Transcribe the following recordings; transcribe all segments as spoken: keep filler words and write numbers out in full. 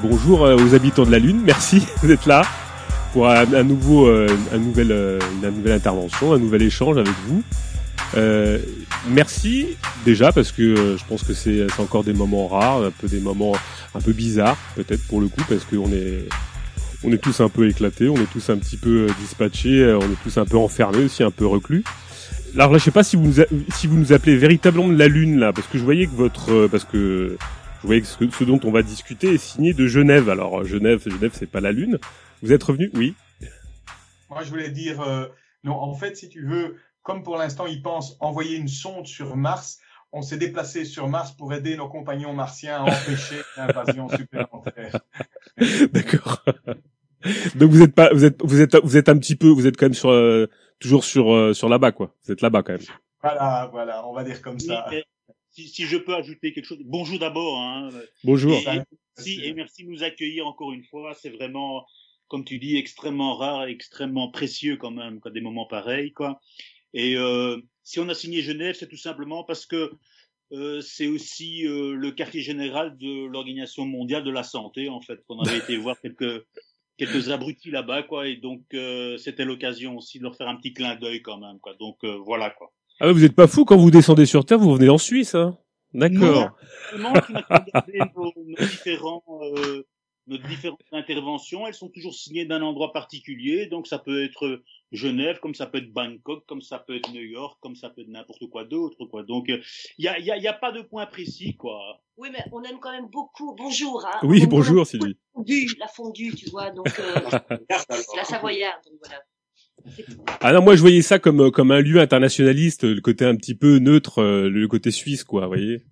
Bonjour euh, aux habitants de la Lune, merci d'être là pour un, un nouveau, euh, un nouvel, euh, une nouvelle intervention, un nouvel échange avec vous. Euh, merci déjà parce que euh, je pense que c'est, c'est encore des moments rares, un peu des moments un peu bizarres peut-être pour le coup parce qu'on est, on est tous un peu éclatés, on est tous un petit peu dispatchés, on est tous un peu enfermés aussi, un peu reclus. Alors là, je sais pas si vous nous, a, si vous nous appelez véritablement de la Lune là, parce que je voyais que votre, euh, parce que je voyais que ce, ce dont on va discuter est signé de Genève. Alors Genève, Genève, c'est pas la Lune. Vous êtes revenu? Oui. Moi, je voulais dire, euh, non, en fait, si tu veux, comme pour l'instant, ils pensent envoyer une sonde sur Mars, on s'est déplacé sur Mars pour aider nos compagnons martiens à empêcher l'invasion supplémentaire. D'accord. Donc vous êtes pas, vous êtes, vous êtes, vous êtes un petit peu, vous êtes quand même sur, euh, toujours sur, euh, sur là-bas, quoi. Vous êtes là-bas quand même. Voilà, voilà, on va dire comme ça. Oui, si, si je peux ajouter quelque chose. Bonjour d'abord. Hein. Bonjour. Et, et, merci, et merci de nous accueillir encore une fois. C'est vraiment, comme tu dis, extrêmement rare et extrêmement précieux quand même, quand des moments pareils, quoi. Et euh, si on a signé Genève, c'est tout simplement parce que euh, c'est aussi euh, le quartier général de l'Organisation mondiale de la santé, en fait. On avait été voir quelques quelques abrutis là-bas, quoi. Et donc euh, c'était l'occasion aussi de leur faire un petit clin d'œil quand même, quoi. Donc euh, voilà, quoi. Ah ouais, vous êtes pas fou quand vous descendez sur Terre, vous revenez en Suisse, hein? D'accord. Non, tu n'as pas regardé nos, nos différents, euh, nos différentes interventions. Elles sont toujours signées d'un endroit particulier. Donc, ça peut être Genève, comme ça peut être Bangkok, comme ça peut être New York, comme ça peut être n'importe quoi d'autre, quoi. Donc, il y a, il y a, il y a pas de point précis, quoi. Oui, mais on aime quand même beaucoup. Bonjour, hein. Oui, bonjour, Sylvie. La fondue, la fondue, tu vois. Donc, euh, c'est la Savoyarde, donc voilà. Ah non, moi je voyais ça comme comme un lieu internationaliste, le côté un petit peu neutre, le côté suisse, quoi, vous voyez.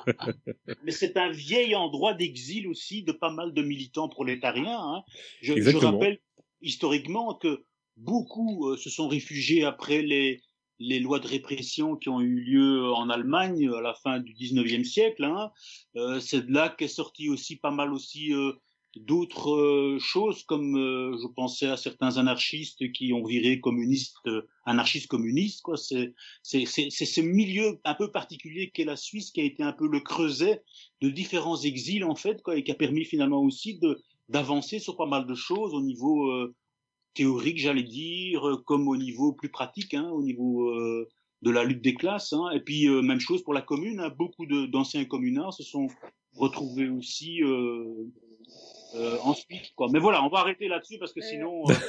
Mais c'est un vieil endroit d'exil aussi de pas mal de militants prolétariens. Hein. Je, je rappelle historiquement que beaucoup euh, se sont réfugiés après les les lois de répression qui ont eu lieu en Allemagne à la fin du dix-neuvième siècle. Hein. Euh, c'est de là qu'est sorti aussi pas mal aussi euh, d'autres euh, choses, comme euh, je pensais à certains anarchistes qui ont viré communistes, euh, anarchistes communistes, quoi. C'est, c'est, c'est, c'est ce milieu un peu particulier qu'est la Suisse qui a été un peu le creuset de différents exils, en fait, quoi, et qui a permis finalement aussi de, d'avancer sur pas mal de choses au niveau euh, théorique, j'allais dire, comme au niveau plus pratique, hein, au niveau euh, de la lutte des classes, hein. Et puis euh, même chose pour la commune, hein, beaucoup de, d'anciens communards se sont retrouvés aussi euh, Euh, ensuite, quoi. Mais voilà, on va arrêter là-dessus parce que sinon. Euh...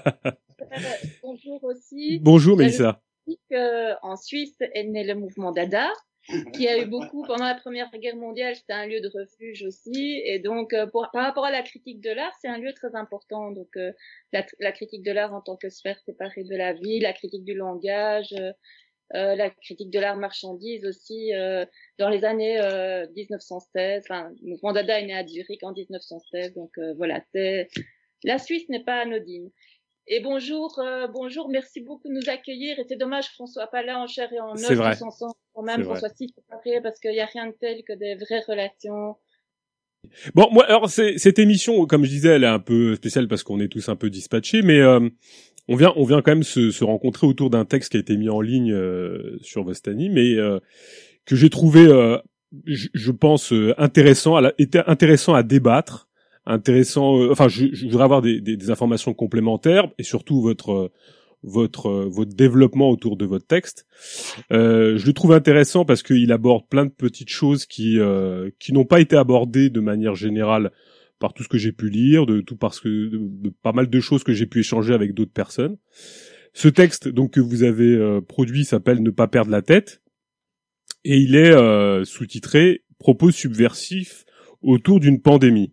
Bonjour aussi. Bonjour Mélissa. Euh, en Suisse est né le mouvement Dada, qui a eu beaucoup pendant la Première Guerre mondiale. C'était un lieu de refuge aussi, et donc euh, pour, par rapport à la critique de l'art, c'est un lieu très important. Donc euh, la, la critique de l'art en tant que sphère séparée de la vie, la critique du langage. Euh, Euh, la critique de l'art marchandise aussi euh, dans les années euh, dix-neuf cent seize. Enfin, le mouvement Dada est né à Zurich en dix-neuf cent seize, donc euh, voilà. C'est... La Suisse n'est pas anodine. Et bonjour, euh, bonjour, merci beaucoup de nous accueillir. Et c'est dommage qu'on soit pas là en chair et en os tous ensemble, quand même, qu'on soit si séparés, parce qu'il y a rien de tel que des vraies relations. Bon, moi, alors c'est, cette émission, comme je disais, elle est un peu spéciale parce qu'on est tous un peu dispatchés, mais euh, on vient, on vient quand même se, se rencontrer autour d'un texte qui a été mis en ligne euh, sur Vostani, mais euh, que j'ai trouvé, euh, je, je pense, euh, intéressant, à la, était intéressant à débattre, intéressant. Euh, enfin, je, je voudrais avoir des, des, des informations complémentaires et surtout votre euh, votre euh, votre développement autour de votre texte. Euh, je le trouve intéressant parce qu'il aborde plein de petites choses qui euh, qui n'ont pas été abordées de manière générale par tout ce que j'ai pu lire, de tout parce que de, de pas mal de choses que j'ai pu échanger avec d'autres personnes. Ce texte donc que vous avez euh, produit s'appelle Ne pas perdre la tête et il est euh, sous-titré Propos subversifs autour d'une pandémie.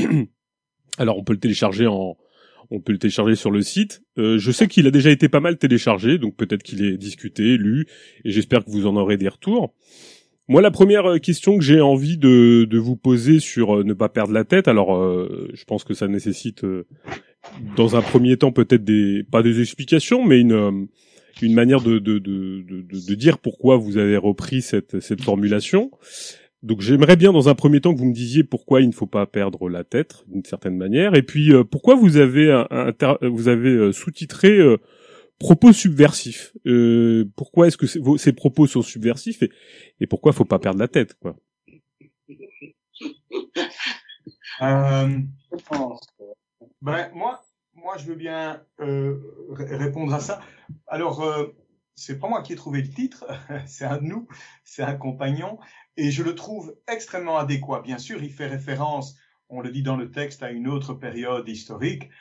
Alors on peut le télécharger en on peut le télécharger sur le site. Euh, je sais qu'il a déjà été pas mal téléchargé, donc peut-être qu'il est discuté, lu, et j'espère que vous en aurez des retours. Moi, la première question que j'ai envie de, de vous poser sur euh, ne pas perdre la tête, alors euh, je pense que ça nécessite, euh, dans un premier temps, peut-être des pas des explications, mais une euh, une manière de de, de de de dire pourquoi vous avez repris cette cette formulation. Donc j'aimerais bien dans un premier temps que vous me disiez pourquoi il ne faut pas perdre la tête d'une certaine manière, et puis euh, pourquoi vous avez un, un, vous avez euh, sous-titré euh, propos subversifs. Euh, pourquoi est-ce que vos, ces propos sont subversifs et, et pourquoi faut pas perdre la tête, quoi. Euh, ben, moi, moi, je veux bien euh, répondre à ça. Alors, euh, c'est pas moi qui ai trouvé le titre, c'est un de nous, c'est un compagnon, et je le trouve extrêmement adéquat. Bien sûr, il fait référence, on le dit dans le texte, à une autre période historique,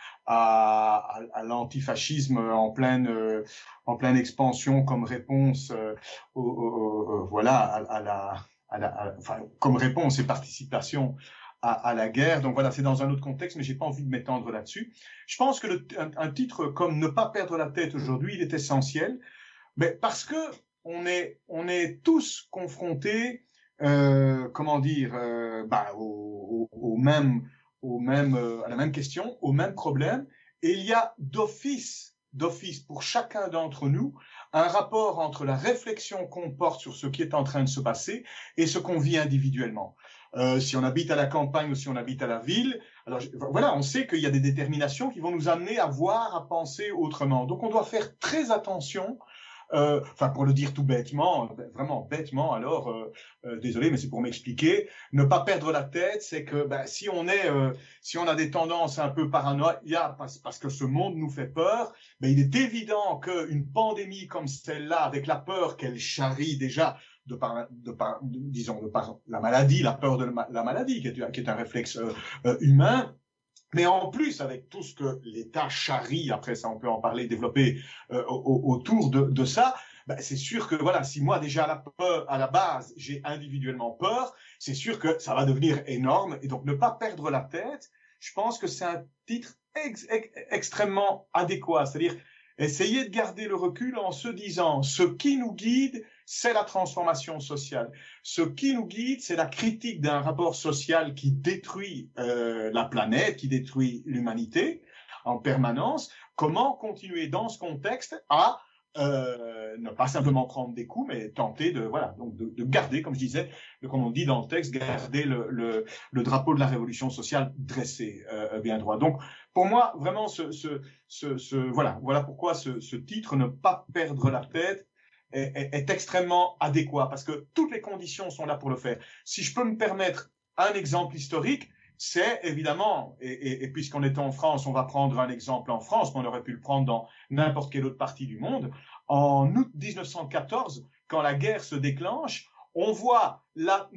à, à, à l'antifascisme en pleine, euh, en pleine expansion comme réponse, euh, au, au, au, voilà, à, à la, à la à, enfin, comme réponse et participation à, à la guerre. Donc voilà, c'est dans un autre contexte, mais j'ai pas envie de m'étendre là-dessus. Je pense que le, un, un titre comme Ne pas perdre la tête aujourd'hui, il est essentiel, mais parce que on est, on est tous confrontés, euh, comment dire, euh, bah, au, au, au même, au même, euh, à la même question, au même problème, et il y a d'office, d'office pour chacun d'entre nous, un rapport entre la réflexion qu'on porte sur ce qui est en train de se passer et ce qu'on vit individuellement. Euh, si on habite à la campagne ou si on habite à la ville, alors voilà, on sait qu'il y a des déterminations qui vont nous amener à voir, à penser autrement. Donc on doit faire très attention. Euh, enfin, pour le dire tout bêtement, vraiment bêtement, alors, euh, euh, désolé, mais c'est pour m'expliquer. Ne pas perdre la tête, c'est que ben, si on est, euh, si on a des tendances un peu paranoïa parce, parce que ce monde nous fait peur, ben, il est évident qu'une pandémie comme celle-là, avec la peur qu'elle charrie déjà, de par, de par, disons, de par la maladie, la peur de la maladie, qui est, qui est un réflexe euh, euh, humain. Mais en plus, avec tout ce que l'État charrie, après ça on peut en parler, développer euh, autour de, de ça, ben c'est sûr que voilà, si moi déjà à la, peur, à la base j'ai individuellement peur, c'est sûr que ça va devenir énorme. Et donc ne pas perdre la tête, je pense que c'est un titre ex, ex, extrêmement adéquat. C'est-à-dire essayer de garder le recul en se disant ce qui nous guide, c'est la transformation sociale. Ce qui nous guide, c'est la critique d'un rapport social qui détruit euh, la planète, qui détruit l'humanité en permanence. Comment continuer dans ce contexte à euh, ne pas simplement prendre des coups, mais tenter de voilà donc de, de garder, comme je disais, de, comme on dit dans le texte, garder le, le, le drapeau de la révolution sociale dressé euh, bien droit. Donc pour moi, vraiment, ce, ce, ce, ce voilà, voilà pourquoi ce, ce titre, ne pas perdre la tête, Est, est, est extrêmement adéquat parce que toutes les conditions sont là pour le faire. Si je peux me permettre un exemple historique, c'est évidemment, et, et, et puisqu'on est en France, on va prendre un exemple en France, mais on aurait pu le prendre dans n'importe quelle autre partie du monde. En août dix-neuf cent quatorze, quand la guerre se déclenche, on voit la,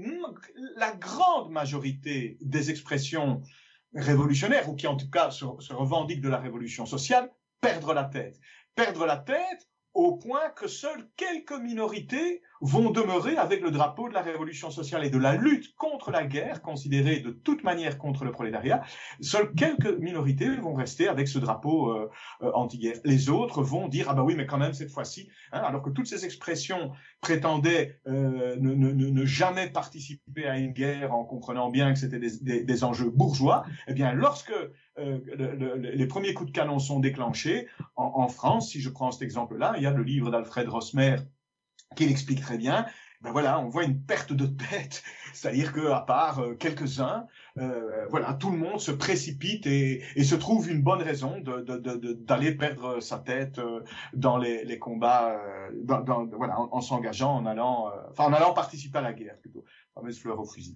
la grande majorité des expressions révolutionnaires, ou qui en tout cas se, se revendiquent de la révolution sociale, perdre la tête. Perdre la tête au point que seules quelques minorités vont demeurer avec le drapeau de la révolution sociale et de la lutte contre la guerre, considérée de toute manière contre le prolétariat. Seules quelques minorités vont rester avec ce drapeau euh, euh, anti-guerre. Les autres vont dire « Ah ben oui, mais quand même, cette fois-ci, hein, alors que toutes ces expressions prétendaient euh, ne, ne, ne jamais participer à une guerre en comprenant bien que c'était des, des, des enjeux bourgeois, eh bien, lorsque euh, le, le, les premiers coups de canon sont déclenchés, en, en France, si je prends cet exemple-là, il y a le livre d'Alfred Rosmer qui l'explique très bien. Ben voilà, on voit une perte de tête, c'est-à-dire que à part euh, quelques-uns, euh, voilà, tout le monde se précipite et, et se trouve une bonne raison de, de, de, de, d'aller perdre sa tête euh, dans les, les combats, euh, dans, dans, voilà, en, en s'engageant, en allant, euh, enfin en allant participer à la guerre plutôt, fameuse fleur au fusil.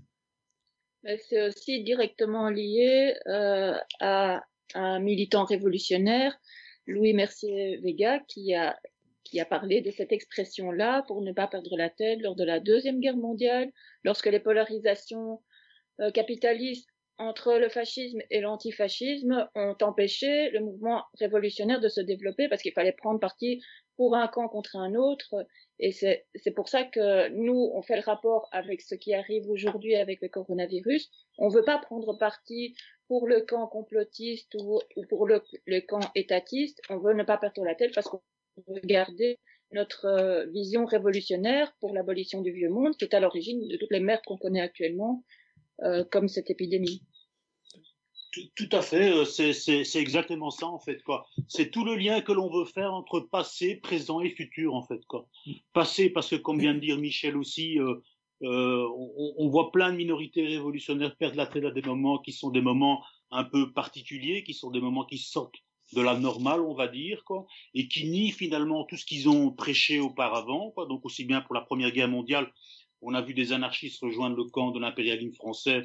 C'est aussi directement lié euh, à un militant révolutionnaire, Louis Mercier-Vega, qui a qui a parlé de cette expression-là pour ne pas perdre la tête lors de la Deuxième Guerre mondiale, lorsque les polarisations euh, capitalistes entre le fascisme et l'antifascisme ont empêché le mouvement révolutionnaire de se développer parce qu'il fallait prendre parti pour un camp contre un autre. Et c'est, c'est pour ça que nous, on fait le rapport avec ce qui arrive aujourd'hui avec le coronavirus. On veut pas prendre parti pour le camp complotiste ou, ou pour le, le camp étatiste. On veut ne pas perdre la tête parce qu'on veut garder notre euh, vision révolutionnaire pour l'abolition du vieux monde, qui est à l'origine de toutes les merdes qu'on connaît actuellement, euh, comme cette épidémie. Tout, tout à fait, c'est, c'est, c'est exactement ça en fait quoi. C'est tout le lien que l'on veut faire entre passé, présent et futur en fait quoi. Passé parce que comme vient de dire Michel aussi, euh, euh, on, on voit plein de minorités révolutionnaires perdre la tête à des moments qui sont des moments un peu particuliers, qui sont des moments qui sortent de la normale on va dire quoi, et qui nient finalement tout ce qu'ils ont prêché auparavant quoi. Donc aussi bien pour la Première Guerre mondiale, on a vu des anarchistes rejoindre le camp de l'impérialisme français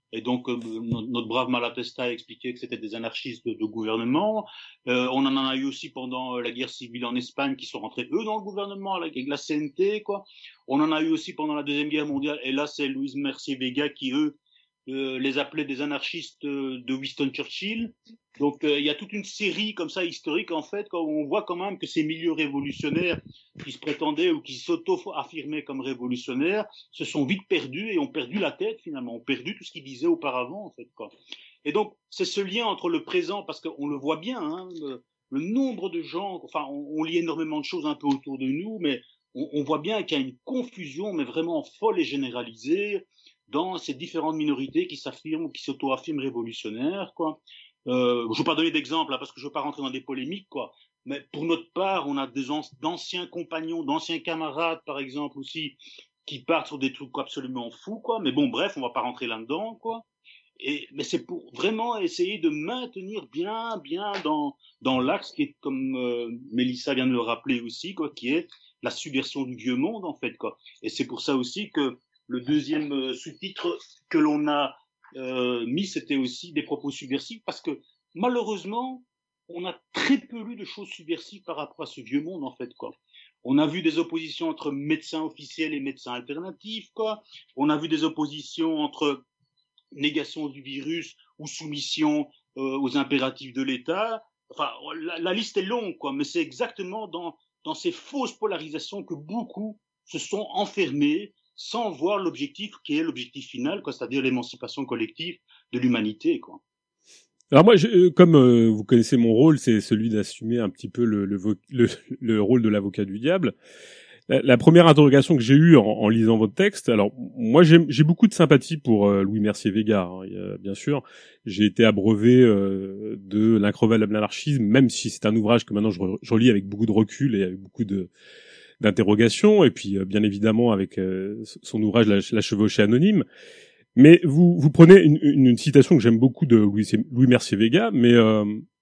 Et donc, euh, notre brave Malatesta a expliqué que c'était des anarchistes de, de gouvernement. Euh, on en a eu aussi pendant la guerre civile en Espagne, qui sont rentrés, eux, dans le gouvernement, avec la C N T, quoi. On en a eu aussi pendant la Deuxième Guerre mondiale. Et là, c'est Luis Mercier Vega qui, eux, euh, les appelaient des anarchistes de Winston Churchill. Donc, il euh, y a toute une série comme ça historique, en fait, où on voit quand même que ces milieux révolutionnaires qui se prétendaient ou qui s'auto-affirmaient comme révolutionnaires se sont vite perdus et ont perdu la tête, finalement, ont perdu tout ce qu'ils disaient auparavant, en fait, quoi. Et donc, c'est ce lien entre le présent, parce qu'on le voit bien, hein, le, le nombre de gens, enfin, on, on lit énormément de choses un peu autour de nous, mais on, on voit bien qu'il y a une confusion, mais vraiment folle et généralisée, dans ces différentes minorités qui s'affirment ou qui s'auto-affirment révolutionnaires, quoi. Euh, je ne vais pas donner d'exemple, là, parce que je ne veux pas rentrer dans des polémiques, quoi. Mais pour notre part, on a des d'anciens compagnons, d'anciens camarades, par exemple, aussi, qui partent sur des trucs absolument fous, quoi. Mais bon, bref, on ne va pas rentrer là-dedans, quoi. Et, mais c'est pour vraiment essayer de maintenir bien, bien dans, dans l'axe qui est, comme euh, Mélissa vient de le rappeler aussi, quoi, qui est la subversion du vieux monde, en fait, quoi. Et c'est pour ça aussi que le deuxième euh, sous-titre que l'on a euh, mis, c'était aussi des propos subversifs, parce que malheureusement, on a très peu lu de choses subversives par rapport à ce vieux monde, en fait, quoi. On a vu des oppositions entre médecins officiels et médecins alternatifs, quoi. On a vu des oppositions entre négation du virus ou soumission euh, aux impératifs de l'État. Enfin, la, la liste est longue, quoi, mais c'est exactement dans, dans ces fausses polarisations que beaucoup se sont enfermés sans voir l'objectif qui est l'objectif final, quoi, c'est-à-dire l'émancipation collective de l'humanité, quoi. Alors moi, je, comme euh, vous connaissez mon rôle, c'est celui d'assumer un petit peu le, le, le, le rôle de l'avocat du diable. La, la première interrogation que j'ai eue en, en lisant votre texte, alors moi j'ai beaucoup de sympathie pour euh, Louis Mercier Vega, hein, a, bien sûr. J'ai été abreuvé euh, de L'increvable anarchisme, même si c'est un ouvrage que maintenant je, re, je relis avec beaucoup de recul et avec beaucoup de d'interrogations, et puis euh, bien évidemment avec euh, son ouvrage La, la chevauchée anonyme. Mais vous vous prenez une, une, une citation que j'aime beaucoup de Louis, Louis Mercier Vega, mais euh,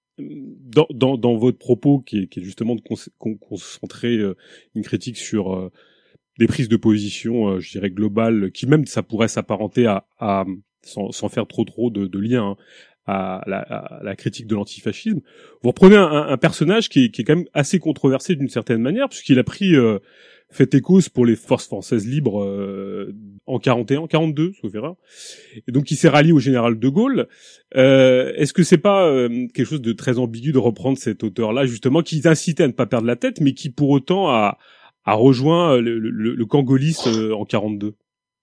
dans, dans, dans votre propos qui est, qui est justement de con, concentrer euh, une critique sur euh, des prises de position, euh, je dirais globales, qui même ça pourrait s'apparenter à, à sans, sans faire trop trop de, de lien, hein, à, la, à la critique de l'antifascisme. Vous reprenez un, un personnage qui est, qui est quand même assez controversé d'une certaine manière, puisqu'il a pris euh, fait et cause pour les forces françaises libres euh, en quarante et un, quarante-deux, sauf erreur. Et donc il s'est rallié au général de Gaulle. Euh, est-ce que c'est pas euh, quelque chose de très ambigu de reprendre cet auteur-là, justement, qui incitait à ne pas perdre la tête, mais qui pour autant a, a rejoint le, le, le camp gaulliste euh, en quarante-deux?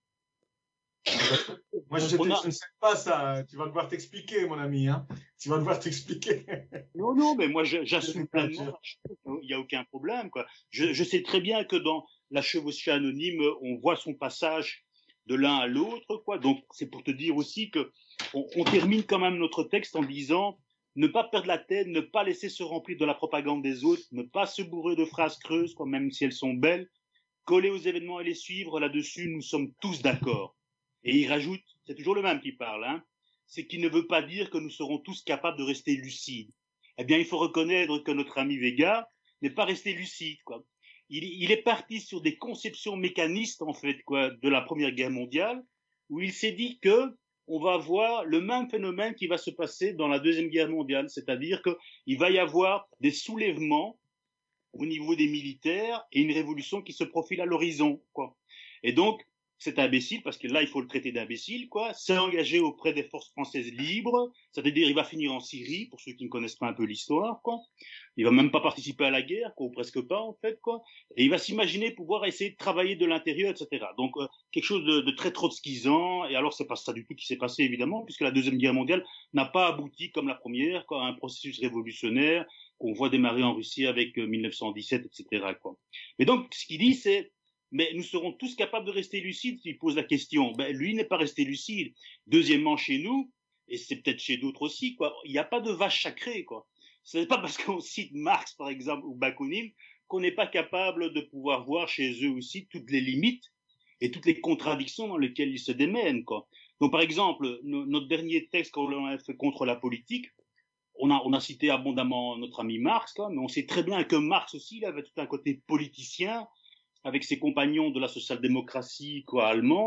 Moi, je, a... je ne sais pas ça. Tu vas devoir t'expliquer, mon ami. Hein. Tu vas devoir t'expliquer. Non, non, mais moi, j'assume pleinement. Il n'y a aucun problème, quoi. Je, je sais très bien que dans La chevauchée anonyme, on voit son passage de l'un à l'autre, quoi. Donc, c'est pour te dire aussi que on, on termine quand même notre texte en disant ne pas perdre la tête, ne pas laisser se remplir de la propagande des autres, ne pas se bourrer de phrases creuses, quoi, même si elles sont belles, coller aux événements et les suivre. Là-dessus, nous sommes tous d'accord. Et il rajoute, c'est toujours le même qui parle, hein, c'est qu'il ne veut pas dire que nous serons tous capables de rester lucides. Eh bien, il faut reconnaître que notre ami Vega n'est pas resté lucide, quoi. Il, il est parti sur des conceptions mécanistes, en fait, quoi, de la Première Guerre mondiale, où il s'est dit que on va voir le même phénomène qui va se passer dans la Deuxième Guerre mondiale, c'est-à-dire qu'il va y avoir des soulèvements au niveau des militaires et une révolution qui se profile à l'horizon, quoi. Et donc, c'est imbécile, parce que là, il faut le traiter d'imbécile, quoi. S'est engagé auprès des forces françaises libres, c'est-à-dire il va finir en Syrie, pour ceux qui ne connaissent pas un peu l'histoire, quoi. Il va même pas participer à la guerre, quoi, ou presque pas, en fait, quoi. Et il va s'imaginer pouvoir essayer de travailler de l'intérieur, et cetera. Donc, euh, quelque chose de, de très trotskisant. Et alors, c'est pas ça du tout qui s'est passé, évidemment, puisque la Deuxième Guerre mondiale n'a pas abouti comme la Première, quoi, à un processus révolutionnaire qu'on voit démarrer en Russie avec euh, mille neuf cent dix-sept, et cetera, quoi. Mais donc, ce qu'il dit, c'est mais nous serons tous capables de rester lucides s'il pose la question. Ben, lui n'est pas resté lucide. Deuxièmement, chez nous, et c'est peut-être chez d'autres aussi, quoi, il n'y a pas de vache sacrée, quoi. Ce n'est pas parce qu'on cite Marx, par exemple, ou Bakounine, qu'on n'est pas capable de pouvoir voir chez eux aussi toutes les limites et toutes les contradictions dans lesquelles ils se démènent, quoi. Donc, par exemple, no, notre dernier texte qu'on a fait contre la politique, on a, on a cité abondamment notre ami Marx, quoi, mais on sait très bien que Marx aussi, il avait tout un côté politicien, avec ses compagnons de la social-démocratie, quoi, allemande,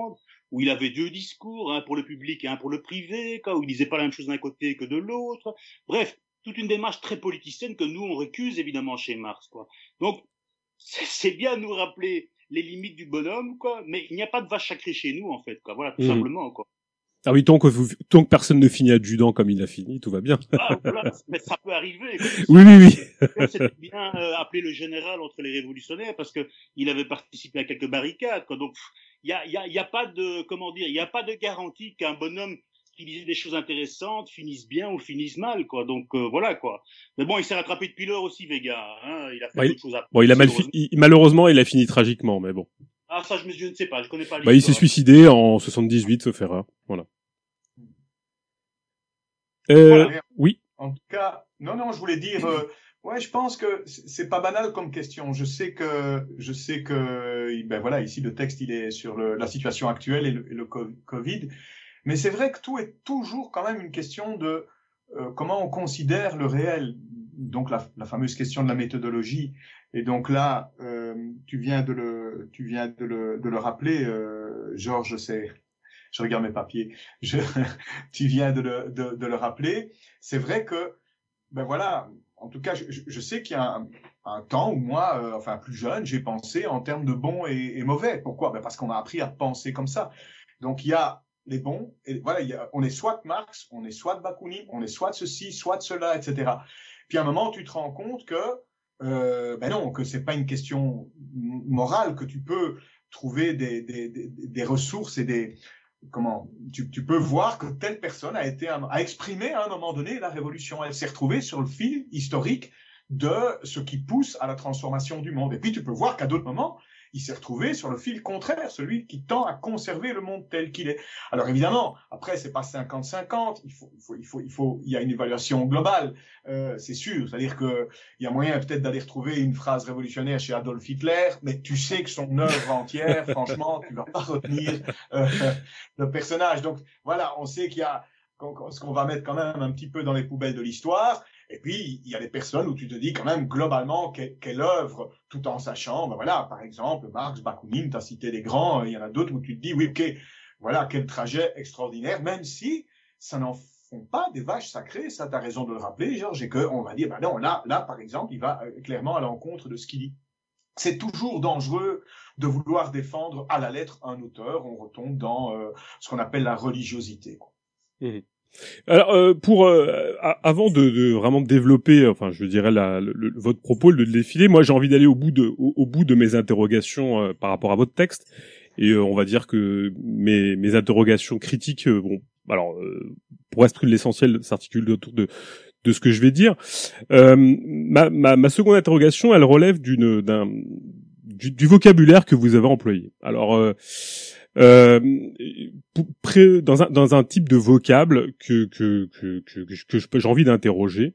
où il avait deux discours, un pour le public et un pour le privé, quoi, où il disait pas la même chose d'un côté que de l'autre. Bref, toute une démarche très politicienne que nous on récuse évidemment chez Marx, quoi. Donc c'est bien de nous rappeler les limites du bonhomme, quoi, mais il n'y a pas de vache sacrée chez nous en fait, quoi. Voilà, tout mmh. simplement, quoi. Ah oui, tant que vous, tant que personne ne finit adjudant comme il a fini, tout va bien. Ah, voilà, mais ça peut arriver. Oui, oui, oui. C'était bien euh, appelé le général entre les révolutionnaires parce que il avait participé à quelques barricades, quoi. Donc il y a, il y a, il y a pas de, comment dire, il y a pas de garantie qu'un bonhomme qui disait des choses intéressantes finisse bien ou finisse mal, quoi. Donc euh, voilà, quoi. Mais bon, il s'est rattrapé depuis lors aussi, Vega. Hein. Il a fait ouais, d'autres choses après. Bon, il a mal fi- il, malheureusement, il a fini tragiquement, mais bon. Ah, ça, je, je ne sais pas, je connais pas l'histoire. Bah, il s'est suicidé en soixante-dix-huit, sauf erreur. Voilà. Euh, voilà. Oui. En tout cas, non, non, je voulais dire, euh, ouais, je pense que c'est pas banal comme question. Je sais que, je sais que, ben voilà, ici le texte il est sur le, la situation actuelle et le, et le Covid, mais c'est vrai que tout est toujours quand même une question de euh, comment on considère le réel. Donc la, la fameuse question de la méthodologie. Et donc là, euh, tu viens de le, tu viens de le, de le rappeler, euh, Georges, c'est. Je regarde mes papiers. Je, tu viens de le, de, de le rappeler. C'est vrai que, ben voilà, en tout cas, je, je sais qu'il y a un, un temps où moi, euh, enfin plus jeune, j'ai pensé en termes de bons et, et mauvais. Pourquoi? Ben parce qu'on a appris à penser comme ça. Donc il y a les bons, et voilà, il y a, on est soit de Marx, on est soit de Bakounine, on est soit de ceci, soit de cela, et cetera. Puis à un moment, tu te rends compte que, euh, ben non, que c'est pas une question morale, que tu peux trouver des, des, des, des ressources et des Comment tu, tu peux voir que telle personne a été a exprimé à un moment donné la révolution. Elle s'est retrouvée sur le fil historique de ce qui pousse à la transformation du monde. Et puis tu peux voir qu'à d'autres moments, il s'est retrouvé sur le fil contraire, celui qui tend à conserver le monde tel qu'il est. Alors évidemment, après c'est pas cinquante cinquante, il faut, il faut, il faut, il faut, il y a une évaluation globale, euh, c'est sûr. C'est-à-dire que il y a moyen peut-être d'aller retrouver une phrase révolutionnaire chez Adolf Hitler, mais tu sais que son œuvre entière, franchement, tu vas pas retenir euh, le personnage. Donc voilà, on sait qu'il y a ce qu'on va mettre quand même un petit peu dans les poubelles de l'histoire. Et puis, il y a des personnes où tu te dis quand même globalement quelle, quelle œuvre, tout en sachant, ben voilà, par exemple, Marx, Bakounine, tu as cité les grands, il y en a d'autres où tu te dis, oui, ok, voilà, quel trajet extraordinaire, même si ça n'en font pas des vaches sacrées, ça tu as raison de le rappeler, Georges, et qu'on va dire, ben non, là, là, par exemple, il va clairement à l'encontre de ce qu'il dit. C'est toujours dangereux de vouloir défendre à la lettre un auteur, on retombe dans euh, ce qu'on appelle la religiosité, quoi. Mmh. Alors euh, pour euh, avant de, de vraiment développer, enfin je dirais la, le, le, votre propos, le défilé, moi j'ai envie d'aller au bout de au, au bout de mes interrogations euh, par rapport à votre texte, et euh, on va dire que mes mes interrogations critiques, euh, bon, alors euh, pour être l'essentiel s'articule autour de de ce que je vais dire. Euh, ma, ma ma seconde interrogation, elle relève d'une d'un du, du vocabulaire que vous avez employé. Alors euh, Euh, pré, dans un dans un type de vocable que que que que, que je, j'ai envie d'interroger.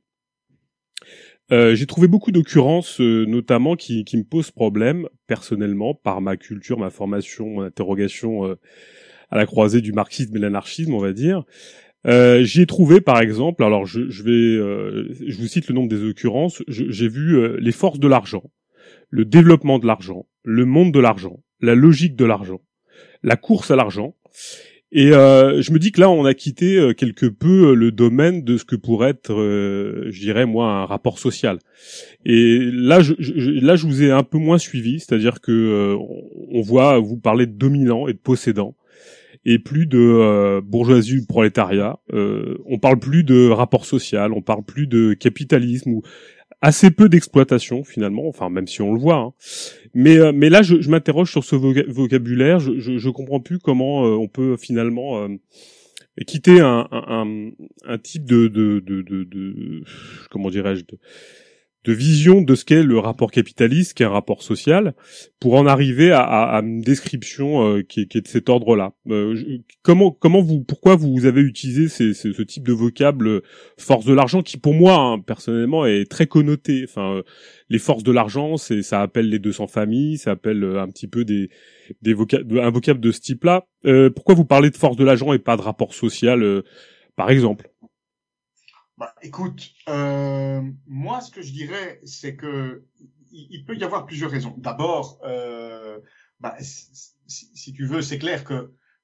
Euh, j'ai trouvé beaucoup d'occurrences, euh, notamment qui qui me posent problème personnellement par ma culture, ma formation, mon interrogation euh, à la croisée du marxisme et de l'anarchisme, on va dire. Euh, j'y ai trouvé par exemple, alors je, je vais, euh, je vous cite le nombre des occurrences. Je, j'ai vu euh, les forces de l'argent, le développement de l'argent, le monde de l'argent, la logique de l'argent, la course à l'argent. Et euh, je me dis que là, on a quitté euh, quelque peu le domaine de ce que pourrait être, euh, je dirais moi, un rapport social. Et là, je, je, là, je vous ai un peu moins suivi, c'est-à-dire que euh, on voit vous parler de dominants et de possédants, et plus de euh, bourgeoisie ou prolétariat. Euh, on parle plus de rapport social, on parle plus de capitalisme ou assez peu d'exploitation finalement, enfin même si on le voit. Hein. Mais euh, mais là, je, je m'interroge sur ce vocabulaire. Je, je, je comprends plus comment euh, on peut finalement euh, quitter un, un, un type de, de, de, de, de comment dirais-je, de, de vision de ce qu'est le rapport capitaliste, qui est un rapport social, pour en arriver à, à, à une description euh, qui, est, qui est de cet ordre-là. Euh, je, comment, comment vous, pourquoi vous avez utilisé ces, ces, ce type de vocable force de l'argent, qui pour moi hein, personnellement est très connoté. Enfin, euh, les forces de l'argent, c'est, ça appelle les deux cents familles, ça appelle euh, un petit peu des, des vocab, un vocable de ce type-là. Euh, pourquoi vous parlez de force de l'argent et pas de rapport social, euh, par exemple? Bah, écoute, euh, moi, ce que je dirais, c'est que il, il peut y avoir plusieurs raisons. D'abord, euh, bah, si, si tu veux, c'est clair que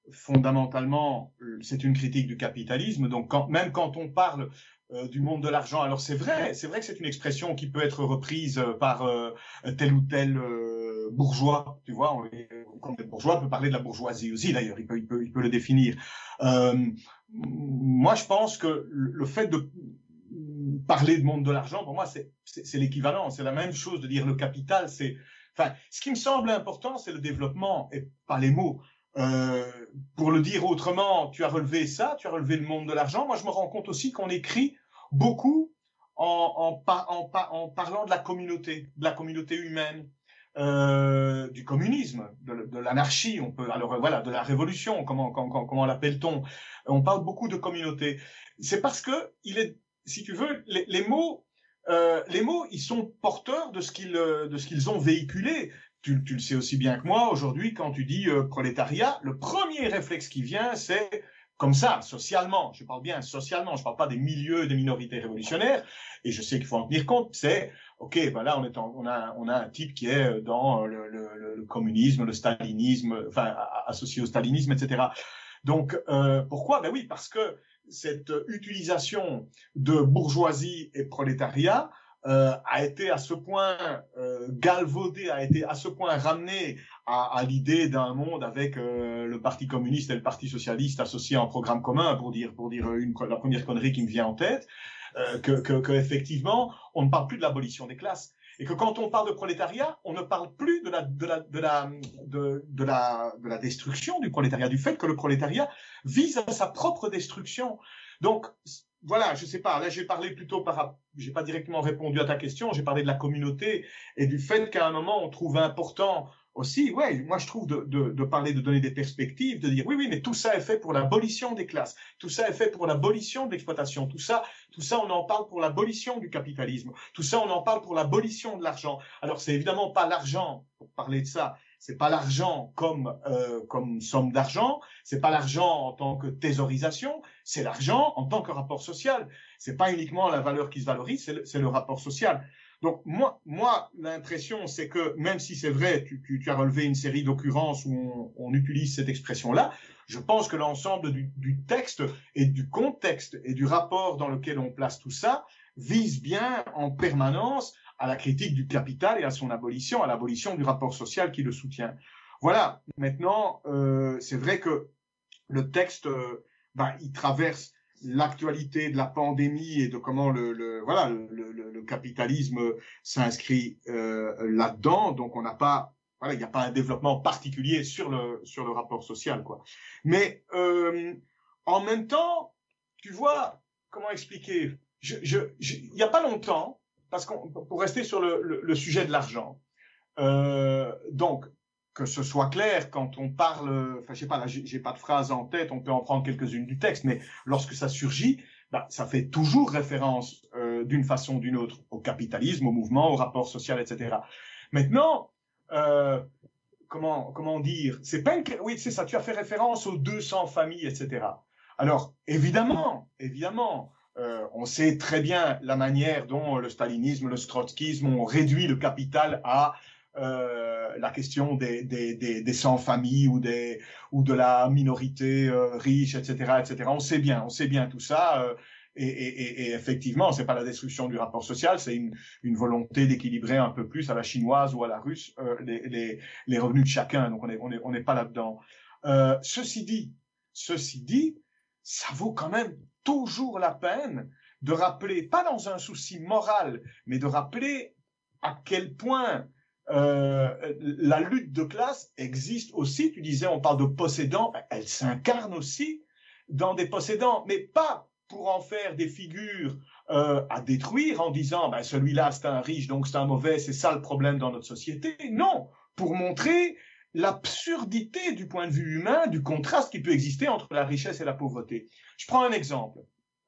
fondamentalement, c'est une critique du capitalisme. Donc, quand, même quand on parle euh, du monde de l'argent, alors c'est vrai, c'est vrai que c'est une expression qui peut être reprise par euh, tel ou tel euh, bourgeois. Tu vois, on, comme le bourgeois peut parler de la bourgeoisie aussi. D'ailleurs, il peut, il peut, il peut le définir. Euh, moi, je pense que le fait de parler de monde de l'argent, pour moi, c'est, c'est, c'est l'équivalent. C'est la même chose de dire le capital. C'est, enfin, ce qui me semble important, c'est le développement et pas les mots. Euh, pour le dire autrement, tu as relevé ça, tu as relevé le monde de l'argent. Moi, je me rends compte aussi qu'on écrit beaucoup en, en, en, en parlant de la communauté, de la communauté humaine, euh, du communisme, de, de l'anarchie, on peut, alors voilà, de la révolution, comment, comment, comment l'appelle-t-on? On parle beaucoup de communauté. C'est parce que il est, si tu veux, les, les mots, euh, les mots, ils sont porteurs de ce qu'ils, de ce qu'ils ont véhiculé. Tu, tu le sais aussi bien que moi, aujourd'hui, quand tu dis euh, prolétariat, le premier réflexe qui vient, c'est comme ça, socialement. Je parle bien socialement, je parle pas des milieux, des minorités révolutionnaires. Et je sais qu'il faut en tenir compte. C'est, ok, ben là, on est en, on a, on a un type qui est dans le, le, le communisme, le stalinisme, enfin, associé au stalinisme, et cetera. Donc, euh, pourquoi? Ben oui, parce que cette utilisation de bourgeoisie et prolétariat Euh, a été à ce point euh, galvaudé, a été à ce point ramené à, à l'idée d'un monde avec euh, le Parti communiste et le Parti socialiste associés en programme commun, pour dire pour dire une, la première connerie qui me vient en tête, euh, que, que, que effectivement on ne parle plus de l'abolition des classes et que quand on parle de prolétariat, on ne parle plus de la de la de la de, de la de la destruction du prolétariat, du fait que le prolétariat vise à sa propre destruction. Donc voilà, je sais pas, là j'ai parlé plutôt par, j'ai pas directement répondu à ta question, j'ai parlé de la communauté et du fait qu'à un moment on trouve important aussi, ouais, moi je trouve de, de, de parler, de donner des perspectives, de dire oui, oui, mais tout ça est fait pour l'abolition des classes, tout ça est fait pour l'abolition de l'exploitation, tout ça, tout ça on en parle pour l'abolition du capitalisme, tout ça on en parle pour l'abolition de l'argent. Alors c'est évidemment pas l'argent, pour parler de ça, c'est pas l'argent comme euh, comme somme d'argent, c'est pas l'argent en tant que thésaurisation, c'est l'argent en tant que rapport social. C'est pas uniquement la valeur qui se valorise, c'est le, c'est le rapport social. Donc moi, moi, l'impression, c'est que même si c'est vrai, tu, tu, tu as relevé une série d'occurrences où on, on utilise cette expression-là, je pense que l'ensemble du, du texte et du contexte et du rapport dans lequel on place tout ça vise bien en permanence à la critique du capital et à son abolition, à l'abolition du rapport social qui le soutient. Voilà. Maintenant, euh, c'est vrai que le texte, euh, ben, il traverse l'actualité de la pandémie et de comment le, le voilà le, le, le capitalisme s'inscrit euh, là-dedans. Donc, on n'a pas, voilà, il n'y a pas un développement particulier sur le sur le rapport social, quoi. Mais euh, en même temps, tu vois, comment expliquer? Je, je, je, il n'y a pas longtemps. Parce qu'on, pour rester sur le, le, le sujet de l'argent, euh, donc que ce soit clair quand on parle, enfin je sais pas, là j'ai, j'ai pas de phrase en tête, on peut en prendre quelques-unes du texte, mais lorsque ça surgit, bah, ça fait toujours référence euh, d'une façon ou d'une autre au capitalisme, au mouvement, au rapport social, et cetera. Maintenant, euh, comment comment dire, c'est pas une, oui c'est ça, tu as fait référence aux deux cents familles, et cetera. Alors évidemment, évidemment. Euh, on sait très bien la manière dont le stalinisme, le trotskisme ont réduit le capital à euh, la question des, des, des, des sans familles ou des ou de la minorité euh, riche, et cetera, et cetera. On sait bien, on sait bien tout ça. Euh, et, et, et effectivement, c'est pas la destruction du rapport social, c'est une, une volonté d'équilibrer un peu plus à la chinoise ou à la russe euh, les, les, les revenus de chacun. Donc on est on est on n'est pas là-dedans. Euh, ceci dit, ceci dit, ça vaut quand même toujours la peine de rappeler, pas dans un souci moral, mais de rappeler à quel point euh, la lutte de classe existe aussi. Tu disais, on parle de possédants, elle s'incarne aussi dans des possédants, mais pas pour en faire des figures euh, à détruire en disant, ben, celui-là c'est un riche, donc c'est un mauvais, c'est ça le problème dans notre société. Non, pour montrer l'absurdité du point de vue humain, du contraste qui peut exister entre la richesse et la pauvreté. Je prends un exemple,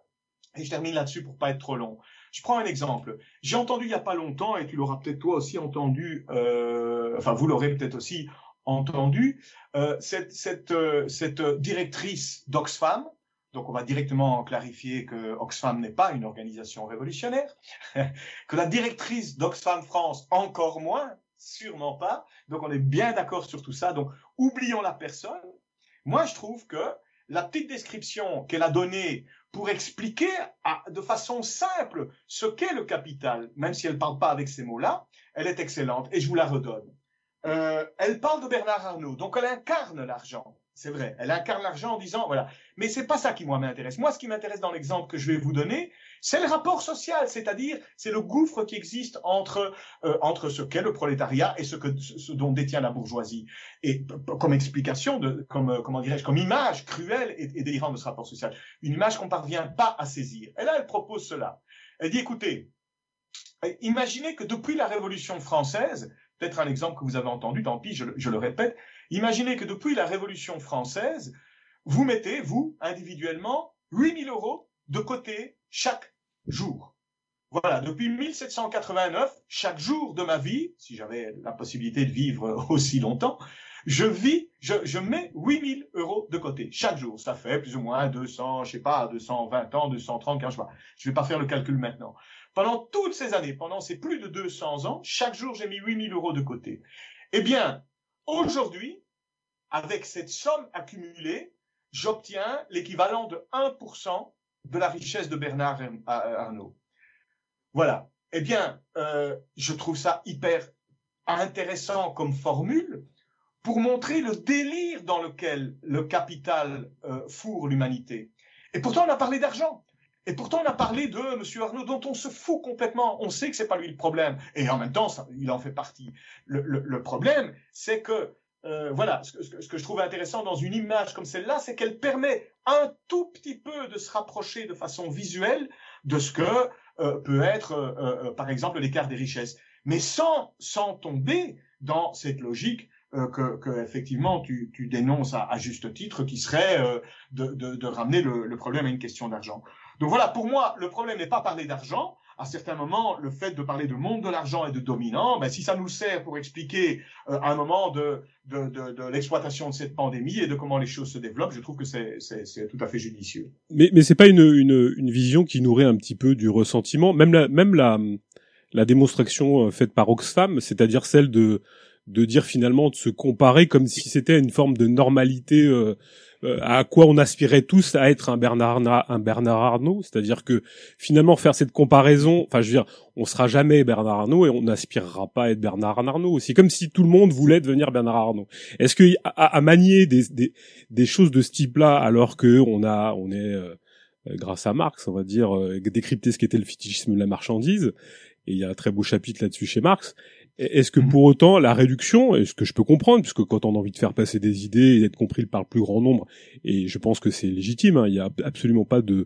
et je termine là-dessus pour pas être trop long. Je prends un exemple. J'ai entendu il y a pas longtemps, et tu l'auras peut-être toi aussi entendu, euh, enfin vous l'aurez peut-être aussi entendu, euh, cette, cette, euh, cette directrice d'Oxfam. Donc on va directement clarifier que Oxfam n'est pas une organisation révolutionnaire, que la directrice d'Oxfam France encore moins, sûrement pas. Donc on est bien d'accord sur tout ça. Donc oublions la personne. moi, je trouve que la petite description qu'elle a donnée pour expliquer à, de façon simple ce qu'est le capital, même si elle ne parle pas avec ces mots-là, elle est excellente et je vous la redonne. Euh, elle parle de Bernard Arnault, donc elle incarne l'argent. C'est vrai, elle incarne l'argent en disant, voilà. Mais c'est pas ça qui, moi, m'intéresse. Moi, ce qui m'intéresse dans l'exemple que je vais vous donner, c'est le rapport social, c'est-à-dire, c'est le gouffre qui existe entre, euh, entre ce qu'est le prolétariat et ce que, ce dont détient la bourgeoisie. Et, comme explication de, comme, comment dirais-je, comme image cruelle et, et délirante de ce rapport social. Une image qu'on parvient pas à saisir. Et là, elle propose cela. Elle dit, écoutez, imaginez que depuis la Révolution française, peut-être un exemple que vous avez entendu, tant pis, je, je le répète, imaginez que depuis la Révolution française, vous mettez, vous, individuellement, huit mille euros de côté chaque jour. Voilà, depuis mille sept cent quatre-vingt-neuf, chaque jour de ma vie, si j'avais la possibilité de vivre aussi longtemps, je vis, je, je mets huit mille euros de côté chaque jour. Ça fait plus ou moins deux cents, je sais pas, deux cent vingt ans, deux cent trente, je sais pas. Je vais pas faire le calcul maintenant. Pendant toutes ces années, pendant ces plus de deux cents ans, chaque jour, j'ai mis huit mille euros de côté. Eh bien, aujourd'hui, avec cette somme accumulée, j'obtiens l'équivalent de un pour cent de la richesse de Bernard Arnault. Voilà. Eh bien, euh, je trouve ça hyper intéressant comme formule pour montrer le délire dans lequel le capital euh, fourre l'humanité. Et pourtant, on a parlé d'argent. Et pourtant, on a parlé de M. Arnault, dont on se fout complètement. On sait que c'est pas lui le problème. Et en même temps, ça, il en fait partie. Le, le, le problème, c'est que, euh, voilà, ce que, ce que je trouve intéressant dans une image comme celle-là, c'est qu'elle permet un tout petit peu de se rapprocher de façon visuelle de ce que euh, peut être, euh, euh, par exemple, l'écart des richesses. Mais sans, sans tomber dans cette logique euh, que, que effectivement tu, tu dénonces à, à juste titre, qui serait euh, de, de, de ramener le, le problème à une question d'argent. Donc voilà, pour moi, le problème n'est pas parler d'argent. À certains moments, le fait de parler de monde de l'argent et de dominant, ben, si ça nous sert pour expliquer euh, un moment de, de, de, de l'exploitation de cette pandémie et de comment les choses se développent, je trouve que c'est, c'est, c'est tout à fait judicieux. Mais, mais c'est pas une, une, une vision qui nourrit un petit peu du ressentiment, même la, même la, la démonstration faite par Oxfam, c'est-à-dire celle de, de dire finalement de se comparer comme si c'était une forme de normalité. Euh, à quoi on aspirait tous à être un Bernard un Bernard Arnault, c'est-à-dire que finalement faire cette comparaison, enfin je veux dire, on sera jamais Bernard Arnault et on n'aspirera pas à être Bernard Arnault. C'est comme si tout le monde voulait devenir Bernard Arnault. Est-ce que à, à manier des, des des choses de ce type-là alors que on a on est euh, grâce à Marx, on va dire euh, décrypter ce qu'était le fétichisme de la marchandise, et il y a un très beau chapitre là-dessus chez Marx. Est-ce que pour autant la réduction, est-ce que je peux comprendre, puisque quand on a envie de faire passer des idées et d'être compris par le plus grand nombre, et je pense que c'est légitime, hein, il y a absolument pas de,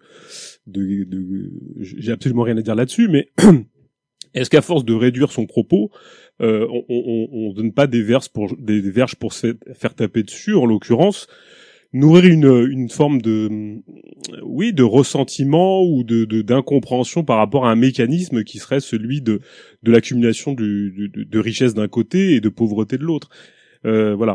de, de j'ai absolument rien à dire là-dessus, mais est-ce qu'à force de réduire son propos, euh, on, on, on donne pas des verges pour des verges pour se faire taper dessus, en l'occurrence? Nourrir une, une forme de, oui, de ressentiment ou de, de, d'incompréhension par rapport à un mécanisme qui serait celui de, de l'accumulation du, de, de richesse d'un côté et de pauvreté de l'autre. Euh, voilà.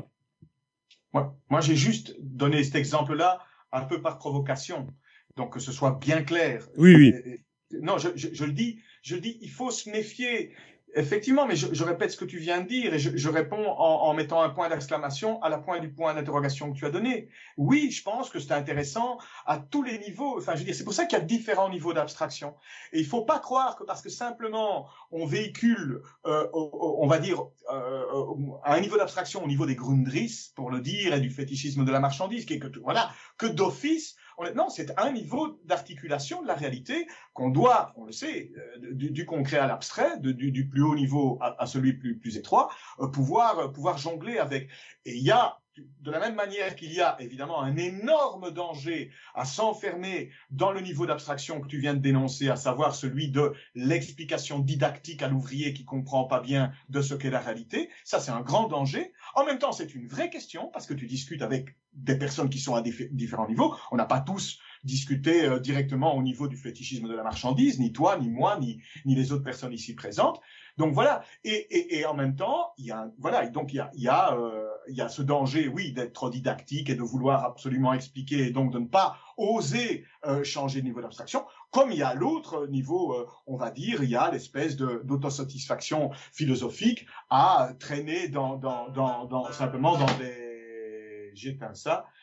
Moi, moi, j'ai juste donné cet exemple-là un peu par provocation. Donc, que ce soit bien clair. Oui, oui. Non, je, je, je le dis, je le dis, il faut se méfier. Effectivement, mais je, je répète ce que tu viens de dire et je, je réponds en, en mettant un point d'exclamation à la pointe du point d'interrogation que tu as donné. Oui, je pense que c'est intéressant à tous les niveaux. Enfin, je veux dire, c'est pour ça qu'il y a différents niveaux d'abstraction. Et il faut pas croire que parce que simplement on véhicule, euh, on va dire, euh, à un niveau d'abstraction au niveau des Grundrisse, pour le dire, et du fétichisme de la marchandise, qui est que voilà, que d'office. Non, c'est un niveau d'articulation de la réalité qu'on doit, on le sait, du, du concret à l'abstrait, du, du plus haut niveau à, à celui plus, plus étroit, euh, pouvoir, pouvoir jongler avec. Et il y a, de la même manière qu'il y a évidemment un énorme danger à s'enfermer dans le niveau d'abstraction que tu viens de dénoncer, à savoir celui de l'explication didactique à l'ouvrier qui comprend pas bien de ce qu'est la réalité. Ça, c'est un grand danger. En même temps, c'est une vraie question parce que tu discutes avec des personnes qui sont à diff- différents niveaux. On n'a pas tous discuté euh, directement au niveau du fétichisme de la marchandise, ni toi, ni moi, ni, ni les autres personnes ici présentes. Donc voilà. Et, et, et en même temps, il y a, voilà. Donc il y a, il y a, euh, il y a ce danger, oui, d'être trop didactique et de vouloir absolument expliquer et donc de ne pas oser euh, changer de niveau d'abstraction. Comme il y a l'autre niveau, euh, on va dire, il y a l'espèce de, d'autosatisfaction philosophique à traîner dans, dans, dans, dans simplement dans des, j'éteins ça,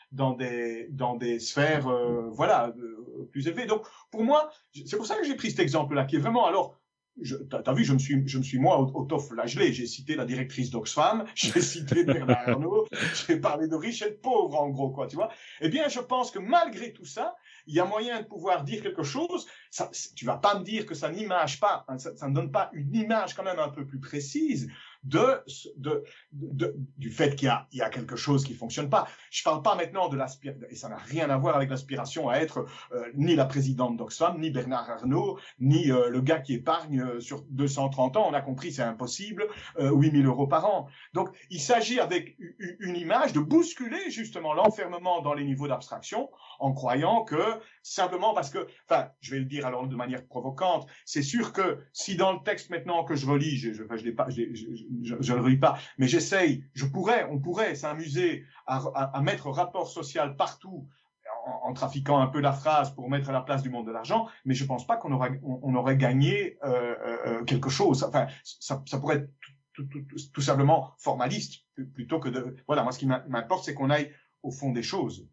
dans des dans des sphères euh, voilà euh, plus élevées. Donc pour moi, c'est pour ça que j'ai pris cet exemple-là qui est vraiment alors. Je, t'as, t'as vu, je me suis, je me suis moi auto flagellé. J'ai cité la directrice d'Oxfam, j'ai cité Bernard Arnault, j'ai parlé de riches et de pauvres en gros quoi, tu vois. Eh bien, je pense que malgré tout ça, il y a moyen de pouvoir dire quelque chose. Ça, tu vas pas me dire que ça n'image pas, hein, ça, ça ne donne pas une image quand même un peu plus précise de, de, de, de du fait qu'il y a, il y a quelque chose qui fonctionne pas. Je parle pas maintenant de l'aspiration, et ça n'a rien à voir avec l'aspiration à être euh, ni la présidente d'Oxfam, ni Bernard Arnault, ni euh, le gars qui épargne euh, sur deux cent trente ans. On a compris, c'est impossible, euh, huit mille euros par an. Donc, il s'agit avec une image de bousculer justement l'enfermement dans les niveaux d'abstraction en croyant que simplement parce que, enfin, je vais le dire alors de manière provocante, c'est sûr que si dans le texte maintenant que je relis, je, je, enfin, je l'ai pas, je, je, je, je le relis pas, mais j'essaye, je pourrais, on pourrait s'amuser à, à, à mettre rapport social partout en, en trafiquant un peu la phrase pour mettre à la place du monde de l'argent, mais je pense pas qu'on aura, on, on aurait gagné euh, euh, quelque chose. Enfin, ça, ça pourrait être tout, tout, tout, tout simplement formaliste plutôt que de, voilà, moi ce qui m'importe c'est qu'on aille au fond des choses.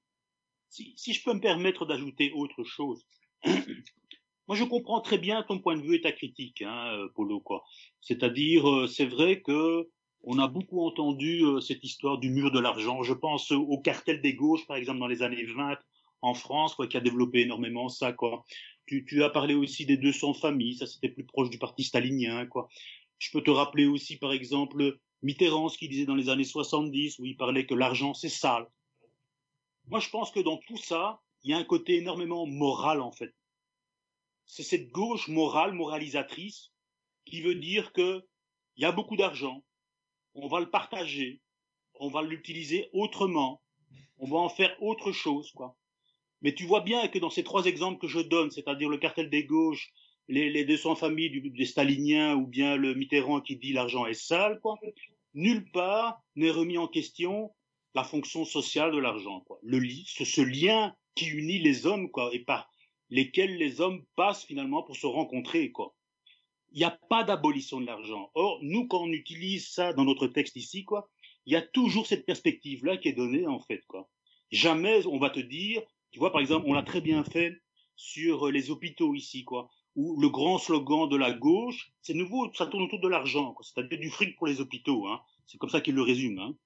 Si, si je peux me permettre d'ajouter autre chose, moi je comprends très bien ton point de vue et ta critique, hein, Polo, quoi. C'est-à-dire, euh, c'est vrai que on a beaucoup entendu euh, cette histoire du mur de l'argent. Je pense euh, au cartel des gauches, par exemple, dans les années vingt en France, quoi, qui a développé énormément ça, quoi. Tu, tu as parlé aussi des deux cents familles, ça c'était plus proche du parti stalinien, quoi. Je peux te rappeler aussi, par exemple, Mitterrand, ce qu'il disait dans les années soixante-dix, où il parlait que l'argent c'est sale. Moi, je pense que dans tout ça, il y a un côté énormément moral, en fait. C'est cette gauche morale, moralisatrice, qui veut dire que il y a beaucoup d'argent, on va le partager, on va l'utiliser autrement, on va en faire autre chose, quoi. Mais tu vois bien que dans ces trois exemples que je donne, c'est-à-dire le cartel des gauches, les, les deux cents familles du, des staliniens ou bien le Mitterrand qui dit l'argent est sale, quoi, nulle part n'est remis en question la fonction sociale de l'argent, quoi. Le ce, ce lien qui unit les hommes, quoi, et par lesquels les hommes passent finalement pour se rencontrer, quoi. Il n'y a pas d'abolition de l'argent. Or, nous, quand on utilise ça dans notre texte ici, quoi, il y a toujours cette perspective-là qui est donnée, en fait, quoi. Jamais on va te dire, tu vois, par exemple, on l'a très bien fait sur les hôpitaux ici, quoi, où le grand slogan de la gauche, c'est nouveau, ça tourne autour de l'argent, quoi. C'est-à-dire du fric pour les hôpitaux, hein. C'est comme ça qu'ils le résument, hein.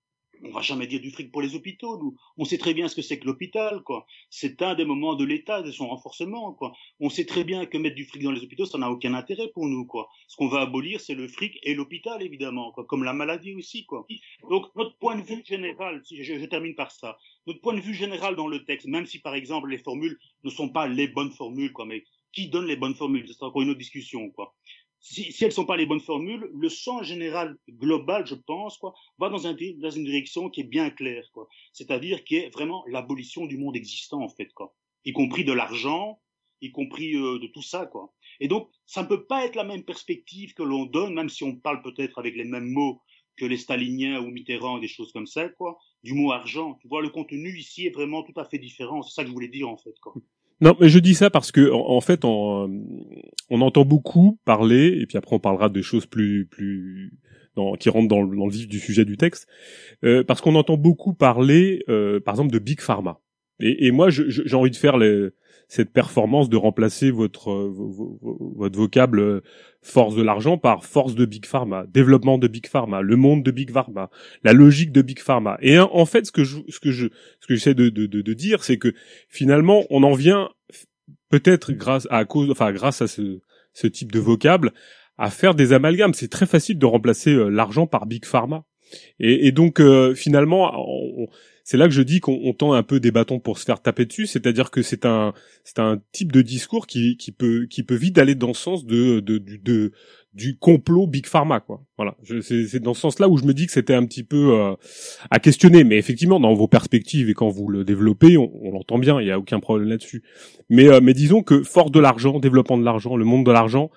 On va jamais dire du fric pour les hôpitaux, nous. On sait très bien ce que c'est que l'hôpital, quoi. C'est un des moments de l'État, de son renforcement, quoi. On sait très bien que mettre du fric dans les hôpitaux, ça n'a aucun intérêt pour nous, quoi. Ce qu'on va abolir, c'est le fric et l'hôpital, évidemment, quoi. Comme la maladie aussi, quoi. Donc, notre point de vue général, si je, je termine par ça, notre point de vue général dans le texte, même si, par exemple, les formules ne sont pas les bonnes formules, quoi, mais qui donne les bonnes formules? C'est encore une autre discussion, quoi. Si, si elles sont pas les bonnes formules, le sens général global, je pense, quoi, va dans, un, dans une direction qui est bien claire, quoi. C'est-à-dire qui est vraiment l'abolition du monde existant, en fait, quoi. Y compris de l'argent, y compris euh, de tout ça, quoi. Et donc, ça ne peut pas être la même perspective que l'on donne, même si on parle peut-être avec les mêmes mots que les staliniens ou Mitterrand, des choses comme ça, quoi, du mot argent. Tu vois, le contenu ici est vraiment tout à fait différent. C'est ça que je voulais dire, en fait, quoi. Non, mais je dis ça parce que en, en fait, en, on entend beaucoup parler, et puis après on parlera des choses plus, plus dans, qui rentrent dans le, dans le vif du sujet du texte, euh, parce qu'on entend beaucoup parler, euh, par exemple, de Big Pharma. Et, et moi, je, je, j'ai envie de faire les, cette performance de remplacer votre vo, vo, votre vocable force de l'argent par force de Big Pharma, développement de Big Pharma, le monde de Big Pharma, la logique de Big Pharma. Et en fait, ce que je ce que je ce que j'essaie de de de, de dire, c'est que finalement, on en vient peut-être grâce à, à cause enfin grâce à ce ce type de vocable à faire des amalgames. C'est très facile de remplacer euh, l'argent par Big Pharma. Et, et donc euh, finalement, on, c'est là que je dis qu'on on tend un peu des bâtons pour se faire taper dessus, c'est-à-dire que c'est un c'est un type de discours qui qui peut qui peut vite aller dans le sens de de de, de du complot Big Pharma, quoi. Voilà, je, c'est c'est dans ce sens-là où je me dis que c'était un petit peu euh, à questionner, mais effectivement dans vos perspectives et quand vous le développez, on, on l'entend bien, il y a aucun problème là-dessus. Mais euh, mais disons que fort de l'argent, développement de l'argent, le monde de l'argent,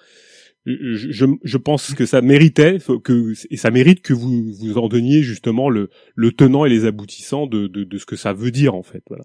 Je, je, je pense que ça méritait que et ça mérite que vous vous en donniez justement le le tenant et les aboutissants de de, de ce que ça veut dire en fait, voilà.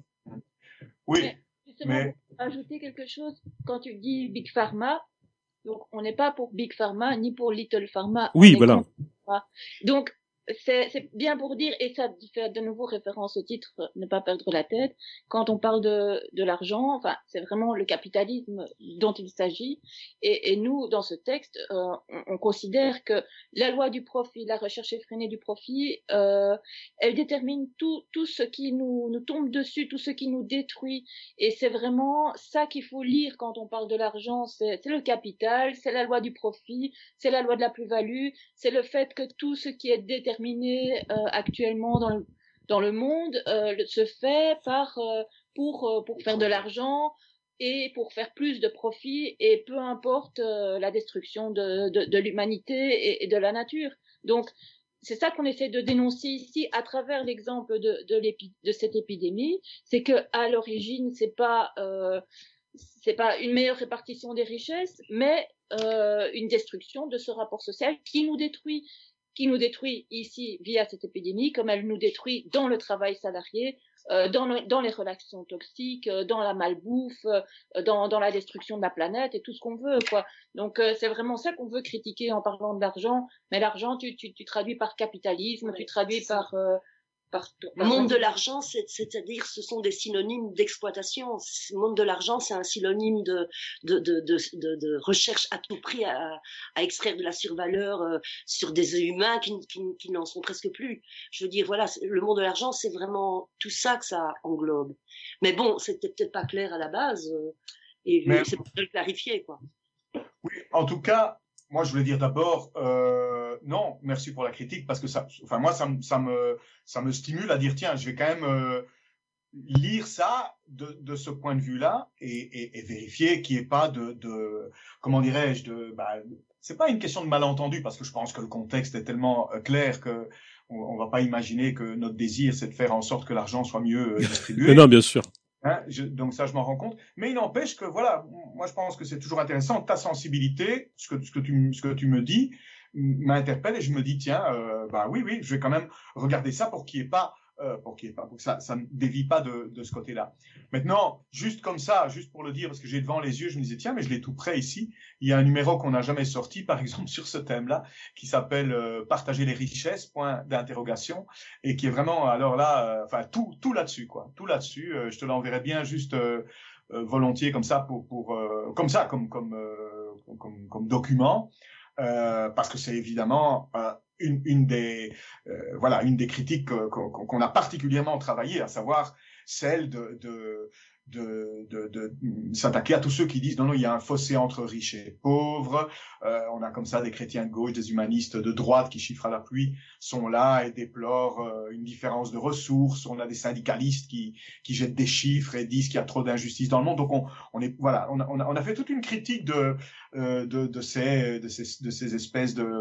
Oui. Mais justement, mais... pour ajouter quelque chose, quand tu dis Big Pharma, donc on n'est pas pour Big Pharma ni pour Little Pharma. Oui, voilà. Donc c'est, c'est bien pour dire, et ça fait de nouveau référence au titre, ne pas perdre la tête, quand on parle de, de l'argent, enfin, c'est vraiment le capitalisme dont il s'agit. Et, et nous, dans ce texte, euh, on, on considère que la loi du profit, la recherche effrénée du profit, euh, elle détermine tout, tout ce qui nous, nous tombe dessus, tout ce qui nous détruit. Et c'est vraiment ça qu'il faut lire quand on parle de l'argent. C'est, c'est le capital, c'est la loi du profit, c'est la loi de la plus-value, c'est le fait que tout ce qui est déterminé euh, actuellement dans le, dans le monde euh, se fait par, euh, pour, euh, pour faire de l'argent et pour faire plus de profit, et peu importe euh, la destruction de, de, de l'humanité et, et de la nature. Donc, c'est ça qu'on essaie de dénoncer ici à travers l'exemple de, de, l'épi- de cette épidémie, c'est que à l'origine, c'est pas euh, c'est pas une meilleure répartition des richesses, mais euh, une destruction de ce rapport social qui nous détruit, qui nous détruit ici via cette épidémie, comme elle nous détruit dans le travail salarié, euh, dans, le, dans les relations toxiques, euh, dans la malbouffe, euh, dans, dans la destruction de la planète et tout ce qu'on veut, quoi. Donc euh, c'est vraiment ça qu'on veut critiquer en parlant de l'argent. Mais l'argent, tu, tu, tu traduis par capitalisme, Ouais, tu traduis par euh, Par, le monde de l'argent, c'est, c'est-à-dire, ce sont des synonymes d'exploitation. Le monde de l'argent, c'est un synonyme de, de, de, de, de, de recherche à tout prix à, à extraire de la survaleur euh, sur des humains qui, qui, qui n'en sont presque plus. Je veux dire, voilà, le monde de l'argent, c'est vraiment tout ça que ça englobe. Mais bon, c'était peut-être pas clair à la base, euh, et Mais... c'est pour le clarifier, quoi. Oui, en tout cas, moi, je voulais dire d'abord, euh, non, merci pour la critique, parce que ça, enfin, moi, ça, me, ça me, ça me stimule à dire, tiens, je vais quand même euh, lire ça de, de ce point de vue-là et, et, et vérifier qu'il n'y ait pas de, de, comment dirais-je, de, bah, c'est pas une question de malentendu, parce que je pense que le contexte est tellement euh, clair que on, on va pas imaginer que notre désir, c'est de faire en sorte que l'argent soit mieux euh, distribué. Non, bien sûr. Hein, je, donc ça, je m'en rends compte. Mais il n'empêche que, voilà, moi, je pense que c'est toujours intéressant. Ta sensibilité, ce que, ce que, tu, ce que tu me dis, m'interpelle et je me dis, tiens, euh, bah oui, oui, je vais quand même regarder ça pour qu'il n'y ait pas, euh, pour qu'il y ait pas, pour que ça, ça ne dévie pas de, de ce côté-là. Maintenant, juste comme ça, juste pour le dire, parce que j'ai devant les yeux, je me disais, tiens, mais je l'ai tout près ici. Il y a un numéro qu'on n'a jamais sorti, par exemple, sur ce thème-là, qui s'appelle euh, Partager les richesses, point d'interrogation, et qui est vraiment, alors là, euh, enfin, tout, tout là-dessus, quoi, tout là-dessus. Euh, je te l'enverrai bien juste euh, euh, volontiers comme ça, pour, pour, euh, comme ça, comme, comme, euh, comme, comme document, euh, parce que c'est évidemment euh, une, une des, euh, voilà, une des critiques qu'on, qu'on a particulièrement travaillé, à savoir celle de, de, de, de, de, de s'attaquer à tous ceux qui disent non, non, il y a un fossé entre riches et pauvres. Euh, on a comme ça des chrétiens de gauche, des humanistes de droite qui chiffrent à la pluie, sont là et déplorent euh, une différence de ressources. On a des syndicalistes qui, qui jettent des chiffres et disent qu'il y a trop d'injustice dans le monde. Donc on, on est, voilà, on a, on a, on a fait toute une critique de, euh, de, de ces, de ces, de ces espèces de,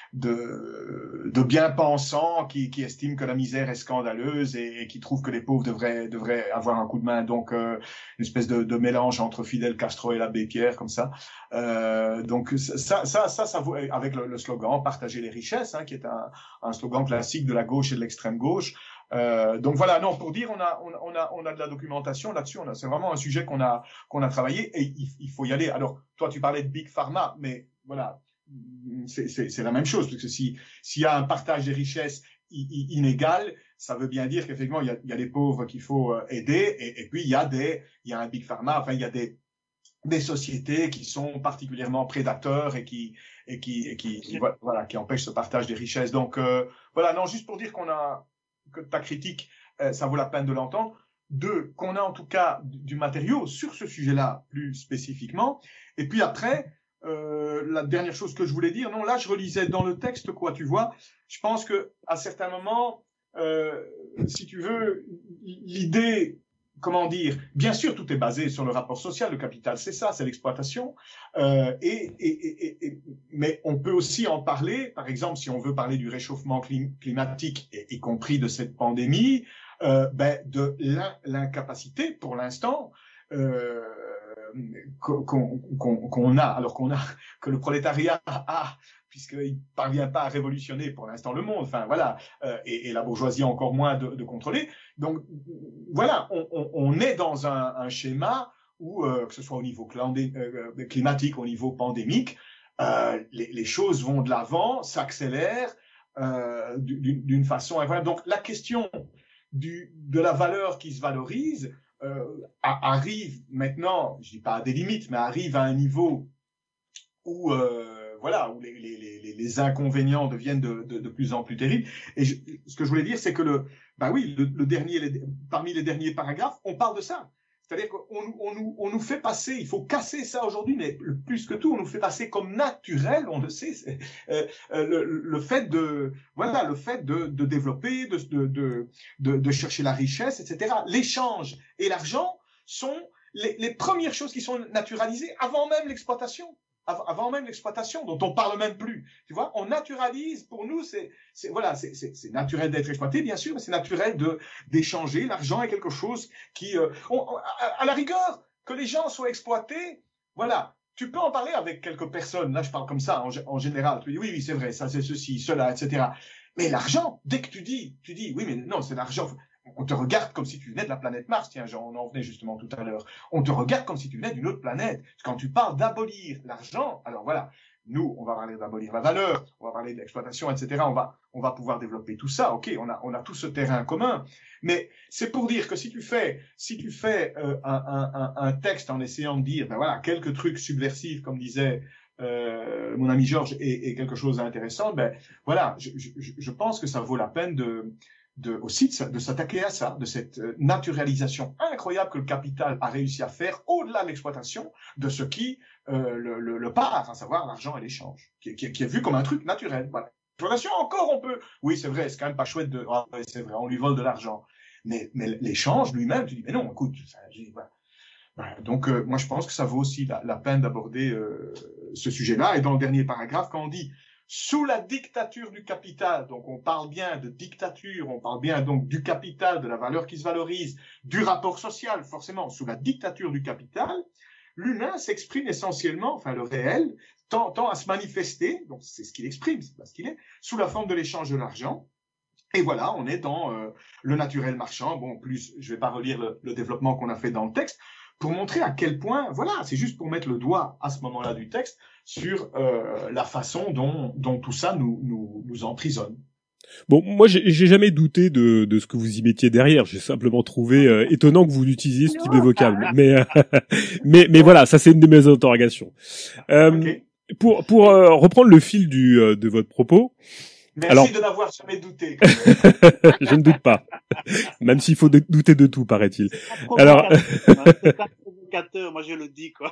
de, de bien-pensants qui, qui estiment que la misère est scandaleuse et, et qui trouvent que les pauvres devraient, devraient avoir un coup de main. Donc euh, une espèce de, de mélange entre Fidel Castro et l'abbé Pierre, comme ça. Euh, donc ça, ça, ça, ça, avec le, le slogan "Partager les richesses", hein, qui est un, un slogan classique de la gauche et de l'extrême gauche. Euh, donc voilà, non, pour dire, on a, on, on a, on a de la documentation là-dessus. On a, c'est vraiment un sujet qu'on a, qu'on a travaillé et il, il faut y aller. Alors, toi, tu parlais de Big Pharma, mais voilà, c'est, c'est, c'est la même chose, parce que si, s'il y a un partage des richesses inégal, ça veut bien dire qu'effectivement, il y a, il y a les pauvres qu'il faut aider, et, et puis il y a des, il y a un Big Pharma, enfin, il y a des, des sociétés qui sont particulièrement prédateurs et qui, et qui, et qui, qui voilà, qui empêchent ce partage des richesses. Donc, euh, voilà, non, juste pour dire qu'on a, que ta critique, euh, ça vaut la peine de l'entendre. Deux, qu'on a en tout cas du matériau sur ce sujet-là plus spécifiquement. Et puis après, euh, la dernière chose que je voulais dire, non, là je relisais dans le texte, quoi, tu vois, je pense que à certains moments, euh, si tu veux, l'idée, comment dire, bien sûr tout est basé sur le rapport social, le capital, c'est ça, c'est l'exploitation, euh, et, et, et, et, mais on peut aussi en parler, par exemple, si on veut parler du réchauffement clim- climatique, et, y compris de cette pandémie, euh, ben, de l'in- l'incapacité, pour l'instant, euh, qu'on, qu'on, qu'on a, alors qu'on a, que le prolétariat a, puisqu'il ne parvient pas à révolutionner pour l'instant le monde, enfin voilà, euh, et, et la bourgeoisie encore moins de, de contrôler. Donc voilà, on, on, on est dans un, un schéma où, euh, que ce soit au niveau clandé, euh, climatique, au niveau pandémique, euh, les, les choses vont de l'avant, s'accélèrent, euh, d'une, d'une façon incroyable. Donc la question du, de la valeur qui se valorise euh, arrive maintenant, je dis pas à des limites, mais arrive à un niveau où euh, voilà, où les, les, les, les inconvénients deviennent de, de, de plus en plus terribles. Et je, ce que je voulais dire, c'est que le, bah oui, le, le dernier, les, parmi les derniers paragraphes, on parle de ça. C'est-à-dire qu'on on nous, on nous fait passer, il faut casser ça aujourd'hui, mais plus que tout, on nous fait passer comme naturel, on le sait, c'est, euh, le, le fait de, voilà, le fait de, de développer, de, de, de, de chercher la richesse, et cetera. L'échange et l'argent sont les, les premières choses qui sont naturalisées avant même l'exploitation. Avant même l'exploitation, dont on parle même plus. Tu vois, on naturalise. Pour nous, c'est, c'est voilà, c'est, c'est, c'est naturel d'être exploité, bien sûr, mais c'est naturel de d'échanger. L'argent est quelque chose qui, euh, on, on, à, à la rigueur, que les gens soient exploités. Voilà, tu peux en parler avec quelques personnes. Là, je parle comme ça en, en général. Tu dis oui, oui, c'est vrai, ça, c'est ceci, cela, et cetera. Mais l'argent, dès que tu dis, tu dis oui, mais non, c'est l'argent. On te regarde comme si tu venais de la planète Mars. Tiens, on en venait justement tout à l'heure. On te regarde comme si tu venais d'une autre planète. Quand tu parles d'abolir l'argent, alors voilà, nous, on va parler d'abolir la valeur, on va parler de l'exploitation, et cetera. On va, on va pouvoir développer tout ça. Ok, on a, on a tout ce terrain commun. Mais c'est pour dire que si tu fais, si tu fais euh, un, un, un texte en essayant de dire, ben voilà, quelques trucs subversifs, comme disait euh, mon ami Georges, et, et quelque chose d'intéressant, ben voilà, je, je, je pense que ça vaut la peine de De, aussi de, de s'attaquer à ça, de cette naturalisation incroyable que le capital a réussi à faire au-delà de l'exploitation de ce qui euh, le, le, le part, à savoir l'argent et l'échange, qui, qui, qui est vu comme un truc naturel. Voilà. L'exploitation, encore on peut, oui c'est vrai, c'est quand même pas chouette de, ah, ouais, c'est vrai, on lui vole de l'argent, mais, mais l'échange lui-même, tu dis mais non, écoute, ça, j'ai, voilà. Voilà. Donc euh, moi je pense que ça vaut aussi la, la peine d'aborder euh, ce sujet-là. Et dans le dernier paragraphe, quand on dit sous la dictature du capital, donc on parle bien de dictature, on parle bien donc du capital, de la valeur qui se valorise, du rapport social, forcément, sous la dictature du capital, l'humain s'exprime essentiellement, enfin le réel, tend, tend à se manifester, donc c'est ce qu'il exprime, c'est pas ce qu'il est, sous la forme de l'échange de l'argent. Et voilà, on est dans euh, le naturel marchand. Bon, plus, je vais pas relire le, le développement qu'on a fait dans le texte, pour montrer à quel point, voilà, c'est juste pour mettre le doigt à ce moment-là du texte sur euh, la façon dont, dont tout ça nous, nous, nous emprisonne. Bon, moi, j'ai, j'ai jamais douté de, de ce que vous y mettiez derrière. J'ai simplement trouvé euh, étonnant que vous utilisiez ce type de vocable. Mais, euh, mais, mais voilà, ça c'est une de mes interrogations. Euh, okay. Pour, pour euh, reprendre le fil du, euh, de votre propos. Merci Alors, de n'avoir jamais douté. Je ne doute pas. Même s'il faut douter de tout, paraît-il. Alors, c'est pas provocateur, moi je le dis, quoi.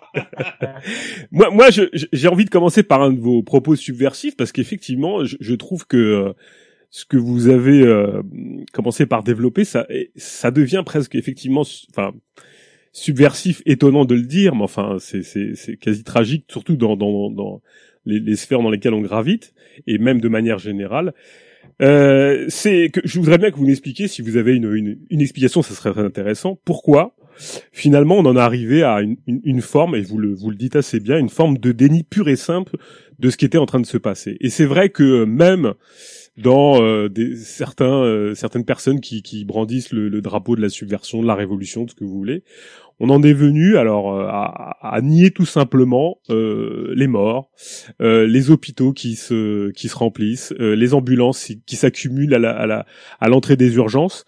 moi, moi, je, j'ai envie de commencer par un de vos propos subversifs parce qu'effectivement, je, je trouve que euh, ce que vous avez euh, commencé par développer, ça, ça devient presque effectivement, enfin, subversif, étonnant de le dire, mais enfin, c'est, c'est, c'est quasi tragique, surtout dans, dans, dans les, les sphères dans lesquelles on gravite, et même de manière générale. Euh, c'est que je voudrais bien que vous m'expliquiez, si vous avez une, une, une explication, ça serait très intéressant. Pourquoi finalement on en est arrivé à une, une, une forme, et vous le, vous le dites assez bien, une forme de déni pur et simple de ce qui était en train de se passer. Et c'est vrai que même dans euh, des, certains, euh, certaines personnes qui, qui brandissent le, le drapeau de la subversion, de la révolution, de ce que vous voulez, on en est venu alors à, à nier tout simplement euh, les morts, euh, les hôpitaux qui se qui se remplissent, euh, les ambulances qui s'accumulent à la à la à l'entrée des urgences.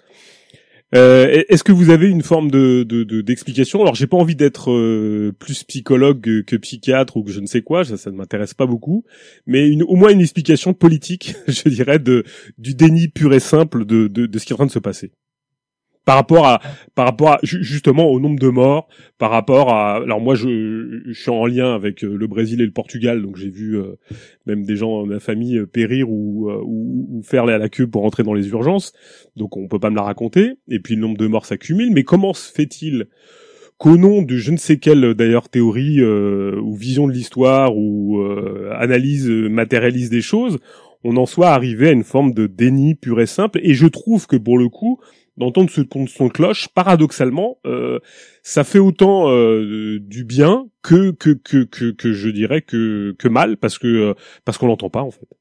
Euh, est-ce que vous avez une forme de, de, de d'explication? Alors j'ai pas envie d'être euh, plus psychologue que, que psychiatre ou que je ne sais quoi, ça, ça ne m'intéresse pas beaucoup, mais une, au moins une explication politique, je dirais, de du déni pur et simple de, de, de ce qui est en train de se passer. Par rapport à, par rapport à, justement au nombre de morts, par rapport à, alors moi je, je suis en lien avec le Brésil et le Portugal, donc j'ai vu euh, même des gens de ma famille périr ou, ou, ou faire à la queue pour entrer dans les urgences, donc on peut pas me la raconter. Et puis le nombre de morts s'accumule, mais comment se fait-il qu'au nom de je ne sais quelle d'ailleurs théorie euh, ou vision de l'histoire ou euh, analyse matérialiste des choses, on en soit arrivé à une forme de déni pur et simple. Et je trouve que pour le coup, d'entendre ce son de cloche, paradoxalement, euh, ça fait autant euh, du bien que que que que que je dirais que que mal, parce que parce qu'on l'entend pas en fait.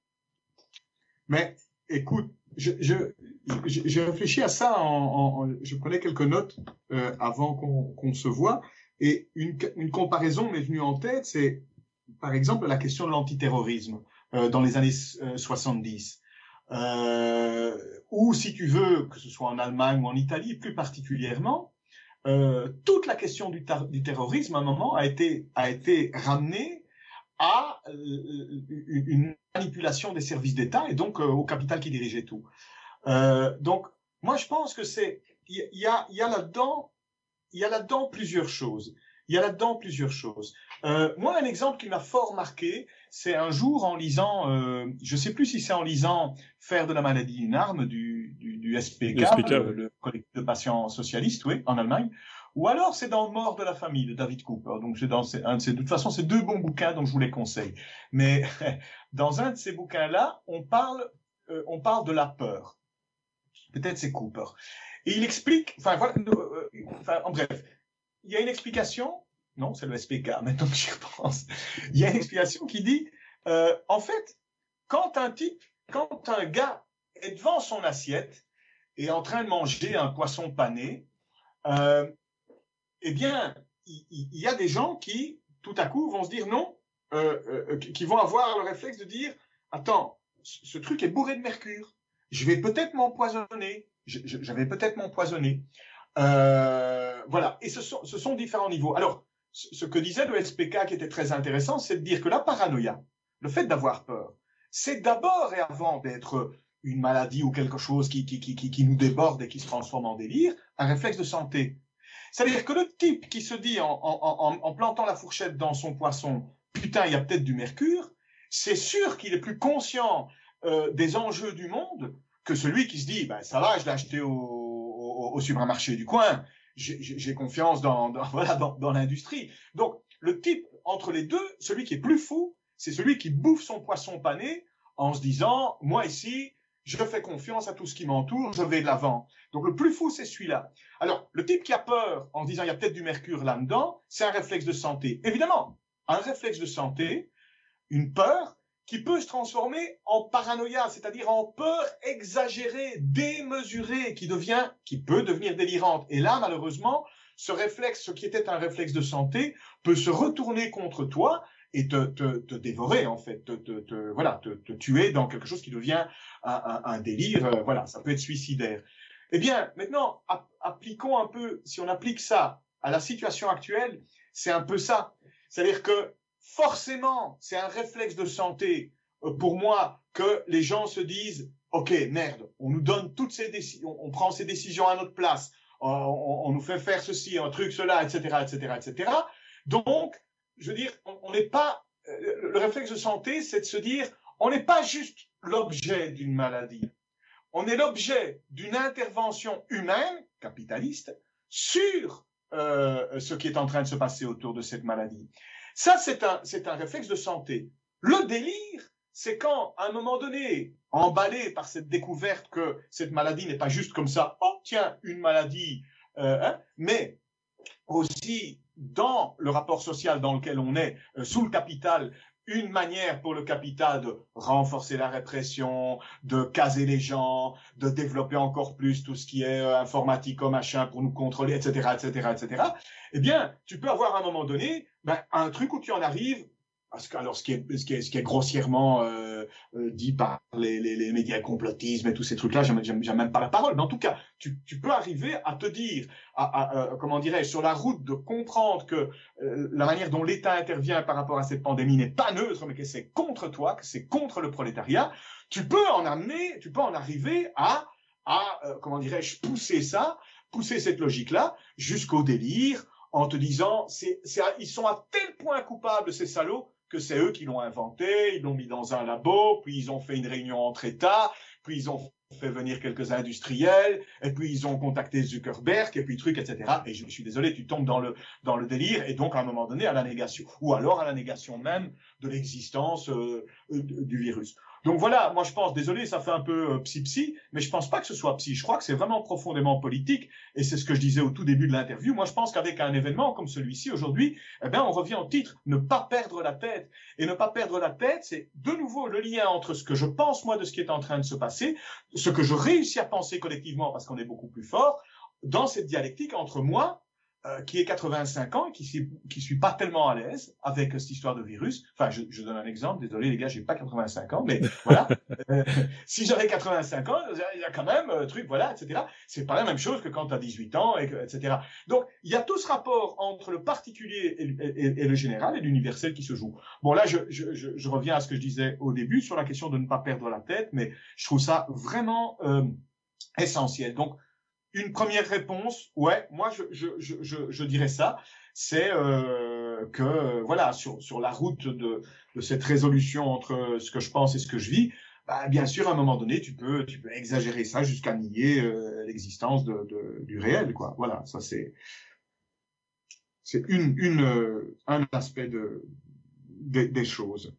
Mais écoute, je je j'ai réfléchi à ça en, en je prenais quelques notes euh, avant qu'on qu'on se voit, et une une comparaison m'est venue en tête, c'est par exemple la question de l'antiterrorisme euh, dans les années euh, soixante-dix. euh, ou si tu veux, que ce soit en Allemagne ou en Italie, plus particulièrement, euh, toute la question du, du terrorisme, à un moment, a été, a été ramenée à euh, une manipulation des services d'État et donc euh, au capital qui dirigeait tout. Euh, donc, moi, je pense que c'est, il y, y a, il y a là-dedans, il y a là-dedans plusieurs choses. Il y a là-dedans plusieurs choses. Euh, moi, un exemple qui m'a fort marqué, c'est un jour en lisant, euh, je sais plus si c'est en lisant Faire de la maladie une arme du, du, du S P K, S P K le, ouais. le collectif de patients socialistes, oui, en Allemagne, ou alors c'est dans Mort de la famille de David Cooper. Donc c'est dans un de ces, de toute façon, c'est deux bons bouquins dont je vous les conseille. Mais dans un de ces bouquins-là, on parle, euh, on parle de la peur. Peut-être c'est Cooper. Et il explique, enfin voilà, euh, enfin en bref. Il y a une explication, non, c'est le S P K, maintenant que j'y repense. Il y a une explication qui dit, euh, en fait, quand un type, quand un gars est devant son assiette et en train de manger un poisson pané, euh, eh bien, il, il y a des gens qui, tout à coup, vont se dire non, euh, euh, qui vont avoir le réflexe de dire, attends, ce, ce truc est bourré de mercure, je vais peut-être m'empoisonner, je, je, je vais peut-être m'empoisonner. Euh, voilà, et ce sont, ce sont différents niveaux. Alors, ce, ce que disait le S P K qui était très intéressant, c'est de dire que la paranoïa, le fait d'avoir peur, c'est d'abord et avant d'être une maladie ou quelque chose qui, qui, qui, qui nous déborde et qui se transforme en délire, un réflexe de santé. C'est-à-dire que le type qui se dit en, en, en, en plantant la fourchette dans son poisson, putain, il y a peut-être du mercure, c'est sûr qu'il est plus conscient euh, des enjeux du monde que celui qui se dit, ben ça va, je l'ai acheté au au supermarché du coin, j'ai confiance dans, dans, voilà, dans, dans l'industrie. Donc, le type, entre les deux, celui qui est plus fou, c'est celui qui bouffe son poisson pané en se disant, moi ici, je fais confiance à tout ce qui m'entoure, je vais de l'avant. Donc, le plus fou, c'est celui-là. Alors, le type qui a peur en se disant, il y a peut-être du mercure là-dedans, c'est un réflexe de santé. Évidemment, un réflexe de santé, une peur, qui peut se transformer en paranoïa, c'est-à-dire en peur exagérée, démesurée, qui devient, qui peut devenir délirante. Et là, malheureusement, ce réflexe, ce qui était un réflexe de santé, peut se retourner contre toi et te, te, te dévorer, en fait, te, te, te, voilà, te, te tuer dans quelque chose qui devient un, un, un délire, euh, voilà, ça peut être suicidaire. Eh bien, maintenant, ap appliquons un peu, si on applique ça à la situation actuelle, c'est un peu ça. C'est-à-dire que forcément, c'est un réflexe de santé euh, pour moi que les gens se disent « Ok, merde, on nous donne toutes ces décisions, on prend ces décisions à notre place, on, on, on nous fait faire ceci, un truc, cela, et cetera, et cetera, et cetera » Donc, je veux dire, on n'est pas… Euh, le réflexe de santé, c'est de se dire « On n'est pas juste l'objet d'une maladie, on est l'objet d'une intervention humaine, capitaliste, sur euh, ce qui est en train de se passer autour de cette maladie. » Ça, c'est un, c'est un réflexe de santé. Le délire, c'est quand, à un moment donné, emballé par cette découverte que cette maladie n'est pas juste comme ça, oh tiens, une maladie, euh, hein, mais aussi dans le rapport social dans lequel on est, euh, sous le capital, une manière pour le capital de renforcer la répression, de caser les gens, de développer encore plus tout ce qui est euh, informatique, machin, pour nous contrôler, et cetera, et cetera, et cetera. Eh bien, tu peux avoir à un moment donné ben, un truc où tu en arrives, parce que alors ce qui est, ce qui est, ce qui est grossièrement euh, euh, dit par les, les, les médias complotisme et tous ces trucs-là, j'aime, j'aime, j'aime même pas la parole. Mais en tout cas, tu, tu peux arriver à te dire, à, à, à, comment dirais-je, sur la route de comprendre que euh, la manière dont l'État intervient par rapport à cette pandémie n'est pas neutre, mais que c'est contre toi, que c'est contre le prolétariat. Tu peux en amener, tu peux en arriver à, à euh, comment dirais-je, pousser ça, pousser cette logique-là jusqu'au délire, en te disant, c'est, c'est, ils sont à tel point coupables, ces salauds, que c'est eux qui l'ont inventé, ils l'ont mis dans un labo, puis ils ont fait une réunion entre États, puis ils ont fait venir quelques industriels, et puis ils ont contacté Zuckerberg, et puis truc, et cetera. Et je suis désolé, tu tombes dans le, dans le délire, et donc à un moment donné, à la négation, ou alors à la négation même de l'existence euh, du virus. Donc voilà, moi je pense, désolé, ça fait un peu euh, psy-psy, mais je pense pas que ce soit psy. Je crois que c'est vraiment profondément politique, et c'est ce que je disais au tout début de l'interview. Moi je pense qu'avec un événement comme celui-ci aujourd'hui, eh ben on revient au titre, ne pas perdre la tête. Et ne pas perdre la tête, c'est de nouveau le lien entre ce que je pense moi de ce qui est en train de se passer, ce que je réussis à penser collectivement parce qu'on est beaucoup plus fort, dans cette dialectique entre moi, euh, qui est quatre-vingt-cinq ans, qui suis, qui suis pas tellement à l'aise avec cette histoire de virus. Enfin, je, je donne un exemple. Désolé les gars, j'ai pas quatre-vingt-cinq ans, mais voilà. euh, si j'avais quatre-vingt-cinq ans, il y a quand même euh, truc, voilà, et cetera. C'est pas la même chose que quand tu as dix-huit ans, et, et cetera. Donc, il y a tout ce rapport entre le particulier et, et, et le général et l'universel qui se joue. Bon, là, je, je, je, je reviens à ce que je disais au début sur la question de ne pas perdre la tête, mais je trouve ça vraiment euh, essentiel. Donc, une première réponse, ouais, moi je je je je, je dirais ça, c'est euh, que euh, voilà, sur sur la route de de cette résolution entre ce que je pense et ce que je vis, bah, bien sûr à un moment donné tu peux tu peux exagérer ça jusqu'à nier euh, l'existence de, de du réel, quoi. Voilà, ça c'est c'est une une euh, un aspect de des, des choses.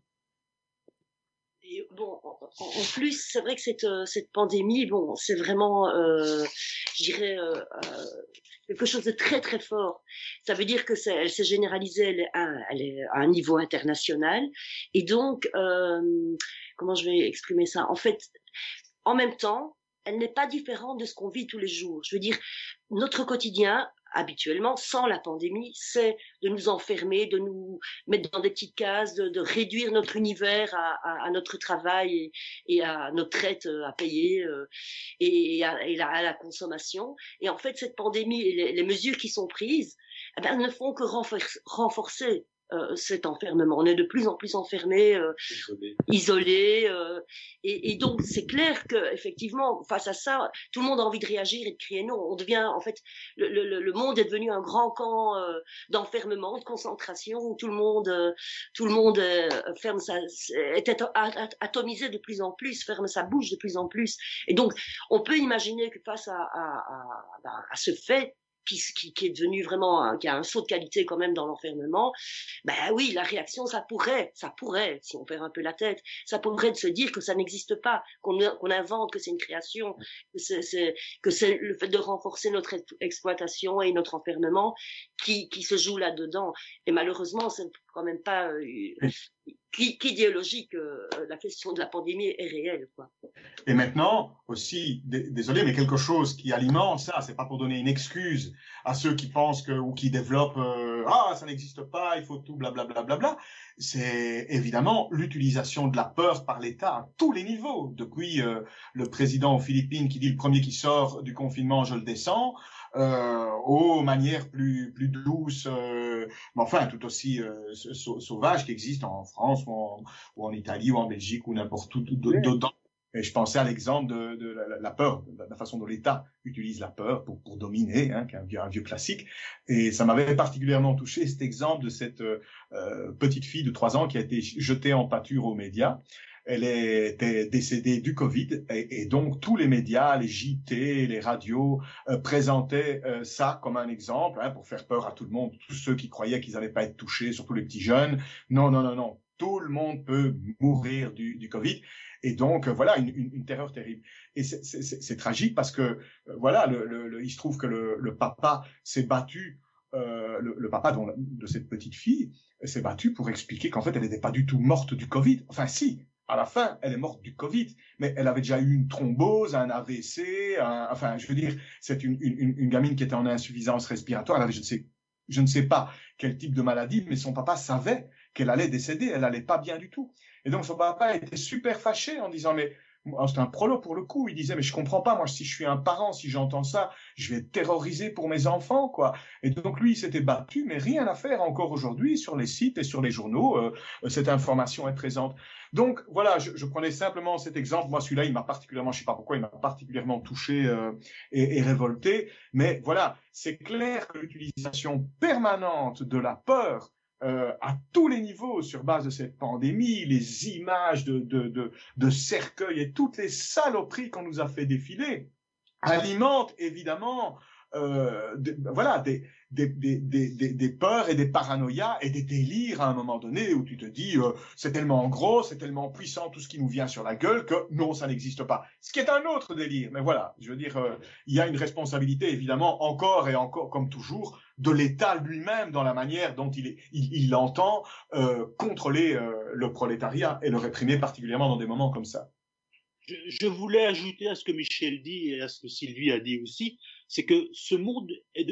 Et bon, en, en plus, c'est vrai que cette, cette pandémie, bon, c'est vraiment, euh, je dirais, euh, euh, quelque chose de très très fort. Ça veut dire que c'est, elle s'est généralisée, elle est, à, elle est à un niveau international, et donc, euh, comment je vais exprimer ça? En fait, en même temps, elle n'est pas différente de ce qu'on vit tous les jours. Je veux dire, notre quotidien, habituellement, sans la pandémie, c'est de nous enfermer, de nous mettre dans des petites cases, de, de réduire notre univers à, à, à notre travail et, et à notre traite à payer euh, et, à, et à la consommation. Et en fait, cette pandémie et les, les mesures qui sont prises, eh ben, ne font que renforcer, renforcer Euh, cet enfermement. On est de plus en plus enfermés, euh, isolés, isolés euh, et, et donc c'est clair que effectivement face à ça, tout le monde a envie de réagir et de crier non. On devient en fait le, le, le monde est devenu un grand camp euh, d'enfermement, de concentration où tout le monde, euh, tout le monde euh, ferme sa, est atomisé de plus en plus, ferme sa bouche de plus en plus. Et donc on peut imaginer que face à, à, à, à ce fait Qui, qui, qui est devenu vraiment, un, qui a un saut de qualité quand même dans l'enfermement, ben oui, la réaction, ça pourrait, ça pourrait, si on perd un peu la tête, ça pourrait de se dire que ça n'existe pas, qu'on qu'on invente, que c'est une création, que c'est, c'est, que c'est le fait de renforcer notre exploitation et notre enfermement qui, qui se joue là-dedans. Et malheureusement, c'est quand même pas euh, qu'idéologique. Euh, la question de la pandémie est réelle, quoi. Et maintenant, aussi, d- désolé, mais quelque chose qui alimente ça, c'est pas pour donner une excuse à ceux qui pensent que, ou qui développent, euh, ah, ça n'existe pas, il faut tout, blablabla, bla, bla, bla. C'est évidemment l'utilisation de la peur par l'État à tous les niveaux. Depuis euh, le président aux Philippines qui dit le premier qui sort du confinement, je le descends, euh, aux manières plus plus douces, euh, mais enfin tout aussi euh, sauvages qui existent en France ou en, ou en Italie ou en Belgique ou n'importe où dedans. Et je pensais à l'exemple de, de la, la peur, de la façon dont l'État utilise la peur pour, pour dominer, hein, qui est un vieux, un vieux classique. Et ça m'avait particulièrement touché cet exemple de cette euh, petite fille de trois ans qui a été jetée en pâture aux médias. Elle était décédée du Covid et, et donc tous les médias, les J T, les radios euh, présentaient euh, ça comme un exemple, hein, pour faire peur à tout le monde, tous ceux qui croyaient qu'ils n'allaient pas être touchés, surtout les petits jeunes. Non, non, non, non. Tout le monde peut mourir du, du Covid. Et donc, euh, voilà, une, une, une terreur terrible. Et c'est, c'est, c'est, c'est tragique parce que, euh, voilà, le, le, le, il se trouve que le, le papa s'est battu, euh, le, le papa dont, de cette petite fille s'est battu pour expliquer qu'en fait, elle n'était pas du tout morte du Covid. Enfin, si, à la fin, elle est morte du Covid, mais elle avait déjà eu une thrombose, un A V C, un, enfin, je veux dire, c'est une, une, une gamine qui était en insuffisance respiratoire. Elle avait, je ne sais, je ne sais pas quel type de maladie, mais son papa savait qu'elle allait décéder, elle allait pas bien du tout. Et donc son papa était super fâché en disant mais c'était un prolo pour le coup, il disait mais je comprends pas, moi si je suis un parent, si j'entends ça, je vais être terrorisé pour mes enfants, quoi. Et donc lui il s'était battu, mais rien à faire encore aujourd'hui sur les sites et sur les journaux, euh, cette information est présente. Donc voilà, je, je prenais simplement cet exemple. Moi celui-là il m'a particulièrement, je sais pas pourquoi, il m'a particulièrement touché euh, et, et révolté. Mais voilà, c'est clair que l'utilisation permanente de la peur Euh, à tous les niveaux sur base de cette pandémie, les images de, de, de, de cercueils et toutes les saloperies qu'on nous a fait défiler alimentent évidemment euh, de, voilà, des, des, des, des, des peurs et des paranoïas et des délires à un moment donné où tu te dis euh, c'est tellement gros, c'est tellement puissant tout ce qui nous vient sur la gueule que non, ça n'existe pas. Ce qui est un autre délire. Mais voilà, je veux dire, euh, il y a une responsabilité évidemment encore et encore comme toujours de l'État lui-même dans la manière dont il, est, il, il entend euh, contrôler euh, le prolétariat et le réprimer particulièrement dans des moments comme ça. Je, je voulais ajouter à ce que Michel dit et à ce que Sylvie a dit aussi, c'est que ce monde est de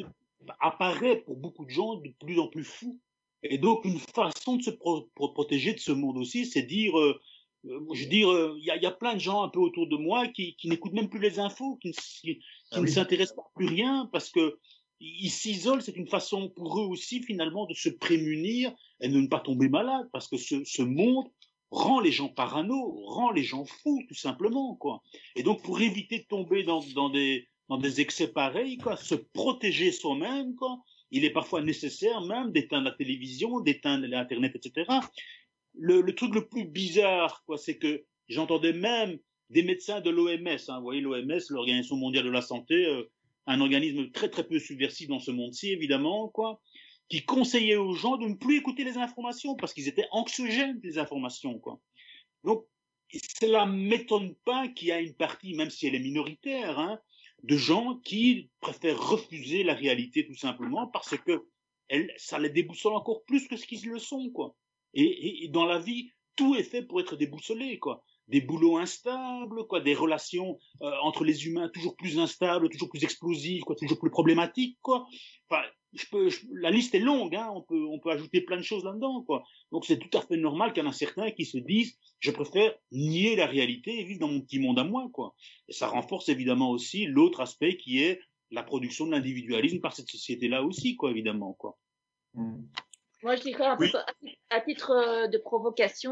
apparaît pour beaucoup de gens de plus en plus fou. Et donc, une façon de se pro- pro- protéger de ce monde aussi, c'est dire, euh, euh, je veux dire, il y, a, y a plein de gens un peu autour de moi qui, qui n'écoutent même plus les infos, qui, ne- qui, Ah ne oui. s'intéressent pas à plus rien, parce que ils s'isolent. C'est une façon pour eux aussi, finalement, de se prémunir et de ne pas tomber malade, parce que ce, ce monde rend les gens parano, rend les gens fous, tout simplement, quoi. Et donc, pour éviter de tomber dans, dans des dans des excès pareils, quoi, se protéger soi-même, quoi. Il est parfois nécessaire même d'éteindre la télévision, d'éteindre l'internet, et cetera. Le, le truc le plus bizarre, quoi, c'est que j'entendais même des médecins de l'O M S, hein, vous voyez l'O M S, l'Organisation mondiale de la santé, euh, un organisme très très peu subversif dans ce monde-ci, évidemment, quoi, qui conseillait aux gens de ne plus écouter les informations parce qu'ils étaient anxiogènes des informations, quoi. Donc, cela m'étonne pas qu'il y a une partie, même si elle est minoritaire, hein, de gens qui préfèrent refuser la réalité tout simplement parce que elle, ça les déboussole encore plus que ce qu'ils le sont, quoi. Et, et, et dans la vie, tout est fait pour être déboussolé, quoi. Des boulots instables, quoi, des relations euh, entre les humains toujours plus instables, toujours plus explosives, quoi, toujours plus problématiques, quoi. Enfin, je peux, je, la liste est longue, hein, on peut, on peut ajouter plein de choses là-dedans, quoi. Donc c'est tout à fait normal qu'il y en a certains qui se disent, je préfère nier la réalité et vivre dans mon petit monde à moi, quoi. Et ça renforce évidemment aussi l'autre aspect qui est la production de l'individualisme par cette société-là aussi, quoi, évidemment, quoi. Mmh. Moi, je dirais un Oui. peu à titre de provocation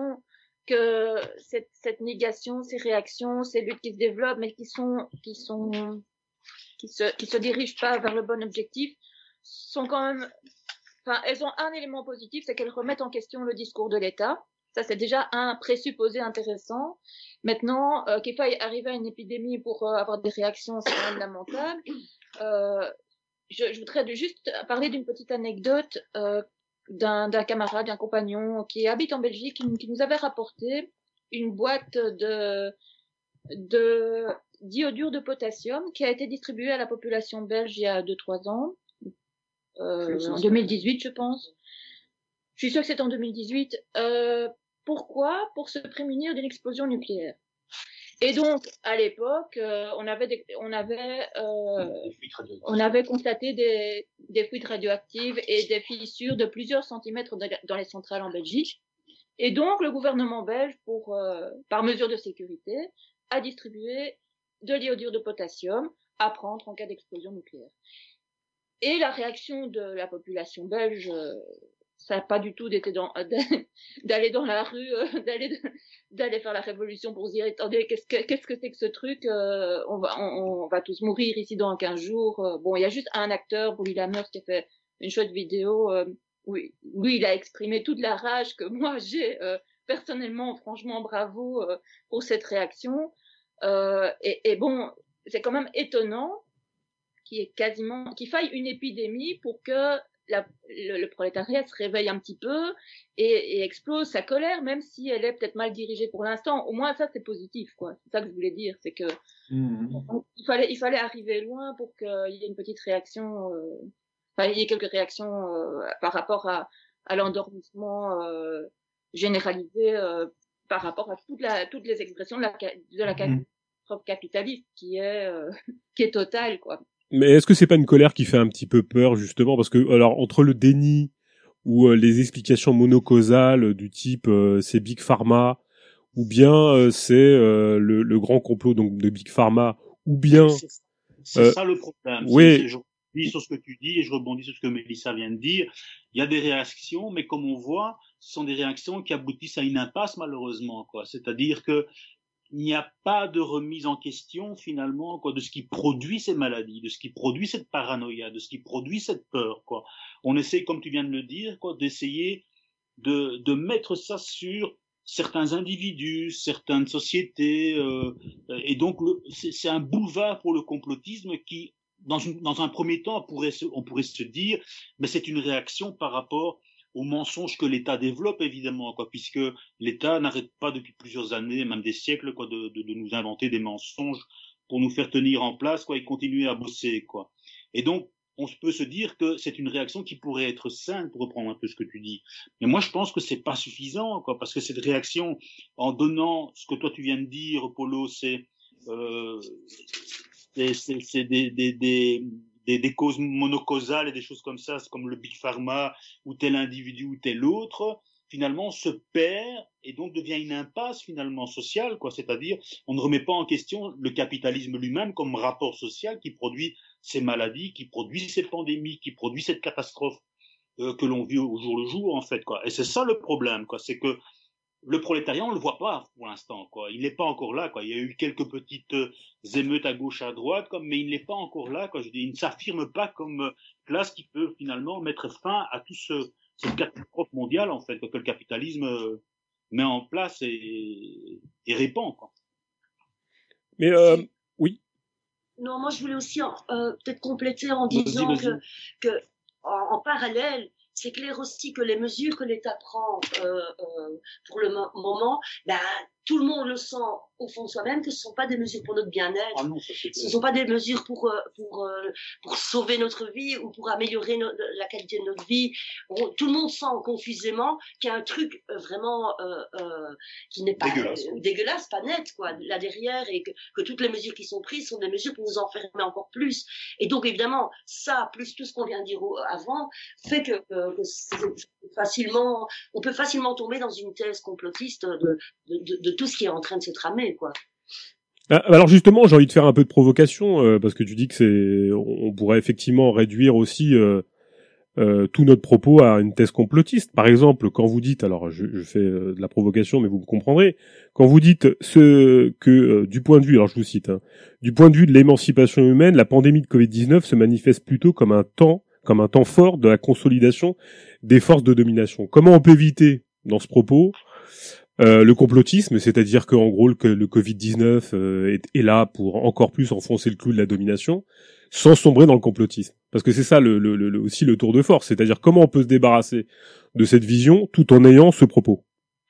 que cette, cette négation, ces réactions, ces luttes qui se développent, mais qui sont, qui sont, qui se, qui se dirigent pas vers le bon objectif, sont quand même, enfin, elles ont un élément positif, c'est qu'elles remettent en question le discours de l'État. Ça, c'est déjà un présupposé intéressant. Maintenant, euh, qu'il faille arriver à une épidémie pour euh, avoir des réactions, c'est quand même lamentable. Euh, je, je voudrais juste parler d'une petite anecdote euh, d'un, d'un camarade, d'un compagnon qui habite en Belgique, qui, qui nous avait rapporté une boîte de, de d'iodure de potassium qui a été distribuée à la population belge il y a deux trois ans, euh, en deux mille dix-huit, je pense. Je suis sûre que c'est en deux mille dix-huit. Euh, pourquoi? Pour se prémunir d'une explosion nucléaire. Et donc, à l'époque, euh, on avait, des, on avait, euh, on avait constaté des, des fuites radioactives et des fissures de plusieurs centimètres de, dans les centrales en Belgique. Et donc, le gouvernement belge, pour, euh, par mesure de sécurité, a distribué de l'iodure de potassium à prendre en cas d'explosion nucléaire. Et la réaction de la population belge, euh, ça n'a pas du tout été dans, d'aller dans la rue, euh, d'aller, d'aller faire la révolution pour se dire, attendez, qu'est-ce que, qu'est-ce que c'est que ce truc, euh, on va, on, on va tous mourir ici dans quinze jours. Euh, bon, il y a juste un acteur, Bully Lamers, qui a fait une chouette vidéo, euh, où lui, il a exprimé toute la rage que moi j'ai, euh, personnellement, franchement, bravo, euh, pour cette réaction. Euh, et, et bon, c'est quand même étonnant qu'il y ait quasiment, qu'il faille une épidémie pour que La, le, le prolétariat se réveille un petit peu et, et explose sa colère, même si elle est peut-être mal dirigée pour l'instant. Au moins, ça, c'est positif, quoi. C'est ça que je voulais dire. C'est que mmh. il fallait, il fallait arriver loin pour qu'il y ait une petite réaction, euh, enfin, il y ait quelques réactions euh, par rapport à, à l'endormissement euh, généralisé euh, par rapport à toute la, toutes les expressions de la, de la catastrophe mmh. capitaliste qui est, euh, qui est totale, quoi. Mais est-ce que c'est pas une colère qui fait un petit peu peur, justement, parce que alors entre le déni ou euh, les explications monocausales du type euh, c'est Big Pharma, ou bien euh, c'est euh, le, le grand complot donc de Big Pharma, ou bien c'est, c'est euh, ça le problème. Oui. C'est, c'est, je rebondis sur ce que tu dis et je rebondis sur ce que Mélissa vient de dire. Il y a des réactions, mais comme on voit, ce sont des réactions qui aboutissent à une impasse malheureusement, quoi. C'est-à-dire que il n'y a pas de remise en question finalement, quoi, de ce qui produit ces maladies, de ce qui produit cette paranoïa, de ce qui produit cette peur, quoi. On essaie, comme tu viens de le dire, quoi, d'essayer de, de mettre ça sur certains individus, certaines sociétés, euh, et donc le, c'est, c'est un boulevard pour le complotisme qui, dans, une, dans un premier temps, on pourrait se, on pourrait se dire, mais c'est une réaction par rapport aux mensonges que l'État développe, évidemment, quoi, puisque l'État n'arrête pas depuis plusieurs années, même des siècles, quoi, de, de, de nous inventer des mensonges pour nous faire tenir en place, quoi, et continuer à bosser, quoi. Et donc, on peut se dire que c'est une réaction qui pourrait être saine, pour reprendre un peu ce que tu dis. Mais moi, je pense que c'est pas suffisant, quoi, parce que cette réaction, en donnant ce que toi tu viens de dire, Polo, c'est, euh, c'est, c'est, c'est des, des, des, des, des causes monocausales et des choses comme ça, c'est comme le big pharma ou tel individu ou tel autre, finalement se perd et donc devient une impasse finalement sociale, quoi. C'est-à-dire, on ne remet pas en question le capitalisme lui-même comme rapport social qui produit ces maladies, qui produit ces pandémies, qui produit cette catastrophe euh, que l'on vit au jour le jour, en fait, quoi. Et c'est ça le problème, quoi. C'est que le prolétariat, on le voit pas pour l'instant, quoi. Il n'est pas encore là, quoi. Il y a eu quelques petites euh, émeutes à gauche, à droite, comme, mais il n'est pas encore là, quoi. Je dis, il ne s'affirme pas comme euh, classe qui peut finalement mettre fin à tout ce cette catastrophe mondiale, en fait, que le capitalisme euh, met en place et, et répand, quoi. Mais euh, oui. Non, moi je voulais aussi euh, peut-être compléter en disant vas-y, vas-y. que, que en, en parallèle, c'est clair aussi que les mesures que l'État prend euh, euh, pour le mo- moment, bah, tout le monde le sent au fond de soi-même que ce ne sont pas des mesures pour notre bien-être. Ah non, ça, c'est ce ne sont pas des mesures pour euh, pour euh, pour sauver notre vie ou pour améliorer no- la qualité de notre vie. On, tout le monde sent confusément qu'il y a un truc euh, vraiment euh, euh, qui n'est pas dégueulasse, euh, dégueulasse, pas net, quoi, là derrière, et que, que toutes les mesures qui sont prises sont des mesures pour nous enfermer encore plus. Et donc évidemment, ça plus tout ce qu'on vient de dire avant fait que, que, que c'est facilement, on peut facilement tomber dans une thèse complotiste de de, de, de tout ce qui est en train de se tramer, quoi. Alors justement, j'ai envie de faire un peu de provocation euh, parce que tu dis que c'est, on pourrait effectivement réduire aussi euh, euh, tout notre propos à une thèse complotiste. Par exemple, quand vous dites, alors je, je fais euh, de la provocation, mais vous me comprendrez, quand vous dites ce que euh, du point de vue, alors je vous cite, hein, du point de vue de l'émancipation humaine, la pandémie de covid dix-neuf se manifeste plutôt comme un temps, comme un temps fort de la consolidation des forces de domination. Comment on peut éviter dans ce propos Euh, le complotisme, c'est-à-dire qu'en gros le, le covid dix-neuf euh, est, est là pour encore plus enfoncer le clou de la domination, sans sombrer dans le complotisme. Parce que c'est ça le, le, le, aussi le tour de force, c'est-à-dire comment on peut se débarrasser de cette vision tout en ayant ce propos.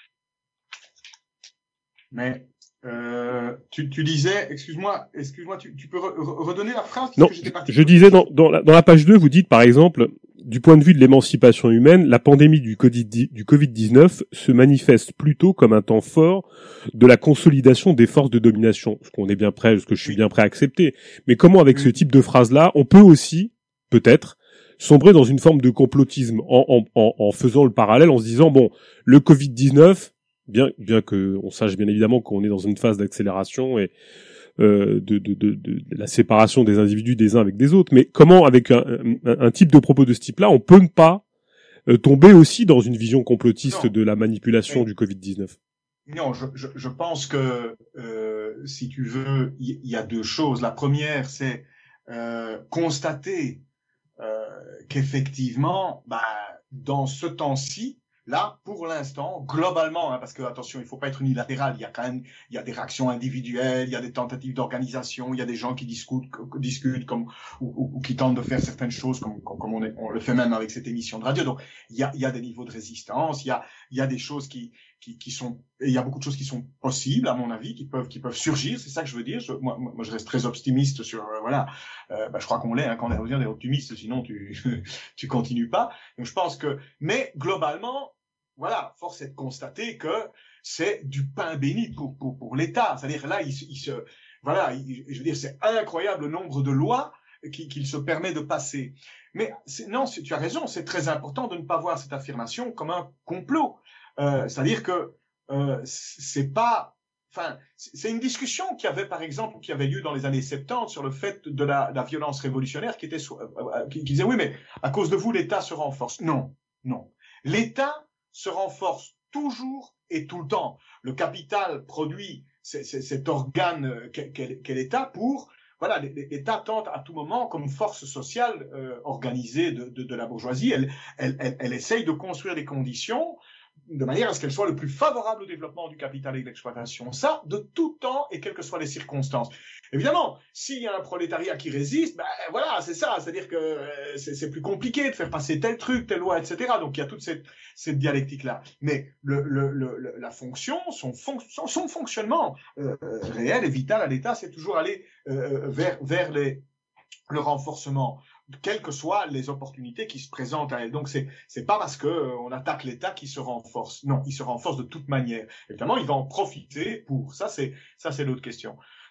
Mais euh, tu, tu disais, excuse-moi, excuse-moi, tu, tu peux re, redonner la phrase parce Non, que j'étais parti. Je disais dans, dans, la, dans la page deux, vous dites par exemple, du point de vue de l'émancipation humaine, la pandémie du covid dix-neuf se manifeste plutôt comme un temps fort de la consolidation des forces de domination. Ce qu'on est bien prêt, ce que je suis bien prêt à accepter. Mais comment avec ce type de phrase-là, on peut aussi, peut-être, sombrer dans une forme de complotisme en, en, en, en faisant le parallèle, en se disant, bon, le covid dix-neuf, bien, bien que on sache bien évidemment qu'on est dans une phase d'accélération et Euh, de, de, de, de la séparation des individus des uns avec des autres, mais comment avec un, un, un type de propos de ce type-là, on peut ne pas euh, tomber aussi dans une vision complotiste non. de la manipulation mais, du covid dix-neuf? Non, je, je, je pense que euh, si tu veux, il y, y a deux choses. La première, c'est euh, constater euh, qu'effectivement, bah, dans ce temps-ci, là, pour l'instant, globalement, hein, parce que attention, il faut pas être unilatéral. Il y a quand même, il y a des réactions individuelles, il y a des tentatives d'organisation, il y a des gens qui discutent, discutent comme ou, ou, ou qui tentent de faire certaines choses, comme, comme on, est, on le fait même avec cette émission de radio. Donc, il y a, il y a des niveaux de résistance, il y a, il y a des choses qui, qui, qui sont, et il y a beaucoup de choses qui sont possibles, à mon avis, qui peuvent, qui peuvent surgir. C'est ça que je veux dire. Je, moi, moi, je reste très optimiste sur, euh, voilà. Euh, bah, je crois qu'on l'est hein, quand on est besoin d'être optimiste, sinon tu, tu continues pas. Donc, je pense que, mais globalement. Voilà, force est de constater que c'est du pain béni pour pour, pour l'État. C'est-à-dire là, il, il se, voilà, il, je veux dire, c'est incroyable le nombre de lois qu'il, qu'il se permet de passer. Mais c'est, non, c'est, tu as raison, c'est très important de ne pas voir cette affirmation comme un complot. Euh, c'est-à-dire que euh, c'est pas, enfin, c'est une discussion qui avait par exemple, qui avait lieu dans les années soixante-dix sur le fait de la, la violence révolutionnaire, qui était, euh, qui, qui disait oui, mais à cause de vous, l'État se renforce. Non, non, l'État se renforce toujours et tout le temps. Le capital produit c- c- cet organe qu'est, qu'est l'État pour, voilà, l'État tente à tout moment, comme force sociale euh, organisée de, de, de la bourgeoisie, elle, elle, elle, elle essaye de construire des conditions de manière à ce qu'elle soit le plus favorable au développement du capital et de l'exploitation. Ça, de tout temps et quelles que soient les circonstances. Évidemment, s'il y a un prolétariat qui résiste, ben voilà, c'est ça. C'est-à-dire que euh, c'est, c'est plus compliqué de faire passer tel truc, telle loi, et cetera. Donc il y a toute cette, cette dialectique-là. Mais le, le, le, la fonction, son, fon- son, son fonctionnement euh, réel et vital à l'État, c'est toujours aller euh, vers, vers les, le renforcement, quelles que soient les opportunités qui se présentent à elle. Donc c'est c'est pas parce que euh, on attaque l'État qu'il se renforce. Non, il se renforce de toute manière. Évidemment, il va en profiter pour ça. C'est ça, c'est l'autre question.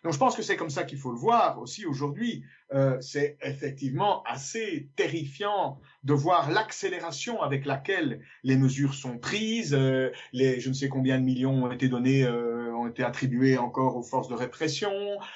Donc je pense que c'est comme ça qu'il faut le voir aussi aujourd'hui. Euh, c'est effectivement assez terrifiant de voir l'accélération avec laquelle les mesures sont prises. Euh, les je ne sais combien de millions ont été donnés, euh, ont été attribués encore aux forces de répression.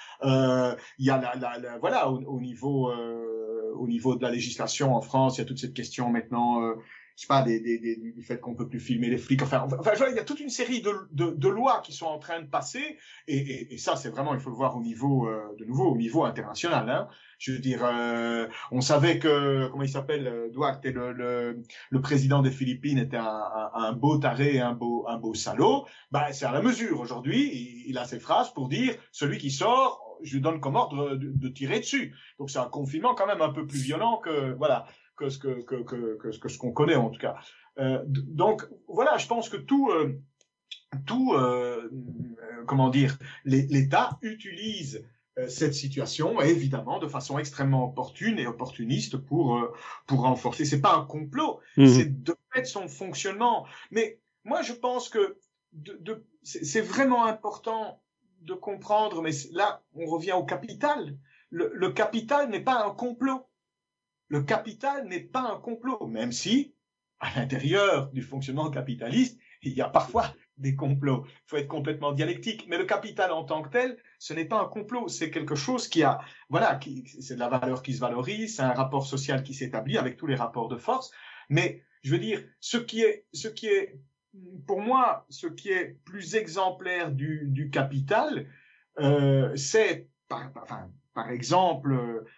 Euh, il y a la, la, la voilà au, au niveau euh, au niveau de la législation en France, il y a toute cette question maintenant. Euh, je sais pas, des, des, des, du fait qu'on peut plus filmer les flics. Enfin, enfin, il y a toute une série de, de, de lois qui sont en train de passer, et, et, et ça, c'est vraiment, il faut le voir au niveau, euh, de nouveau, au niveau international. Hein. Je veux dire, euh, on savait que, comment il s'appelle, Duarte, le, le, le président des Philippines, était un, un, un beau taré, un beau, un beau salaud. Ben, c'est à la mesure. Aujourd'hui, il, il a ses phrases pour dire, celui qui sort, je lui donne comme ordre de, de tirer dessus. Donc, c'est un confinement quand même un peu plus violent que, voilà. que ce que que que que, que ce qu'on connaît en tout cas. Euh, donc voilà, je pense que tout euh, tout euh, comment dire, l'État utilise euh, cette situation évidemment de façon extrêmement opportune et opportuniste pour euh, pour renforcer. C'est pas un complot, mmh. c'est de fait son fonctionnement. Mais moi je pense que de, de c'est vraiment important de comprendre. Mais là on revient au capital. Le, le capital n'est pas un complot. Le capital n'est pas un complot, même si, à l'intérieur du fonctionnement capitaliste, il y a parfois des complots. Il faut être complètement dialectique. Mais le capital en tant que tel, ce n'est pas un complot. C'est quelque chose qui a, voilà, qui, c'est de la valeur qui se valorise, c'est un rapport social qui s'établit avec tous les rapports de force. Mais, je veux dire, ce qui est, ce qui est, pour moi, ce qui est plus exemplaire du, du capital, euh, c'est, par, enfin, par exemple,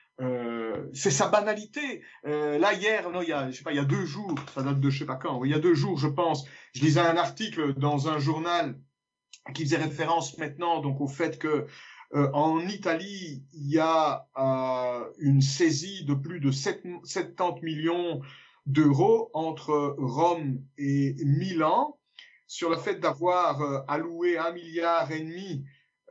Euh, c'est sa banalité. Euh, là hier, non, il y a, je sais pas, il y a deux jours, ça date de je sais pas quand. Il y a deux jours, je pense, je lisais un article dans un journal qui faisait référence maintenant donc au fait que euh, en Italie, il y a euh, une saisie de plus de soixante-dix millions d'euros entre Rome et Milan sur le fait d'avoir euh, alloué un milliard et demi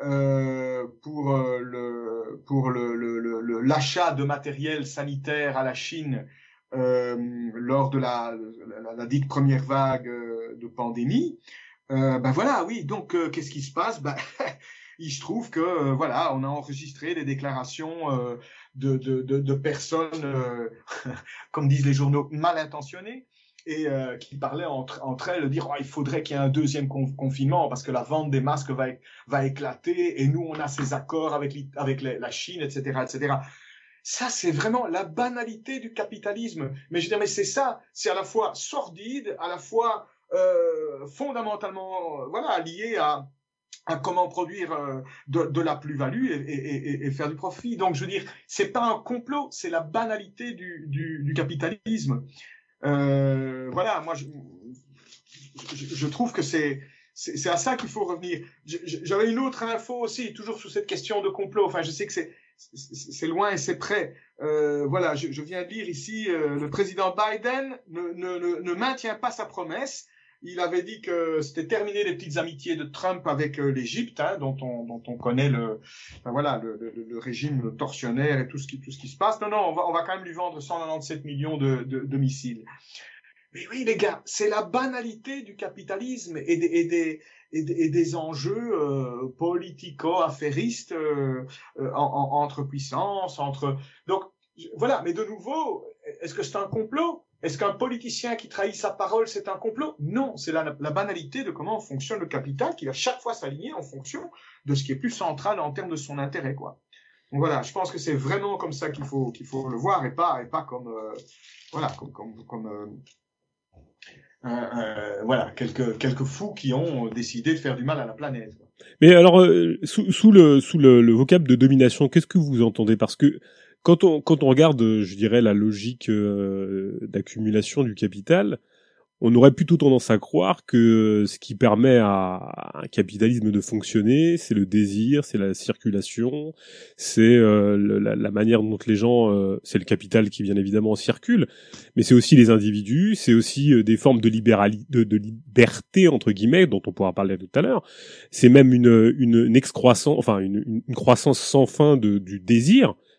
Euh, pour euh, le pour le le le l'achat de matériel sanitaire à la Chine euh, lors de la, la la dite première vague euh, de pandémie. Euh, ben voilà, oui. Donc euh, qu'est-ce qui se passe? Ben il se trouve que euh, voilà, on a enregistré des déclarations euh, de de de, de personnes euh, comme disent les journaux mal intentionnées. Et euh, qui parlaient entre, entre elles de dire oh, il faudrait qu'il y ait un deuxième con- confinement parce que la vente des masques va, va éclater et nous on a ces accords avec, avec les, la Chine, et cetera, et cetera. Ça c'est vraiment la banalité du capitalisme. Mais je veux dire, mais c'est ça, c'est à la fois sordide, à la fois euh, fondamentalement voilà lié à à comment produire euh, de, de la plus-value et, et, et, et faire du profit. Donc je veux dire, c'est pas un complot, c'est la banalité du, du, du capitalisme. Euh, voilà, moi je, je, je trouve que c'est, c'est c'est à ça qu'il faut revenir. J'avais une autre info aussi, toujours sur cette question de complot. Enfin, je sais que c'est c'est loin et c'est près. Euh, voilà, je, je viens de lire ici, euh, le président Biden ne, ne, ne, ne maintient pas sa promesse. Il avait dit que c'était terminé les petites amitiés de Trump avec euh, l'Égypte, hein, dont on dont on connaît le, enfin, voilà, le, le, le régime tortionnaire et tout ce qui tout ce qui se passe. Non, non, on va on va quand même lui vendre cent quatre-vingt-dix-sept millions de, de, de missiles. Mais oui, les gars, c'est la banalité du capitalisme et des et des et des, et des enjeux euh, politico-affairistes euh, euh, en, en, entre puissances, entre donc voilà. Mais de nouveau, est-ce que c'est un complot? Est-ce qu'un politicien qui trahit sa parole, c'est un complot? Non, c'est la, la banalité de comment fonctionne le capital qui va chaque fois s'aligner en fonction de ce qui est plus central en termes de son intérêt, quoi. Donc voilà, je pense que c'est vraiment comme ça qu'il faut qu'il faut le voir et pas et pas comme euh, voilà comme comme comme euh, euh, euh, voilà quelques quelques fous qui ont décidé de faire du mal à la planète, quoi. Mais alors euh, sous sous le sous le, le vocable de domination, qu'est-ce que vous entendez? Parce que Quand on, quand on regarde, je dirais, la logique euh, d'accumulation du capital, on aurait plutôt tendance à croire que ce qui permet à un capitalisme de fonctionner, c'est le désir, c'est la circulation, c'est euh, la, la manière dont les gens, euh, c'est le capital qui bien évidemment circule, mais c'est aussi les individus, c'est aussi euh, des formes de, libérali- de, de liberté entre guillemets dont on pourra parler tout à l'heure. C'est même une, une, une excroissance, enfin une, une croissance sans fin de, du désir,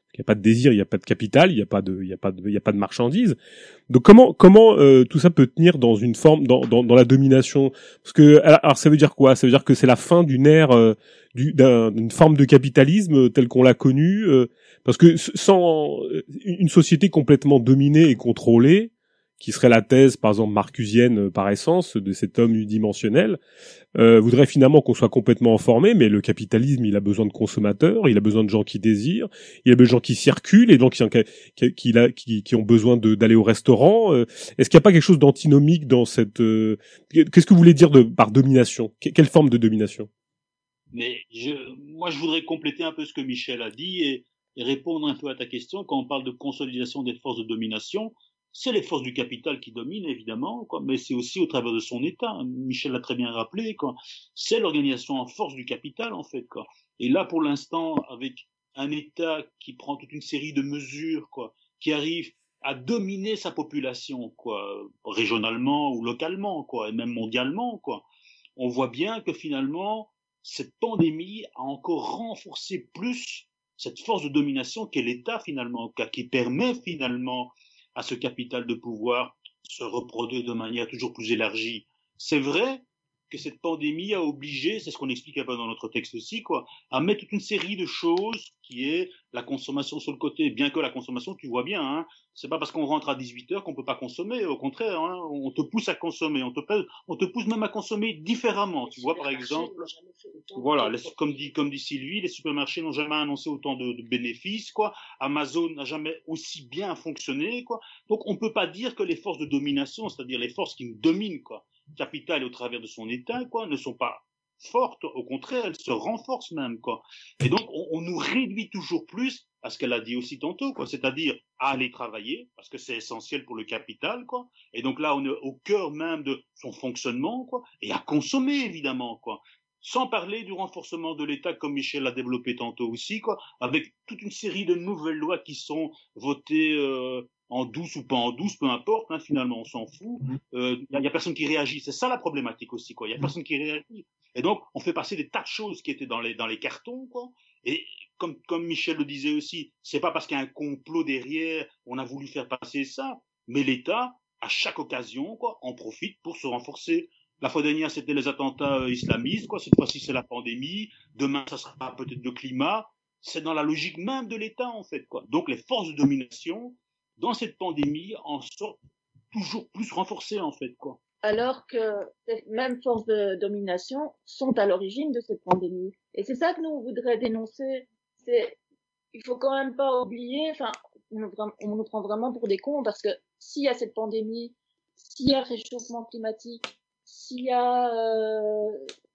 Il n'y a pas de désir, il n'y a pas de capital, il n'y a pas de, il y a pas de, il y a pas de marchandise. Donc comment, comment euh, tout ça peut tenir dans une forme, dans, dans, dans la domination? Parce que, alors ça veut dire quoi? Ça veut dire que c'est la fin d'une ère, euh, du, d'un, d'une forme de capitalisme telle qu'on l'a connue. Euh, parce que sans une société complètement dominée et contrôlée, qui serait la thèse, par exemple, marcusienne par essence de cet homme unidimensionnel, euh, voudrait finalement qu'on soit complètement informé, mais le capitalisme, il a besoin de consommateurs, il a besoin de gens qui désirent, il a besoin de gens qui circulent, et donc qui, qui, qui, qui, qui ont besoin de, d'aller au restaurant. Euh, est-ce qu'il n'y a pas quelque chose d'antinomique dans cette... Euh, qu'est-ce que vous voulez dire de, par domination? Quelle forme de domination? Mais je, moi, je voudrais compléter un peu ce que Michel a dit et, et répondre un peu à ta question. Quand on parle de consolidation des forces de domination, c'est les forces du capital qui dominent, évidemment, quoi, mais c'est aussi au travers de son État. Michel l'a très bien rappelé, quoi. C'est l'organisation en force du capital, en fait, quoi. Et là, pour l'instant, avec un État qui prend toute une série de mesures, quoi, qui arrive à dominer sa population, quoi, régionalement ou localement, quoi, et même mondialement, quoi, on voit bien que finalement, cette pandémie a encore renforcé plus cette force de domination qu'est l'État, finalement, qui permet finalement à ce capital de pouvoir se reproduire de manière toujours plus élargie. C'est vrai que cette pandémie a obligé, c'est ce qu'on explique un peu dans notre texte aussi, quoi, à mettre toute une série de choses qui est la consommation sur le côté. Bien que la consommation, tu vois bien, hein, c'est pas parce qu'on rentre à dix-huit heures qu'on peut pas consommer. Au contraire, hein, on te pousse à consommer, on te, on te pousse même à consommer différemment. Tu vois, par exemple, voilà, les, comme dit, comme dit Sylvie, les supermarchés n'ont jamais annoncé autant de, de bénéfices, quoi. Amazon n'a jamais aussi bien fonctionné, quoi. Donc, on peut pas dire que les forces de domination, c'est-à-dire les forces qui nous dominent, quoi, capital au travers de son État, quoi, ne sont pas fortes. Au contraire, elles se renforcent même, quoi. Et donc, on, on nous réduit toujours plus à ce qu'elle a dit aussi tantôt, quoi. C'est-à-dire à aller travailler, parce que c'est essentiel pour le capital, quoi. Et donc là, on est au cœur même de son fonctionnement, quoi. Et à consommer, évidemment, quoi. Sans parler du renforcement de l'État, comme Michel l'a développé tantôt aussi, quoi, avec toute une série de nouvelles lois qui sont votées euh, en douce ou pas en douce, peu importe, hein, finalement, on s'en fout. Il euh, y, y a personne qui réagit. C'est ça la problématique aussi, quoi. Il y a personne qui réagit. Et donc, on fait passer des tas de choses qui étaient dans les dans les cartons, quoi. Et comme comme Michel le disait aussi, c'est pas parce qu'il y a un complot derrière, on a voulu faire passer ça, mais l'État, à chaque occasion, quoi, en profite pour se renforcer. La fois dernière, c'était les attentats euh, islamistes, quoi. Cette fois-ci, c'est la pandémie. Demain, ça sera peut-être le climat. C'est dans la logique même de l'État, en fait, quoi. Donc, les forces de domination, dans cette pandémie, en sortent toujours plus renforcées, en fait, quoi. Alors que ces mêmes forces de domination sont à l'origine de cette pandémie. Et c'est ça que nous, on voudrait dénoncer. C'est, il faut quand même pas oublier, enfin, on, on nous prend vraiment pour des cons parce que s'il y a cette pandémie, s'il y a réchauffement climatique, s'il y a euh,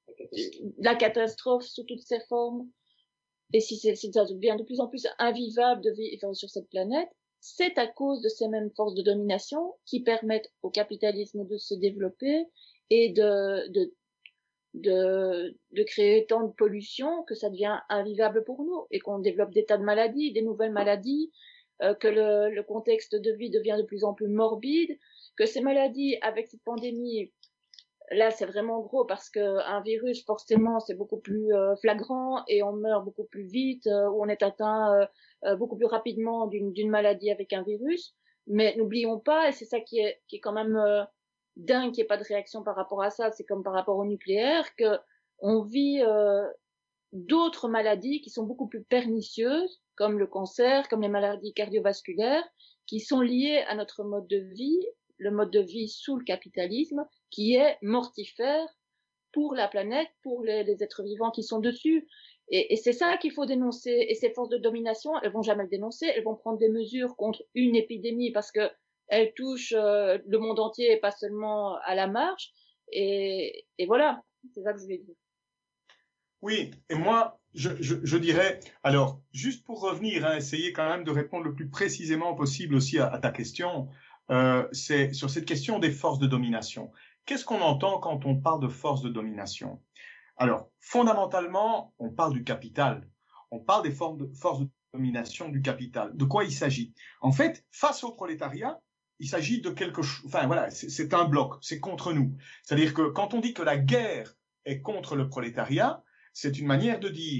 la catastrophe sous toutes ses formes, et si c'est, si ça devient de plus en plus invivable de vivre sur cette planète, c'est à cause de ces mêmes forces de domination qui permettent au capitalisme de se développer et de, de, de, de créer tant de pollution que ça devient invivable pour nous et qu'on développe des tas de maladies, des nouvelles maladies, euh, que le, le contexte de vie devient de plus en plus morbide, que ces maladies, avec cette pandémie, là, c'est vraiment gros parce que un virus, forcément, c'est beaucoup plus euh, flagrant et on meurt beaucoup plus vite euh, ou on est atteint euh, euh, beaucoup plus rapidement d'une, d'une maladie avec un virus. Mais n'oublions pas, et c'est ça qui est, qui est quand même euh, dingue qu'il n'y ait pas de réaction par rapport à ça, c'est comme par rapport au nucléaire, que on vit euh, d'autres maladies qui sont beaucoup plus pernicieuses, comme le cancer, comme les maladies cardiovasculaires, qui sont liées à notre mode de vie, le mode de vie sous le capitalisme, qui est mortifère pour la planète, pour les, les êtres vivants qui sont dessus. Et, et c'est ça qu'il faut dénoncer. Et ces forces de domination, elles vont jamais le dénoncer. Elles vont prendre des mesures contre une épidémie parce que elles touchent euh, le monde entier et pas seulement à la marge. Et, et voilà, c'est ça que je voulais dire. Oui, et moi, je, je, je dirais, alors, juste pour revenir, hein, essayer quand même de répondre le plus précisément possible aussi à, à ta question, euh, c'est sur cette question des forces de domination. Qu'est-ce qu'on entend quand on parle de forces de domination? Alors, fondamentalement, on parle du capital. On parle des formes de, forces de domination du capital. De quoi il s'agit? En fait, face au prolétariat, il s'agit de quelque chose, enfin voilà, c'est, c'est un bloc, c'est contre nous. C'est-à-dire que quand on dit que la guerre est contre le prolétariat, c'est une manière de dire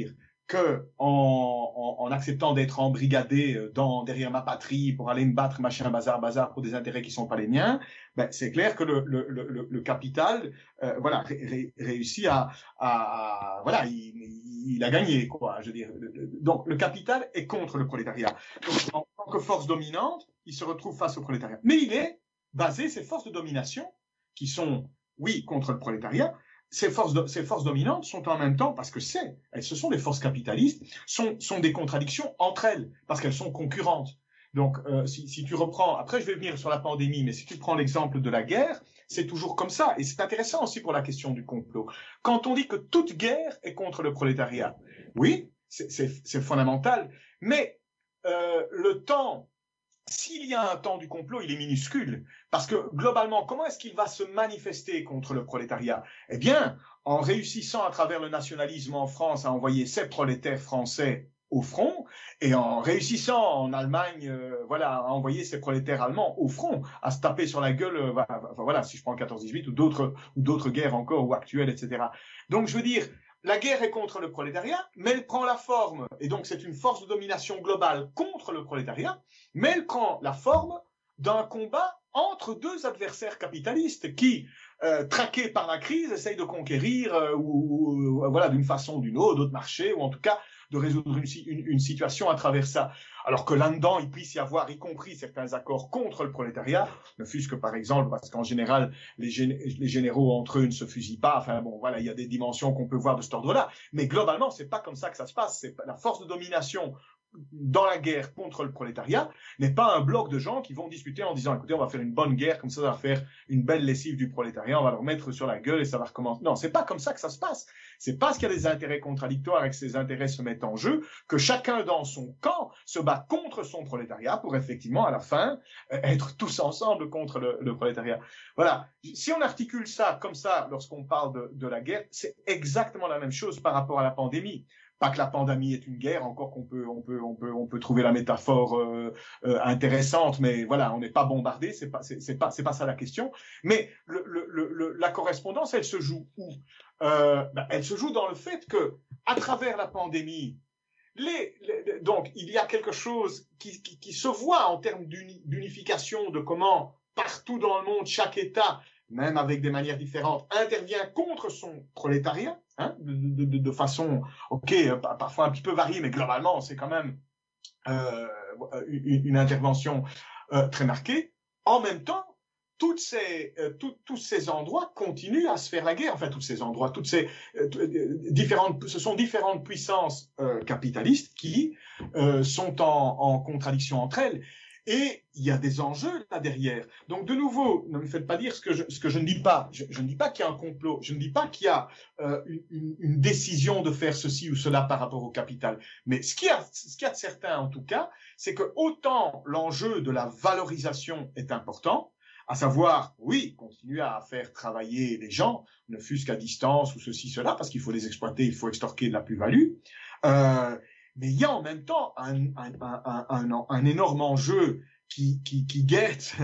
que en, en, en acceptant d'être embrigadé dans derrière ma patrie pour aller me battre, machin, bazar, bazar, pour des intérêts qui sont pas les miens, ben c'est clair que le, le, le, le capital, euh, voilà, ré, ré, réussit à, à, à voilà, il, il a gagné, quoi. Je veux dire, donc le capital est contre le prolétariat. Donc, en tant que force dominante, il se retrouve face au prolétariat, mais il est basé ces forces de domination qui sont, oui, contre le prolétariat. Ces forces, de, ces forces dominantes sont en même temps, parce que c'est, elles, ce sont des forces capitalistes, sont, sont des contradictions entre elles, parce qu'elles sont concurrentes. Donc, euh, si, si tu reprends, après je vais venir sur la pandémie, mais si tu prends l'exemple de la guerre, c'est toujours comme ça. Et c'est intéressant aussi pour la question du complot. Quand on dit que toute guerre est contre le prolétariat, oui, c'est, c'est, c'est fondamental, mais euh, le temps, s'il y a un temps du complot, il est minuscule. Parce que, globalement, comment est-ce qu'il va se manifester contre le prolétariat? Eh bien, en réussissant à travers le nationalisme en France à envoyer ses prolétaires français au front, et en réussissant en Allemagne, euh, voilà, à envoyer ses prolétaires allemands au front, à se taper sur la gueule, euh, enfin, voilà, si je prends quatorze dix-huit ou d'autres, ou d'autres guerres encore, ou actuelles, et cetera. Donc, je veux dire, la guerre est contre le prolétariat, mais elle prend la forme, et donc c'est une force de domination globale contre le prolétariat, mais elle prend la forme d'un combat entre deux adversaires capitalistes qui, euh, traqués par la crise, essayent de conquérir, euh, ou, ou voilà, d'une façon ou d'une autre, d'autres marchés, ou en tout cas de résoudre une, une, une situation à travers ça. Alors que là-dedans, il puisse y avoir, y compris certains accords contre le prolétariat, ne fût-ce que par exemple, parce qu'en général, les, gén les généraux entre eux ne se fusillent pas. Enfin bon, voilà, il y a des dimensions qu'on peut voir de cet ordre-là. Mais globalement, c'est pas comme ça que ça se passe. C'est la force de domination dans la guerre contre le prolétariat n'est pas un bloc de gens qui vont discuter en disant, écoutez, on va faire une bonne guerre, comme ça, ça va faire une belle lessive du prolétariat, on va leur mettre sur la gueule et ça va recommencer. Non, c'est pas comme ça que ça se passe. C'est parce qu'il y a des intérêts contradictoires et que ces intérêts se mettent en jeu que chacun dans son camp se bat contre son prolétariat pour effectivement, à la fin, être tous ensemble contre le, le prolétariat. Voilà. Si on articule ça comme ça lorsqu'on parle de, de la guerre, c'est exactement la même chose par rapport à la pandémie. Pas que la pandémie est une guerre, encore qu'on peut, on peut, on peut, on peut trouver la métaphore euh, euh, intéressante, mais voilà, on n'est pas bombardé, c'est pas, c'est, c'est pas, c'est pas ça la question. Mais le, le, le, la correspondance, elle se joue où? euh, ben, Elle se joue dans le fait que, à travers la pandémie, les, les donc il y a quelque chose qui, qui, qui se voit en termes d'uni, d'unification de comment partout dans le monde chaque État, même avec des manières différentes, intervient contre son prolétariat, hein, de, de, de façon, ok, parfois un petit peu variée, mais globalement, c'est quand même euh, une, une intervention euh, très marquée. En même temps, toutes ces, euh, tout, tous ces endroits continuent à se faire la guerre. Enfin, tous ces endroits, toutes ces euh, différentes, ce sont différentes puissances euh, capitalistes qui euh, sont en, en contradiction entre elles. Et il y a des enjeux là derrière. Donc de nouveau, ne me faites pas dire ce que je, ce que je ne dis pas. Je, je ne dis pas qu'il y a un complot. Je ne dis pas qu'il y a euh, une, une décision de faire ceci ou cela par rapport au capital. Mais ce qu'il y a, ce qu'il y a de certain en tout cas, c'est que autant l'enjeu de la valorisation est important, à savoir, oui, continuer à faire travailler les gens, ne fût-ce qu'à distance ou ceci, cela, parce qu'il faut les exploiter, il faut extorquer de la plus-value. Euh, Mais il y a en même temps un, un, un, un, un énorme enjeu qui, qui, qui guette,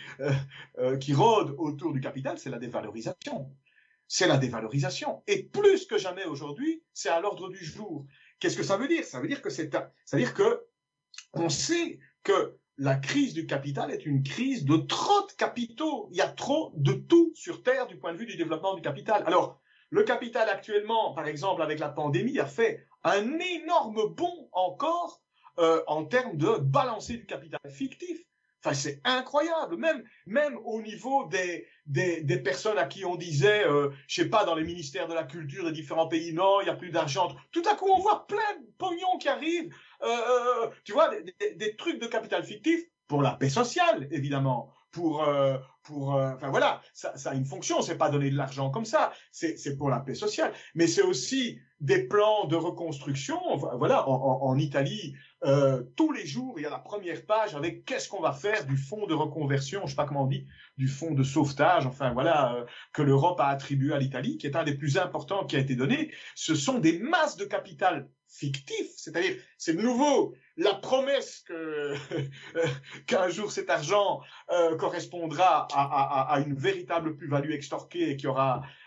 euh, qui rôde autour du capital, c'est la dévalorisation. C'est la dévalorisation. Et plus que jamais aujourd'hui, c'est à l'ordre du jour. Qu'est-ce que ça veut dire? Ça veut dire que c'est, c'est-à-dire que on sait que la crise du capital est une crise de trop de capitaux. Il y a trop de tout sur Terre du point de vue du développement du capital. Alors, le capital actuellement, par exemple, avec la pandémie, a fait un énorme bond encore euh, en termes de balancer du capital fictif. Enfin, c'est incroyable. Même, même au niveau des, des, des personnes à qui on disait, euh, je sais pas, dans les ministères de la culture des différents pays, non, il y a plus d'argent. Tout à coup, on voit plein de pognon qui arrive. Euh, tu vois, des, des, des trucs de capital fictif pour la paix sociale, évidemment. Pour, euh, pour, euh, enfin voilà, ça, ça a une fonction. C'est pas donner de l'argent comme ça. C'est, c'est pour la paix sociale. Mais c'est aussi des plans de reconstruction. Voilà, en, en, en Italie, euh, tous les jours, il y a la première page avec qu'est-ce qu'on va faire du fonds de reconversion, je sais pas comment on dit, du fonds de sauvetage. Enfin voilà, euh, que l'Europe a attribué à l'Italie, qui est un des plus importants qui a été donné. Ce sont des masses de capital fictif, c'est-à-dire, c'est de nouveau la promesse que qu'un jour cet argent euh, correspondra à, à, à une véritable plus-value extorquée et qu'il y aura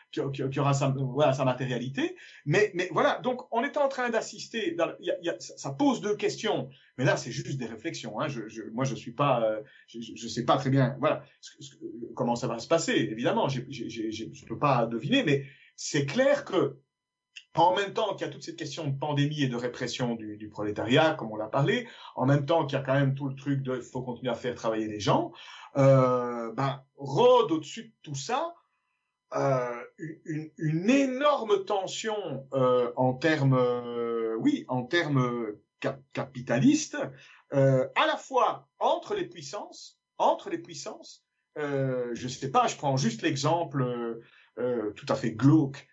qui, qui, qui aura sa, voilà, sa matérialité. Mais, mais voilà, donc on est en train d'assister. Dans, y a, y a, ça pose deux questions, mais là c'est juste des réflexions. Hein. Je, je, moi je suis pas, euh, je, je sais pas très bien, voilà, ce, ce, comment ça va se passer. Évidemment, j'ai, j'ai, j'ai, je peux pas deviner, mais c'est clair que en même temps qu'il y a toute cette question de pandémie et de répression du, du prolétariat, comme on l'a parlé, en même temps qu'il y a quand même tout le truc de faut continuer à faire travailler les gens, euh, ben rôde au-dessus de tout ça euh, une, une énorme tension euh, en termes, euh, oui, en termes cap- capitalistes, euh, à la fois entre les puissances, entre les puissances. Euh, je sais pas, je prends juste l'exemple euh, euh, tout à fait glauque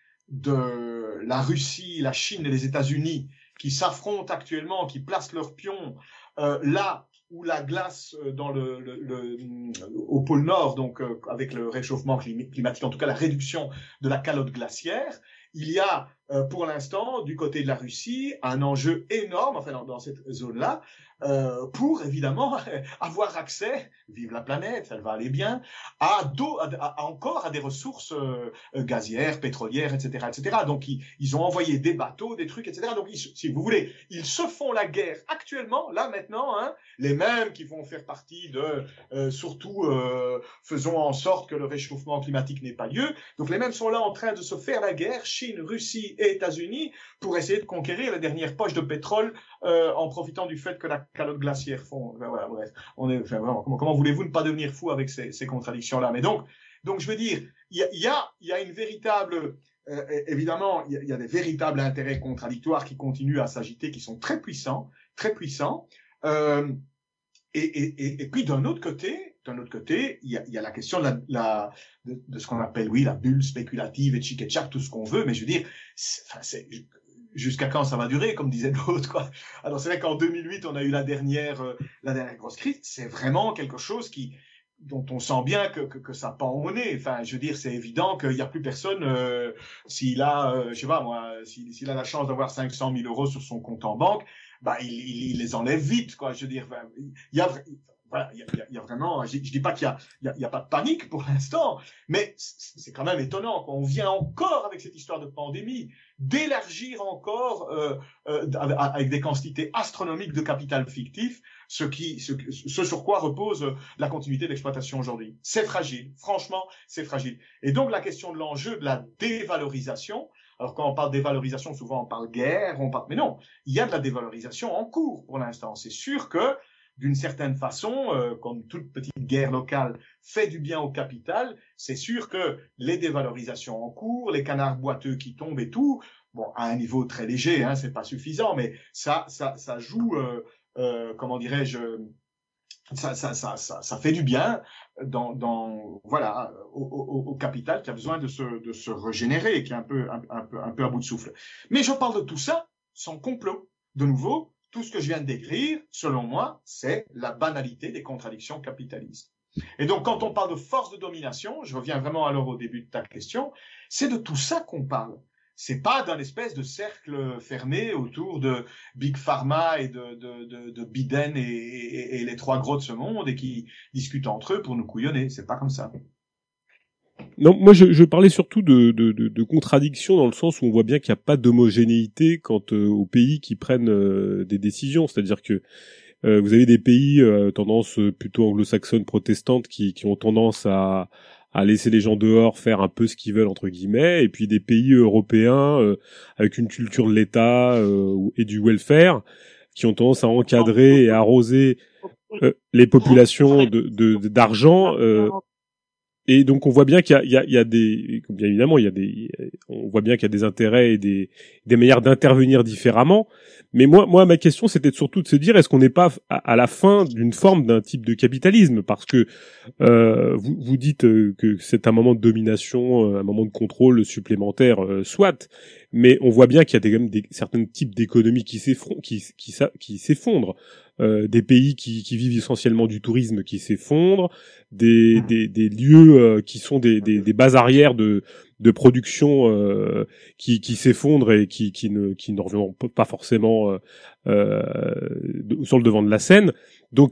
de la Russie, la Chine et les États-Unis qui s'affrontent actuellement, qui placent leurs pions euh, là où la glace euh, dans le, le, le, au pôle Nord, donc euh, avec le réchauffement climatique, en tout cas la réduction de la calotte glaciaire, il y a euh, pour l'instant du côté de la Russie un enjeu énorme, enfin dans, dans cette zone-là, euh, pour évidemment avoir accès, vive la planète, elle va aller bien, à, d'eau, à, à encore à des ressources euh, gazières, pétrolières, et cetera, et cetera. Donc ils, ils ont envoyé des bateaux, des trucs, et cetera. Donc ils, si vous voulez, ils se font la guerre actuellement, là maintenant, hein, les mêmes qui vont faire partie de euh, surtout euh, faisons en sorte que le réchauffement climatique n'ait pas lieu. Donc les mêmes sont là en train de se faire la guerre, Chine, Russie et États-Unis, pour essayer de conquérir les dernières poches de pétrole euh, en profitant du fait que la calotte glaciaire fond. Enfin, voilà, bref, on est, enfin, vraiment, comment, comment voulez-vous ne pas devenir fou avec ces, ces contradictions-là? Mais donc, donc je veux dire, il y a, il y a, il y a une véritable, euh, évidemment, il y, a, il y a des véritables intérêts contradictoires qui continuent à s'agiter, qui sont très puissants, très puissants. Euh, et, et, et, et puis d'un autre côté, d'un autre côté, il y a, il y a la question de, la, la, de, de ce qu'on appelle, oui, la bulle spéculative et chic et tchac, tout ce qu'on veut. Mais je veux dire, c'est, enfin, c'est, jusqu'à quand ça va durer, comme disait l'autre, quoi. Alors c'est vrai qu'en deux mille huit, on a eu la dernière, euh, la dernière grosse crise. C'est vraiment quelque chose qui, dont on sent bien que, que, que ça pend au nez. Enfin, je veux dire, c'est évident qu'il n'y a plus personne, euh, s'il a, euh, je sais pas moi, s'il, s'il a la chance d'avoir cinq cent mille euros sur son compte en banque, bah, il, il, il les enlève vite, quoi. Je veux dire, enfin, il y a, voilà, il y a, il y a vraiment, je, je dis pas qu'il y a, il y a, il y a pas de panique pour l'instant, mais c'est quand même étonnant qu'on vient encore avec cette histoire de pandémie d'élargir encore euh, euh, avec des quantités astronomiques de capital fictif, ce qui, ce, ce sur quoi repose la continuité de l'exploitation aujourd'hui. C'est fragile, franchement, c'est fragile. Et donc la question de l'enjeu de la dévalorisation. Alors quand on parle dévalorisation, souvent on parle guerre, on parle, mais non, il y a de la dévalorisation en cours pour l'instant. C'est sûr que d'une certaine façon, euh, comme toute petite guerre locale fait du bien au capital, c'est sûr que les dévalorisations en cours, les canards boiteux qui tombent et tout, bon, à un niveau très léger, hein, c'est pas suffisant, mais ça, ça, ça joue, euh, euh, comment dirais-je, ça, ça, ça, ça, ça fait du bien dans, dans, voilà, au, au, au capital qui a besoin de se, de se régénérer, qui est un peu, un, un peu, un peu à bout de souffle. Mais je parle de tout ça sans complot. De nouveau, tout ce que je viens de décrire, selon moi, c'est la banalité des contradictions capitalistes. Et donc, quand on parle de force de domination, je reviens vraiment alors au début de ta question, c'est de tout ça qu'on parle. C'est pas d'un espèce de cercle fermé autour de Big Pharma et de, de, de, de Biden et, et, et les trois gros de ce monde et qui discutent entre eux pour nous couillonner. C'est pas comme ça. Non, moi je, je parlais surtout de, de, de, de contradictions dans le sens où on voit bien qu'il n'y a pas d'homogénéité quant euh, aux pays qui prennent euh, des décisions. C'est-à-dire que euh, vous avez des pays euh, tendance plutôt anglo-saxonne protestante qui, qui ont tendance à, à laisser les gens dehors faire un peu ce qu'ils veulent entre guillemets, et puis des pays européens euh, avec une culture de l'État euh, et du welfare qui ont tendance à encadrer et arroser euh, les populations de, de, d'argent. Euh, Et donc on voit bien qu'il y a, il y a, il y a des, bien évidemment, il y a des, on voit bien qu'il y a des intérêts et des, des manières d'intervenir différemment. Mais moi, moi, ma question, c'était surtout de se dire, est-ce qu'on n'est pas à, à la fin d'une forme d'un type de capitalisme? Parce que euh, vous, vous dites que c'est un moment de domination, un moment de contrôle supplémentaire, euh, soit. Mais on voit bien qu'il y a des, même des certains types d'économies qui s'effondrent, qui, qui, qui s'effondrent. Euh, des pays qui, qui vivent essentiellement du tourisme qui s'effondrent, des, des, des lieux euh, qui sont des, des, des bases arrières de, de production euh, qui, qui s'effondrent et qui, qui ne, qui ne reviennent pas forcément euh, euh, sur le devant de la scène. Donc, euh,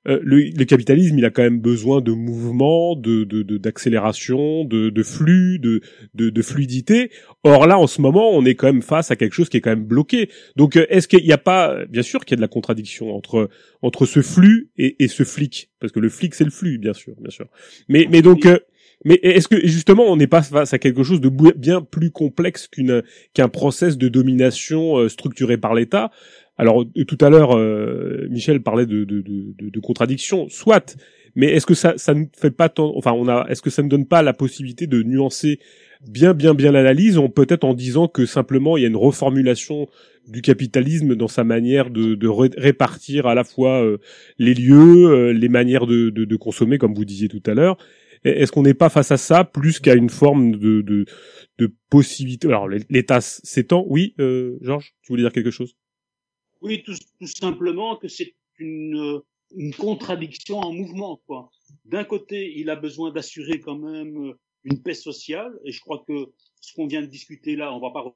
euh, le, le capitalisme, il a quand même besoin de mouvement, de, de, de d'accélération, de, de flux, de, de, de fluidité. Or là, en ce moment, on est quand même face à quelque chose qui est quand même bloqué. Donc, euh, est-ce qu'il n'y a pas, bien sûr, qu'il y a de la contradiction entre entre ce flux et, et ce flic, parce que le flic, c'est le flux, bien sûr, bien sûr. Mais, mais donc, euh, mais est-ce que justement, on n'est pas face à quelque chose de bien plus complexe qu'une qu'un process de domination euh, structuré par l'État? Alors tout à l'heure, euh, Michel parlait de, de, de, de, de contradiction, soit. Mais est-ce que ça, ça ne fait pas tant, enfin, on a, est-ce que ça ne donne pas la possibilité de nuancer bien, bien, bien l'analyse, en peut-être en disant que simplement il y a une reformulation du capitalisme dans sa manière de, de ré- répartir à la fois euh, les lieux, euh, les manières de, de, de consommer, comme vous disiez tout à l'heure. Est-ce qu'on n'est pas face à ça plus qu'à une forme de, de, de possibilité? Alors l'État s'étend, oui, euh, Georges, tu voulais dire quelque chose? Oui, tout, tout simplement que c'est une, une contradiction en mouvement, quoi. D'un côté, il a besoin d'assurer quand même une paix sociale, et je crois que ce qu'on vient de discuter là, on va pas.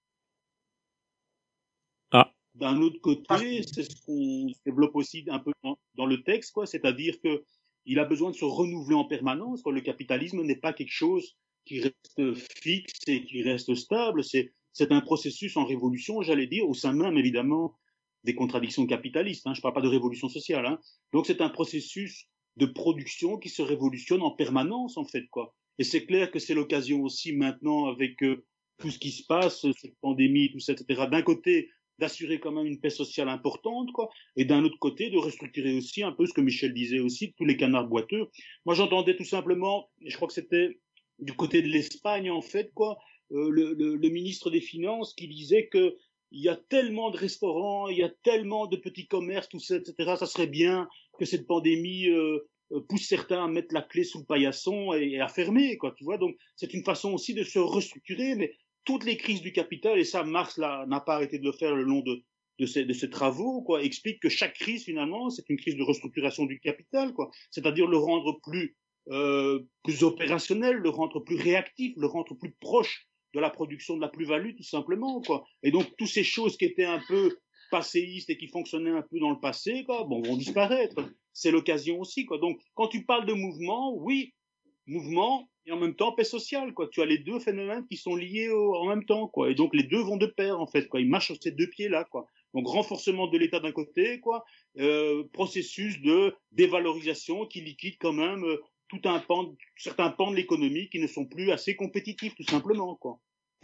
Ah. D'un autre côté, c'est ce qu'on développe aussi un peu dans, dans le texte, quoi. C'est-à-dire que il a besoin de se renouveler en permanence, quoi. Le capitalisme n'est pas quelque chose qui reste fixe et qui reste stable. C'est, c'est un processus en révolution, j'allais dire, au sein même, évidemment, des contradictions capitalistes, hein. Je ne parle pas de révolution sociale, hein. Donc c'est un processus de production qui se révolutionne en permanence, en fait, quoi. Et c'est clair que c'est l'occasion aussi maintenant, avec euh, tout ce qui se passe, cette pandémie, tout ça, et cetera. D'un côté, d'assurer quand même une paix sociale importante, quoi, et d'un autre côté, de restructurer aussi un peu ce que Michel disait aussi, tous les canards boiteux. Moi, j'entendais tout simplement, et je crois que c'était du côté de l'Espagne, en fait, quoi, euh, le, le, le ministre des Finances qui disait que il y a tellement de restaurants, il y a tellement de petits commerces, tout ça, et cetera. Ça serait bien que cette pandémie euh, pousse certains à mettre la clé sous le paillasson et, et à fermer, quoi. Tu vois, donc c'est une façon aussi de se restructurer. Mais toutes les crises du capital, et ça, Marx là, n'a pas arrêté de le faire le long de de ces, de ces travaux, quoi, explique que chaque crise finalement, c'est une crise de restructuration du capital, quoi. C'est-à-dire le rendre plus euh, plus opérationnel, le rendre plus réactif, le rendre plus proche de la production de la plus-value, tout simplement, quoi. Et donc, toutes ces choses qui étaient un peu passéistes et qui fonctionnaient un peu dans le passé, quoi, bon, vont disparaître. C'est l'occasion aussi, quoi. Donc, quand tu parles de mouvement, oui, mouvement et en même temps paix sociale, quoi. Tu as les deux phénomènes qui sont liés au, en même temps, quoi. Et donc, les deux vont de pair, en fait, quoi. Ils marchent sur ces deux pieds-là, quoi. Donc, renforcement de l'État d'un côté, quoi, euh, processus de dévalorisation qui liquide quand même euh, tout un pan, certains pans de l'économie qui ne sont plus assez compétitifs, tout simplement, quoi.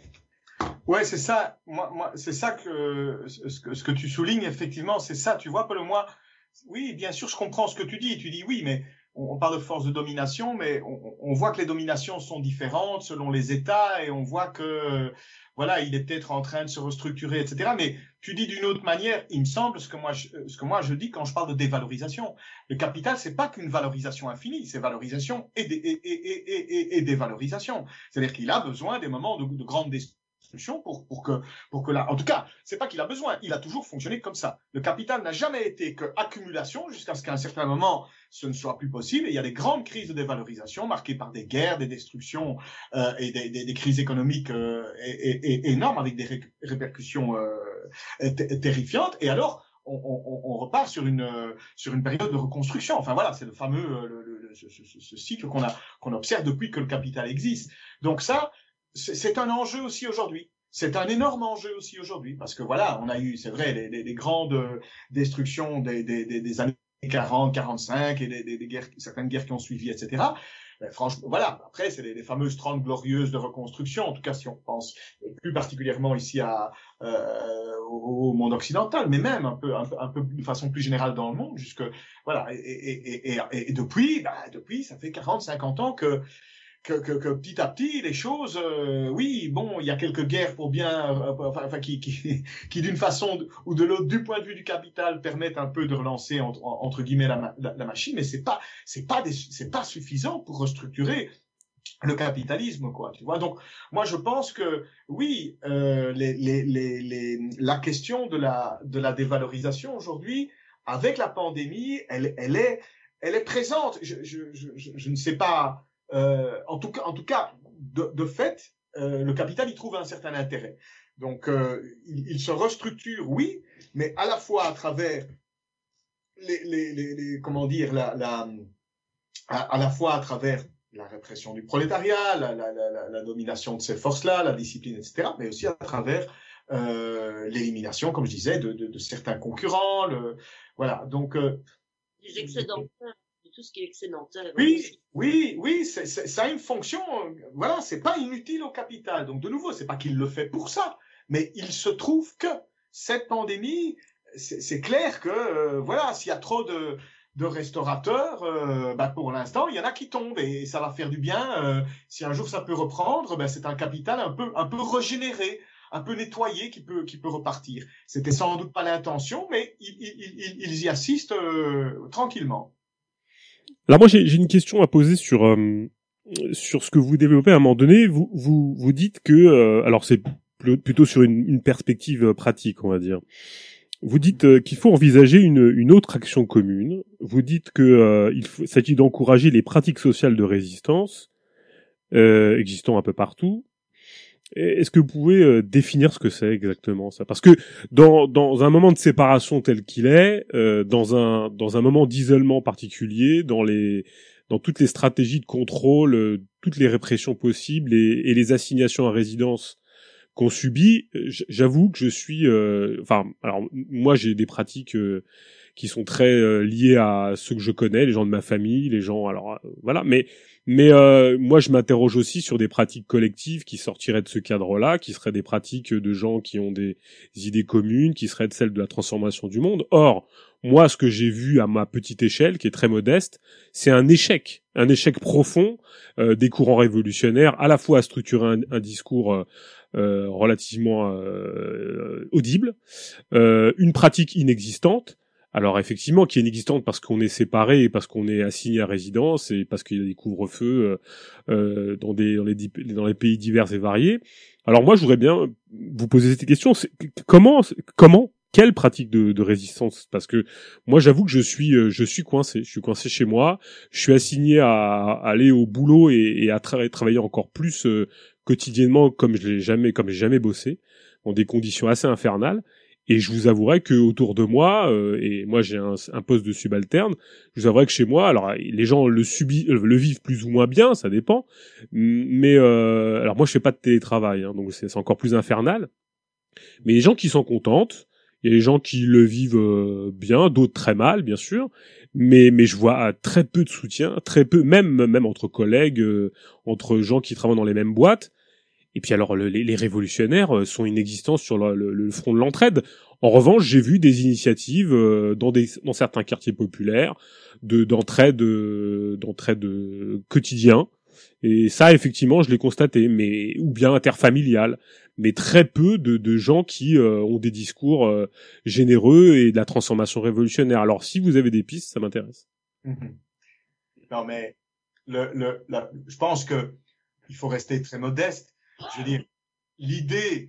Ouais, c'est ça. Moi, moi, c'est ça que ce, que ce que tu soulignes effectivement, c'est ça. Tu vois, Paul, moi, oui, bien sûr, je comprends ce que tu dis. Tu dis oui, mais on, on parle de force de domination, mais on, on voit que les dominations sont différentes selon les États et on voit que voilà, il est peut-être en train de se restructurer, et cetera. Mais tu dis d'une autre manière, il me semble, ce que moi, je, ce que moi je dis quand je parle de dévalorisation. Le capital, c'est pas qu'une valorisation infinie, c'est valorisation et, des, et, et, et, et, et dévalorisation. C'est-à-dire qu'il a besoin des moments de, de grande destruction. Pour, pour que, pour que là, en tout cas, c'est pas qu'il a besoin, il a toujours fonctionné comme ça. Le capital n'a jamais été que accumulation jusqu'à ce qu'à un certain moment, ce ne soit plus possible. Et il y a des grandes crises de dévalorisation marquées par des guerres, des destructions euh, et des, des, des crises économiques euh, et, et, et énormes avec des ré répercussions euh, terrifiantes. Et alors, on, on, on repart sur une, sur une période de reconstruction. Enfin voilà, c'est le fameux le, le, ce, ce, ce cycle qu'on a, qu'on observe depuis que le capital existe. Donc ça, c'est un enjeu aussi aujourd'hui. C'est un énorme enjeu aussi aujourd'hui parce que voilà, on a eu, c'est vrai, les, les, les grandes destructions des, des, des, des années quarante, quarante-cinq et des, des, des guerres, certaines guerres qui ont suivi, et cetera. Ben, franchement, voilà. Après, c'est les, les fameuses trente glorieuses de reconstruction. En tout cas, si on pense plus particulièrement ici à euh, au, au monde occidental, mais même un peu, un peu, un peu de façon plus générale dans le monde, jusque voilà. Et, et, et, et, et depuis, ben, depuis, ça fait quarante, cinquante ans que Que, que, que petit à petit les choses, euh, oui, bon, il y a quelques guerres pour bien, euh, enfin, qui, qui, qui d'une façon ou de l'autre, du point de vue du capital, permettent un peu de relancer entre, entre guillemets la, la, la machine, mais c'est pas, c'est pas, des, c'est pas suffisant pour restructurer le capitalisme, quoi. Tu vois. Donc, moi, je pense que oui, euh, les, les, les, les, la question de la, de la dévalorisation aujourd'hui, avec la pandémie, elle, elle est, elle est présente. Je, je, je, je, je ne sais pas. Euh, en tout cas, en tout cas, de, de fait, euh, le capital y trouve un certain intérêt. Donc, euh, il, il se restructure, oui, mais à la fois à travers les, les, les, les comment dire, la, la, à, à la fois à travers la répression du prolétariat, la, la, la, la domination de ces forces-là, la discipline, et cetera, mais aussi à travers euh, l'élimination, comme je disais, de, de, de certains concurrents. Le, voilà, donc... Euh, les excédentaires, tout ce qui est excédentaire. Oui, oui, oui, c'est, c'est, ça a une fonction, voilà, c'est pas inutile au capital. Donc, de nouveau, c'est pas qu'il le fait pour ça, mais il se trouve que cette pandémie, c'est, c'est clair que, euh, voilà, s'il y a trop de... de restaurateurs, euh, bah pour l'instant, il y en a qui tombent et ça va faire du bien. Euh, si un jour ça peut reprendre, bah c'est un capital un peu, un peu régénéré, un peu nettoyé qui peut, qui peut repartir. C'était sans doute pas l'intention, mais ils, ils, ils, ils y assistent euh, tranquillement. Alors moi, j'ai, j'ai une question à poser sur euh, sur ce que vous développez à un moment donné. Vous vous vous dites que, euh, alors c'est plutôt sur une, une perspective pratique, on va dire. Vous dites euh, qu'il faut envisager une, une autre action commune. Vous dites que euh, il faut, s'agit d'encourager les pratiques sociales de résistance euh, existant un peu partout. Est-ce que vous pouvez euh, définir ce que c'est exactement ça ? Parce que dans dans un moment de séparation tel qu'il est, euh, dans un dans un moment d'isolement particulier, dans les dans toutes les stratégies de contrôle, euh, toutes les répressions possibles et, et les assignations à résidence qu'on subit, j'avoue que je suis, euh, enfin, alors moi j'ai des pratiques euh, qui sont très euh, liées à ceux que je connais, les gens de ma famille, les gens, alors euh, voilà, mais mais euh, moi je m'interroge aussi sur des pratiques collectives qui sortiraient de ce cadre-là, qui seraient des pratiques de gens qui ont des idées communes, qui seraient de celles de la transformation du monde. Or, moi ce que j'ai vu à ma petite échelle, qui est très modeste, c'est un échec, un échec profond euh, des courants révolutionnaires, à la fois à structurer un, un discours euh, Euh, relativement euh, audible, euh, une pratique inexistante, alors effectivement qui est inexistante parce qu'on est séparé, parce qu'on est assigné à résidence et parce qu'il y a des couvre-feux euh, euh, dans, des, dans, les, dans les pays divers et variés. Alors moi je voudrais bien vous poser cette question, c'est, comment, comment quelle pratique de, de résistance ? Parce que moi j'avoue que je suis je suis coincé, je suis coincé chez moi, je suis assigné à, à aller au boulot et, et à tra- travailler encore plus euh, quotidiennement comme je l'ai jamais comme j'ai jamais bossé, dans des conditions assez infernales. Et je vous avouerai que autour de moi, euh, et moi j'ai un, un poste de subalterne, je vous avouerai que chez moi, alors les gens le subissent, le vivent plus ou moins bien, ça dépend. Mais euh, alors moi je fais pas de télétravail, hein, donc c'est, c'est encore plus infernal. Mais les gens qui s'en contentent, il y a des gens qui le vivent euh, bien, d'autres très mal, bien sûr. Mais mais je vois très peu de soutien, très peu, même même entre collègues, euh, entre gens qui travaillent dans les mêmes boîtes. Et puis alors le, les, les révolutionnaires sont inexistants sur le, le, le front de l'entraide. En revanche, j'ai vu des initiatives euh, dans des dans certains quartiers populaires de d'entraide euh, d'entraide euh, quotidien. Et ça, effectivement, je l'ai constaté, mais ou bien interfamilial, mais très peu de, de gens qui euh, ont des discours euh, généreux et de la transformation révolutionnaire. Alors, si vous avez des pistes, ça m'intéresse. Mmh. Non, mais le, le, la, je pense que il faut rester très modeste. Je veux dire, l'idée,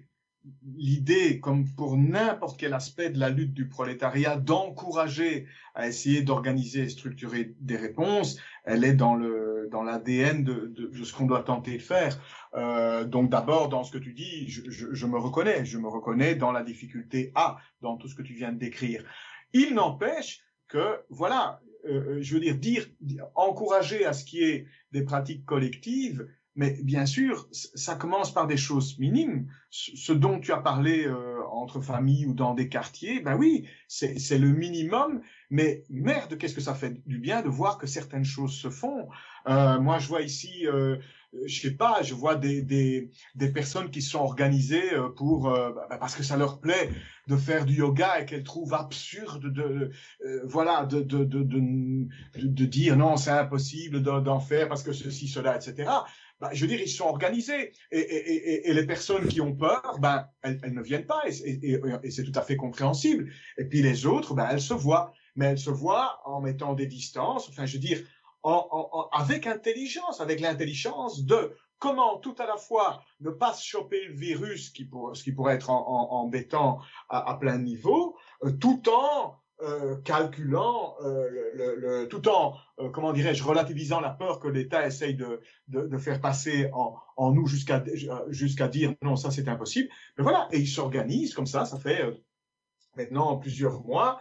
l'idée, comme pour n'importe quel aspect de la lutte du prolétariat, d'encourager à essayer d'organiser et structurer des réponses, elle est dans le dans l'A D N de, de, de ce qu'on doit tenter de faire. Euh, donc d'abord, dans ce que tu dis, je, je, je me reconnais, je me reconnais dans la difficulté A, dans tout ce que tu viens de décrire. Il n'empêche que, voilà, euh, je veux dire, dire, dire, encourager à ce qui est des pratiques collectives, mais bien sûr, ça commence par des choses minimes. Ce dont tu as parlé euh, entre familles ou dans des quartiers, ben oui, c'est, c'est le minimum. Mais merde, qu'est-ce que ça fait du bien de voir que certaines choses se font. Euh, moi, je vois ici, euh, je sais pas, je vois des des des personnes qui se sont organisées pour euh, bah, parce que ça leur plaît de faire du yoga et qu'elles trouvent absurde de euh, voilà de de, de de de de dire non, c'est impossible d'en faire parce que ceci, cela, et cetera. Bah, je veux dire, ils sont organisés et, et, et, et les personnes qui ont peur, ben elles, elles ne viennent pas et, et, et c'est tout à fait compréhensible. Et puis les autres, ben elles se voient, mais elles se voient en mettant des distances. Enfin, je veux dire, en, en, en, avec intelligence, avec l'intelligence de comment tout à la fois ne pas se choper le virus, qui pour, ce qui pourrait être en, en, embêtant à, à plein niveau, euh, tout en Euh, calculant, euh, le, le, le, tout en, euh, comment dirais-je, relativisant la peur que l'État essaye de, de, de faire passer en, en nous jusqu'à, jusqu'à dire non, ça c'est impossible. Mais voilà, et ils s'organisent comme ça, ça fait euh, maintenant plusieurs mois.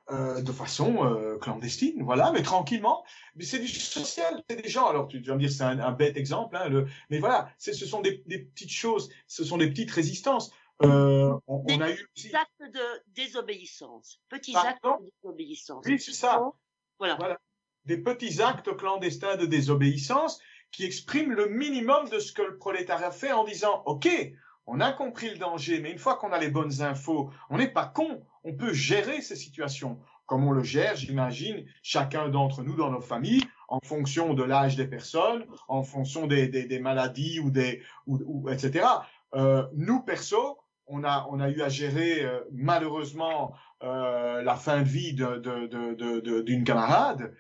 euh, de façon euh, clandestine, voilà, mais tranquillement. Mais c'est du social, c'est des gens. Alors tu, tu vas me dire c'est un, un bête exemple, hein, le, mais voilà, c'est, ce sont des, des petites choses, ce sont des petites résistances. Euh, on, on a eu aussi des actes de désobéissance, petits Pardon? actes de désobéissance. Oui, c'est ça. Voilà. Voilà. Des petits actes clandestins de désobéissance qui expriment le minimum de ce que le prolétariat fait en disant, OK, on a compris le danger, mais une fois qu'on a les bonnes infos, on n'est pas con, on peut gérer ces situations. Comme on le gère, j'imagine, chacun d'entre nous dans nos familles, en fonction de l'âge des personnes, en fonction des, des, des maladies ou des, ou, ou, et cetera. Euh, nous, perso, on a, on a eu à gérer, euh, malheureusement, euh, la fin de vie de, de, de, de, de, d'une camarade.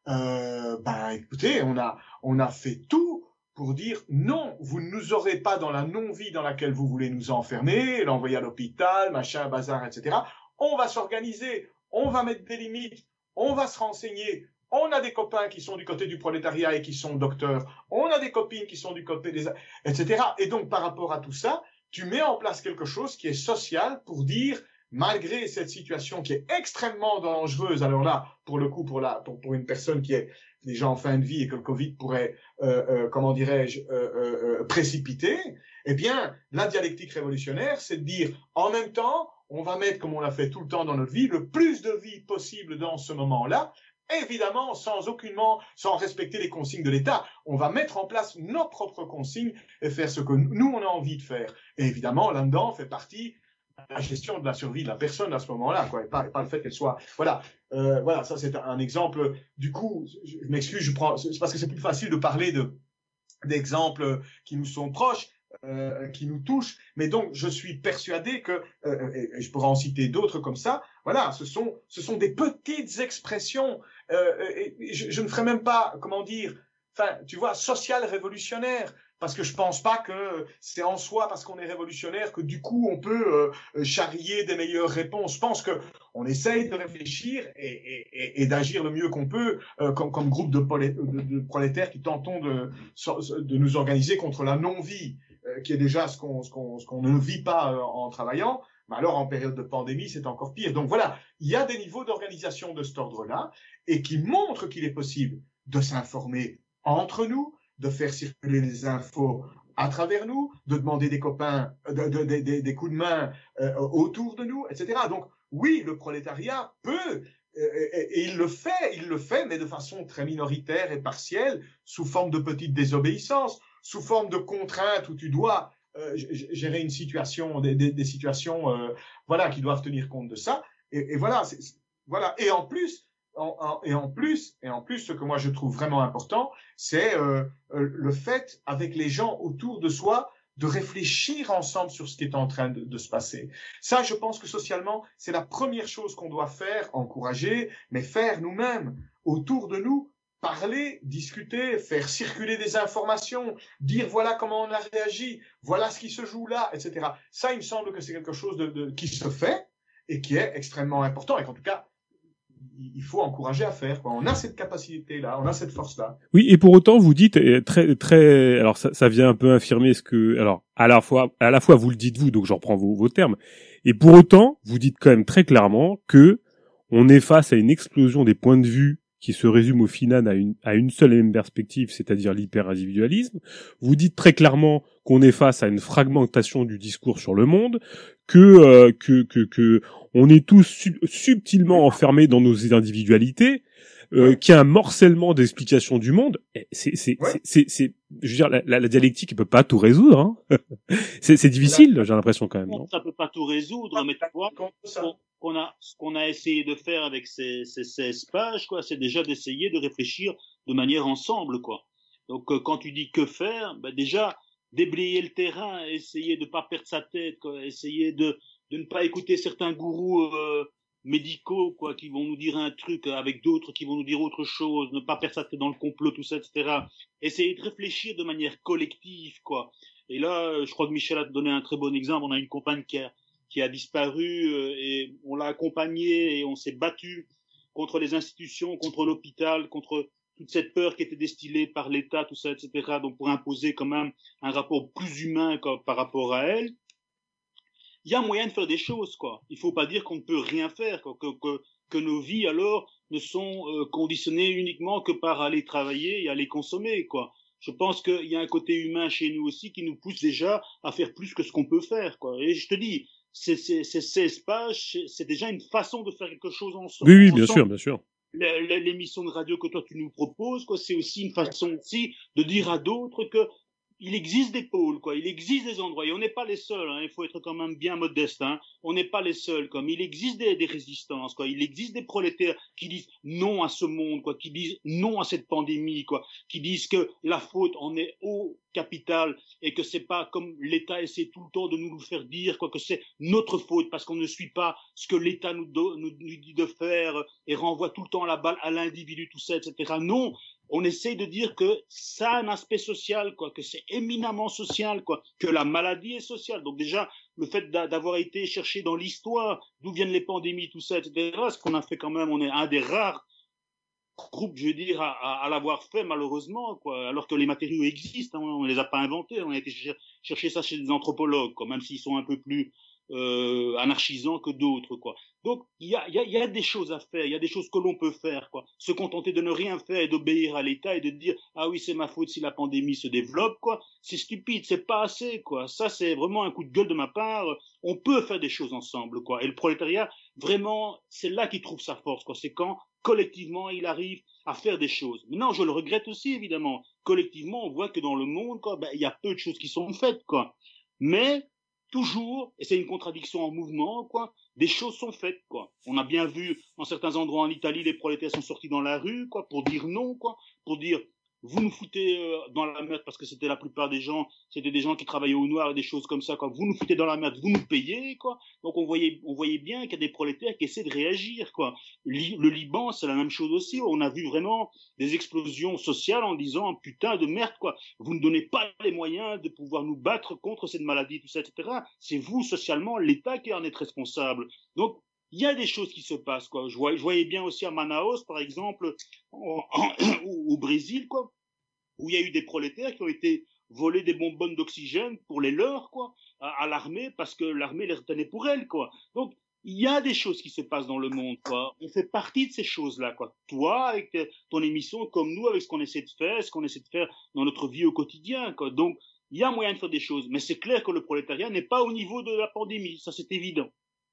Euh, ben, écoutez, on a, on a fait tout pour dire non, vous ne nous aurez pas dans la non-vie dans laquelle vous voulez nous enfermer, l'envoyer à l'hôpital, machin, bazar, et cetera. On va s'organiser, on va mettre des limites, on va se renseigner. On a des copains qui sont du côté du prolétariat et qui sont docteurs. On a des copines qui sont du côté des, et cetera. Et donc, par rapport à tout ça, tu mets en place quelque chose qui est social pour dire, malgré cette situation qui est extrêmement dangereuse, alors là, pour le coup, pour la, pour, pour une personne qui est déjà en fin de vie et que le Covid pourrait, euh, euh, comment dirais-je, euh, euh, précipiter, eh bien, la dialectique révolutionnaire, c'est de dire, en même temps, on va mettre, comme on l'a fait tout le temps dans notre vie, le plus de vie possible dans ce moment-là, évidemment, sans aucunement, sans respecter les consignes de l'État. On va mettre en place nos propres consignes et faire ce que nous, on a envie de faire. Et évidemment, là-dedans, fait partie la gestion de la survie de la personne à ce moment-là, quoi, et pas, et pas le fait qu'elle soit, voilà, euh, voilà, ça c'est un exemple. Du coup, je, je m'excuse, je prends, c'est parce que c'est plus facile de parler de d'exemples qui nous sont proches, euh, qui nous touchent. Mais donc, je suis persuadé que, euh, et, et je pourrais en citer d'autres comme ça. Voilà, ce sont, ce sont des petites expressions. Euh, et, et je, je ne ferai même pas, comment dire, enfin, tu vois, social révolutionnaire. Parce que je pense pas que c'est en soi parce qu'on est révolutionnaire que du coup on peut euh, charrier des meilleures réponses. Je pense que on essaye de réfléchir et, et, et d'agir le mieux qu'on peut euh, comme, comme groupe de, polé, de, de prolétaires qui tentons de, de nous organiser contre la non-vie, euh, qui est déjà ce qu'on, ce qu'on, ce qu'on ne vit pas euh, en travaillant. Mais alors en période de pandémie, c'est encore pire. Donc voilà, il y a des niveaux d'organisation de cet ordre-là et qui montrent qu'il est possible de s'informer entre nous, de faire circuler les infos à travers nous, de demander des copains, de, de, de, de, des coups de main euh, autour de nous, et cetera. Donc oui, le prolétariat peut, euh, et, et il le fait, il le fait, mais de façon très minoritaire et partielle, sous forme de petites désobéissances, sous forme de contraintes où tu dois euh, gérer une situation, des, des, des situations, euh, voilà, qui doivent tenir compte de ça. Et, et voilà, c'est, voilà. Et en plus. En, en, et en plus, et en plus, ce que moi je trouve vraiment important, c'est euh, euh, le fait, avec les gens autour de soi, de réfléchir ensemble sur ce qui est en train de, de se passer. Ça, je pense que socialement, c'est la première chose qu'on doit faire, encourager, mais faire nous-mêmes, autour de nous, parler, discuter, faire circuler des informations, dire voilà comment on a réagi, voilà ce qui se joue là, et cetera. Ça, il me semble que c'est quelque chose de, de, qui se fait et qui est extrêmement important, et qu'en tout cas, il faut encourager à faire, quoi. On a cette capacité-là, on a cette force-là. Oui, et pour autant, vous dites très, très, alors ça, ça vient un peu infirmer ce que, alors, à la fois, à la fois, vous le dites vous, donc je reprends vos, vos termes. Et pour autant, vous dites quand même très clairement que on est face à une explosion des points de vue qui se résume au final à une, à une seule et même perspective, c'est-à-dire l'hyper-individualisme. Vous dites très clairement qu'on est face à une fragmentation du discours sur le monde, que, euh, que, que, que, on est tous sub- subtilement enfermés dans nos individualités, euh, ouais. qu'il y a un morcellement d'explications du monde. C'est, c'est, ouais. c'est, c'est, c'est, je veux dire, la, la, la dialectique, elle peut pas tout résoudre, hein. c'est, c'est difficile, j'ai l'impression quand même, non? Ça peut pas tout résoudre, mais tu vois, qu'on a, ce qu'on a essayé de faire avec ces, ces seize pages, quoi, c'est déjà d'essayer de réfléchir de manière ensemble, quoi. Donc, euh, quand tu dis que faire, ben déjà, déblayer le terrain, essayer de pas perdre sa tête, quoi, essayer de, de ne pas écouter certains gourous euh, médicaux, quoi, qui vont nous dire un truc avec d'autres qui vont nous dire autre chose, ne pas perdre sa tête dans le complot, tout ça, et cetera. Essayer de réfléchir de manière collective, quoi. Et là, je crois que Michel a donné un très bon exemple. On a une compagne qui a, qui a disparu euh, et on l'a accompagnée et on s'est battu contre les institutions, contre l'hôpital, contre toute cette peur qui était distillée par l'État, tout ça, et cetera. Donc pour imposer quand même un rapport plus humain quoi, par rapport à elle. Il y a moyen de faire des choses, quoi. Il faut pas dire qu'on ne peut rien faire, quoi, que, que que nos vies alors ne sont euh, conditionnées uniquement que par aller travailler et aller consommer, quoi. Je pense qu'il y a un côté humain chez nous aussi qui nous pousse déjà à faire plus que ce qu'on peut faire, quoi. Et je te dis, c'est, c'est, c'est seize pages, c'est déjà une façon de faire quelque chose ensemble. Oui, oui, bien sûr, bien sûr. L'émission de radio que toi tu nous proposes, quoi, c'est aussi une façon aussi de dire à d'autres que il existe des pôles, quoi. Il existe des endroits et on n'est pas les seuls. Hein. Il faut être quand même bien modeste. Hein. On n'est pas les seuls. Comme il existe des, des résistances, quoi. Il existe des prolétaires qui disent non à ce monde, quoi. Qui disent non à cette pandémie, quoi. Qui disent que la faute en est au capital et que c'est pas comme l'État essaie tout le temps de nous le faire dire, quoi. Que c'est notre faute parce qu'on ne suit pas ce que l'État nous, do, nous, nous dit de faire et renvoie tout le temps la balle à l'individu, tout ça, et cetera. Non. On essaye de dire que ça a un aspect social, quoi, que c'est éminemment social, quoi, que la maladie est sociale. Donc déjà, le fait d'avoir été cherché dans l'histoire, d'où viennent les pandémies, tout ça, et cetera, ce qu'on a fait quand même, on est un des rares groupes, je veux dire, à, à, à l'avoir fait, malheureusement, quoi, alors que les matériaux existent, hein, on ne les a pas inventés, on a été cher chercher ça chez des anthropologues, quoi, même s'ils sont un peu plus euh, anarchisants que d'autres, quoi. Donc, il y a, y, a, y a des choses à faire, il y a des choses que l'on peut faire, quoi. Se contenter de ne rien faire et d'obéir à l'État et de dire « Ah oui, c'est ma faute si la pandémie se développe », quoi. C'est stupide, c'est pas assez, quoi. Ça, c'est vraiment un coup de gueule de ma part. On peut faire des choses ensemble, quoi. Et le prolétariat, vraiment, c'est là qu'il trouve sa force, quoi. C'est quand, collectivement, il arrive à faire des choses. Maintenant, je le regrette aussi, évidemment. Collectivement, on voit que dans le monde, quoi, ben, il y a peu de choses qui sont faites, quoi. Mais, toujours, et c'est une contradiction en mouvement, quoi, des choses sont faites, quoi. On a bien vu, dans certains endroits en Italie, les prolétaires sont sortis dans la rue, quoi, pour dire non, quoi, pour dire, vous nous foutez euh, dans la merde, parce que c'était la plupart des gens, c'était des gens qui travaillaient au noir et des choses comme ça, quoi. Vous nous foutez dans la merde, vous nous payez, quoi. Donc on voyait, on voyait bien qu'il y a des prolétaires qui essaient de réagir, quoi. Li le Liban, c'est la même chose aussi. On a vu vraiment des explosions sociales en disant, putain de merde, quoi. Vous ne donnez pas les moyens de pouvoir nous battre contre cette maladie, tout ça, et cetera. C'est vous, socialement, l'État qui en est responsable. Donc, il y a des choses qui se passent, quoi. Je voyais, je voyais bien aussi à Manaus, par exemple, en, en, au Brésil, quoi, où il y a eu des prolétaires qui ont été volés des bonbonnes d'oxygène pour les leurs, quoi, à, à l'armée, parce que l'armée les retenait pour elles, quoi. Donc, il y a des choses qui se passent dans le monde, quoi. On fait partie de ces choses-là, quoi. Toi, avec ton émission, comme nous, avec ce qu'on essaie de faire, ce qu'on essaie de faire dans notre vie au quotidien, quoi. Donc, il y a moyen de faire des choses. Mais c'est clair que le prolétariat n'est pas au niveau de la pandémie. Ça, c'est évident.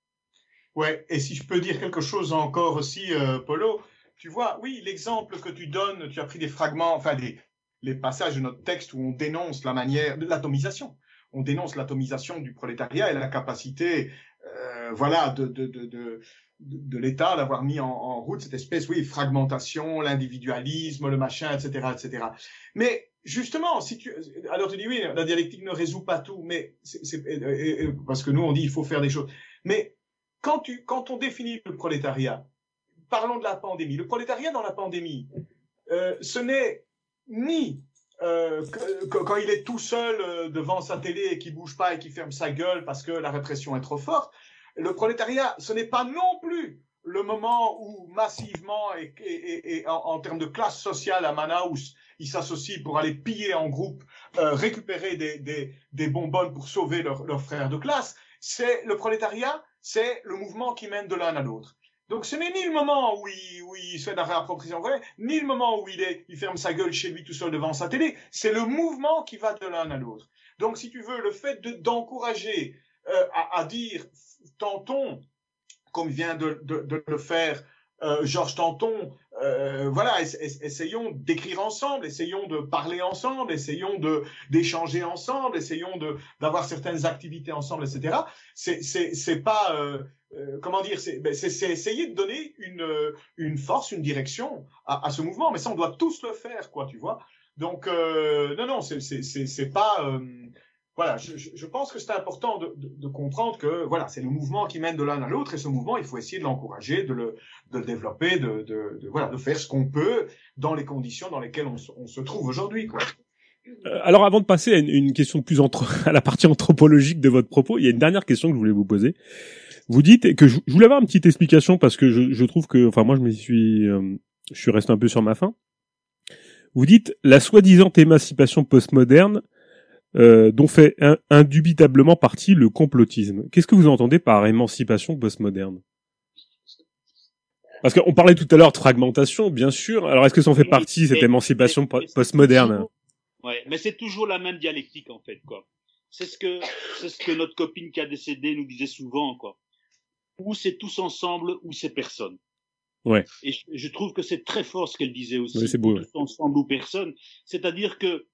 Ouais, et si je peux dire quelque chose encore aussi, euh, Polo, tu vois, oui, l'exemple que tu donnes, tu as pris des fragments, enfin des les passages de notre texte où on dénonce la manière de l'atomisation. On dénonce l'atomisation du prolétariat et la capacité, euh, voilà, de de de de, de l'État d'avoir mis en, en route cette espèce, oui, fragmentation, l'individualisme, le machin, et cetera, et cetera. Mais justement, si tu, alors tu dis oui, la dialectique ne résout pas tout, mais c'est, c'est, parce que nous on dit il faut faire des choses, mais Quand, tu, quand on définit le prolétariat, parlons de la pandémie. Le prolétariat dans la pandémie, euh, ce n'est ni euh, que, que, quand il est tout seul euh, devant sa télé et qui bouge pas et qui ferme sa gueule parce que la répression est trop forte. Le prolétariat, ce n'est pas non plus le moment où massivement et, et, et, et en, en termes de classe sociale à Manaus, ils s'associent pour aller piller en groupe, euh, récupérer des, des, des bonbonnes pour sauver leurs leur frères de classe. C'est le prolétariat. C'est le mouvement qui mène de l'un à l'autre. Donc ce n'est ni le moment où il, où il se fait de la réappropriation, ni le moment où il, est, il ferme sa gueule chez lui tout seul devant sa télé. C'est le mouvement qui va de l'un à l'autre. Donc si tu veux, le fait d'encourager de, euh, à, à dire tentons, comme vient de, de, de le faire euh, Georges Tanton, euh, voilà, ess essayons d'écrire ensemble, essayons de parler ensemble, essayons de d'échanger ensemble, essayons de d'avoir certaines activités ensemble, et cetera. C'est c'est c'est pas euh, euh, comment dire, c'est ben, c'est essayer de donner une une force, une direction à, à ce mouvement. Mais ça, on doit tous le faire, quoi, tu vois. Donc euh, non non, c'est c'est c'est c'est pas euh, voilà, je, je pense que c'est important de, de, de comprendre que voilà, c'est le mouvement qui mène de l'un à l'autre et ce mouvement, il faut essayer de l'encourager, de le, de le développer, de, de, de voilà, de faire ce qu'on peut dans les conditions dans lesquelles on, on se trouve aujourd'hui, quoi. Euh, alors, avant de passer à une, une question plus entre, à la partie anthropologique de votre propos, il y a une dernière question que je voulais vous poser. Vous dites que je, je voulais avoir une petite explication parce que je, je trouve que, enfin, moi, je me suis, euh, je suis resté un peu sur ma faim. Vous dites la soi-disant émancipation postmoderne. Euh, dont fait in, indubitablement partie le complotisme. Qu'est-ce que vous entendez par émancipation postmoderne? Parce qu'on parlait tout à l'heure de fragmentation, bien sûr. Alors, est-ce que ça en fait partie, cette émancipation postmoderne? Ouais, mais c'est toujours la même dialectique, en fait, quoi. C'est ce que, c'est ce que notre copine qui a décédé nous disait souvent, quoi. Ou c'est tous ensemble, ou c'est personne. Ouais. Et je, je trouve que c'est très fort ce qu'elle disait aussi. Oui, c'est beau. Tous ensemble ou personne. C'est-à-dire que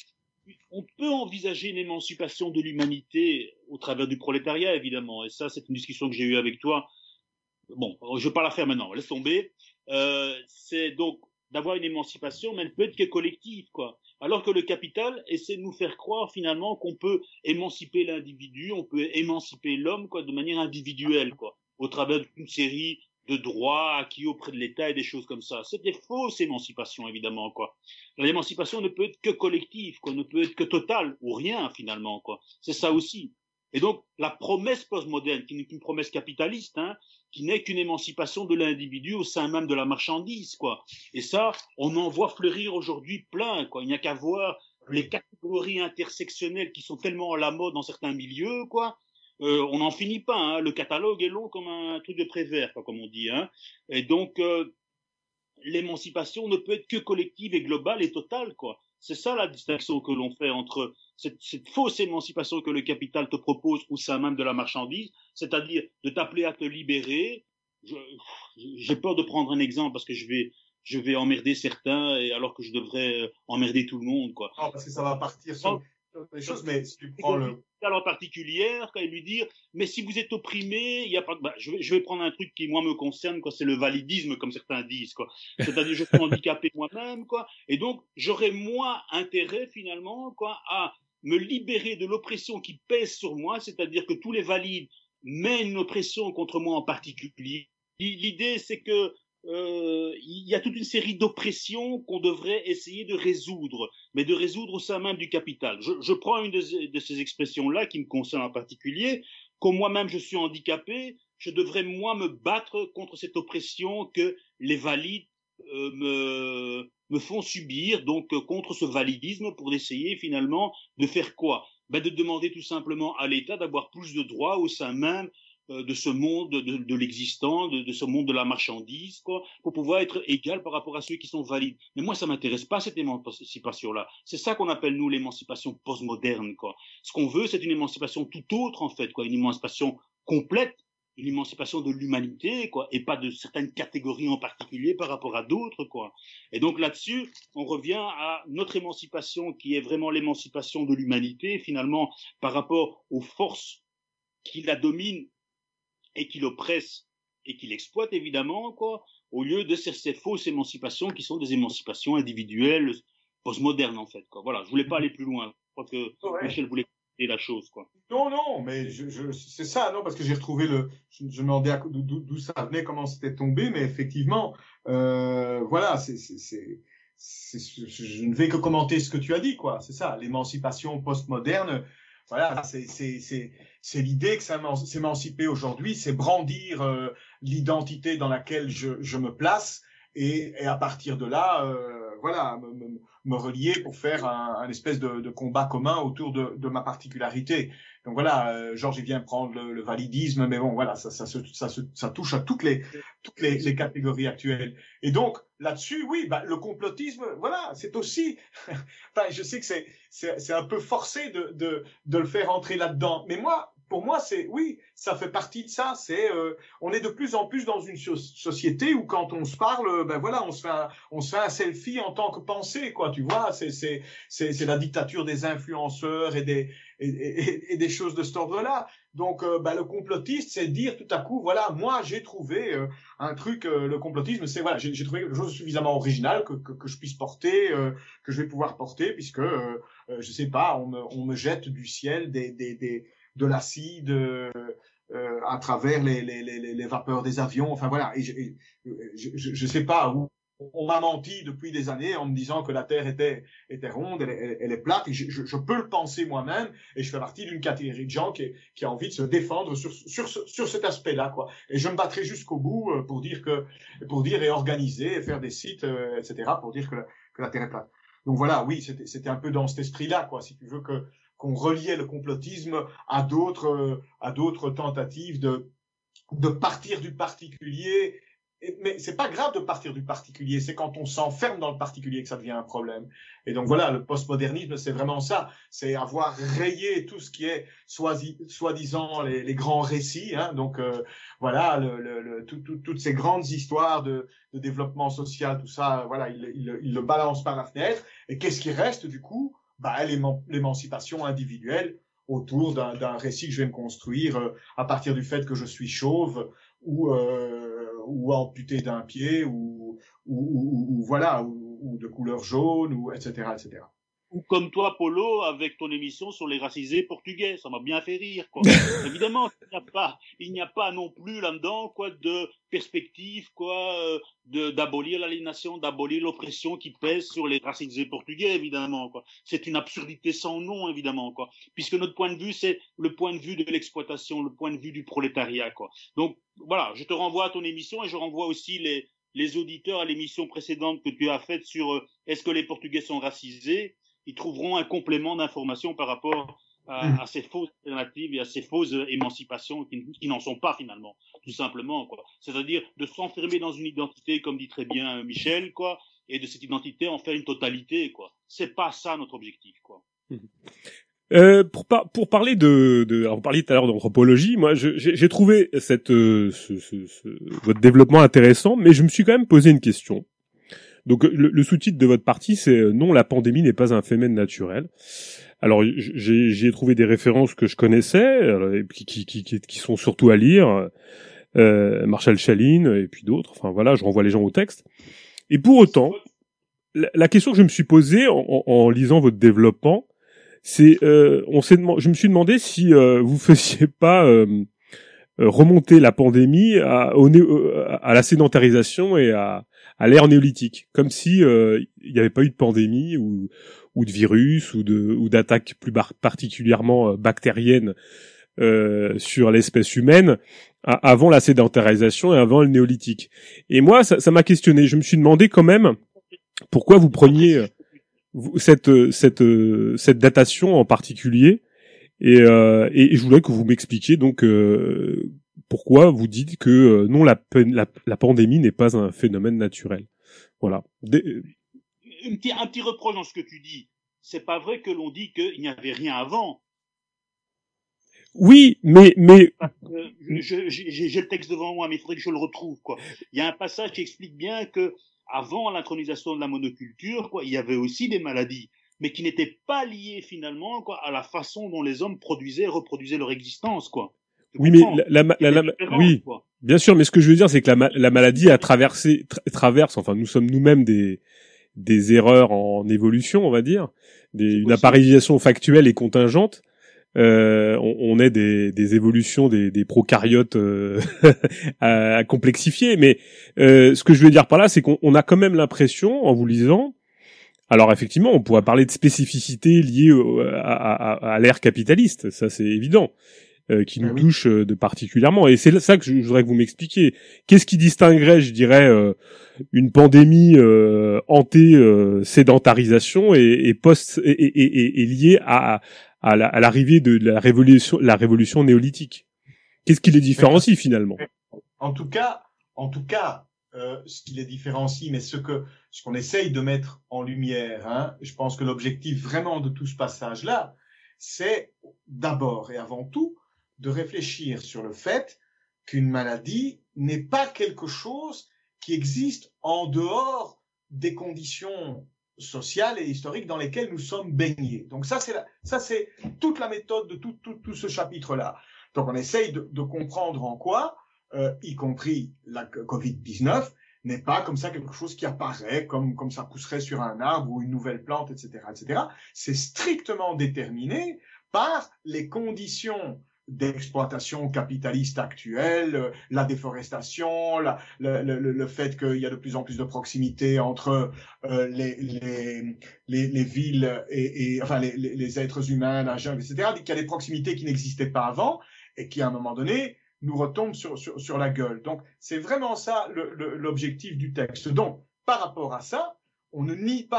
on peut envisager une émancipation de l'humanité au travers du prolétariat, évidemment. Et ça, c'est une discussion que j'ai eue avec toi. Bon, je vais pas la faire maintenant. Laisse tomber. Euh, c'est donc d'avoir une émancipation, mais elle peut être que collective, quoi. Alors que le capital essaie de nous faire croire finalement qu'on peut émanciper l'individu, on peut émanciper l'homme, quoi, de manière individuelle, quoi, au travers d'une série de droits acquis auprès de l'État et des choses comme ça. C'est des fausses émancipations, évidemment, quoi. L'émancipation ne peut être que collective, quoi, ne peut être que totale, ou rien, finalement, quoi. C'est ça aussi. Et donc, la promesse postmoderne, qui n'est qu'une promesse capitaliste, hein, qui n'est qu'une émancipation de l'individu au sein même de la marchandise, quoi. Et ça, on en voit fleurir aujourd'hui plein, quoi. Il n'y a qu'à voir les catégories intersectionnelles qui sont tellement à la mode dans certains milieux, quoi. Euh, on n'en finit pas, hein. Le catalogue est long comme un truc de Prévert, quoi, comme on dit, hein. Et donc, euh, l'émancipation ne peut être que collective et globale et totale, quoi. C'est ça la distinction que l'on fait entre cette, cette fausse émancipation que le capital te propose au sein même de la marchandise, c'est-à-dire de t'appeler à te libérer. Je, j'ai peur de prendre un exemple parce que je vais, je vais emmerder certains, et alors que je devrais emmerder tout le monde, quoi. Non, parce que ça va partir sur les choses, mais si tu prends le... en particulière, quand il lui dire, mais si vous êtes opprimé, il y a pas, bah, je vais, je vais prendre un truc qui, moi, me concerne, quoi, c'est le validisme, comme certains disent, quoi. C'est-à-dire, je suis handicapé moi-même, quoi. Et donc, j'aurais moins intérêt, finalement, quoi, à me libérer de l'oppression qui pèse sur moi, c'est-à-dire que tous les valides mènent une oppression contre moi en particulier. L'idée, c'est que, Euh, il y a toute une série d'oppressions qu'on devrait essayer de résoudre, mais de résoudre au sein même du capital. Je, je prends une de, de ces expressions-là qui me concerne en particulier. Comme moi-même je suis handicapé, je devrais moi me battre contre cette oppression que les valides euh, me, me font subir, donc euh, contre ce validisme, pour essayer finalement de faire quoi? Ben, de demander tout simplement à l'État d'avoir plus de droits au sein même de ce monde de, de, de l'existant, de, de ce monde de la marchandise, quoi, pour pouvoir être égal par rapport à ceux qui sont valides. Mais moi, ça m'intéresse pas, cette émancipation-là. C'est ça qu'on appelle, nous, l'émancipation postmoderne, quoi. Ce qu'on veut, c'est une émancipation tout autre, en fait, quoi, une émancipation complète, une émancipation de l'humanité, quoi, et pas de certaines catégories en particulier par rapport à d'autres, quoi. Et donc, là-dessus, on revient à notre émancipation, qui est vraiment l'émancipation de l'humanité, finalement, par rapport aux forces qui la dominent et qui l'oppresse et qui l'exploite, évidemment, quoi, au lieu de ces, ces fausses émancipations qui sont des émancipations individuelles, postmodernes, en fait, quoi. Voilà, je voulais pas aller plus loin. Je crois que ouais. Michel voulait dire la chose, quoi. Non, non, mais je, je, c'est ça, non, parce que j'ai retrouvé le, je, je me demandais d'où, d'où ça venait, comment c'était tombé, mais effectivement, euh, voilà, c'est, c'est, c'est, c'est, je ne vais que commenter ce que tu as dit, quoi. C'est ça, l'émancipation postmoderne. Voilà, c'est, c'est, c'est, c'est l'idée que s'émanciper aujourd'hui, c'est brandir euh, l'identité dans laquelle je, je me place et, et à partir de là, euh, voilà, me, me, me relier pour faire un, un espèce de, de combat commun autour de, de ma particularité. Donc voilà, euh, Georges il vient prendre le, le validisme, mais bon, voilà, ça, ça, ça, ça, ça touche à toutes les, toutes les, les catégories actuelles. Et donc là-dessus, oui, bah, le complotisme, voilà, c'est aussi. Enfin, je sais que c'est, c'est, c'est un peu forcé de, de, de le faire entrer là-dedans, mais moi, pour moi, c'est, oui, ça fait partie de ça. C'est, euh, on est de plus en plus dans une so- société où quand on se parle, ben voilà, on se fait, un, on se fait un selfie en tant que pensée, quoi. Tu vois, c'est, c'est, c'est, c'est la dictature des influenceurs et des, et, et, et des choses de cet ordre-là. Donc, euh, ben, le complotiste, c'est dire tout à coup, voilà, moi, j'ai trouvé euh, un truc. Euh, le complotisme, c'est voilà, j'ai, j'ai trouvé quelque chose de suffisamment original que, que, que je puisse porter, euh, que je vais pouvoir porter, puisque, euh, euh, je sais pas, on me, on me jette du ciel des, des, des de l'acide euh, euh, à travers les, les, les, les vapeurs des avions. Enfin voilà, et je, et je, je, je sais pas où on m'a menti depuis des années en me disant que la Terre était était ronde, elle, elle, elle est plate. Et je, je, je peux le penser moi-même, et je fais partie d'une catégorie de gens qui, qui a envie de se défendre sur sur sur cet aspect-là, quoi. Et je me battrai jusqu'au bout pour dire que pour dire et organiser, et faire des sites, euh, et cetera, pour dire que la, que la Terre est plate. Donc voilà, oui, c'était c'était un peu dans cet esprit-là, quoi. Si tu veux que qu'on reliait le complotisme à d'autres, à d'autres tentatives de, de partir du particulier mais c'est pas grave de partir du particulier, c'est quand on s'enferme dans le particulier que ça devient un problème. Et donc voilà, le postmodernisme, c'est vraiment ça, c'est avoir rayé tout ce qui est soi-disant les, les grands récits, hein, donc euh, voilà, le, le, le, tout, tout, toutes ces grandes histoires de, de développement social, tout ça, voilà, il, il, il le balance par la fenêtre. Et qu'est-ce qui reste du coup? Bah, l'émancipation individuelle autour d'un, d'un récit que je vais me construire euh, à partir du fait que je suis chauve ou euh, ou amputé d'un pied ou ou, ou, ou voilà ou, ou de couleur jaune ou et cetera et cetera. Ou comme toi, Polo, avec ton émission sur les racisés portugais, ça m'a bien fait rire, quoi. Évidemment, il n'y a pas, il n'y a pas non plus là-dedans, quoi, de perspective, quoi, de, d'abolir l'aliénation, d'abolir l'oppression qui pèse sur les racisés portugais, évidemment, quoi. C'est une absurdité sans nom, évidemment, quoi. Puisque notre point de vue, c'est le point de vue de l'exploitation, le point de vue du prolétariat, quoi. Donc, voilà, je te renvoie à ton émission et je renvoie aussi les, les auditeurs à l'émission précédente que tu as faite sur euh, est-ce que les Portugais sont racisés? Ils trouveront un complément d'information par rapport à, mmh. à ces fausses alternatives et à ces fausses émancipations qui, qui n'en sont pas finalement, tout simplement, quoi. C'est-à-dire de s'enfermer dans une identité, comme dit très bien Michel, quoi, et de cette identité en faire une totalité, quoi. C'est pas ça notre objectif, quoi. Mmh. Euh, pour, par, pour parler de, de, alors vous parliez tout à l'heure d'anthropologie, moi je, j'ai, j'ai trouvé cette, euh, ce, ce, ce, votre développement intéressant, mais je me suis quand même posé une question. Donc le, le sous-titre de votre partie, c'est euh, non, la pandémie n'est pas un phénomène naturel. Alors j'ai, j'ai trouvé des références que je connaissais, euh, qui, qui, qui, qui sont surtout à lire, euh, Marshall Chalin et puis d'autres. Enfin voilà, je renvoie les gens au texte. Et pour autant, la, la question que je me suis posée en, en, en lisant votre développement, c'est, euh, on s'est, je me suis demandé si euh, vous faisiez pas euh, remonter la pandémie à, au, à la sédentarisation et à à l'ère néolithique, comme si euh, il n'y avait pas eu de pandémie ou, ou de virus ou de ou d'attaques plus bar- particulièrement bactériennes euh, sur l'espèce humaine à, avant la sédentarisation et avant le néolithique. Et moi, ça, ça m'a questionné. Je me suis demandé quand même pourquoi vous preniez vous, cette cette cette datation en particulier. Et, euh, et je voudrais que vous m'expliquiez donc euh, pourquoi vous dites que euh, non, la, la, la pandémie n'est pas un phénomène naturel. Voilà. Des... Un, petit, un petit reproche dans ce que tu dis. C'est pas vrai que l'on dit qu'il n'y avait rien avant. Oui, mais mais euh, je, j'ai, j'ai le texte devant moi, mais il faudrait que je le retrouve, quoi. Il y a un passage qui explique bien que avant l'intronisation de la monoculture, quoi, il y avait aussi des maladies, mais qui n'étaient pas liées finalement, quoi, à la façon dont les hommes produisaient et reproduisaient leur existence, quoi. Oui, mais la, la, la, la, la oui, quoi. Bien sûr, mais ce que je veux dire, c'est que la, la maladie a traversé, tra- traverse, enfin, nous sommes nous-mêmes des, des erreurs en évolution, on va dire, des, une appareillisation factuelle et contingente. Euh, on, on est des, des évolutions des, des prokaryotes euh, à, à complexifier. Mais euh, ce que je veux dire par là, c'est qu'on on a quand même l'impression, en vous lisant, alors effectivement, on pourrait parler de spécificité liée au, à, à, à l'ère capitaliste, ça c'est évident. Euh, qui nous ah oui. touche euh, de particulièrement. Et c'est ça que je, je voudrais que vous m'expliquiez. Qu'est-ce qui distinguerait, je dirais, euh, une pandémie euh, anté-sédentarisation euh, et, et post et, et, et, et liée à, à, la, à l'arrivée de la révolution, la révolution néolithique. Qu'est-ce qui les différencie finalement? En tout cas, en tout cas, euh, ce qui les différencie, mais ce que ce qu'on essaye de mettre en lumière, hein, je pense que l'objectif vraiment de tout ce passage-là, c'est d'abord et avant tout de réfléchir sur le fait qu'une maladie n'est pas quelque chose qui existe en dehors des conditions sociales et historiques dans lesquelles nous sommes baignés. Donc ça, c'est la, ça, c'est toute la méthode de tout, tout, tout ce chapitre-là. Donc on essaye de, de comprendre en quoi, euh, y compris la covid dix-neuf, n'est pas comme ça quelque chose qui apparaît, comme, comme ça pousserait sur un arbre ou une nouvelle plante, et cetera, et cetera. C'est strictement déterminé par les conditions d'exploitation capitaliste actuelle, la déforestation, la, le, le, le fait qu'il y a de plus en plus de proximité entre euh, les, les, les, les villes et, et enfin les, les êtres humains, la jungle, et cetera. Qu'il y a des proximités qui n'existaient pas avant et qui, à un moment donné, nous retombent sur, sur, sur la gueule. Donc, c'est vraiment ça le, le, l'objectif du texte. Donc, par rapport à ça, on ne nie pas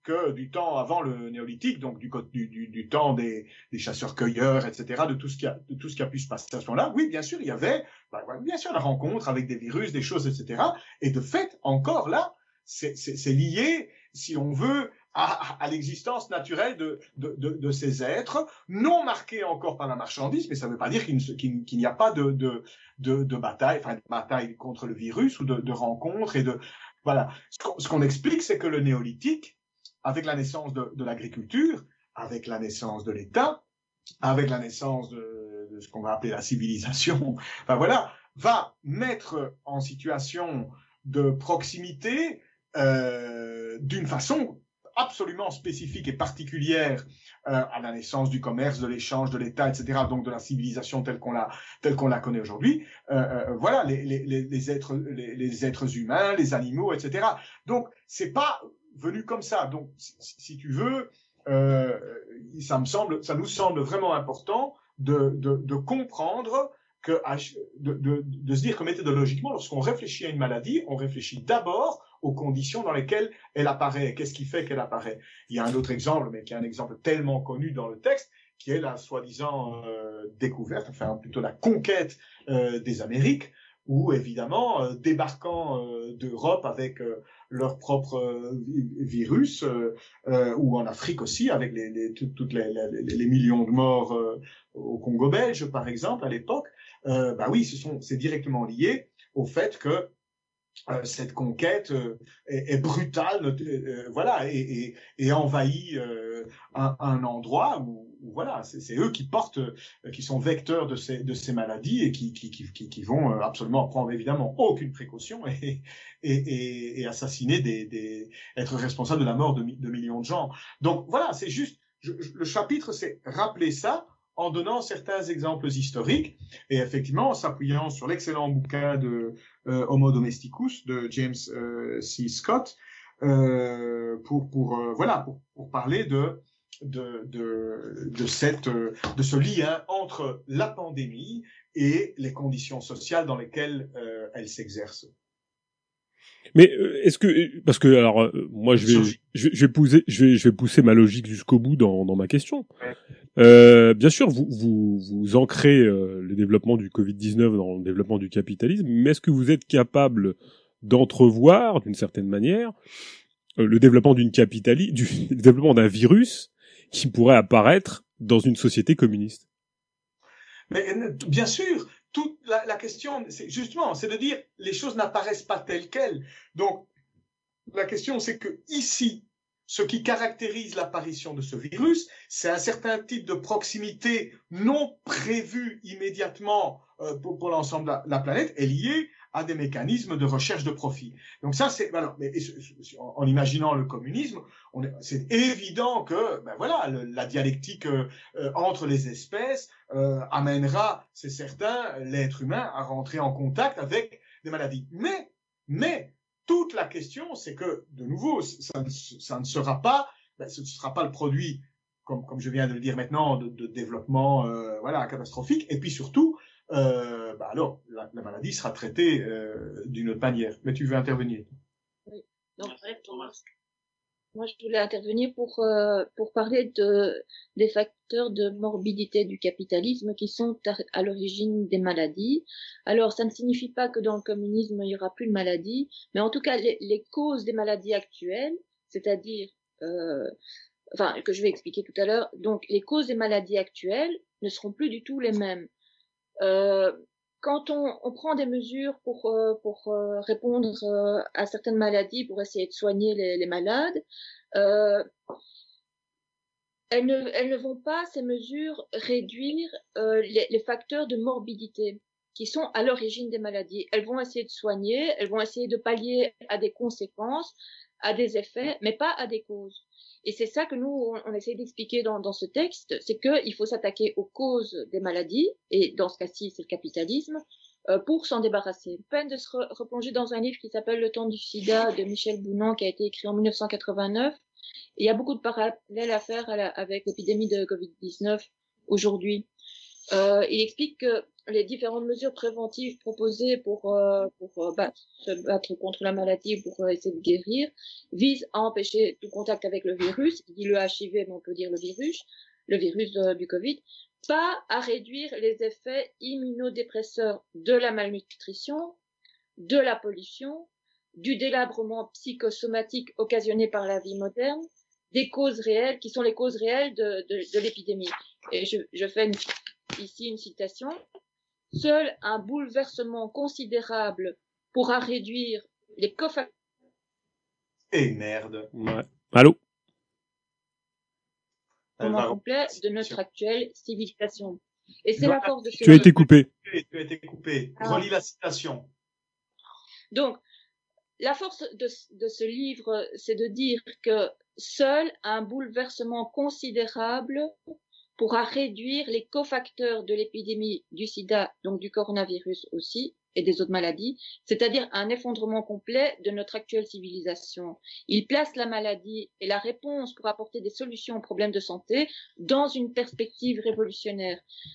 que du temps avant le néolithique, donc du, du, du, du temps des, des chasseurs-cueilleurs, et cetera, de tout ce qui a, de tout ce qui a pu se passer à ce moment-là. Oui, bien sûr, il y avait, bah, bien sûr, la rencontre avec des virus, des choses, et cetera. Et de fait, encore là, c'est, c'est, c'est lié, si on veut, à, à l'existence naturelle de, de, de, de ces êtres, non marqués encore par la marchandise, mais ça ne veut pas dire qu'il, ne, qu'il, qu'il n'y a pas de, de, de, de bataille, enfin de bataille contre le virus ou de, de rencontres et de voilà. Ce qu'on, ce qu'on explique, c'est que le néolithique, avec la naissance de, de l'agriculture, avec la naissance de l'État, avec la naissance de, de ce qu'on va appeler la civilisation, enfin voilà, va mettre en situation de proximité euh, d'une façon absolument spécifique et particulière euh, à la naissance du commerce, de l'échange, de l'État, et cetera, donc de la civilisation telle qu'on la, telle qu'on la connaît aujourd'hui. Euh, euh, voilà, les, les, les, êtres, les, les êtres humains, les animaux, et cetera. Donc, c'est pas venu comme ça. Donc, si, si tu veux, euh, ça me semble, ça nous semble vraiment important de, de, de comprendre que, de, de, de se dire que méthodologiquement, lorsqu'on réfléchit à une maladie, on réfléchit d'abord aux conditions dans lesquelles elle apparaît. Qu'est-ce qui fait qu'elle apparaît? Il y a un autre exemple, mais qui est un exemple tellement connu dans le texte, qui est la soi-disant euh, découverte, enfin plutôt la conquête euh, des Amériques, où évidemment, euh, débarquant euh, d'Europe avec euh, leur propre euh, virus, euh, euh, ou en Afrique aussi, avec les, les, toutes tout les, les, les millions de morts euh, au Congo belge, par exemple, à l'époque, euh, bah oui, ce sont, c'est directement lié au fait que Euh, cette conquête euh, est, est brutale, euh, voilà, et, et, et envahit euh, un, un endroit où, où voilà, c'est, c'est eux qui portent, euh, qui sont vecteurs de ces, de ces maladies et qui, qui, qui, qui vont absolument prendre évidemment aucune précaution et, et, et, et assassiner des, des, être responsable de la mort de, de millions de gens. Donc voilà, c'est juste, je, je, le chapitre, c'est rappeler ça en donnant certains exemples historiques et effectivement en s'appuyant sur l'excellent bouquin de euh, Homo Domesticus de James euh, C. Scott euh, pour pour euh, voilà pour, pour parler de de de de cette de ce lien entre la pandémie et les conditions sociales dans lesquelles euh, elle s'exerce. Mais est-ce que parce que alors moi je vais je vais, je vais pousser je vais je vais pousser ma logique jusqu'au bout dans dans ma question. Ouais. Euh, bien sûr, vous vous vous ancrez euh, le développement du covid dix-neuf dans le développement du capitalisme, mais est-ce que vous êtes capable d'entrevoir d'une certaine manière euh, le développement d'une capitali du le développement d'un virus qui pourrait apparaître dans une société communiste? Mais bien sûr. Toute la, la question, c'est justement, c'est de dire les choses n'apparaissent pas telles quelles. Donc, la question, c'est que ici, ce qui caractérise l'apparition de ce virus, c'est un certain type de proximité non prévue immédiatement euh, pour, pour l'ensemble de la, la planète est liée à des mécanismes de recherche de profit. Donc ça, c'est voilà. Mais en, en imaginant le communisme, on est, c'est évident que ben voilà, le, la dialectique euh, entre les espèces euh, amènera, c'est certain, l'être humain à rentrer en contact avec des maladies. Mais mais toute la question, c'est que, de nouveau, ça, ça ne sera pas, ben, ce ne sera pas le produit, comme, comme je viens de le dire maintenant, de, de développement, euh, voilà, catastrophique. Et puis surtout, euh, ben alors, la, la maladie sera traitée euh, d'une autre manière. Mais tu veux intervenir? Oui. Donc, Thomas. Moi, je voulais intervenir pour euh, pour parler de des facteurs de morbidité du capitalisme qui sont à, à l'origine des maladies. Alors, ça ne signifie pas que dans le communisme il y aura plus de maladies, mais en tout cas les, les causes des maladies actuelles, c'est-à-dire, euh, enfin que je vais expliquer tout à l'heure. Donc, les causes des maladies actuelles ne seront plus du tout les mêmes. Euh, Quand on, on prend des mesures pour euh, pour euh, répondre euh, à certaines maladies, pour essayer de soigner les, les malades, euh, elles ne elles ne vont pas, ces mesures, réduire euh, les, les facteurs de morbidité qui sont à l'origine des maladies. Elles vont essayer de soigner, elles vont essayer de pallier à des conséquences, à des effets, mais pas à des causes. Et c'est ça que nous, on, on essaie d'expliquer dans, dans ce texte, c'est qu'il faut s'attaquer aux causes des maladies, et dans ce cas-ci, c'est le capitalisme, euh, pour s'en débarrasser. Peine de se re- replonger dans un livre qui s'appelle Le temps du sida de Michel Bounan, qui a été écrit en mille neuf cent quatre-vingt-neuf. Et il y a beaucoup de parallèles à faire à la, avec l'épidémie de covid dix-neuf aujourd'hui. Euh, il explique que les différentes mesures préventives proposées pour, euh, pour euh, battre, se battre contre la maladie, pour euh, essayer de guérir, visent à empêcher tout contact avec le virus. Il dit le H I V, mais on peut dire le virus, le virus de, du Covid, pas à réduire les effets immunodépresseurs de la malnutrition, de la pollution, du délabrement psychosomatique occasionné par la vie moderne, des causes réelles, qui sont les causes réelles de, de, de l'épidémie. Et je, je fais une, ici une citation. Seul un bouleversement considérable pourra réduire les cofacteurs. Et merde. Ouais. Allô? complet de notre actuelle civilisation. Et c'est la force de ce Tu as été coupé. Tu as été coupé. Ah. Relis la citation. Donc, la force de, de ce livre, c'est de dire que seul un bouleversement considérable pourra réduire les cofacteurs de l'épidémie du sida, donc du coronavirus aussi, et des autres maladies, c'est-à-dire un effondrement complet de notre actuelle civilisation. Il place la maladie et la réponse pour apporter des solutions aux problèmes de santé dans une perspective révolutionnaire.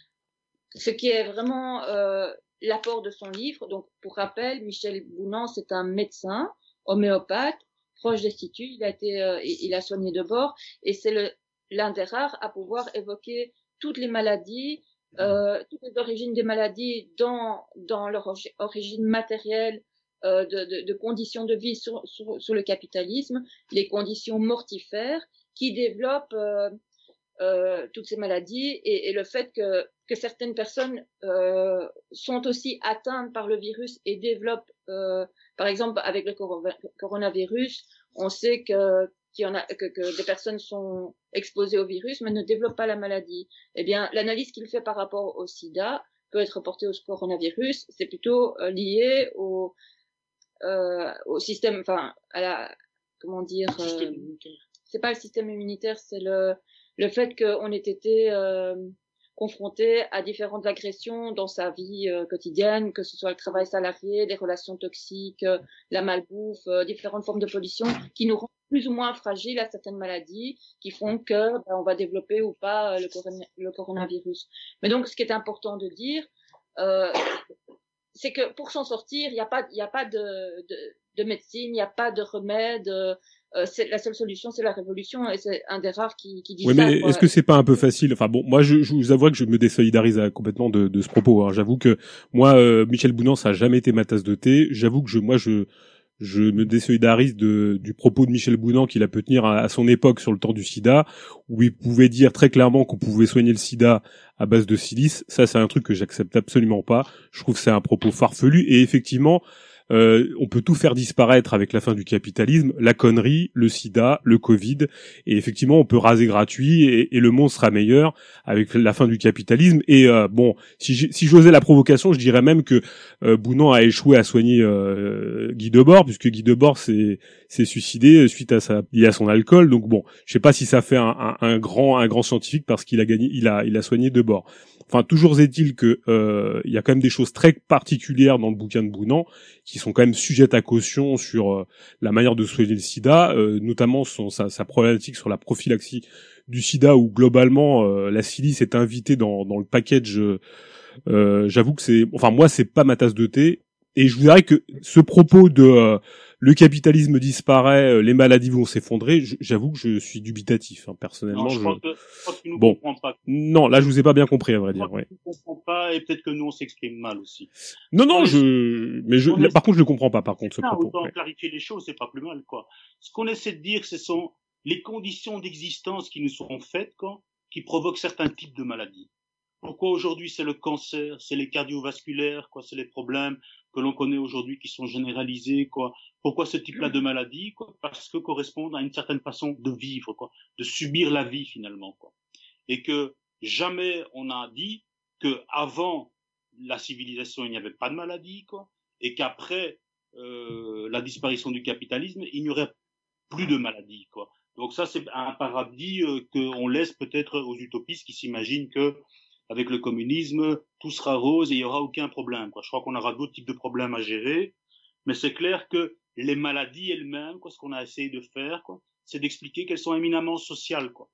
Ce qui est vraiment euh, l'apport de son livre. Donc, pour rappel, Michel Bounan, c'est un médecin, homéopathe, proche des Instituts, il a été, euh, il a soigné de bord, et c'est le, l'un des rares à pouvoir évoquer toutes les maladies, euh, toutes les origines des maladies dans, dans leur origine matérielle, euh, de, de, de conditions de vie sur, sur, sur le capitalisme, les conditions mortifères qui développent euh, euh, toutes ces maladies et, et le fait que, que certaines personnes euh, sont aussi atteintes par le virus et développent, euh, par exemple avec le coronavirus, on sait que qu'il y en a, que, que des personnes sont exposées au virus mais ne développent pas la maladie. Eh bien, l'analyse qu'il fait par rapport au sida peut être reportée au coronavirus, c'est plutôt euh, lié au euh, au système, enfin à la, comment dire, euh, c'est pas le système immunitaire, c'est le le fait qu'on ait été euh, confronté à différentes agressions dans sa vie euh, quotidienne, que ce soit le travail salarié, les relations toxiques, euh, la malbouffe, euh, différentes formes de pollution qui nous rendent plus ou moins fragiles à certaines maladies, qui font que ben, on va développer ou pas le, corona- le coronavirus. Mais donc, ce qui est important de dire, euh, c'est que pour s'en sortir, il n'y a pas, il n'y a pas de, de, de médecine, il n'y a pas de remède. Euh, c'est la seule solution, c'est la révolution, et c'est un des rares qui, qui dit oui, ça. Mais est-ce que c'est pas un peu facile? Enfin bon, moi je, je vous avoue que je me désolidarise complètement de, de ce propos. Hein. J'avoue que moi, euh, Michel Bounan, ça a jamais été ma tasse de thé. J'avoue que je, moi, je, je me désolidarise de du propos de Michel Bounan qu'il a pu tenir à, à son époque sur le temps du SIDA, où il pouvait dire très clairement qu'on pouvait soigner le SIDA à base de silice. Ça, c'est un truc que j'accepte absolument pas. Je trouve que c'est un propos farfelu et effectivement. Euh, on peut tout faire disparaître avec la fin du capitalisme, la connerie, le sida, le Covid, et effectivement on peut raser gratuit et, et le monde sera meilleur avec la fin du capitalisme. Et euh, bon, si, si j'osais la provocation, je dirais même que euh, Bounan a échoué à soigner euh, Guy Debord, puisque Guy Debord s'est, s'est suicidé suite à sa, lié à son alcool. Donc bon, je sais pas si ça fait un, un, un grand, un grand scientifique parce qu'il a gagné, il a, il a soigné Debord. Enfin, toujours est-il que euh, il y a quand même des choses très particulières dans le bouquin de Bounan qui sont quand même sujettes à caution sur euh, la manière de soigner le sida, euh, notamment son, sa, sa problématique sur la prophylaxie du sida, où globalement euh, la silice est invitée dans, dans le package. Euh, j'avoue que c'est, enfin moi c'est pas ma tasse de thé, et je voudrais que ce propos de euh, le capitalisme disparaît, euh, les maladies vont s'effondrer, j'avoue que je suis dubitatif, hein, personnellement. Non, je, je... crois que, je crois que tu nous bon. comprends pas. Non, là je vous ai pas bien compris à vrai je dire. crois Ouais. que tu ne comprends pas et peut-être que nous on s'exprime mal aussi. Non, non, on je, mais je, est... par contre je le comprends pas. Par contre ce non, propos. Autant ouais. clarifier les choses, c'est pas plus mal quoi. Ce qu'on essaie de dire, ce sont les conditions d'existence qui nous sont faites, quoi, qui provoquent certains types de maladies. Pourquoi aujourd'hui c'est le cancer, c'est les cardiovasculaires, quoi, c'est les problèmes que l'on connaît aujourd'hui qui sont généralisés, quoi. Pourquoi ce type-là de maladie, quoi? Parce que correspondent à une certaine façon de vivre, quoi, de subir la vie finalement, quoi. Et que jamais on a dit que avant la civilisation il n'y avait pas de maladie, quoi, et qu'après euh, la disparition du capitalisme il n'y aurait plus de maladie, quoi. Donc ça c'est un paradis euh, qu'on laisse peut-être aux utopistes qui s'imaginent que avec le communisme, tout sera rose et il n'y aura aucun problème, quoi. Je crois qu'on aura d'autres types de problèmes à gérer, mais c'est clair que les maladies elles-mêmes, quoi, ce qu'on a essayé de faire, quoi, c'est d'expliquer qu'elles sont éminemment sociales, quoi.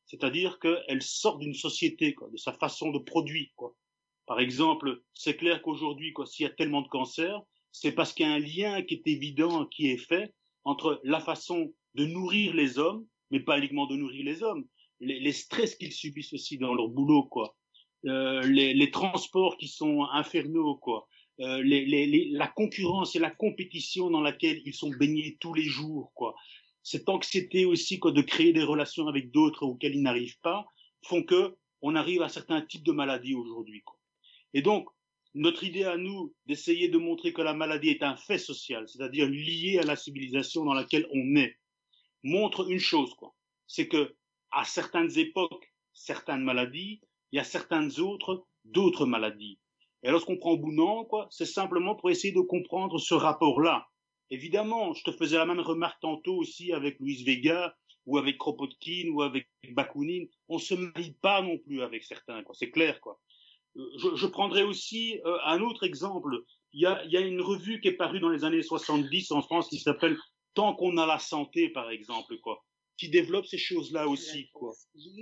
C'est-à-dire qu'elle sort d'une société, quoi, de sa façon de produire, quoi. Par exemple, c'est clair qu'aujourd'hui, quoi, s'il y a tellement de cancers, c'est parce qu'il y a un lien qui est évident, qui est fait entre la façon de nourrir les hommes, mais pas uniquement de nourrir les hommes, les, les stress qu'ils subissent aussi dans leur boulot, quoi, euh, les, les transports qui sont infernaux, quoi, euh, les, les, les, la concurrence et la compétition dans laquelle ils sont baignés tous les jours, quoi. Cette anxiété aussi, quoi, de créer des relations avec d'autres auxquelles ils n'arrivent pas, font que on arrive à certains types de maladies aujourd'hui, quoi. Et donc, notre idée à nous, d'essayer de montrer que la maladie est un fait social, c'est-à-dire lié à la civilisation dans laquelle on est, montre une chose, quoi. C'est que, à certaines époques, certaines maladies, il y a certaines autres, d'autres maladies. Et lorsqu'on prend Bounan, quoi, c'est simplement pour essayer de comprendre ce rapport-là. Évidemment, je te faisais la même remarque tantôt aussi avec Louis Vega, ou avec Kropotkin, ou avec Bakounine. On se marie pas non plus avec certains, quoi. C'est clair, quoi. Je, je prendrai aussi euh, un autre exemple. Il y a, il y a une revue qui est parue dans les années soixante-dix en France qui s'appelle Tant qu'on a la santé, par exemple, quoi, qui développe ces choses-là aussi, quoi.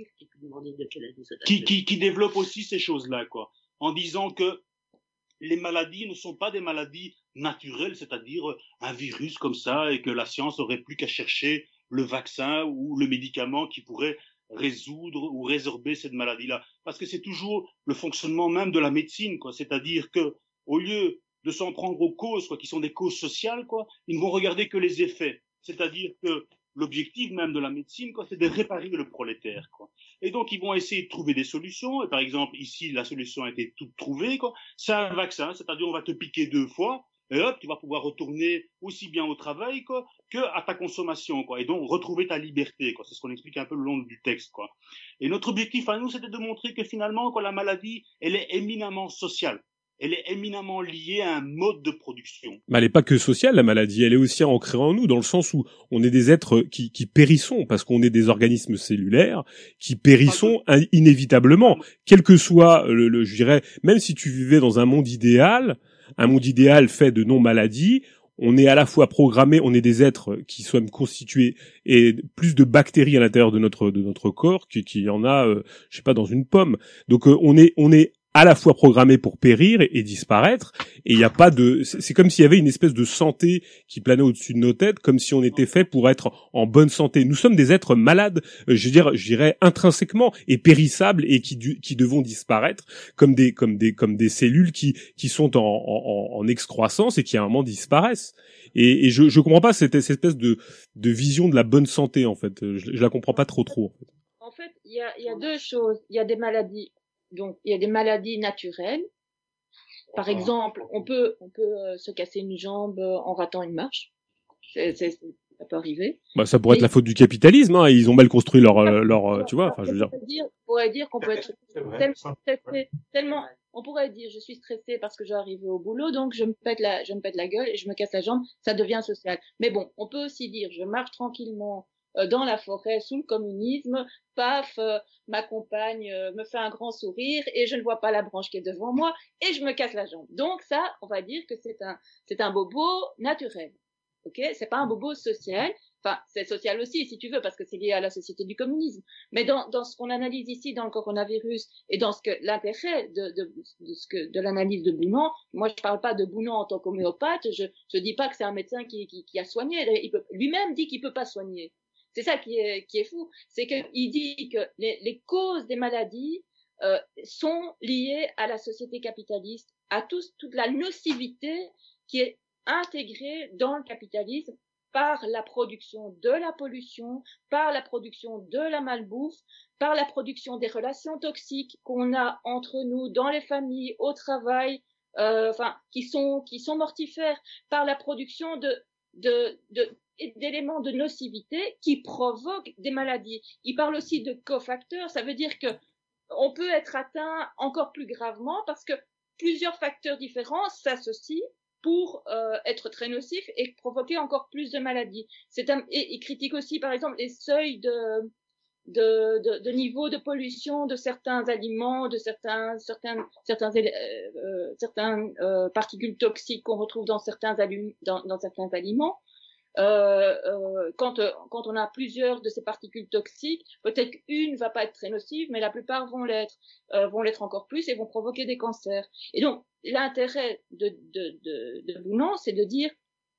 Qui, qui, qui développe aussi ces choses-là, quoi, en disant que les maladies ne sont pas des maladies naturelles, c'est-à-dire un virus comme ça, et que la science aurait plus qu'à chercher le vaccin ou le médicament qui pourrait résoudre ou résorber cette maladie-là. Parce que c'est toujours le fonctionnement même de la médecine, quoi. C'est-à-dire que, au lieu de s'en prendre aux causes, quoi, qui sont des causes sociales, quoi, ils ne vont regarder que les effets. C'est-à-dire que l'objectif même de la médecine, quoi, c'est de réparer le prolétaire, quoi. Et donc, ils vont essayer de trouver des solutions. Et par exemple, ici, la solution a été toute trouvée, quoi. C'est un vaccin, c'est-à-dire on va te piquer deux fois, et hop, tu vas pouvoir retourner aussi bien au travail, quoi, que à ta consommation, quoi. Et donc, retrouver ta liberté, quoi. C'est ce qu'on explique un peu le long du texte, quoi. Et notre objectif à nous, c'était de montrer que finalement, quoi, la maladie, elle est éminemment sociale. Elle est éminemment liée à un mode de production. Mais elle n'est pas que sociale, la maladie. Elle est aussi ancrée en nous, dans le sens où on est des êtres qui, qui périssons, parce qu'on est des organismes cellulaires, qui périssons inévitablement. Quel que soit le, le, je dirais, même si tu vivais dans un monde idéal, un monde idéal fait de non-maladies, on est à la fois programmé, on est des êtres qui sommes constitués et plus de bactéries à l'intérieur de notre de notre corps qu'il qui y en a, euh, je sais pas, dans une pomme. Donc euh, on est on est à la fois programmé pour périr et, et disparaître, et il n'y a pas de, c'est comme s'il y avait une espèce de santé qui planait au-dessus de nos têtes, comme si on était fait pour être en bonne santé. Nous sommes des êtres malades, euh, je veux dire, je dirais intrinsèquement et périssables, et qui du, qui devront disparaître comme des comme des comme des cellules qui qui sont en en, en excroissance et qui à un moment disparaissent. Et, et je je comprends pas cette, cette espèce de de vision de la bonne santé, en fait. Je, je la comprends pas trop trop. En fait, en fait, il y a il y a deux choses. Il y a des maladies. Donc, il y a des maladies naturelles. Par exemple, on peut, on peut euh, se casser une jambe en ratant une marche. C'est, c'est, ça peut arriver. Bah, ça pourrait Et être la faute du capitalisme, hein. Ils ont mal construit leur, euh, leur, euh, tu vois. Enfin, je veux dire. dire. On pourrait dire qu'on peut être tellement stressé, tellement. On pourrait dire, je suis stressé parce que je vais arriver au boulot, donc je me pète la, je me pète la gueule et je me casse la jambe. Ça devient social. Mais bon, on peut aussi dire, je marche tranquillement dans la forêt sous le communisme, paf, euh, ma compagne euh, me fait un grand sourire et je ne vois pas la branche qui est devant moi et je me casse la jambe. Donc ça, on va dire que c'est un c'est un bobo naturel. OK, c'est pas un bobo social. Enfin, c'est social aussi si tu veux parce que c'est lié à la société du communisme. Mais dans dans ce qu'on analyse ici dans le coronavirus et dans ce que l'intérêt de de de ce que de l'analyse de Bounan, moi je parle pas de Bounan en tant qu'homéopathe, je je dis pas que c'est un médecin qui qui qui a soigné, il peut lui-même dit qu'il peut pas soigner. C'est ça qui est, qui est fou, c'est qu'il dit que les, les causes des maladies euh, sont liées à la société capitaliste, à tous, toute la nocivité qui est intégrée dans le capitalisme par la production de la pollution, par la production de la malbouffe, par la production des relations toxiques qu'on a entre nous, dans les familles, au travail, euh, enfin, qui sont, qui sont mortifères, par la production de, de, de d'éléments de nocivité qui provoquent des maladies. Il parle aussi de cofacteurs, ça veut dire que on peut être atteint encore plus gravement parce que plusieurs facteurs différents s'associent pour euh, être très nocifs et provoquer encore plus de maladies. C'est un, et il critique aussi par exemple les seuils de de, de, de niveau de pollution de certains aliments, de certains certains certains euh, euh, certains euh, particules toxiques qu'on retrouve dans certains alim- dans, dans certains aliments. Euh, euh, quand, euh, quand on a plusieurs de ces particules toxiques, peut-être qu'une va pas être très nocive, mais la plupart vont l'être, euh, vont l'être encore plus et vont provoquer des cancers. Et donc, l'intérêt de, de, de, de Bounan, c'est de dire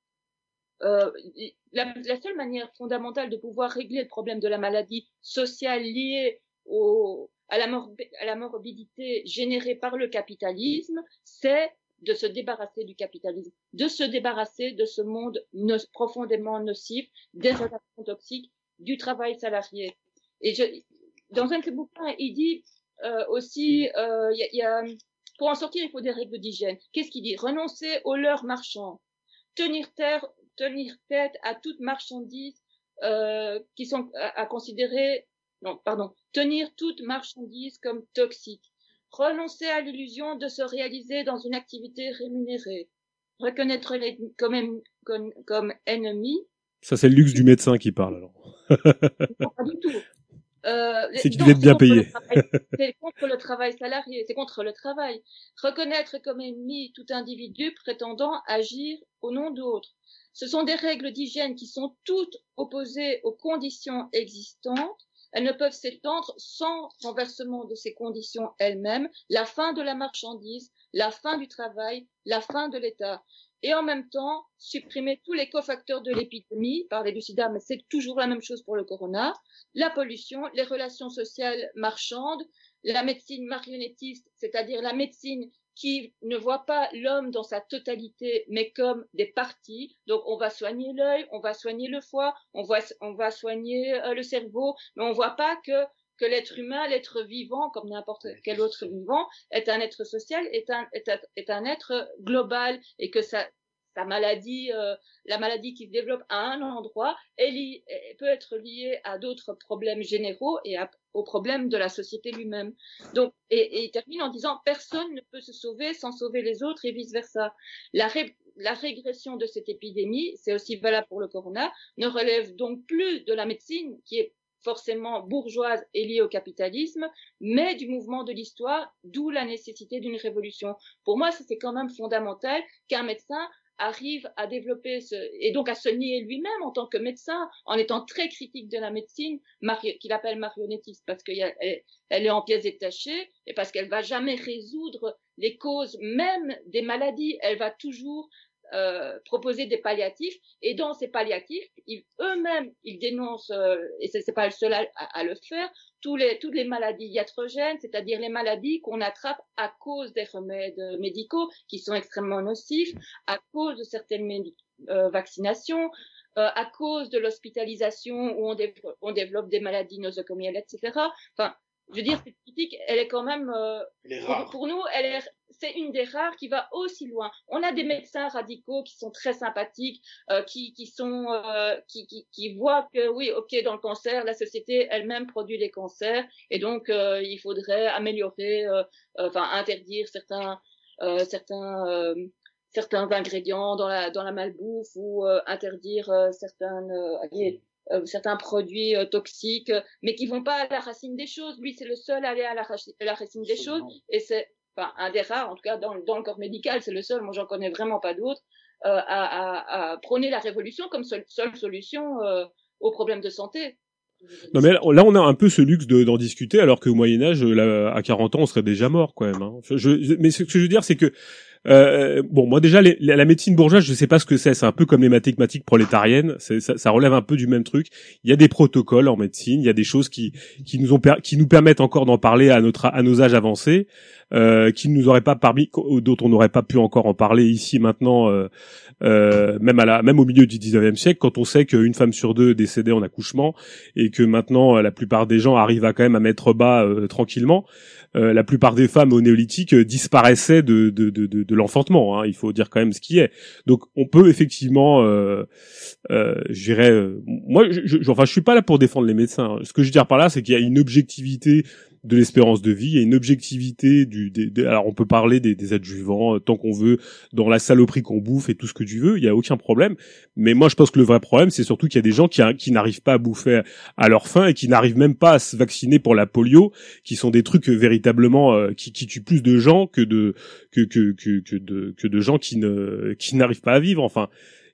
euh, la, la seule manière fondamentale de pouvoir régler le problème de la maladie sociale liée au, à, la mor à la morbidité générée par le capitalisme, c'est de se débarrasser du capitalisme, de se débarrasser de ce monde no profondément nocif, des relations toxiques, du travail salarié. Et je, dans un de ses bouquins, il dit euh, aussi, il euh, y, y a, pour en sortir, il faut des règles d'hygiène. Qu'est-ce qu'il dit? Renoncer aux leurres marchands, tenir terre, tenir tête à toute marchandise euh, qui sont à, à considérer, non, pardon, tenir toute marchandise comme toxique. Renoncer à l'illusion de se réaliser dans une activité rémunérée. Reconnaître les comme, comme, comme ennemis. Ça, c'est le luxe du médecin qui parle, alors. Non, pas du tout. Euh, c'est qu'il est bien payé. C'est contre le travail salarié, c'est contre le travail. Reconnaître comme ennemi tout individu prétendant agir au nom d'autres. Ce sont des règles d'hygiène qui sont toutes opposées aux conditions existantes. Elles ne peuvent s'étendre sans renversement de ces conditions elles-mêmes, la fin de la marchandise, la fin du travail, la fin de l'État. Et en même temps, supprimer tous les cofacteurs de l'épidémie, parler du sida, mais c'est toujours la même chose pour le corona, la pollution, les relations sociales marchandes, la médecine marionnettiste, c'est-à-dire la médecine qui ne voit pas l'homme dans sa totalité, mais comme des parties. Donc, on va soigner l'œil, on va soigner le foie, on va, on va soigner euh, le cerveau, mais on voit pas que, que l'être humain, l'être vivant, comme n'importe quel autre vivant, est un être social, est un, est un, est un être global, et que sa, sa maladie, euh, la maladie qui se développe à un endroit, elle, elle peut être liée à d'autres problèmes généraux et à, aux problèmes de la société lui-même. Donc, et, et il termine en disant personne ne peut se sauver sans sauver les autres et vice versa. La, ré, la régression de cette épidémie, c'est aussi valable pour le corona, ne relève donc plus de la médecine qui est forcément bourgeoise et liée au capitalisme, mais du mouvement de l'histoire, d'où la nécessité d'une révolution. Pour moi, c'est quand même fondamental qu'un médecin arrive à développer ce, et donc à se nier lui-même en tant que médecin, en étant très critique de la médecine, qu'il appelle marionnettiste, parce qu'elle elle est en pièces détachées, et parce qu'elle va jamais résoudre les causes même des maladies. Elle va toujours euh, proposer des palliatifs, et dans ces palliatifs, eux-mêmes, ils dénoncent, euh, et c'est pas le seul à, à, à le faire, tous les, toutes les maladies iatrogènes, c'est-à-dire les maladies qu'on attrape à cause des remèdes médicaux qui sont extrêmement nocifs, à cause de certaines euh, vaccinations, euh, à cause de l'hospitalisation où on, dév on développe des maladies nosocomiales, et cetera. Enfin, je veux dire, cette critique, elle est quand même, euh, pour, pour nous, elle est, c'est une des rares qui va aussi loin. On a des médecins radicaux qui sont très sympathiques, euh, qui, qui sont, euh, qui, qui, qui voient que oui, ok, dans le cancer, la société elle-même produit les cancers, et donc euh, il faudrait améliorer, euh, enfin interdire certains, euh, certains, euh, certains ingrédients dans la dans la malbouffe ou euh, interdire euh, certaines, euh, allez, Euh, certains produits euh, toxiques, euh, mais qui vont pas à la racine des choses. Lui, c'est le seul à aller à la, à la racine des choses, et c'est enfin un des rares, en tout cas dans, dans le corps médical, c'est le seul. Moi, j'en connais vraiment pas d'autres euh, à, à, à prôner la révolution comme seule, seule solution euh, aux problèmes de santé. Non mais là on a un peu ce luxe de d'en discuter, alors qu'au Moyen Âge, là, à quarante ans, on serait déjà mort quand même. Hein. Je, je, mais ce que je veux dire, c'est que Euh, bon, moi déjà, les, la, la médecine bourgeoise, je sais pas ce que c'est. C'est un peu comme les mathématiques prolétariennes. Ça, ça relève un peu du même truc. Il y a des protocoles en médecine. Il y a des choses qui qui nous ont qui nous permettent encore d'en parler à notre à nos âges avancés, euh, qui nous auraient pas parmi, dont on n'aurait pas pu encore en parler ici maintenant, euh, euh, même à la même au milieu du dix-neuvième siècle, quand on sait qu'une femme sur deux décédait en accouchement et que maintenant la plupart des gens arrivent à quand même à mettre bas euh, tranquillement. Euh, la plupart des femmes au néolithique euh, disparaissaient de, de, de, de, de l'enfantement. Hein, il faut dire quand même ce qui est. Donc, on peut effectivement, euh, euh, je dirais, euh, moi, je, je, enfin, je suis pas là pour défendre les médecins. Hein. Ce que je veux dire par là, c'est qu'il y a une objectivité de l'espérance de vie, il y a une objectivité du. Des, des, alors, on peut parler des, des adjuvants euh, tant qu'on veut, dans la saloperie qu'on bouffe et tout ce que tu veux. Il y a aucun problème. Mais moi, je pense que le vrai problème, c'est surtout qu'il y a des gens qui, qui n'arrivent pas à bouffer à leur faim et qui n'arrivent même pas à se vacciner pour la polio, qui sont des trucs véritablement euh, qui, qui tuent plus de gens que de que que que, que de que de gens qui ne qui n'arrivent pas à vivre. Enfin,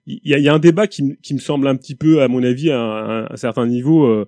il y a, il y a un débat qui, qui me semble un petit peu, à mon avis, à un, à un certain niveau, euh,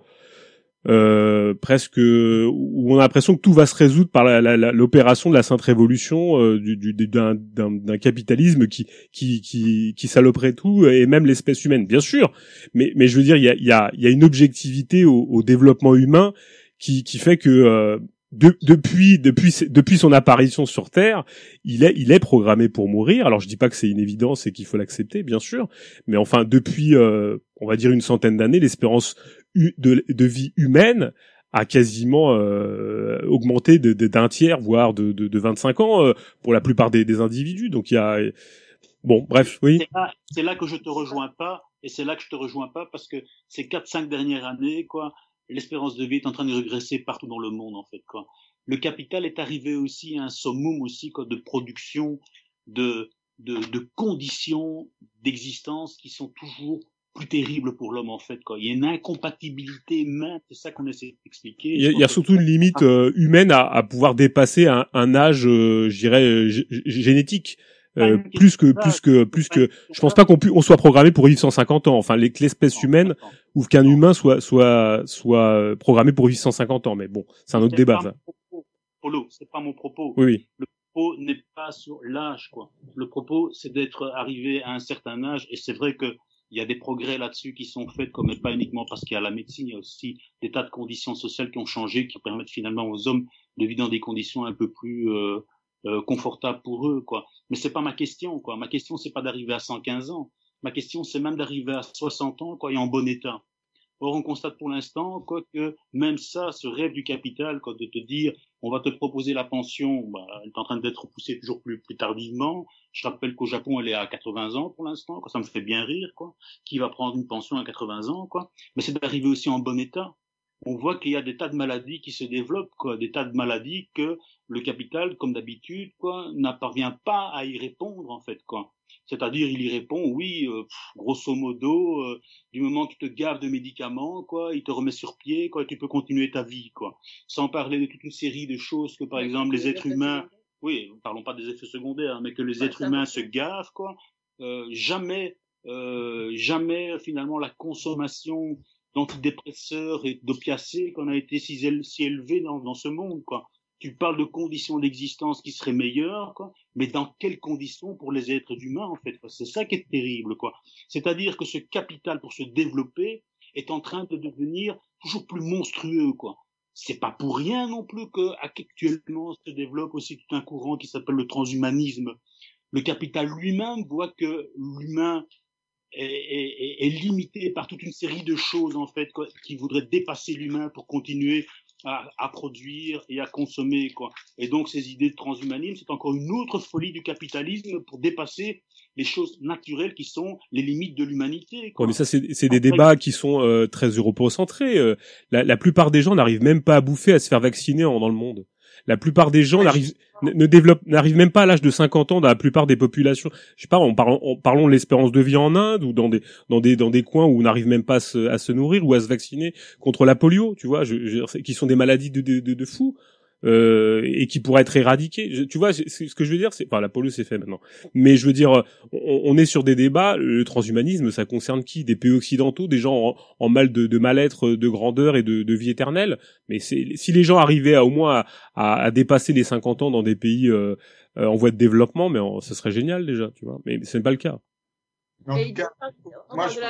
euh, presque où on a l'impression que tout va se résoudre par la, la, la, l'opération de la Sainte Révolution euh, du, du, d'un, d'un, d'un capitalisme qui, qui, qui, qui saloperait tout et même l'espèce humaine, bien sûr. Mais, mais je veux dire, il y a, il y a, il y a une objectivité au, au développement humain qui, qui fait que euh, de, depuis, depuis, depuis son apparition sur Terre, il est, il est programmé pour mourir. Alors je dis pas que c'est une évidence et qu'il faut l'accepter, bien sûr, mais enfin depuis, euh, on va dire une centaine d'années, l'espérance De, de vie humaine a quasiment euh, augmenté de, de, d'un tiers, voire de, de, de vingt-cinq ans euh, pour la plupart des, des individus. Donc il y a bon, bref, oui. C'est là, c'est là que je te rejoins pas, et c'est là que je te rejoins pas parce que ces quatre cinq dernières années, quoi, l'espérance de vie est en train de régresser partout dans le monde, en fait, quoi. Le capital est arrivé aussi à un summum aussi, quoi, de production, de de, de conditions d'existence qui sont toujours plus terrible pour l'homme, en fait, quoi. Il y a une incompatibilité humaine, c'est ça qu'on essaie d'expliquer. Il y a, il y a surtout une limite euh, humaine à, à pouvoir dépasser un, un âge, euh, je dirais, g- génétique. Euh, plus que, plus que, plus que, je pense pas qu'on pu, on soit programmé pour vivre cent cinquante ans. Enfin, les, que l'espèce humaine, ou qu'un humain soit, soit, soit programmé pour vivre cent cinquante ans. Mais bon, c'est un autre débat, ça. Polo, c'est pas mon propos. Oui, oui. Le propos n'est pas sur l'âge, quoi. Le propos, c'est d'être arrivé à un certain âge, et c'est vrai que il y a des progrès là-dessus qui sont faits, comme pas uniquement parce qu'il y a la médecine, il y a aussi des tas de conditions sociales qui ont changé, qui permettent finalement aux hommes de vivre dans des conditions un peu plus euh, euh, confortables pour eux, quoi. Mais c'est pas ma question, quoi. Ma question, c'est pas d'arriver à cent quinze ans. Ma question, c'est même d'arriver à soixante ans, quoi, et en bon état. Or, on constate pour l'instant, quoi, que même ça, ce rêve du capital, quoi, de te dire, on va te proposer la pension, bah, elle est en train d'être repoussée toujours plus, plus tardivement. Je rappelle qu'au Japon, elle est à quatre-vingts ans pour l'instant, quoi. Ça me fait bien rire, quoi. Qui va prendre une pension à quatre-vingts ans, quoi. Mais c'est d'arriver aussi en bon état. On voit qu'il y a des tas de maladies qui se développent, quoi. Des tas de maladies que le capital, comme d'habitude, quoi, n'apparvient pas à y répondre, en fait, quoi. C'est-à-dire, il y répond, oui, euh, pff, grosso modo, euh, du moment que tu te gaves de médicaments, quoi, il te remet sur pied, quoi, et tu peux continuer ta vie, quoi. Sans parler de toute une série de choses que, par exemple, les êtres humains, oui, parlons pas des effets secondaires, mais que les êtres humains se gavent, quoi. Euh, jamais, euh, jamais, finalement, la consommation d'antidépresseurs et d'opiacés qu'on a été si, éle- si élevée dans, dans ce monde, quoi. Tu parles de conditions d'existence qui seraient meilleures, quoi, mais dans quelles conditions pour les êtres humains, en fait, quoi. C'est ça qui est terrible, quoi. C'est-à-dire que ce capital pour se développer est en train de devenir toujours plus monstrueux, quoi. C'est pas pour rien non plus que actuellement se développe aussi tout un courant qui s'appelle le transhumanisme. Le capital lui-même voit que l'humain est, est, est limité par toute une série de choses, en fait, quoi, qui voudraient dépasser l'humain pour continuer À, à produire et à consommer, quoi. Et donc, ces idées de transhumanisme, c'est encore une autre folie du capitalisme pour dépasser les choses naturelles qui sont les limites de l'humanité, quoi. Ouais, mais ça, c'est, c'est des débats qui sont euh, très eurocentrés. Euh, la, la plupart des gens n'arrivent même pas à bouffer, à se faire vacciner en, dans le monde. La plupart des gens n'arrivent, ne, ne développent, n'arrivent même pas à l'âge de cinquante ans dans la plupart des populations. Je sais pas, en parlant, en parlons de l'espérance de vie en Inde ou dans des, dans des, dans des coins où on n'arrive même pas à se, à se nourrir ou à se vacciner contre la polio, tu vois, je, je, qui sont des maladies de, de, de, de fous. Euh, et qui pourraient être éradiquées. Je, tu vois, c'est, ce que je veux dire, c'est, enfin, la polio c'est fait maintenant. Mais je veux dire, on, on est sur des débats. Le transhumanisme, ça concerne qui? Des pays occidentaux, des gens en, en mal de, de mal-être, de grandeur et de, de vie éternelle. Mais c'est, si les gens arrivaient à, au moins à, à, à dépasser les cinquante ans dans des pays euh, euh, en voie de développement, mais en, ce serait génial déjà, tu vois. Mais ce n'est pas le cas. En tout cas, on, moi, parle je...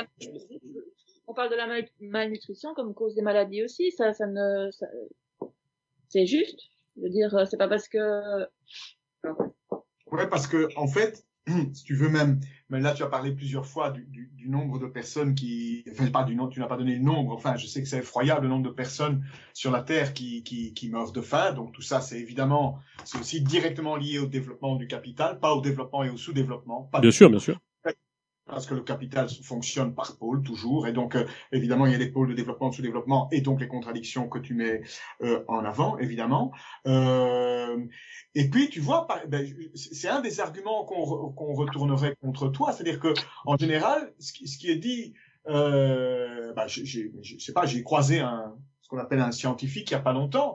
de la, on parle de la mal- malnutrition comme cause des maladies aussi. Ça, ça ne, ça, c'est juste. Je veux dire, c'est pas parce que. Ouais, parce que en fait, si tu veux même, mais là tu as parlé plusieurs fois du, du, du nombre de personnes qui, enfin pas du nombre, tu n'as pas donné le nombre. Enfin, je sais que c'est effroyable le nombre de personnes sur la Terre qui qui qui meurent de faim. Donc tout ça, c'est évidemment, c'est aussi directement lié au développement du capital, pas au développement et au sous-développement. Pas bien sûr, bien sûr. Parce que le capital fonctionne par pôle toujours, et donc euh, évidemment il y a des pôles de développement, de sous-développement, et donc les contradictions que tu mets euh, en avant, évidemment. Euh, et puis tu vois, ben, c'est un des arguments qu'on re, qu'on retournerait contre toi, c'est-à-dire que en général, ce qui, ce qui est dit, euh, ben, j'ai, je sais pas, j'ai croisé un ce qu'on appelle un scientifique il y a pas longtemps.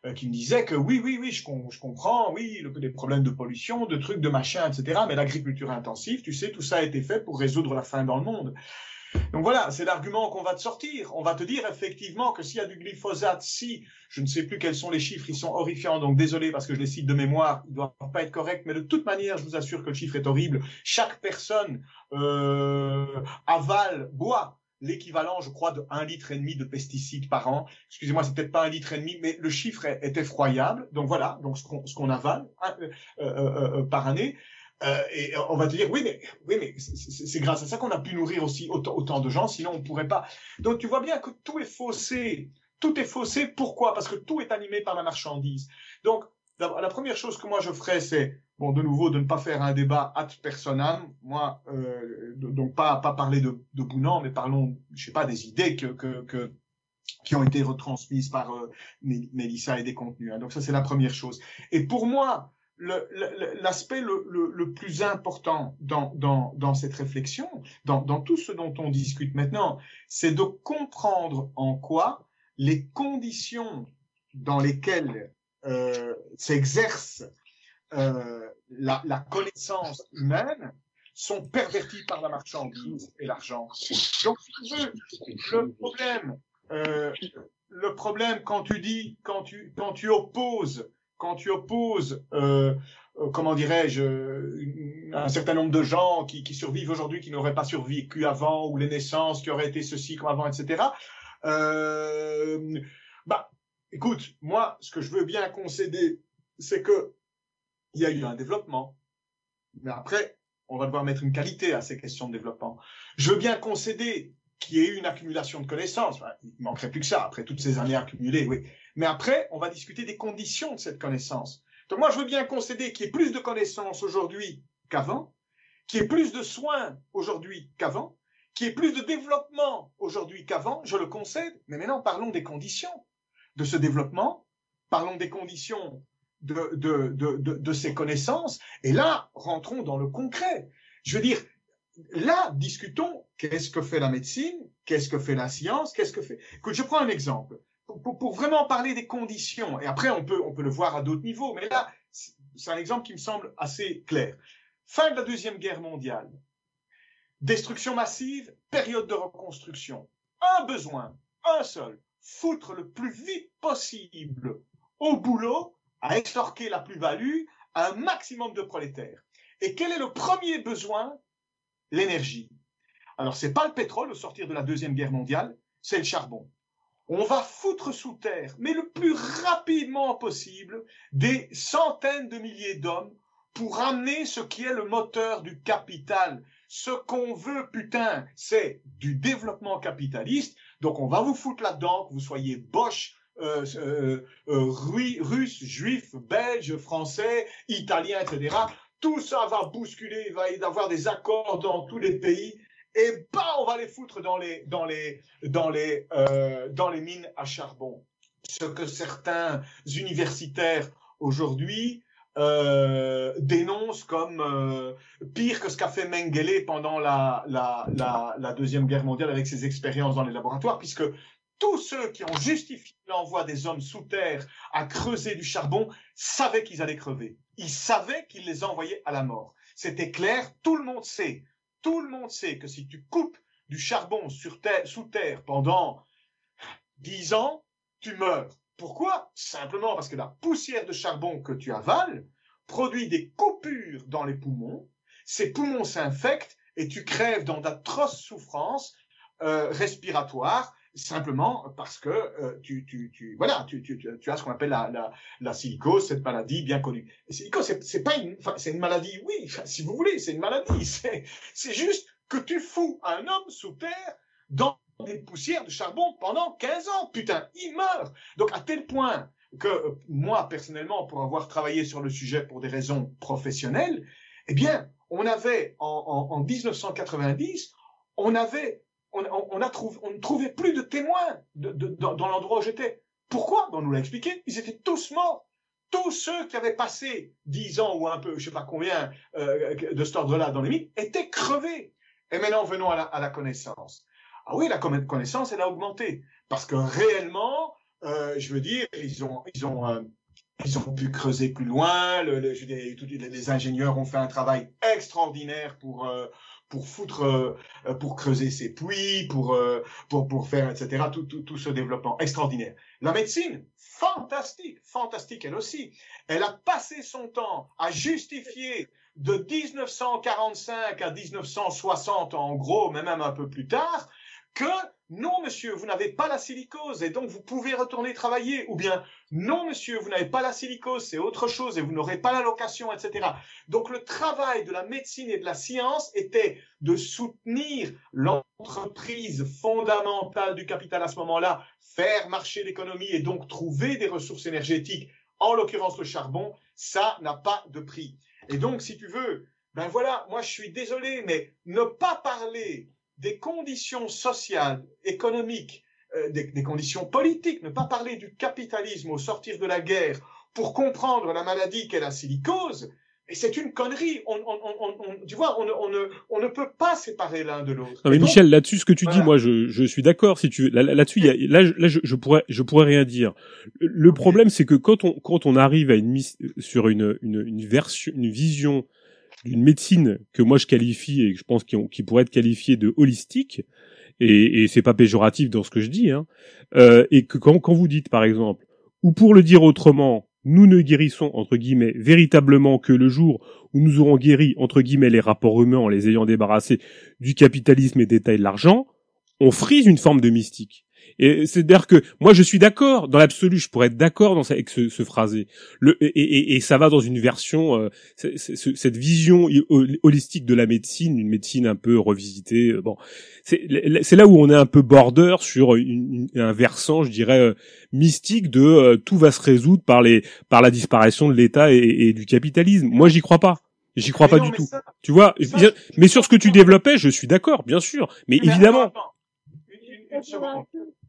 euh, qui me disait que oui, oui, oui, je, com je comprends, oui, le, les problèmes de pollution, de trucs, de machin, et cetera. Mais l'agriculture intensive, tu sais, tout ça a été fait pour résoudre la faim dans le monde. Donc voilà, c'est l'argument qu'on va te sortir. On va te dire effectivement que s'il y a du glyphosate, si, je ne sais plus quels sont les chiffres, ils sont horrifiants, donc désolé parce que je les cite de mémoire, ils doivent pas être corrects, mais de toute manière, je vous assure que le chiffre est horrible. Chaque personne euh, avale, boit l'équivalent, je crois, de un litre et demi de pesticides par an. Excusez-moi, c'est peut-être pas un litre et demi, mais le chiffre est, est effroyable. Donc voilà, donc ce qu'on ce qu'on avale hein, euh, euh, euh, par année. Euh, et on va te dire, oui, mais, oui, mais c'est grâce à ça qu'on a pu nourrir aussi autant, autant de gens, sinon on pourrait pas. Donc tu vois bien que tout est faussé. Tout est faussé. Pourquoi? Parce que tout est animé par la marchandise. Donc, la première chose que moi je ferais, c'est, bon, de nouveau, de ne pas faire un débat ad personam. Moi, euh, donc pas, pas parler de, de Bounan, mais parlons, je sais pas, des idées que, que, que, qui ont été retransmises par euh, Mélissa et des contenus. Hein. Donc ça, c'est la première chose. Et pour moi, l'aspect le, le, le, le plus important dans, dans, dans cette réflexion, dans, dans tout ce dont on discute maintenant, c'est de comprendre en quoi les conditions dans lesquelles euh, s'exerce euh, la, la connaissance humaine sont perverties par la marchandise et l'argent. Donc, le problème, euh, le problème quand tu dis, quand tu, quand tu opposes Quand tu opposes, euh, euh, comment dirais-je, un certain nombre de gens qui, qui survivent aujourd'hui, qui n'auraient pas survécu avant, ou les naissances qui auraient été ceci comme avant, et cetera. Euh, bah, écoute, moi, ce que je veux bien concéder, c'est que il y a eu un développement, mais après, on va devoir mettre une qualité à ces questions de développement. Je veux bien concéder qu'il y ait eu une accumulation de connaissances. Enfin, il ne manquerait plus que ça, après toutes ces années accumulées, oui. Mais après, on va discuter des conditions de cette connaissance. Donc moi, je veux bien concéder qu'il y ait plus de connaissances aujourd'hui qu'avant, qu'il y ait plus de soins aujourd'hui qu'avant, qu'il y ait plus de développement aujourd'hui qu'avant, je le concède. Mais maintenant, parlons des conditions de ce développement, parlons des conditions de, de, de, de, de ces connaissances, et là, rentrons dans le concret. Je veux dire, là, discutons qu'est-ce que fait la médecine, qu'est-ce que fait la science, qu'est-ce que fait... Écoute, je prends un exemple. Pour, pour, pour vraiment parler des conditions, et après on peut, on peut le voir à d'autres niveaux, mais là, c'est un exemple qui me semble assez clair. Fin de la Deuxième Guerre mondiale, destruction massive, période de reconstruction. Un besoin, un seul, foutre le plus vite possible au boulot, à extorquer la plus-value à un maximum de prolétaires. Et quel est le premier besoin? L'énergie. Alors, c'est pas le pétrole au sortir de la Deuxième Guerre mondiale, c'est le charbon. On va foutre sous terre, mais le plus rapidement possible, des centaines de milliers d'hommes pour amener ce qui est le moteur du capital. Ce qu'on veut, putain, c'est du développement capitaliste. Donc, on va vous foutre là-dedans, que vous soyez Bosch, euh, euh, euh, russe, juif, belge, français, italien, et cetera. Tout ça va bousculer, il va y avoir des accords dans tous les pays. Et bah, on va les foutre dans les, dans les, dans les, euh, dans les mines à charbon. Ce que certains universitaires aujourd'hui euh, dénoncent comme euh, pire que ce qu'a fait Mengele pendant la, la, la, la Deuxième Guerre mondiale avec ses expériences dans les laboratoires, puisque tous ceux qui ont justifié l'envoi des hommes sous terre à creuser du charbon savaient qu'ils allaient crever. Ils savaient qu'ils les envoyaient à la mort. C'était clair, tout le monde sait. Tout le monde sait que si tu coupes du charbon sur terre, sous terre pendant dix ans, tu meurs. Pourquoi? Simplement parce que la poussière de charbon que tu avales produit des coupures dans les poumons. Ces poumons s'infectent et tu crèves dans d'atroces souffrances euh, respiratoires, simplement parce que euh, tu, tu, tu, voilà, tu, tu, tu as ce qu'on appelle la, la, la silicose, cette maladie bien connue. La silicose, c'est, c'est pas une, enfin, c'est une maladie, oui, si vous voulez, c'est une maladie. C'est, c'est juste que tu fous un homme sous terre dans des poussières de charbon pendant quinze ans. Putain, il meurt. Donc, à tel point que euh, moi, personnellement, pour avoir travaillé sur le sujet pour des raisons professionnelles, eh bien, on avait, en, en, en dix-neuf cent quatre-vingt-dix, on avait On, on, on, a trouvé, on ne trouvait plus de témoins de, de, de, dans l'endroit où j'étais. Pourquoi? On nous l'a expliqué. Ils étaient tous morts. Tous ceux qui avaient passé dix ans ou un peu, je sais pas combien, euh, de cet ordre-là dans les mines, étaient crevés. Et maintenant, venons à la, à la connaissance. Ah oui, la connaissance, elle a augmenté. Parce que réellement, euh, je veux dire, ils ont, ils ont, euh, ils ont pu creuser plus loin. Le, le, je veux dire, tous les ingénieurs ont fait un travail extraordinaire pour euh, pour foutre, euh, pour creuser ces puits, pour euh, pour pour faire, et cetera. Tout, tout, tout ce développement extraordinaire. La médecine, fantastique, fantastique elle aussi. Elle a passé son temps à justifier de dix-neuf cent quarante-cinq à dix-neuf cent soixante, en gros, mais même un peu plus tard, que non, monsieur, vous n'avez pas la silicose et donc vous pouvez retourner travailler. Ou bien, non, monsieur, vous n'avez pas la silicose, c'est autre chose et vous n'aurez pas l'allocation, et cetera. Donc, le travail de la médecine et de la science était de soutenir l'entreprise fondamentale du capital à ce moment-là, faire marcher l'économie et donc trouver des ressources énergétiques, en l'occurrence le charbon. Ça n'a pas de prix. Et donc, si tu veux, ben voilà, moi je suis désolé, mais ne pas parler des conditions sociales, économiques, euh, des, des conditions politiques, ne pas parler du capitalisme au sortir de la guerre pour comprendre la maladie qu'est la silicose, et c'est une connerie. On, on, on, on, tu vois, on, on, ne, on ne peut pas séparer l'un de l'autre. Non mais donc, Michel, là-dessus, ce que tu voilà. dis, moi, je, je suis d'accord. Si tu veux, là, là-dessus, il y a, là, je, là, je, je pourrais, je pourrais rien dire. Le okay. problème, c'est que quand on, quand on arrive à une sur une, une, une version, une vision d'une médecine que moi je qualifie et que je pense qui, qui pourrait être qualifiée de holistique, et, et c'est pas péjoratif dans ce que je dis, hein, euh, et que quand, quand vous dites par exemple, ou pour le dire autrement, nous ne guérissons entre guillemets véritablement que le jour où nous aurons guéri entre guillemets les rapports humains en les ayant débarrassés du capitalisme et des tailles de l'argent, on frise une forme de mystique. Et c'est-à-dire que moi je suis d'accord dans l'absolu, je pourrais être d'accord dans ça, avec ce, ce phrasé. Le et, et, et ça va dans une version, euh, c'est, c'est, cette vision holistique de la médecine, une médecine un peu revisitée. Euh, bon, c'est, c'est là où on est un peu border sur une, une, un versant, je dirais euh, mystique de euh, tout va se résoudre par les par la disparition de l'État et, et du capitalisme. Moi j'y crois pas. J'y crois mais pas non, du tout. Ça, tu vois, ça, je, mais sur ce que tu développais, je suis d'accord, bien sûr. Mais, mais évidemment. Attends, attends. Une, une, une seconde.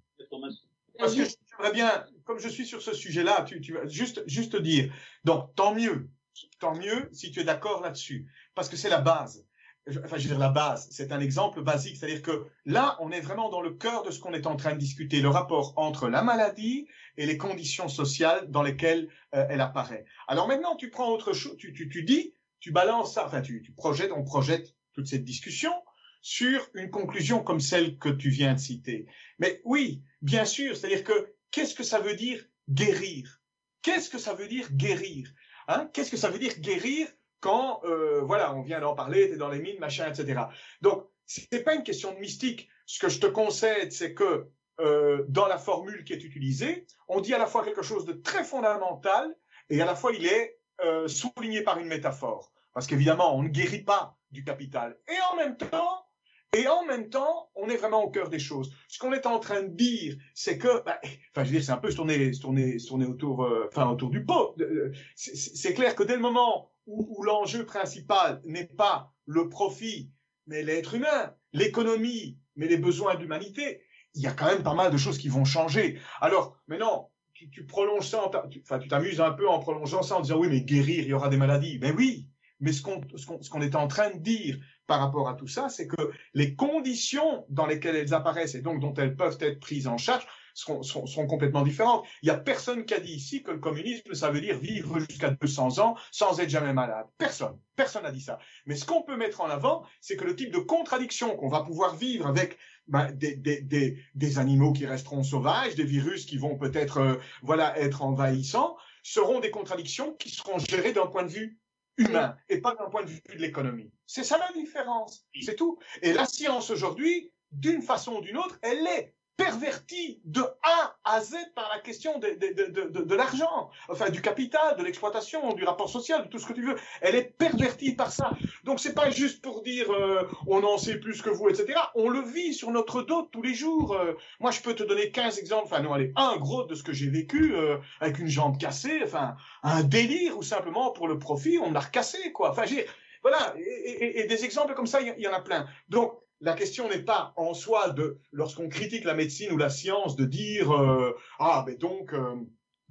Parce que j'aimerais bien, comme je suis sur ce sujet-là, tu, tu vas juste, juste dire. Donc, tant mieux, tant mieux si tu es d'accord là-dessus, parce que c'est la base. Enfin, je veux dire la base. C'est un exemple basique, c'est-à-dire que là, on est vraiment dans le cœur de ce qu'on est en train de discuter, le rapport entre la maladie et les conditions sociales dans lesquelles euh, elle apparaît. Alors maintenant, tu prends autre chose, tu, tu, tu dis, tu balances ça, enfin, tu, tu projettes, on projette toute cette discussion sur une conclusion comme celle que tu viens de citer. Mais oui, bien sûr, c'est-à-dire que qu'est-ce que ça veut dire guérir? Qu'est-ce que ça veut dire guérir? Hein? Qu'est-ce que ça veut dire guérir quand, euh, voilà, on vient d'en parler, t'es dans les mines, machin, et cetera. Donc, c'est pas une question de mystique. Ce que je te concède, c'est que euh, dans la formule qui est utilisée, on dit à la fois quelque chose de très fondamental et à la fois il est euh, souligné par une métaphore. Parce qu'évidemment, on ne guérit pas du capital. Et en même temps, Et en même temps, on est vraiment au cœur des choses. Ce qu'on est en train de dire, c'est que, bah, enfin, je veux dire, c'est un peu se tourner, se tourner, se tourner autour, euh, enfin, autour du pot. C'est, c'est clair que dès le moment où, où l'enjeu principal n'est pas le profit, mais l'être humain, l'économie, mais les besoins d'humanité, il y a quand même pas mal de choses qui vont changer. Alors, maintenant, tu, tu prolonges ça, enfin, tu t'amuses un peu en prolongeant ça en disant oui, mais guérir, il y aura des maladies. Ben oui. Mais ce qu'on, ce qu'on, ce qu'on est en train de dire par rapport à tout ça, c'est que les conditions dans lesquelles elles apparaissent et donc dont elles peuvent être prises en charge seront, seront, seront complètement différentes. Il y a personne qui a dit ici que le communisme, ça veut dire vivre jusqu'à deux cents ans sans être jamais malade. Personne. Personne n'a dit ça. Mais ce qu'on peut mettre en avant, c'est que le type de contradiction qu'on va pouvoir vivre avec ben, des, des, des, des animaux qui resteront sauvages, des virus qui vont peut-être euh, voilà, être envahissants, seront des contradictions qui seront gérées d'un point de vue humain et pas d'un point de vue de l'économie. C'est ça la différence, c'est tout. Et la science aujourd'hui, d'une façon ou d'une autre, elle est pervertie de A à Z par la question de, de, de, de, de l'argent, enfin du capital, de l'exploitation, du rapport social, de tout ce que tu veux. Elle est pervertie par ça. Donc c'est pas juste pour dire euh, on en sait plus que vous, et cetera. On le vit sur notre dos tous les jours. Euh, moi je peux te donner quinze exemples, enfin non allez, un gros de ce que j'ai vécu euh, avec une jambe cassée, enfin un délire ou simplement pour le profit on me l'a recassé quoi. Enfin j'ai voilà et, et, et des exemples comme ça il y, y en a plein. Donc la question n'est pas en soi de, lorsqu'on critique la médecine ou la science, de dire euh, ah ben donc euh,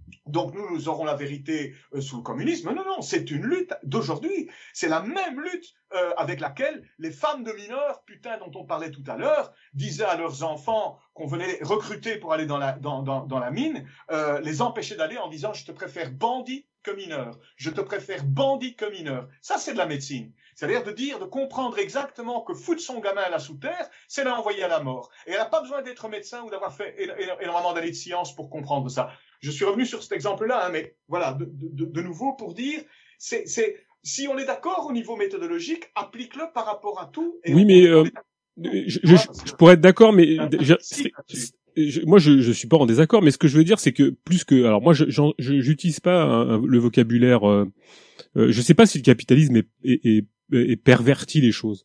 Donc nous, nous aurons la vérité euh, sous le communisme. Non, non, c'est une lutte d'aujourd'hui. C'est la même lutte euh, avec laquelle les femmes de mineurs, putain, dont on parlait tout à l'heure, disaient à leurs enfants qu'on venait recruter pour aller dans la, dans, dans, dans la mine, euh, les empêcher d'aller en disant « je te préfère bandit que mineur, je te préfère bandit que mineur ». Ça, c'est de la médecine. C'est-à-dire de dire, de comprendre exactement que foutre son gamin là sous terre, c'est l'envoyer à la mort. Et elle n'a pas besoin d'être médecin ou d'avoir fait énormément d'années de science pour comprendre ça. Je suis revenu sur cet exemple-là, hein, mais voilà, de, de, de nouveau pour dire, c'est, c'est, si on est d'accord au niveau méthodologique, applique-le par rapport à tout. Et oui, on, mais on euh, je, je, je pourrais être d'accord, mais déjà, je, moi, je, je suis pas en désaccord, mais ce que je veux dire, c'est que plus que, alors moi, je, je, j'utilise pas un, un, le vocabulaire. Euh, euh, je sais pas si le capitalisme est, est, est et pervertit les choses.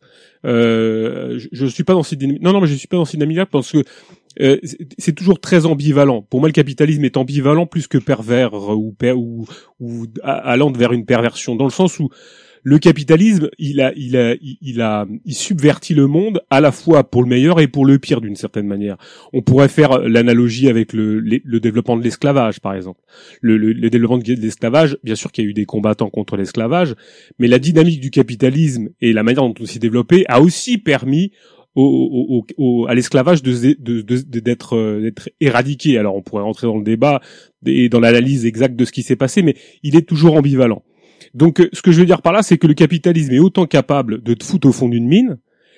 Euh, je, je suis pas dans cette dynamique. Non, non, mais je suis pas dans cette dynamique-là parce que euh, c'est, c'est toujours très ambivalent. Pour moi, le capitalisme est ambivalent plus que pervers ou ou, ou allant vers une perversion, dans le sens où le capitalisme, il a, il a, il a, il subvertit le monde à la fois pour le meilleur et pour le pire d'une certaine manière. On pourrait faire l'analogie avec le, le développement de l'esclavage, par exemple. Le, le, le développement de l'esclavage, bien sûr qu'il y a eu des combattants contre l'esclavage, mais la dynamique du capitalisme et la manière dont on s'est développé a aussi permis Au, au, au, à l'esclavage de, de, de, de, d'être, d'être éradiqué. Alors on pourrait rentrer dans le débat et dans l'analyse exacte de ce qui s'est passé, mais il est toujours ambivalent. Donc ce que je veux dire par là, c'est que le capitalisme est autant capable de te foutre au fond d'une mine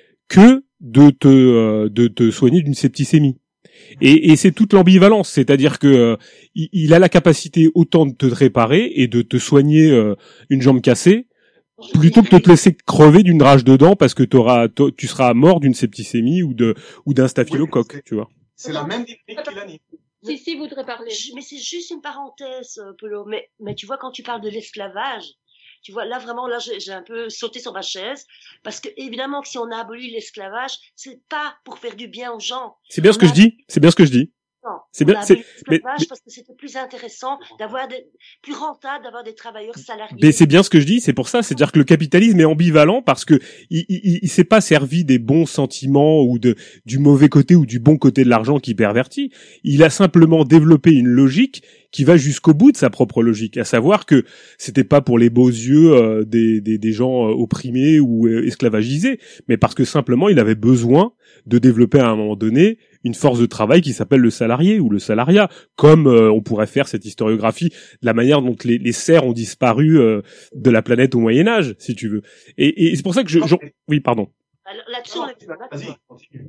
que de te, euh, de te soigner d'une septicémie. Et, et c'est toute l'ambivalence, c'est-à-dire que euh, il, il a la capacité autant de te réparer et de te soigner euh, une jambe cassée, plutôt que de te laisser crever d'une rage de dents parce que t'auras, tu seras mort d'une septicémie ou de ou d'un staphylocoque, oui, tu vois. C'est la même dynamique qui l'anime. Si, si, voudrais parler. Mais c'est juste une parenthèse, Polo. Mais, mais tu vois, quand tu parles de l'esclavage, tu vois, là, vraiment, là, j'ai, j'ai un peu sauté sur ma chaise. Parce que, évidemment, que si on a aboli l'esclavage, c'est pas pour faire du bien aux gens. C'est bien ce que je dis. C'est bien ce que je dis. Non, c'est bien, c'est, mais, mais, parce que c'était plus intéressant d'avoir des, plus rentable d'avoir des travailleurs salariés. Mais c'est bien ce que je dis, c'est pour ça, c'est-à-dire que le capitalisme est ambivalent parce que il, il, il s'est pas servi des bons sentiments ou de, du mauvais côté ou du bon côté de l'argent qui pervertit. Il a simplement développé une logique qui va jusqu'au bout de sa propre logique, à savoir que c'était pas pour les beaux yeux euh, des, des, des gens euh, opprimés ou euh, esclavagisés, mais parce que simplement il avait besoin de développer à un moment donné une force de travail qui s'appelle le salarié ou le salariat, comme euh, on pourrait faire cette historiographie de la manière dont les, les serfs ont disparu euh, de la planète au Moyen-Âge, si tu veux. Et, et c'est pour ça que je... je... Oui, pardon. Alors, là-dessus, non, vas-y, continue.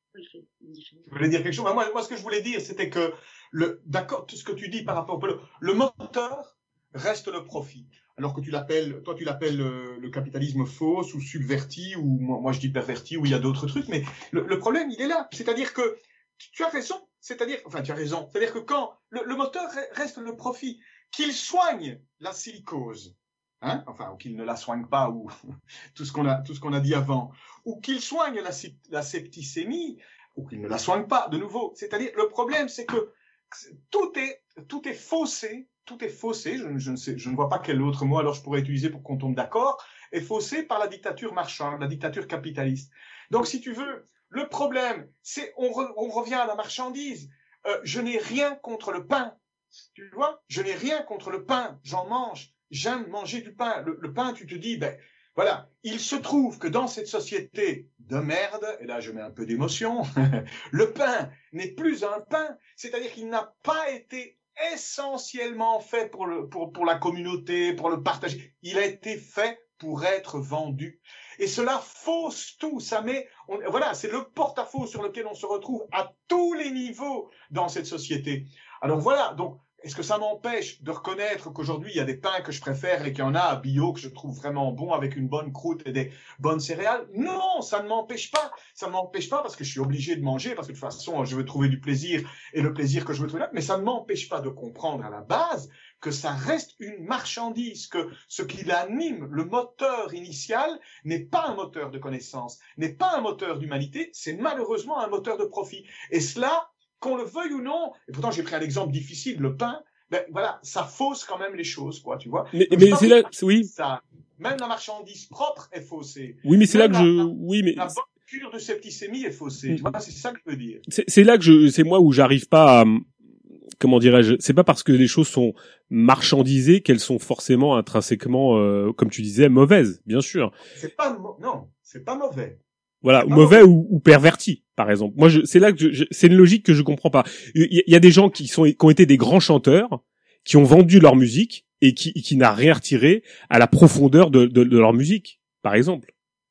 Je voulais dire quelque chose. Moi, moi, ce que je voulais dire, c'était que, le, d'accord, tout ce que tu dis par rapport au le, le moteur reste le profit. Alors que tu l'appelles, toi, tu l'appelles le, le capitalisme fausse ou subverti, ou moi, moi je dis perverti, ou il y a d'autres trucs, mais le, le problème, il est là. C'est-à-dire que tu as raison. C'est-à-dire, enfin, tu as raison. C'est-à-dire que quand le, le moteur reste le profit, qu'il soigne la silicose, hein, enfin, ou qu'il ne la soigne pas, ou tout ce qu'on a, tout ce qu'on a dit avant, ou qu'il soigne la, la septicémie, ou qu'il ne la soigne pas, de nouveau. C'est-à-dire, le problème, c'est que tout est, tout est faussé, tout est faussé, je, je, ne sais, je ne vois pas quel autre mot alors je pourrais utiliser pour qu'on tombe d'accord, est faussé par la dictature marchande, la dictature capitaliste. Donc, si tu veux, le problème, c'est, on, re, on revient à la marchandise. Euh, je n'ai rien contre le pain, tu vois, je n'ai rien contre le pain, j'en mange, j'aime manger du pain. Le, le pain, tu te dis, ben, voilà, il se trouve que dans cette société de merde, et là je mets un peu d'émotion, le pain n'est plus un pain, c'est-à-dire qu'il n'a pas été essentiellement fait pour, le, pour, pour la communauté, pour le partager, il a été fait pour être vendu. Et cela fausse tout, ça met, on, voilà, c'est le porte-à-faux sur lequel on se retrouve à tous les niveaux dans cette société. Alors voilà, donc, est-ce que ça m'empêche de reconnaître qu'aujourd'hui, il y a des pains que je préfère et qu'il y en a à bio que je trouve vraiment bons avec une bonne croûte et des bonnes céréales? Non, ça ne m'empêche pas. Ça ne m'empêche pas parce que je suis obligé de manger, parce que de toute façon, je veux trouver du plaisir et le plaisir que je veux trouver là. Mais ça ne m'empêche pas de comprendre à la base que ça reste une marchandise, que ce qui l'anime, le moteur initial, n'est pas un moteur de connaissance, n'est pas un moteur d'humanité, c'est malheureusement un moteur de profit. Et cela, qu'on le veuille ou non, et pourtant j'ai pris un exemple difficile, le pain, ben voilà, ça fausse quand même les choses, quoi, tu vois. Mais, mais c'est là, oui. Ça, même la marchandise propre est faussée. Oui, mais c'est même là que la, je, oui, mais la bonne cure de septicémie est faussée. Mm. Tu vois, c'est ça que je veux dire. C'est, c'est là que je, c'est moi où j'arrive pas à, comment dirais-je, c'est pas parce que les choses sont marchandisées qu'elles sont forcément intrinsèquement, euh, comme tu disais, mauvaises, bien sûr. C'est pas non, c'est pas mauvais. Voilà, mauvais ou, ou perverti, par exemple. Moi, je, c'est là que je, je, c'est une logique que je comprends pas. Il y, y a des gens qui sont, qui ont été des grands chanteurs, qui ont vendu leur musique et qui, qui n'a rien retiré à la profondeur de, de, de leur musique, par exemple.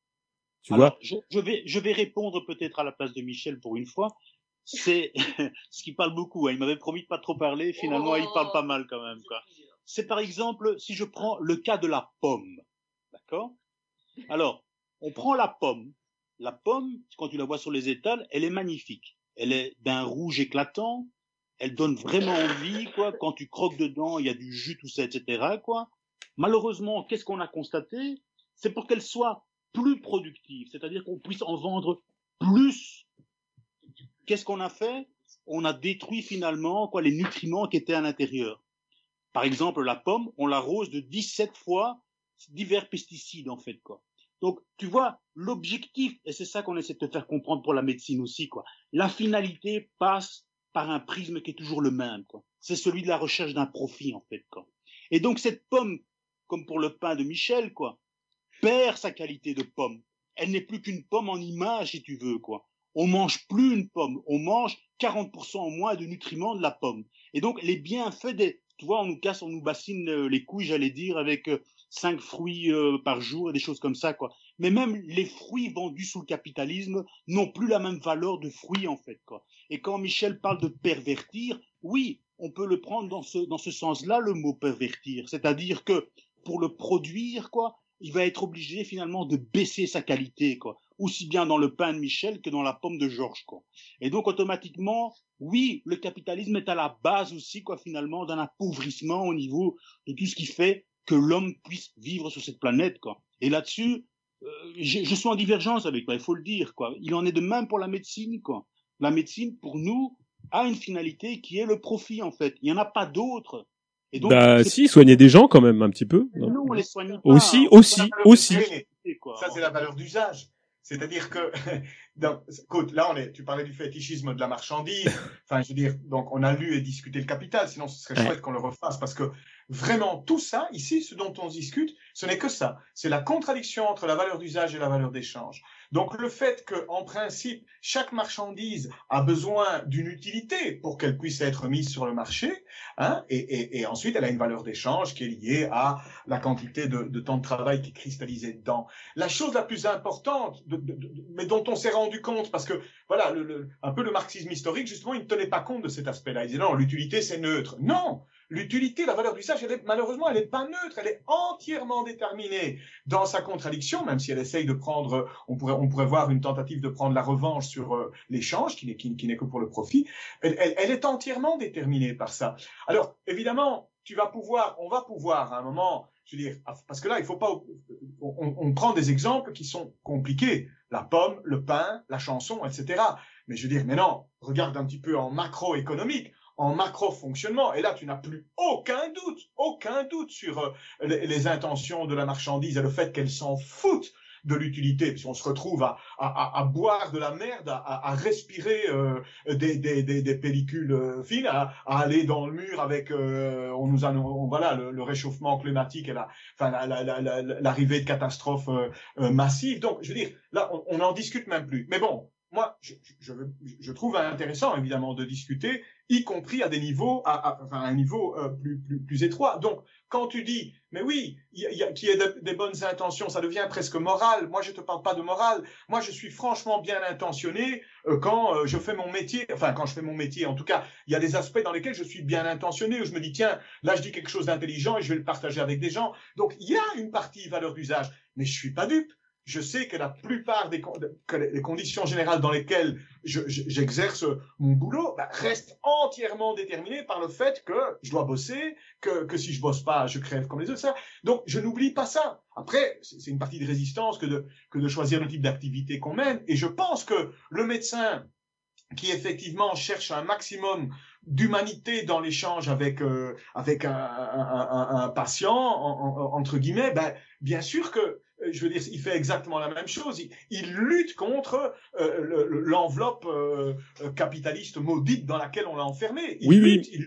Tu Alors, vois je, je vais, je vais répondre peut-être à la place de Michel pour une fois. C'est ce qui parle beaucoup. Hein. Il m'avait promis de pas trop parler. Finalement, oh, il parle pas mal quand même. Quoi. C'est par exemple, si je prends le cas de la pomme, d'accord. Alors, on prend la pomme. La pomme, quand tu la vois sur les étals, elle est magnifique. Elle est d'un rouge éclatant. Elle donne vraiment envie, quoi. Quand tu croques dedans, il y a du jus, tout ça, et cetera, quoi. Malheureusement, qu'est-ce qu'on a constaté? C'est pour qu'elle soit plus productive, c'est-à-dire qu'on puisse en vendre plus. Qu'est-ce qu'on a fait? On a détruit finalement, quoi, les nutriments qui étaient à l'intérieur. Par exemple, la pomme, on l'arrose de dix-sept fois divers pesticides, en fait, quoi. Donc, tu vois, l'objectif, et c'est ça qu'on essaie de te faire comprendre pour la médecine aussi, quoi. La finalité passe par un prisme qui est toujours le même, quoi. C'est celui de la recherche d'un profit, en fait, quoi. Et donc, cette pomme, comme pour le pain de Michel, quoi, perd sa qualité de pomme. Elle n'est plus qu'une pomme en image, si tu veux, quoi. On mange plus une pomme, on mange quarante pour cent en moins de nutriments de la pomme. Et donc, les bienfaits des, tu vois, on nous casse, on nous bassine les couilles, j'allais dire, avec cinq fruits euh, par jour et des choses comme ça, quoi. Mais même les fruits vendus sous le capitalisme n'ont plus la même valeur de fruits, en fait, quoi. Et quand Michel parle de pervertir, oui, on peut le prendre dans ce, dans ce sens-là, le mot pervertir. C'est-à-dire que pour le produire, quoi, il va être obligé finalement de baisser sa qualité, quoi. Aussi bien dans le pain de Michel que dans la pomme de Georges, quoi. Et donc, automatiquement, oui, le capitalisme est à la base aussi, quoi, finalement, d'un appauvrissement au niveau de tout ce qui fait que l'homme puisse vivre sur cette planète, quoi. Et là-dessus, euh, je suis en divergence avec toi, il faut le dire, quoi. Il en est de même pour la médecine, quoi. La médecine, pour nous, a une finalité qui est le profit, en fait. Il n'y en a pas d'autre. Et donc, bah, si, soigner des gens, quand même, un petit peu. Non, non on les soigne pas. Aussi, aussi, aussi. Ça, c'est la valeur d'usage. C'est-à-dire que, dans, écoute, là, on est, tu parlais du fétichisme de la marchandise. Enfin, je veux dire, donc, on a lu et discuté le capital. Sinon, ce serait chouette qu'on le refasse parce que vraiment, tout ça, ici, ce dont on discute, ce n'est que ça. C'est la contradiction entre la valeur d'usage et la valeur d'échange. Donc, le fait que, en principe, chaque marchandise a besoin d'une utilité pour qu'elle puisse être mise sur le marché, hein, et, et, et ensuite, elle a une valeur d'échange qui est liée à la quantité de, de temps de travail qui est cristallisée dedans. La chose la plus importante, de, de, de, mais dont on s'est rendu compte, parce que, voilà, le, le, un peu le marxisme historique, justement, il ne tenait pas compte de cet aspect-là. Il disait, non, l'utilité, c'est neutre. Non! L'utilité, la valeur d'usage, elle est, malheureusement, elle n'est pas neutre, elle est entièrement déterminée dans sa contradiction, même si elle essaye de prendre, on pourrait, on pourrait voir une tentative de prendre la revanche sur euh, l'échange, qui n'est, qui, qui n'est que pour le profit. Elle, elle, elle est entièrement déterminée par ça. Alors, évidemment, tu vas pouvoir, on va pouvoir, à un moment, je veux dire, parce que là, il faut pas, on, on prend des exemples qui sont compliqués. La pomme, le pain, la chanson, et cetera. Mais je veux dire, mais non, regarde un petit peu en macroéconomique. En macro-fonctionnement, et là tu n'as plus aucun doute, aucun doute sur euh, les, les intentions de la marchandise et le fait qu'elle s'en fout de l'utilité, parce qu'on se retrouve à, à, à boire de la merde, à, à respirer euh, des, des, des, des pellicules fines, à, à aller dans le mur avec, euh, on nous a, on, voilà, le, le réchauffement climatique et la, enfin la, la, la, la, l'arrivée de catastrophes euh, euh, massives. Donc, je veux dire, là, on n'en discute même plus. Mais bon. Moi, je, je, je trouve intéressant, évidemment, de discuter, y compris à des niveaux, à, à, enfin, à un niveau euh, plus, plus, plus étroit. Donc, quand tu dis, mais oui, il y a, qu'il y ait de, des bonnes intentions, ça devient presque moral. Moi, je te parle pas de morale. Moi, je suis franchement bien intentionné euh, quand euh, je fais mon métier. Enfin, quand je fais mon métier, en tout cas, il y a des aspects dans lesquels je suis bien intentionné, où je me dis, tiens, là, je dis quelque chose d'intelligent et je vais le partager avec des gens. Donc, il y a une partie valeur d'usage, mais je suis pas dupe. Je sais que la plupart des que les conditions générales dans lesquelles je, je, j'exerce mon boulot bah, restent entièrement déterminées par le fait que je dois bosser, que, que si je bosse pas, je crève comme les autres. Ça. Donc, je n'oublie pas ça. Après, c'est une partie de résistance que de, que de choisir le type d'activité qu'on mène. Et je pense que le médecin qui effectivement cherche un maximum d'humanité dans l'échange avec euh, avec un, un, un, un patient en, en, entre guillemets, ben bien sûr que je veux dire, il fait exactement la même chose. Il, il lutte contre euh, le, l'enveloppe euh, capitaliste maudite dans laquelle on l'a enfermé. Il oui, lutte, oui. il lutte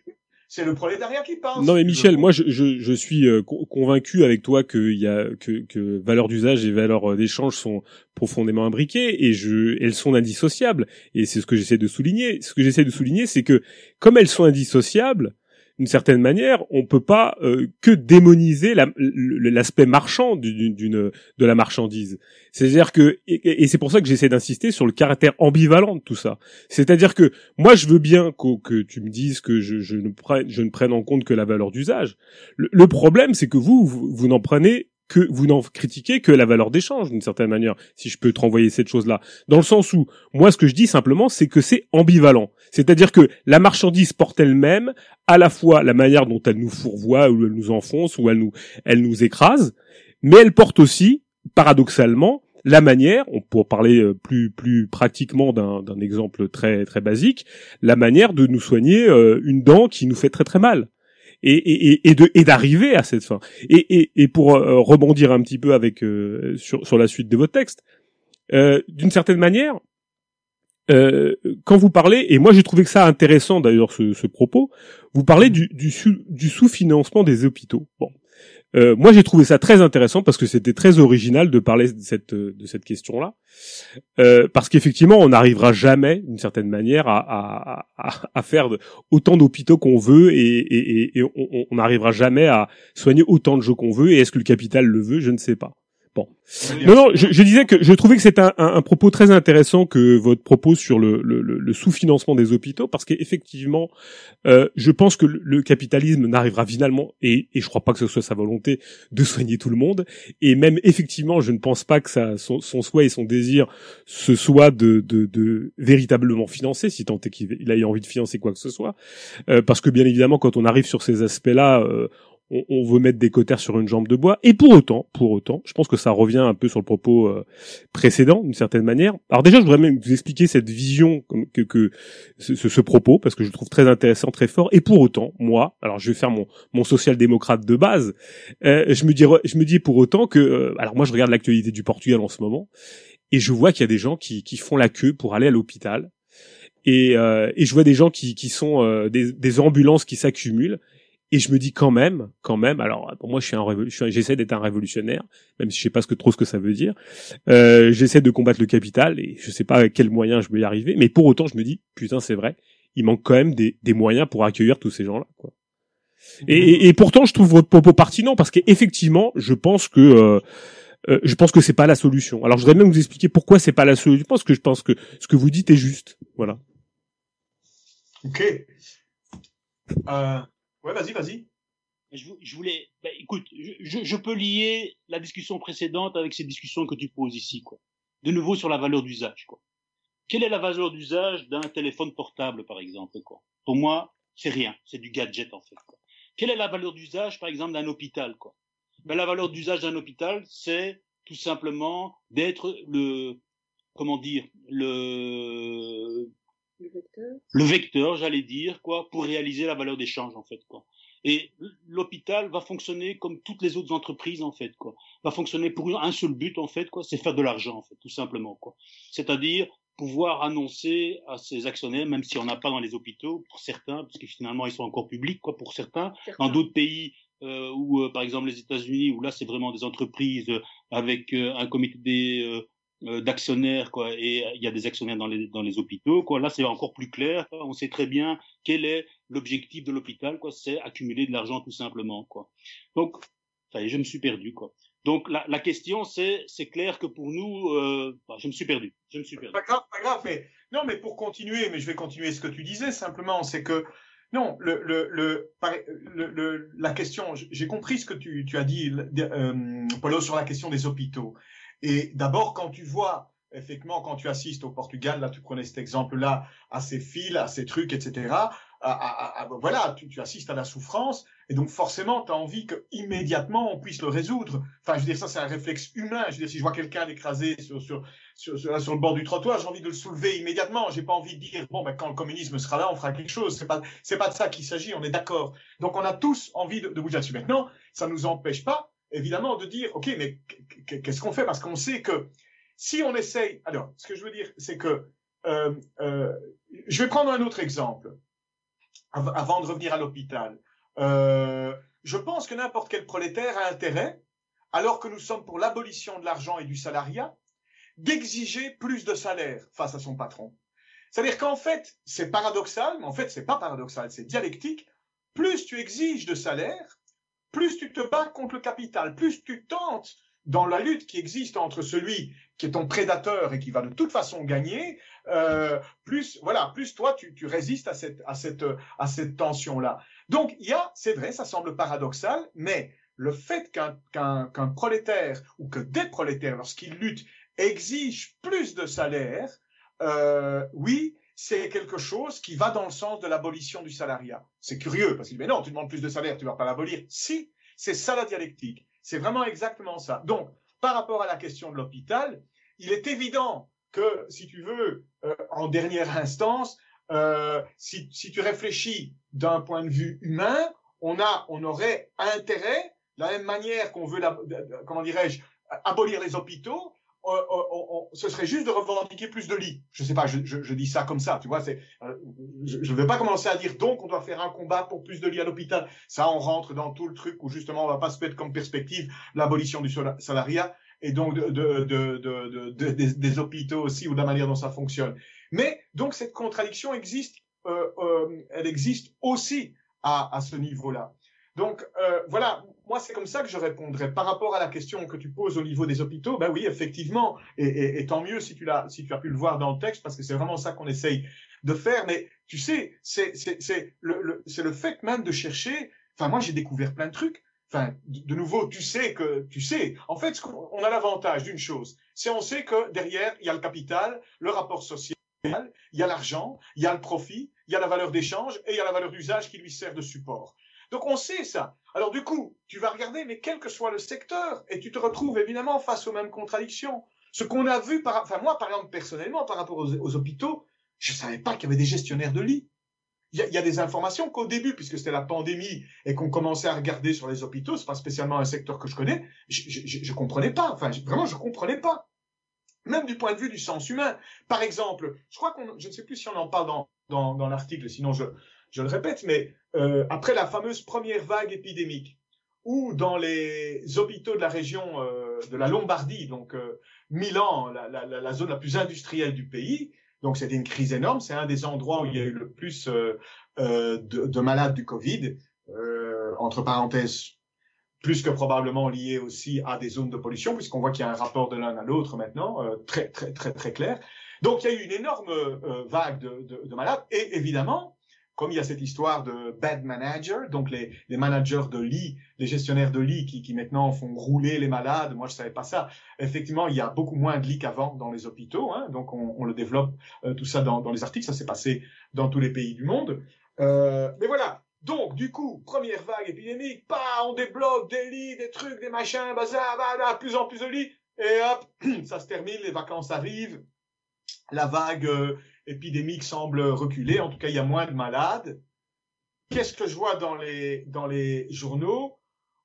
C'est le prolétariat qui pense. Non mais Michel, je... moi je, je, je suis euh, convaincu avec toi qu'il y a que, que valeur d'usage et valeur d'échange sont profondément imbriquées et je, elles sont indissociables. Et c'est ce que j'essaie de souligner. Ce que j'essaie de souligner, c'est que comme elles sont indissociables, d'une certaine manière, on peut pas euh, que démoniser la, l'aspect marchand d'une, d'une de la marchandise. C'est-à-dire que et, et c'est pour ça que j'essaie d'insister sur le caractère ambivalent de tout ça. C'est-à-dire que moi je veux bien que, que tu me dises que je, je ne prenne je ne prenne en compte que la valeur d'usage. Le, le problème c'est que vous vous, vous n'en prenez que vous n'en critiquez que la valeur d'échange d'une certaine manière, si je peux te renvoyer cette chose-là. Dans le sens où, moi ce que je dis simplement, c'est que c'est ambivalent. C'est-à-dire que la marchandise porte elle-même à la fois la manière dont elle nous fourvoie, ou elle nous enfonce, ou elle nous, elle nous écrase, mais elle porte aussi, paradoxalement, la manière, on peut parler plus plus pratiquement d'un, d'un exemple très très basique, la manière de nous soigner euh, une dent qui nous fait très très mal. Et, et, et, de, et d'arriver à cette fin. Et, et, et pour euh, rebondir un petit peu avec euh, sur, sur la suite de votre texte, euh, d'une certaine manière, euh, quand vous parlez, et moi j'ai trouvé que ça intéressant d'ailleurs ce, ce propos, vous parlez du, du, sous, du sous-financement des hôpitaux. Bon, euh, moi j'ai trouvé ça très intéressant parce que c'était très original de parler de cette de cette question-là, euh, parce qu'effectivement on n'arrivera jamais d'une certaine manière à à à, à faire de, autant d'hôpitaux qu'on veut et et, et on n'arrivera jamais à soigner autant de gens qu'on veut. Et est-ce que le capital le veut? Je ne sais pas. Bon. Non, non, je, je disais que je trouvais que c'est un, un, un propos très intéressant que votre propos sur le, le, le sous-financement des hôpitaux, parce qu'effectivement, euh, je pense que le, le capitalisme n'arrivera finalement, et, et je crois pas que ce soit sa volonté, de soigner tout le monde, et même effectivement, je ne pense pas que ça, son, son souhait et son désir, ce soit de, de, de véritablement financer, si tant est qu'il ait envie de financer quoi que ce soit, euh, parce que bien évidemment, quand on arrive sur ces aspects-là, euh, On, on veut mettre des cautères sur une jambe de bois, et pour autant, pour autant, je pense que ça revient un peu sur le propos euh, précédent, d'une certaine manière. Alors déjà, je voudrais même vous expliquer cette vision que, que ce, ce propos, parce que je le trouve très intéressant, très fort. Et pour autant, moi, alors je vais faire mon, mon social-démocrate de base, euh, je me dis, je me dis pour autant que, euh, alors moi, je regarde l'actualité du Portugal en ce moment, et je vois qu'il y a des gens qui, qui font la queue pour aller à l'hôpital, et, euh, et je vois des gens qui, qui sont euh, des, des ambulances qui s'accumulent. Et je me dis quand même, quand même, alors pour moi je suis un révolutionnaire, j'essaie d'être un révolutionnaire, même si je sais pas ce que trop ce que ça veut dire. Euh, j'essaie de combattre le capital et je sais pas avec quels moyens je vais y arriver, mais pour autant je me dis putain c'est vrai, il manque quand même des, des moyens pour accueillir tous ces gens-là, quoi. Et, et, et pourtant je trouve votre propos pertinent parce qu'effectivement je pense que euh, euh, je pense que c'est pas la solution. Alors je voudrais même vous expliquer pourquoi c'est pas la solution, parce que je pense que ce que vous dites est juste, voilà. Ok. Euh... Ouais, vas-y, vas-y. Je, je voulais, bah, écoute, je, je peux lier la discussion précédente avec ces discussions que tu poses ici, quoi. De nouveau sur la valeur d'usage, quoi. Quelle est la valeur d'usage d'un téléphone portable, par exemple, quoi? Pour moi, c'est rien, c'est du gadget en fait, quoi. Quelle est la valeur d'usage, par exemple, d'un hôpital, quoi? Ben la valeur d'usage d'un hôpital, c'est tout simplement d'être le, comment dire, le Le vecteur. Le vecteur, j'allais dire, quoi, pour réaliser la valeur d'échange, en fait, quoi. Et l'hôpital va fonctionner comme toutes les autres entreprises, en fait, quoi. Va fonctionner pour un seul but, en fait, quoi, c'est faire de l'argent, en fait, tout simplement, quoi. C'est-à-dire pouvoir annoncer à ses actionnaires, même si on n'a pas dans les hôpitaux, pour certains, parce que finalement ils sont encore publics, quoi, pour certains. certains. Dans d'autres pays, euh, où, euh, par exemple les États-Unis, où là c'est vraiment des entreprises euh, avec euh, un comité des euh, Euh, d'actionnaires, quoi, et il y a des actionnaires dans les dans les hôpitaux, quoi. Là c'est encore plus clair, quoi. On sait très bien quel est l'objectif de l'hôpital, quoi, c'est accumuler de l'argent tout simplement, quoi. Donc ça y est, je me suis perdu, quoi. Donc la la question c'est c'est clair que pour nous euh, bah, je me suis perdu je me suis perdu pas grave pas grave mais non mais pour continuer, mais je vais continuer ce que tu disais simplement, c'est que non, le, le, le, le, le la question, j'ai compris ce que tu, tu as dit, euh, Paulo, sur la question des hôpitaux. Et d'abord, quand tu vois, effectivement, quand tu assistes au Portugal, là, tu prenais cet exemple-là, à ces fils, à ces trucs, et cetera, à, à, à, voilà, tu, tu assistes à la souffrance, et donc forcément, tu as envie qu'immédiatement, on puisse le résoudre. Enfin, je veux dire, ça, c'est un réflexe humain. Je veux dire, si je vois quelqu'un écrasé sur, sur, sur, sur, sur le bord du trottoir, j'ai envie de le soulever immédiatement. J'ai pas envie de dire, bon, ben, quand le communisme sera là, on fera quelque chose. C'est pas, c'est pas de ça qu'il s'agit, on est d'accord. Donc, on a tous envie de, de bouger là-dessus. Maintenant, ça nous empêche pas, évidemment, de dire, OK, mais qu'est-ce qu'on fait? Parce qu'on sait que si on essaye, alors, ce que je veux dire, c'est que, euh, euh, je vais prendre un autre exemple. avant de revenir à l'hôpital. Euh, je pense que n'importe quel prolétaire a intérêt, alors que nous sommes pour l'abolition de l'argent et du salariat, d'exiger plus de salaire face à son patron. C'est-à-dire qu'en fait, c'est paradoxal, mais en fait, c'est pas paradoxal, c'est dialectique. Plus tu exiges de salaire, plus tu te bats contre le capital, plus tu tentes dans la lutte qui existe entre celui qui est ton prédateur et qui va de toute façon gagner, euh, plus voilà, plus toi tu, tu résistes à cette à cette à cette tension-là. Donc il y a, c'est vrai, ça semble paradoxal, mais le fait qu'un qu'un qu'un prolétaire ou que des prolétaires, lorsqu'ils luttent, exigent plus de salaire, euh, oui, c'est quelque chose qui va dans le sens de l'abolition du salariat. C'est curieux parce qu'il dit mais non, tu demandes plus de salaire, tu vas pas l'abolir. Si, c'est ça la dialectique. C'est vraiment exactement ça. Donc, par rapport à la question de l'hôpital, il est évident que, si tu veux, euh, en dernière instance, euh, si, si tu réfléchis d'un point de vue humain, on a, on aurait intérêt, de la même manière qu'on veut, la, comment dirais-je, abolir les hôpitaux, on, on, on, ce serait juste de revendiquer plus de lits. Je sais pas, je, je, je dis ça comme ça, tu vois. C'est, euh, je ne vais pas commencer à dire donc on doit faire un combat pour plus de lits à l'hôpital. Ça, on rentre dans tout le truc où justement on va pas se mettre comme perspective l'abolition du salariat et donc de, de, de, de, de, de des, des hôpitaux aussi ou de la manière dont ça fonctionne. Mais donc cette contradiction existe, euh, euh, elle existe aussi à, à ce niveau-là. Donc euh, voilà, moi c'est comme ça que je répondrais par rapport à la question que tu poses au niveau des hôpitaux. Ben oui, effectivement, et, et, et tant mieux si tu l'as, si tu as pu le voir dans le texte, parce que c'est vraiment ça qu'on essaye de faire. Mais tu sais, c'est c'est c'est le, le c'est le fait même de chercher. Enfin, moi j'ai découvert plein de trucs. Enfin, de, de nouveau, tu sais que tu sais. En fait, on a l'avantage d'une chose, c'est on sait que derrière il y a le capital, le rapport social, il y a l'argent, il y a le profit, il y a la valeur d'échange et il y a la valeur d'usage qui lui sert de support. Donc on sait ça. Alors du coup, tu vas regarder, mais quel que soit le secteur, et tu te retrouves évidemment face aux mêmes contradictions. Ce qu'on a vu, par, enfin moi par exemple personnellement, par rapport aux, aux hôpitaux, je savais pas qu'il y avait des gestionnaires de lits. Il y a, il y a des informations qu'au début, puisque c'était la pandémie et qu'on commençait à regarder sur les hôpitaux, c'est pas spécialement un secteur que je connais, je, je, je, je comprenais pas. Enfin, je, vraiment, je comprenais pas. Même du point de vue du sens humain. Par exemple, je crois qu'on, je ne sais plus si on en parle dans dans, dans l'article, sinon je je le répète, mais euh, après la fameuse première vague épidémique, où dans les hôpitaux de la région euh, de la Lombardie, donc euh, Milan, la, la, la zone la plus industrielle du pays, donc c'était une crise énorme, c'est un des endroits où il y a eu le plus euh, euh, de, de malades du Covid, euh, entre parenthèses, plus que probablement lié aussi à des zones de pollution, puisqu'on voit qu'il y a un rapport de l'un à l'autre maintenant, euh, très très très très clair. Donc il y a eu une énorme euh, vague de, de, de malades, et évidemment, comme il y a cette histoire de bed manager, donc les, les managers de lit, les gestionnaires de lit qui, qui maintenant font rouler les malades. Moi, je savais pas ça. Effectivement, il y a beaucoup moins de lits qu'avant dans les hôpitaux. Hein, donc, on, on le développe euh, tout ça dans, dans les articles. Ça s'est passé dans tous les pays du monde. Euh, mais voilà. Donc, du coup, première vague épidémique, bah, on débloque des lits, des trucs, des machins, bazar, bah, bah, plus en plus de lits. Et hop, ça se termine, les vacances arrivent. La vague euh, épidémique semble reculer, en tout cas il y a moins de malades. Qu'est-ce que je vois dans les dans les journaux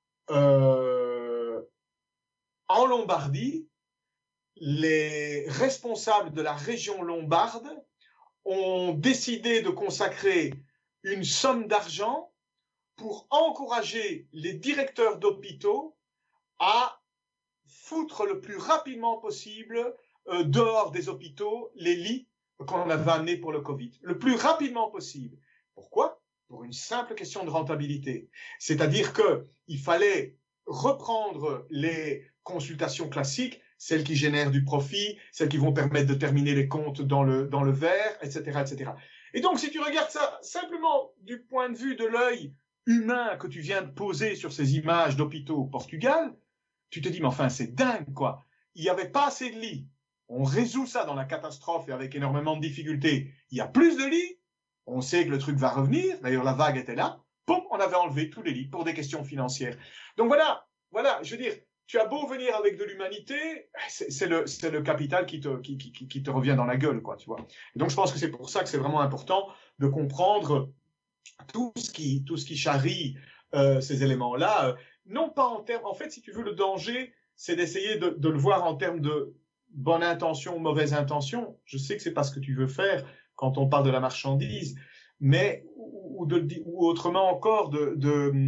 euh, en Lombardie, les responsables de la région lombarde ont décidé de consacrer une somme d'argent pour encourager les directeurs d'hôpitaux à foutre le plus rapidement possible euh, dehors des hôpitaux les lits qu'on avait amenés pour le Covid, le plus rapidement possible. Pourquoi ? Pour une simple question de rentabilité. C'est-à-dire que il fallait reprendre les consultations classiques, celles qui génèrent du profit, celles qui vont permettre de terminer les comptes dans le dans le vert, et cetera, et cetera. Et donc, si tu regardes ça simplement du point de vue de l'œil humain que tu viens de poser sur ces images d'hôpitaux au Portugal, tu te dis, mais enfin, c'est dingue, quoi. Il n'y avait pas assez de lits. On résout ça dans la catastrophe et avec énormément de difficultés. Il y a plus de lits. On sait que le truc va revenir. D'ailleurs, la vague était là. Poum, on avait enlevé tous les lits pour des questions financières. Donc voilà, voilà, je veux dire, tu as beau venir avec de l'humanité, c'est, c'est le, c'est le capital qui te, qui, qui, qui te revient dans la gueule, quoi, tu vois. Et donc, je pense que c'est pour ça que c'est vraiment important de comprendre tout ce qui, tout ce qui charrie euh, ces éléments-là. Euh, non pas en termes, en fait, si tu veux, le danger, c'est d'essayer de, de le voir en termes de bonne intention, mauvaise intention. Je sais que c'est pas ce que tu veux faire quand on parle de la marchandise, mais ou, de, ou autrement encore de, de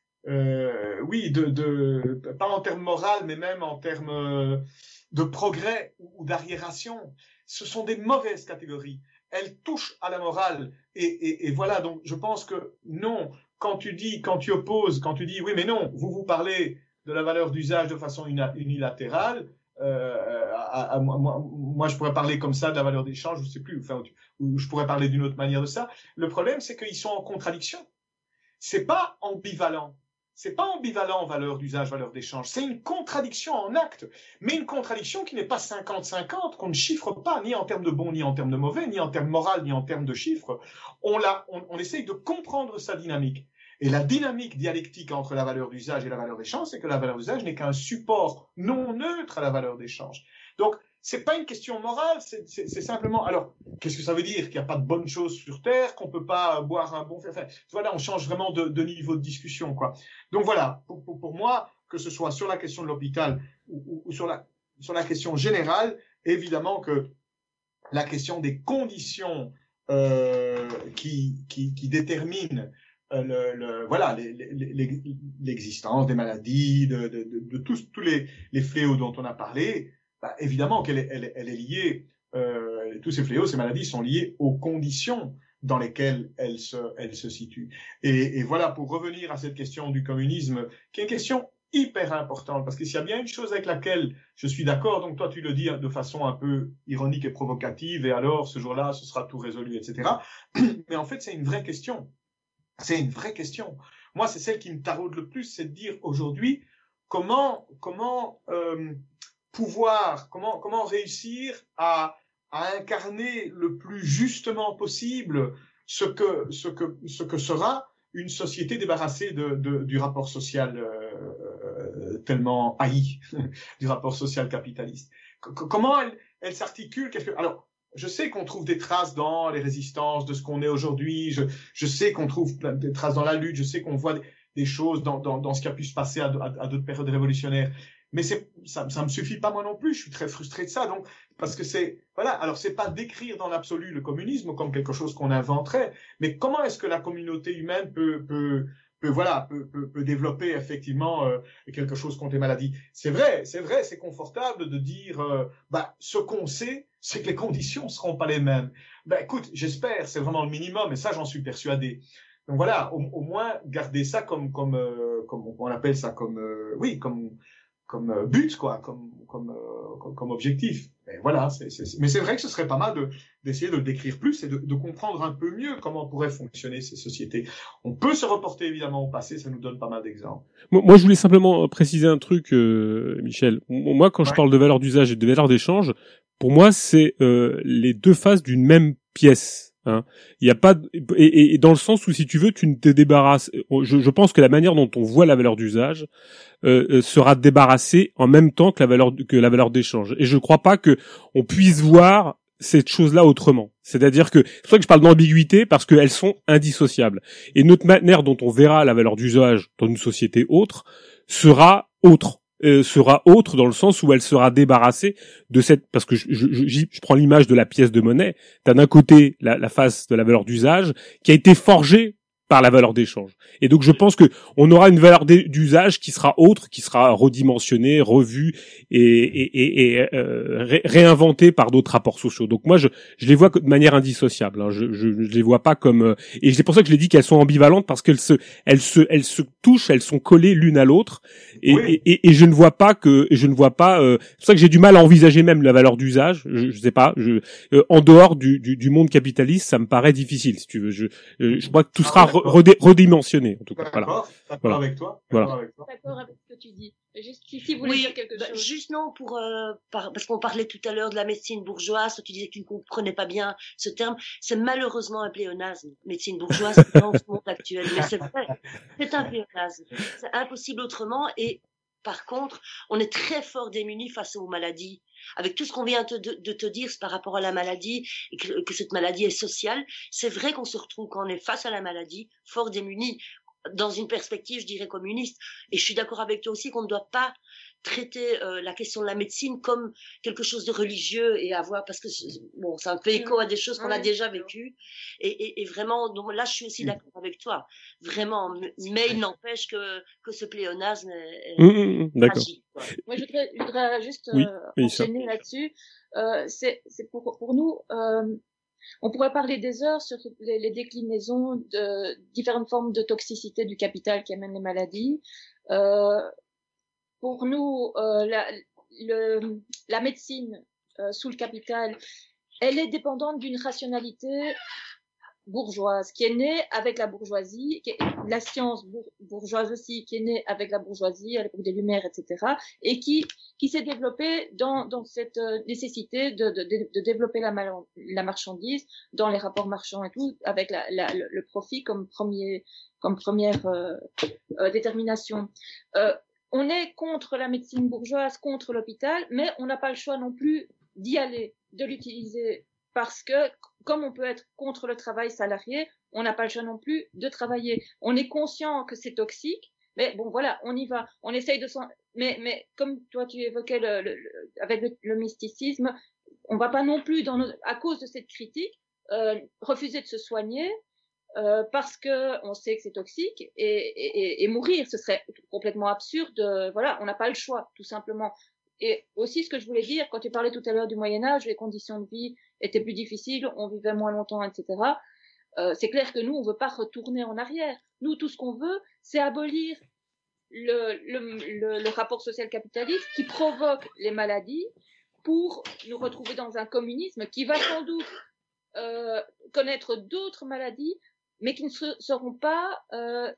euh, oui, de, de pas en termes moraux, mais même en termes de progrès ou d'arriération. Ce sont des mauvaises catégories. Elles touchent à la morale. Et, et, et voilà, donc je pense que non, quand tu dis, quand tu opposes, quand tu dis oui, mais non, vous vous parlez de la valeur d'usage de façon unilatérale, euh, à, à, moi, moi je pourrais parler comme ça de la valeur d'échange, je ne sais plus, enfin, ou je pourrais parler d'une autre manière de ça. Le problème, c'est qu'ils sont en contradiction. C'est pas ambivalent. C'est pas ambivalent, valeur d'usage, valeur d'échange. C'est une contradiction en acte, mais une contradiction qui n'est pas cinquante cinquante, qu'on ne chiffre pas, ni en termes de bon, ni en termes de mauvais, ni en termes moral, ni en termes de chiffres. On, la, on, on essaye de comprendre sa dynamique. Et la dynamique dialectique entre la valeur d'usage et la valeur d'échange, c'est que la valeur d'usage n'est qu'un support non neutre à la valeur d'échange. Donc, c'est pas une question morale, c'est, c'est, c'est simplement. Alors, qu'est-ce que ça veut dire? Qu'il n'y a pas de bonnes choses sur Terre, qu'on peut pas boire un bon. Enfin, voilà, on change vraiment de, de niveau de discussion, quoi. Donc voilà, pour, pour, pour moi, que ce soit sur la question de l'hôpital ou, ou, ou sur la sur la question générale, évidemment que la question des conditions euh, qui qui, qui déterminent Le, le, voilà, les, les, les, l'existence des maladies, de, de, de, de tous, tous les, les fléaux dont on a parlé, bah, évidemment qu'elle est, elle, elle est liée, euh, tous ces fléaux, ces maladies sont liées aux conditions dans lesquelles elles se, elles se situent. Et, et voilà, pour revenir à cette question du communisme, qui est une question hyper importante, parce que s'il y a bien une chose avec laquelle je suis d'accord, donc toi tu le dis de façon un peu ironique et provocative, et alors ce jour-là, ce sera tout résolu, et cetera. Mais en fait, c'est une vraie question. C'est une vraie question. Moi, c'est celle qui me taraude le plus, c'est de dire aujourd'hui comment comment euh, pouvoir, comment comment réussir à à incarner le plus justement possible ce que ce que ce que sera une société débarrassée de, de du rapport social euh, tellement haï, du rapport social capitaliste. C- comment elle elle s'articule? Qu'est-ce que alors je sais qu'on trouve des traces dans les résistances de ce qu'on est aujourd'hui. Je, je sais qu'on trouve plein des traces dans la lutte. Je sais qu'on voit des, des choses dans, dans, dans ce qui a pu se passer à, à, à d'autres périodes révolutionnaires. Mais c'est, ça, ça me suffit pas moi non plus. Je suis très frustré de ça. Donc, parce que c'est, voilà. Alors, c'est pas décrire dans l'absolu le communisme comme quelque chose qu'on inventerait, mais comment est-ce que la communauté humaine peut, peut, peut voilà, peut, peut, peut développer effectivement euh, quelque chose contre les maladies. C'est vrai, c'est vrai, c'est confortable de dire, euh, bah, ce qu'on sait, c'est que les conditions seront pas les mêmes. Ben écoute, j'espère, c'est vraiment le minimum, et ça j'en suis persuadé. Donc voilà, au, au moins garder ça comme comme euh, comme on appelle ça comme euh, oui comme comme euh, but quoi, comme comme euh, comme, comme objectif. Et voilà, c'est, c'est, mais c'est vrai que ce serait pas mal de d'essayer de le décrire plus et de, de comprendre un peu mieux comment pourraient fonctionner ces sociétés. On peut se reporter évidemment au passé, ça nous donne pas mal d'exemples. Moi, je voulais simplement préciser un truc, euh, Michel. Moi, quand ouais. je parle de valeur d'usage et de valeur d'échange, pour moi, c'est euh, les deux faces d'une même pièce. Hein. Il y a pas de... et, et dans le sens où si tu veux, tu ne te débarrasses. Je, je pense que la manière dont on voit la valeur d'usage euh, sera débarrassée en même temps que la valeur que la valeur d'échange. Et je ne crois pas que on puisse voir cette chose-là autrement. C'est-à-dire que c'est pour ça que je parle d'ambiguïté parce qu'elles sont indissociables. Et notre manière dont on verra la valeur d'usage dans une société autre sera autre. Euh, sera autre dans le sens où elle sera débarrassée de cette, parce que je, je, je, je prends l'image de la pièce de monnaie. T'as d'un côté la, la face de la valeur d'usage qui a été forgée par la valeur d'échange. Et donc je pense que on aura une valeur d'usage qui sera autre, qui sera redimensionnée, revue et, et, et, et euh, ré réinventée par d'autres rapports sociaux. Donc moi je, je les vois de manière indissociable. Hein. Je, je, je les vois pas comme euh, et c'est pour ça que je l'ai dit qu'elles sont ambivalentes parce qu'elles se, elles se, elles se touchent, elles sont collées l'une à l'autre. Et, oui. et, et, et je ne vois pas que, je ne vois pas. Euh, c'est pour ça que j'ai du mal à envisager même la valeur d'usage. Je, je sais pas. Je, euh, en dehors du, du, du monde capitaliste, ça me paraît difficile. Si tu veux, je, je, je crois que tout sera ah, redimensionné en tout cas. D'accord, voilà. d'accord voilà. avec toi. Voilà. D'accord avec, d'accord avec ce que tu dis. Juste si vous voulez oui, dire quelque bah, chose. Juste non pour euh, par, parce qu'on parlait tout à l'heure de la médecine bourgeoise. Tu disais que tu ne comprenais pas bien ce terme. C'est malheureusement un pléonasme. Médecine bourgeoise dans ce monde actuel, mais c'est vrai. C'est un pléonasme. C'est impossible autrement. Et par contre, on est très fort démunis face aux maladies. Avec tout ce qu'on vient te, de, de te dire par rapport à la maladie et que, que cette maladie est sociale, c'est vrai qu'on se retrouve quand on est face à la maladie fort démunis dans une perspective, je dirais, communiste. Et je suis d'accord avec toi aussi qu'on ne doit pas traiter euh, la question de la médecine comme quelque chose de religieux et avoir, parce que bon, ça fait écho à des choses qu'on a déjà vécues. Et, et, et vraiment, donc là, je suis aussi d'accord avec toi. Vraiment, mais il n'empêche que, que ce pléonasme est, est mmh, mmh, tragique. Moi, je voudrais, je voudrais juste oui, euh, enchaîner là-dessus. Euh, c'est, c'est pour, pour nous, euh, on pourrait parler des heures sur les, les déclinaisons de différentes formes de toxicité du capital qui amènent les maladies. Euh, pour nous, euh, la, le, la médecine euh, sous le capital, elle est dépendante d'une rationalité bourgeoise, qui est née avec la bourgeoisie, qui est, la science bour, bourgeoise aussi, qui est née avec la bourgeoisie à l'époque des Lumières, et cetera, et qui qui s'est développée dans dans cette euh, nécessité de, de de développer la mal, la marchandise dans les rapports marchands et tout, avec la, la le, le profit comme premier comme première euh, euh, détermination. Euh, on est contre la médecine bourgeoise, contre l'hôpital, mais on n'a pas le choix non plus d'y aller, de l'utiliser. Parce que, comme on peut être contre le travail salarié, on n'a pas le choix non plus de travailler. On est conscient que c'est toxique, mais bon, voilà, on y va. On essaye de s'en... Mais, mais comme toi, tu évoquais le, le, le, avec le, le mysticisme, on va pas non plus, dans nos... à cause de cette critique, euh, refuser de se soigner euh, parce que on sait que c'est toxique et, et, et mourir. Ce serait complètement absurde. Voilà, on n'a pas le choix, tout simplement. Et aussi, ce que je voulais dire, quand tu parlais tout à l'heure du Moyen-Âge, les conditions de vie étaient plus difficiles, on vivait moins longtemps, et cetera. Euh, c'est clair que nous, on veut pas retourner en arrière. Nous, tout ce qu'on veut, c'est abolir le, le, le, le rapport social capitaliste qui provoque les maladies pour nous retrouver dans un communisme qui va sans doute euh, connaître d'autres maladies, mais qui ne seront pas... Euh,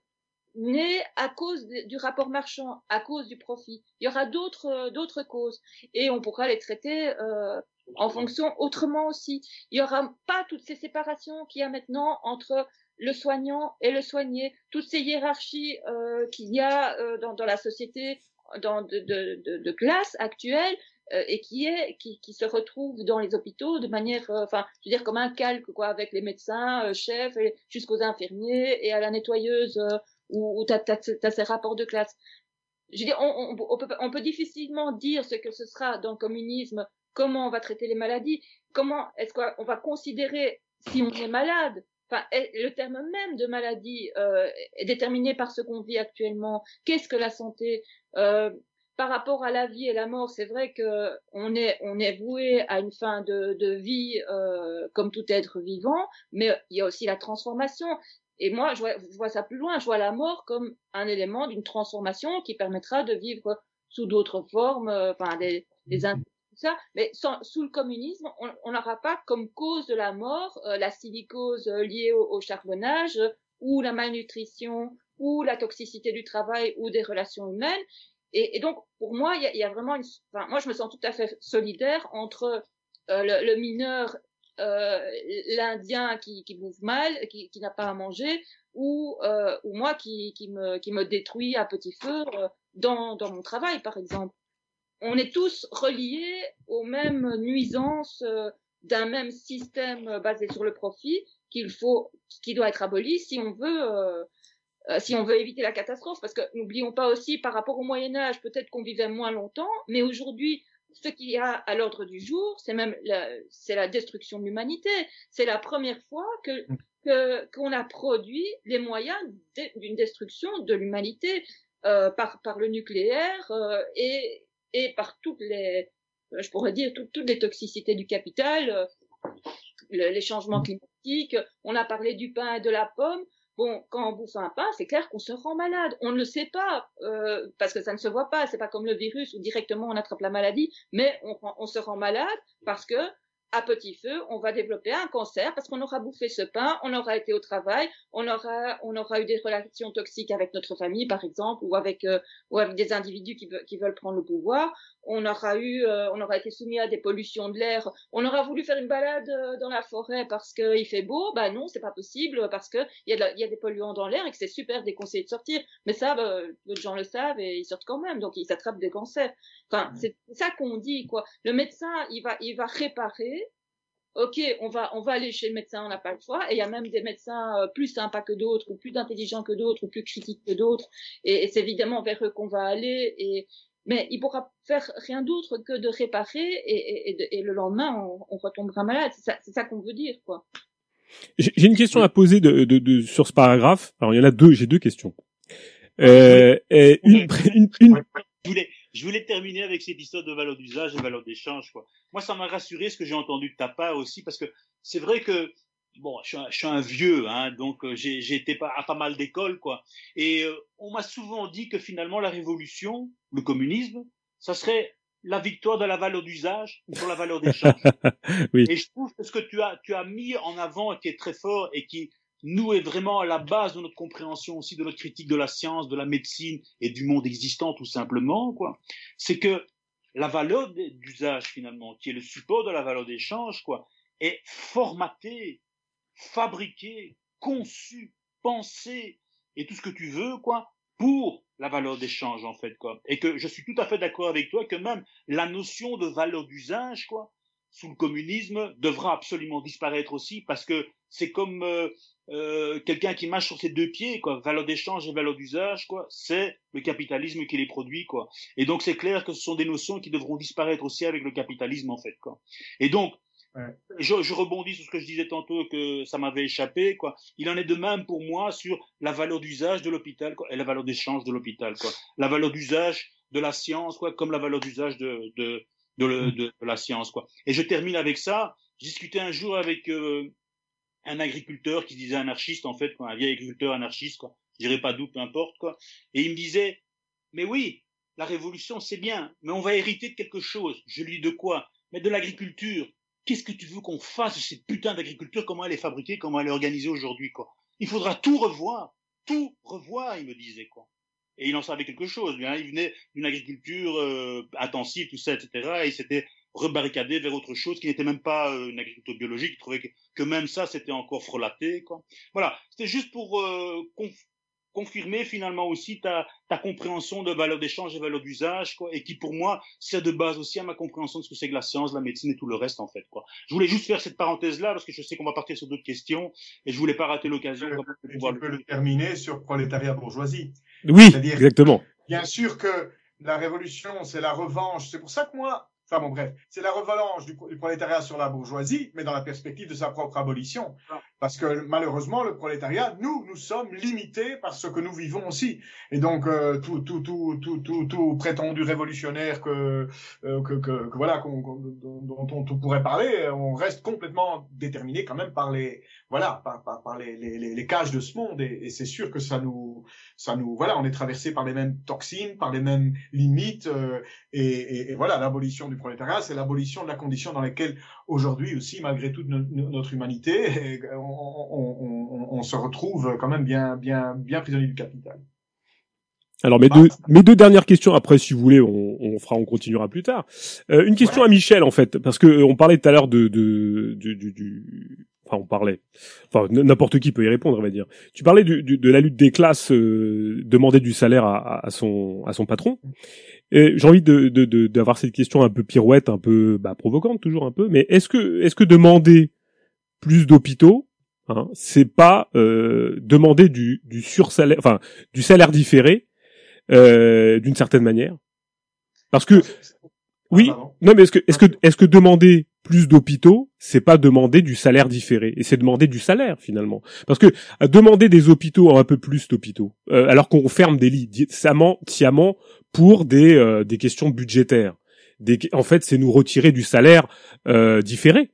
né à cause de, du rapport marchand, à cause du profit. Il y aura d'autres euh, d'autres causes et on pourra les traiter euh, en fonction autrement aussi. Il y aura pas toutes ces séparations qu'il y a maintenant entre le soignant et le soigné, toutes ces hiérarchies euh, qu'il y a euh, dans, dans la société, dans de, de, de, de classe actuelle euh, et qui est qui, qui se retrouve dans les hôpitaux de manière, enfin, euh, je veux dire comme un calque quoi, avec les médecins, euh, chefs, et jusqu'aux infirmiers et à la nettoyeuse. Euh, où, où tu as ces rapports de classe. Je veux dire, on, on, on, peut, on peut difficilement dire ce que ce sera dans le communisme, comment on va traiter les maladies, comment est-ce qu'on va considérer si on est malade. Enfin, le terme même de maladie euh, est déterminé par ce qu'on vit actuellement. Qu'est-ce que la santé euh, par rapport à la vie et la mort, c'est vrai que on est on est voué à une fin de, de vie euh, comme tout être vivant, mais il y a aussi la transformation. Et moi, je vois, je vois ça plus loin. Je vois la mort comme un élément d'une transformation qui permettra de vivre sous d'autres formes, euh, enfin des, des tout ça. Mais sans, sous le communisme, on n'aura pas comme cause de la mort euh, la silicose liée au, au charbonnage, euh, ou la malnutrition, ou la toxicité du travail, ou des relations humaines. Et, et donc, pour moi, il y a, y a vraiment une. Enfin, moi, je me sens tout à fait solidaire entre euh, le, le mineur. Euh, l'Indien qui, qui bouffe mal, qui, qui n'a pas à manger, ou, euh, ou moi qui, qui, me, qui me détruit à petit feu euh, dans, dans mon travail, par exemple. On est tous reliés aux mêmes nuisances euh, d'un même système basé sur le profit qu'il faut, qui doit être aboli si on veut, euh, euh, si on veut éviter la catastrophe. Parce que n'oublions pas aussi, par rapport au Moyen-Âge, peut-être qu'on vivait moins longtemps, mais aujourd'hui, ce qu'il y a à l'ordre du jour, c'est même la, c'est la destruction de l'humanité. C'est la première fois que, que qu'on a produit les moyens de, d'une destruction de l'humanité euh, par par le nucléaire euh, et et par toutes les, je pourrais dire toutes, toutes les toxicités du capital, euh, le, les changements climatiques. On a parlé du pain et de la pomme. Bon, quand on bouffe un pain, c'est clair qu'on se rend malade. On ne le sait pas, euh, parce que ça ne se voit pas. C'est pas comme le virus où directement on attrape la maladie, mais on, on se rend malade parce que, à petit feu, on va développer un cancer parce qu'on aura bouffé ce pain, on aura été au travail, on aura, on aura eu des relations toxiques avec notre famille, par exemple, ou avec, euh, ou avec des individus qui, veulent, qui veulent prendre le pouvoir. On aura eu, euh, on aura été soumis à des pollutions de l'air. On aura voulu faire une balade euh, dans la forêt parce que il fait beau. Bah non, c'est pas possible parce que il y a, de la, il y a des polluants dans l'air et que c'est super déconseillé de sortir. Mais ça, bah, d'autres gens le savent et ils sortent quand même, donc ils s'attrapent des cancers. Enfin, c'est ça qu'on dit, quoi. Le médecin, il va, il va réparer. Ok, on va, on va aller chez le médecin, on n'a pas le choix. Et il y a même des médecins euh, plus sympas que d'autres, ou plus intelligents que d'autres, ou plus critiques que d'autres. Et, et c'est évidemment vers eux qu'on va aller. Et, mais il pourra faire rien d'autre que de réparer et, et, et, et le lendemain, on, on retombera malade. C'est ça, c'est ça qu'on veut dire, quoi. J'ai une question à poser de, de, de, sur ce paragraphe. Alors, il y en a deux, j'ai deux questions. Euh, et une, une, une... Je voulais, je voulais terminer avec cette histoire de valeur d'usage et valeur d'échange, quoi. Moi, ça m'a rassuré ce que j'ai entendu de ta part aussi, parce que c'est vrai que, bon, je suis un, je suis un vieux, hein, donc euh, j'ai, j'ai été pas, à pas mal d'écoles, quoi. Et euh, on m'a souvent dit que finalement, la révolution, le communisme, ça serait la victoire de la valeur d'usage ou pour la valeur d'échange. Oui. Et je trouve que ce que tu as, tu as mis en avant, qui est très fort et qui nous est vraiment à la base de notre compréhension aussi, de notre critique de la science, de la médecine et du monde existant tout simplement, quoi. C'est que la valeur d'usage finalement, qui est le support de la valeur d'échange, quoi, est formatée, fabriquée, conçue, pensée et tout ce que tu veux, quoi, pour la valeur d'échange en fait, quoi. Et que je suis tout à fait d'accord avec toi que même la notion de valeur d'usage, quoi, sous le communisme, devra absolument disparaître aussi, parce que c'est comme euh, euh, quelqu'un qui marche sur ses deux pieds, quoi. Valeur d'échange et valeur d'usage, quoi. C'est le capitalisme qui les produit, quoi. Et donc c'est clair que ce sont des notions qui devront disparaître aussi avec le capitalisme, en fait, quoi. Et donc ouais. je, je rebondis sur ce que je disais tantôt, que ça m'avait échappé, quoi. Il en est de même pour moi sur la valeur d'usage de l'hôpital, quoi, et la valeur d'échange de l'hôpital, quoi. La valeur d'usage de la science, quoi, comme la valeur d'usage de, de De, le, de, de la science, quoi. Et je termine avec ça. Je discutais un jour avec euh, un agriculteur qui se disait anarchiste, en fait, quoi, un vieil agriculteur anarchiste, quoi. Je dirais pas d'où, peu importe, quoi. Et il me disait, mais oui, la révolution, c'est bien, mais on va hériter de quelque chose. Je lui dis de quoi? Mais de l'agriculture. Qu'est-ce que tu veux qu'on fasse de cette putain d'agriculture? Comment elle est fabriquée? Comment elle est organisée aujourd'hui, quoi? Il faudra tout revoir. Tout revoir, il me disait, quoi. Et il en savait quelque chose. Hein. Il venait d'une agriculture euh, intensive, tout ça, et cetera. Et il s'était rebarricadé vers autre chose qui n'était même pas euh, une agriculture biologique. Il trouvait que, que même ça, c'était encore frelaté, quoi. Voilà. C'était juste pour euh, conf- confirmer finalement aussi ta, ta compréhension de valeur d'échange et valeur d'usage, quoi. Et qui, pour moi, sert de base aussi à ma compréhension de ce que c'est que la science, la médecine et tout le reste, en fait, quoi. Je voulais juste faire cette parenthèse-là parce que je sais qu'on va partir sur d'autres questions et je voulais pas rater l'occasion. Je, de pouvoir je peux le, le terminer sur prolétariat bourgeoisie. Oui, c'est-à-dire, exactement. Bien sûr que la révolution, c'est la revanche. C'est pour ça que moi, enfin bon, bref, c'est la revanche du, du prolétariat sur la bourgeoisie, mais dans la perspective de sa propre abolition. Parce que malheureusement, le prolétariat, nous, nous sommes limités par ce que nous vivons aussi. Et donc, euh, tout, tout, tout, tout, tout, tout prétendu révolutionnaire que, euh, que, que, que voilà, qu'on, qu'on, dont, dont on pourrait parler, on reste complètement déterminé quand même par les, voilà, par, par, par les, les, les, les cages de ce monde. Et, et c'est sûr que ça nous, ça nous, voilà, on est traversé par les mêmes toxines, par les mêmes limites. Euh, et, et, et voilà, l'abolition du prolétariat, c'est l'abolition de la condition dans laquelle aujourd'hui aussi, malgré toute no, no, notre humanité, on, on, on, on se retrouve quand même bien, bien, bien prisonnier du capital. Alors mes deux, mes deux dernières questions. Après, si vous voulez, on, on fera, on continuera plus tard. Euh, une question ouais. à Michel en fait, parce que on parlait tout à l'heure de, de, du, du, du, enfin on parlait, enfin n'importe qui peut y répondre, on va dire. Tu parlais du, du, de la lutte des classes, euh, demander du salaire à, à son, à son patron. Et j'ai envie de, de, de, d'avoir cette question un peu pirouette, un peu bah, provocante toujours un peu. Mais est-ce que, est-ce que demander plus d'hôpitaux, hein, c'est pas euh, demander du, du sursalaire, enfin du salaire différé? Euh, d'une certaine manière, parce que oui, non mais est-ce que est-ce que est-ce que demander plus d'hôpitaux, c'est pas demander du salaire différé, et c'est demander du salaire finalement, parce que à demander des hôpitaux un peu plus d'hôpitaux, euh, alors qu'on ferme des lits sciemment, sciemment pour des euh, des questions budgétaires, des, en fait c'est nous retirer du salaire euh, différé.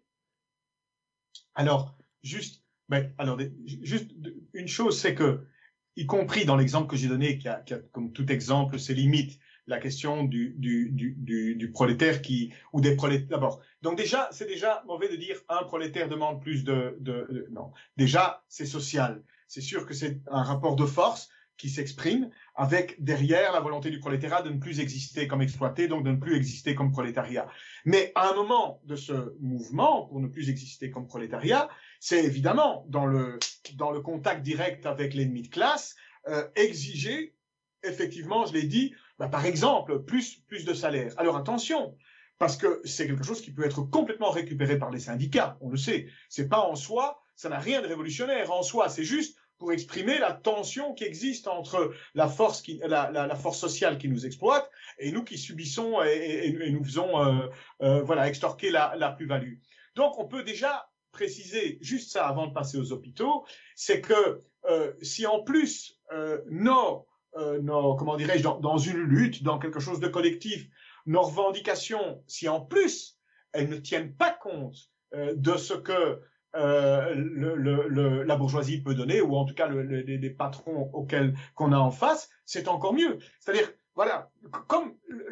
Alors juste, ben alors juste une chose, c'est que y compris dans l'exemple que j'ai donné, qui a, qui a comme tout exemple ses limites, la question du, du, du, du, du prolétaire qui, ou des prolétaires, d'abord. Donc déjà, c'est déjà mauvais de dire un prolétaire demande plus de, de, de non. Déjà, c'est social. C'est sûr que c'est un rapport de force qui s'exprime avec derrière la volonté du prolétariat de ne plus exister comme exploité, donc de ne plus exister comme prolétariat. Mais à un moment de ce mouvement, pour ne plus exister comme prolétariat, c'est évidemment dans le dans le contact direct avec l'ennemi de classe, euh, exiger effectivement, je l'ai dit, bah, par exemple, plus plus de salaire. Alors attention, parce que c'est quelque chose qui peut être complètement récupéré par les syndicats, on le sait. C'est pas en soi, ça n'a rien de révolutionnaire en soi, c'est juste pour exprimer la tension qui existe entre la force, qui, la, la, la force sociale qui nous exploite et nous qui subissons et, et, et nous faisons euh, euh, voilà, extorquer la, la plus-value. Donc, on peut déjà préciser juste ça avant de passer aux hôpitaux, c'est que euh, si en plus euh, nos, euh, nos, comment dirais-je, dans, dans une lutte, dans quelque chose de collectif, nos revendications, si en plus elles ne tiennent pas compte euh, de ce que Euh, le, le, le, la bourgeoisie peut donner, ou en tout cas le, le, les, les patrons auxquels qu'on a en face, c'est encore mieux. C'est-à-dire, voilà, comme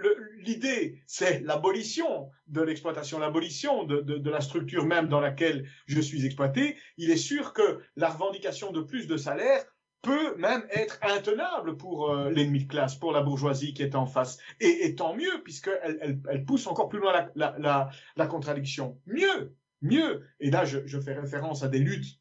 l'idée, c'est l'abolition de l'exploitation, l'abolition de, de, de la structure même dans laquelle je suis exploité, il est sûr que la revendication de plus de salaire peut même être intenable pour euh, l'ennemi de classe, pour la bourgeoisie qui est en face. Et, et tant mieux, puisqu'elle elle, elle pousse encore plus loin la, la, la, la contradiction. Mieux Mieux, et là je, je fais référence à des luttes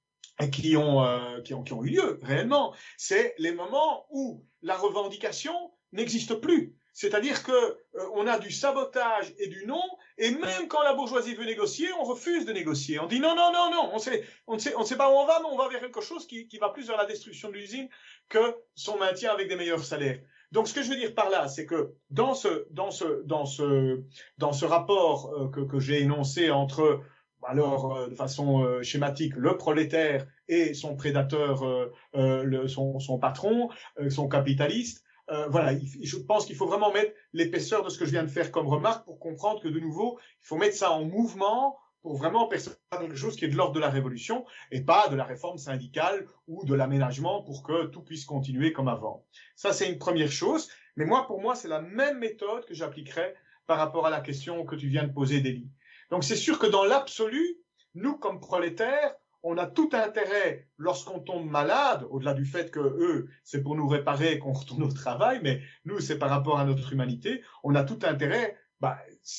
qui ont, euh, qui ont, qui ont eu lieu réellement, c'est les moments où la revendication n'existe plus. C'est-à-dire que euh, on a du sabotage et du non, et même quand la bourgeoisie veut négocier, on refuse de négocier. On dit non, non, non, non, on sait, on ne sait, on ne sait pas où on va, mais on va vers quelque chose qui, qui va plus vers la destruction de l'usine que son maintien avec des meilleurs salaires. Donc, ce que je veux dire par là, c'est que dans ce, dans ce, dans ce, dans ce rapport euh, que, que j'ai énoncé entre, alors, euh, de façon euh, schématique, le prolétaire et son prédateur, euh, euh, le, son, son patron, euh, son capitaliste, euh, voilà, il, je pense qu'il faut vraiment mettre l'épaisseur de ce que je viens de faire comme remarque pour comprendre que, de nouveau, il faut mettre ça en mouvement pour vraiment percevoir quelque chose qui est de l'ordre de la révolution et pas de la réforme syndicale ou de l'aménagement pour que tout puisse continuer comme avant. Ça, c'est une première chose. Mais moi, pour moi, c'est la même méthode que j'appliquerais par rapport à la question que tu viens de poser, Délie. Donc, c'est sûr que dans l'absolu, nous, comme prolétaires, on a tout intérêt, lorsqu'on tombe malade, au-delà du fait que eux, c'est pour nous réparer qu'on retourne au travail, mais nous, c'est par rapport à notre humanité, on a tout intérêt. Bah,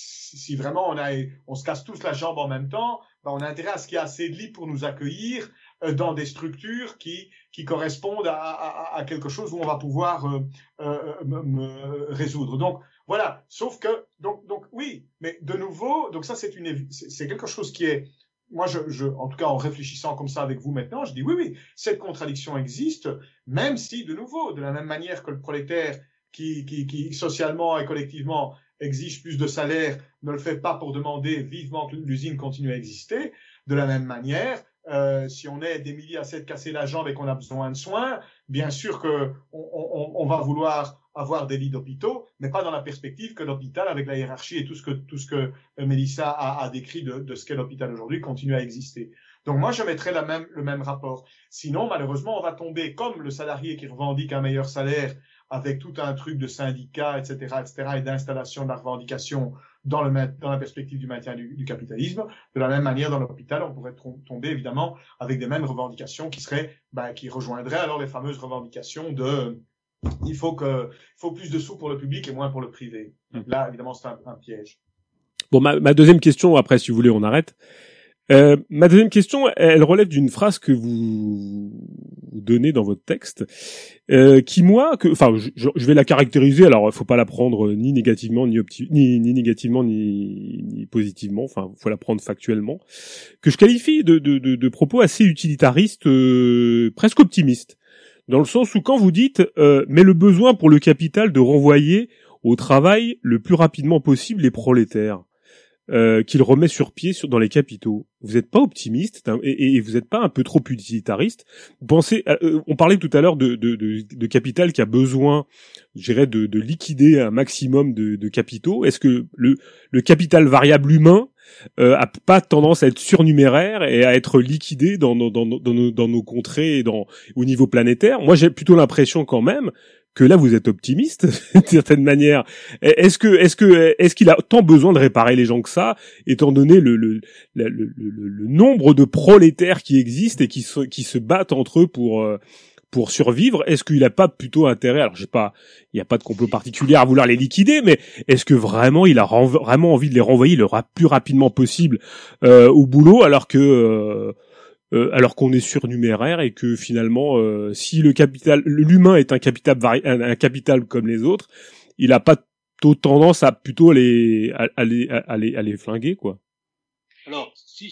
si vraiment on, a, on se casse tous la jambe en même temps, bah, on a intérêt à ce qu'il y ait assez de lits pour nous accueillir euh, dans des structures qui, qui correspondent à, à, à quelque chose où on va pouvoir euh, euh, me, me résoudre. Donc voilà, sauf que donc donc oui, mais de nouveau, donc ça c'est une c'est quelque chose qui est, moi je, je en tout cas en réfléchissant comme ça avec vous maintenant, je dis oui oui, cette contradiction existe, même si de nouveau, de la même manière que le prolétaire qui qui qui socialement et collectivement exige plus de salaire, ne le fait pas pour demander vivement que l'usine continue à exister. De la même manière, euh, si on est des milliers à s'être cassé la jambe et qu'on a besoin de soins, bien sûr que on, on, on va vouloir avoir des lits d'hôpitaux, mais pas dans la perspective que l'hôpital, avec la hiérarchie et tout ce que tout ce que Mélissa a, a décrit de, de ce qu'est l'hôpital aujourd'hui, continue à exister. Donc moi, je mettrais la même, le même rapport. Sinon, malheureusement, on va tomber comme le salarié qui revendique un meilleur salaire avec tout un truc de syndicats, et cetera, et cetera, et d'installation de la revendication dans, le, dans la perspective du maintien du, du capitalisme. De la même manière, dans l'hôpital, on pourrait tomber évidemment avec des mêmes revendications qui seraient, ben, qui rejoindraient alors les fameuses revendications de il faut que, il faut plus de sous pour le public et moins pour le privé. Donc là, évidemment, c'est un, un piège. Bon, ma, ma deuxième question, après, si vous voulez, on arrête. Euh, ma deuxième question, elle relève d'une phrase que vous donnez dans votre texte, euh, qui moi, que, enfin, je, je vais la caractériser. Alors, il faut pas la prendre ni négativement, ni, opti- ni, ni négativement, ni, ni positivement. Enfin, faut la prendre factuellement. Que je qualifie de, de, de, de propos assez utilitaristes, euh, presque optimistes, dans le sens où quand vous dites, euh, mais le besoin pour le capital de renvoyer au travail le plus rapidement possible les prolétaires. Euh, qu'il remet sur pied sur, dans les capitaux. Vous n'êtes pas optimiste et, et vous n'êtes pas un peu trop utilitariste. Vous pensez, euh, on parlait tout à l'heure de, de, de, de capital qui a besoin, je dirais, de, de liquider un maximum de, de capitaux. Est-ce que le, le capital variable humain euh, a pas tendance à être surnuméraire et à être liquidé dans, dans, dans, dans, nos, dans nos contrées et dans, au niveau planétaire? Moi, j'ai plutôt l'impression quand même que là vous êtes optimiste d'une certaine manière. Est-ce que est-ce que est-ce qu'il a tant besoin de réparer les gens que ça, étant donné le le le, le, le, le nombre de prolétaires qui existent et qui se qui se battent entre eux pour pour survivre? Est-ce qu'il a pas plutôt intérêt, alors j'ai pas, il y a pas de complot particulier à vouloir les liquider, mais est-ce que vraiment il a renv- vraiment envie de les renvoyer le ra- plus rapidement possible euh, au boulot, alors que euh, Euh, alors qu'on est surnuméraire et que finalement, euh, si le capital, l'humain est un capital vari- un, un capital comme les autres, il a pas tôt tendance à plutôt les à, à les à les à les flinguer, quoi. Alors si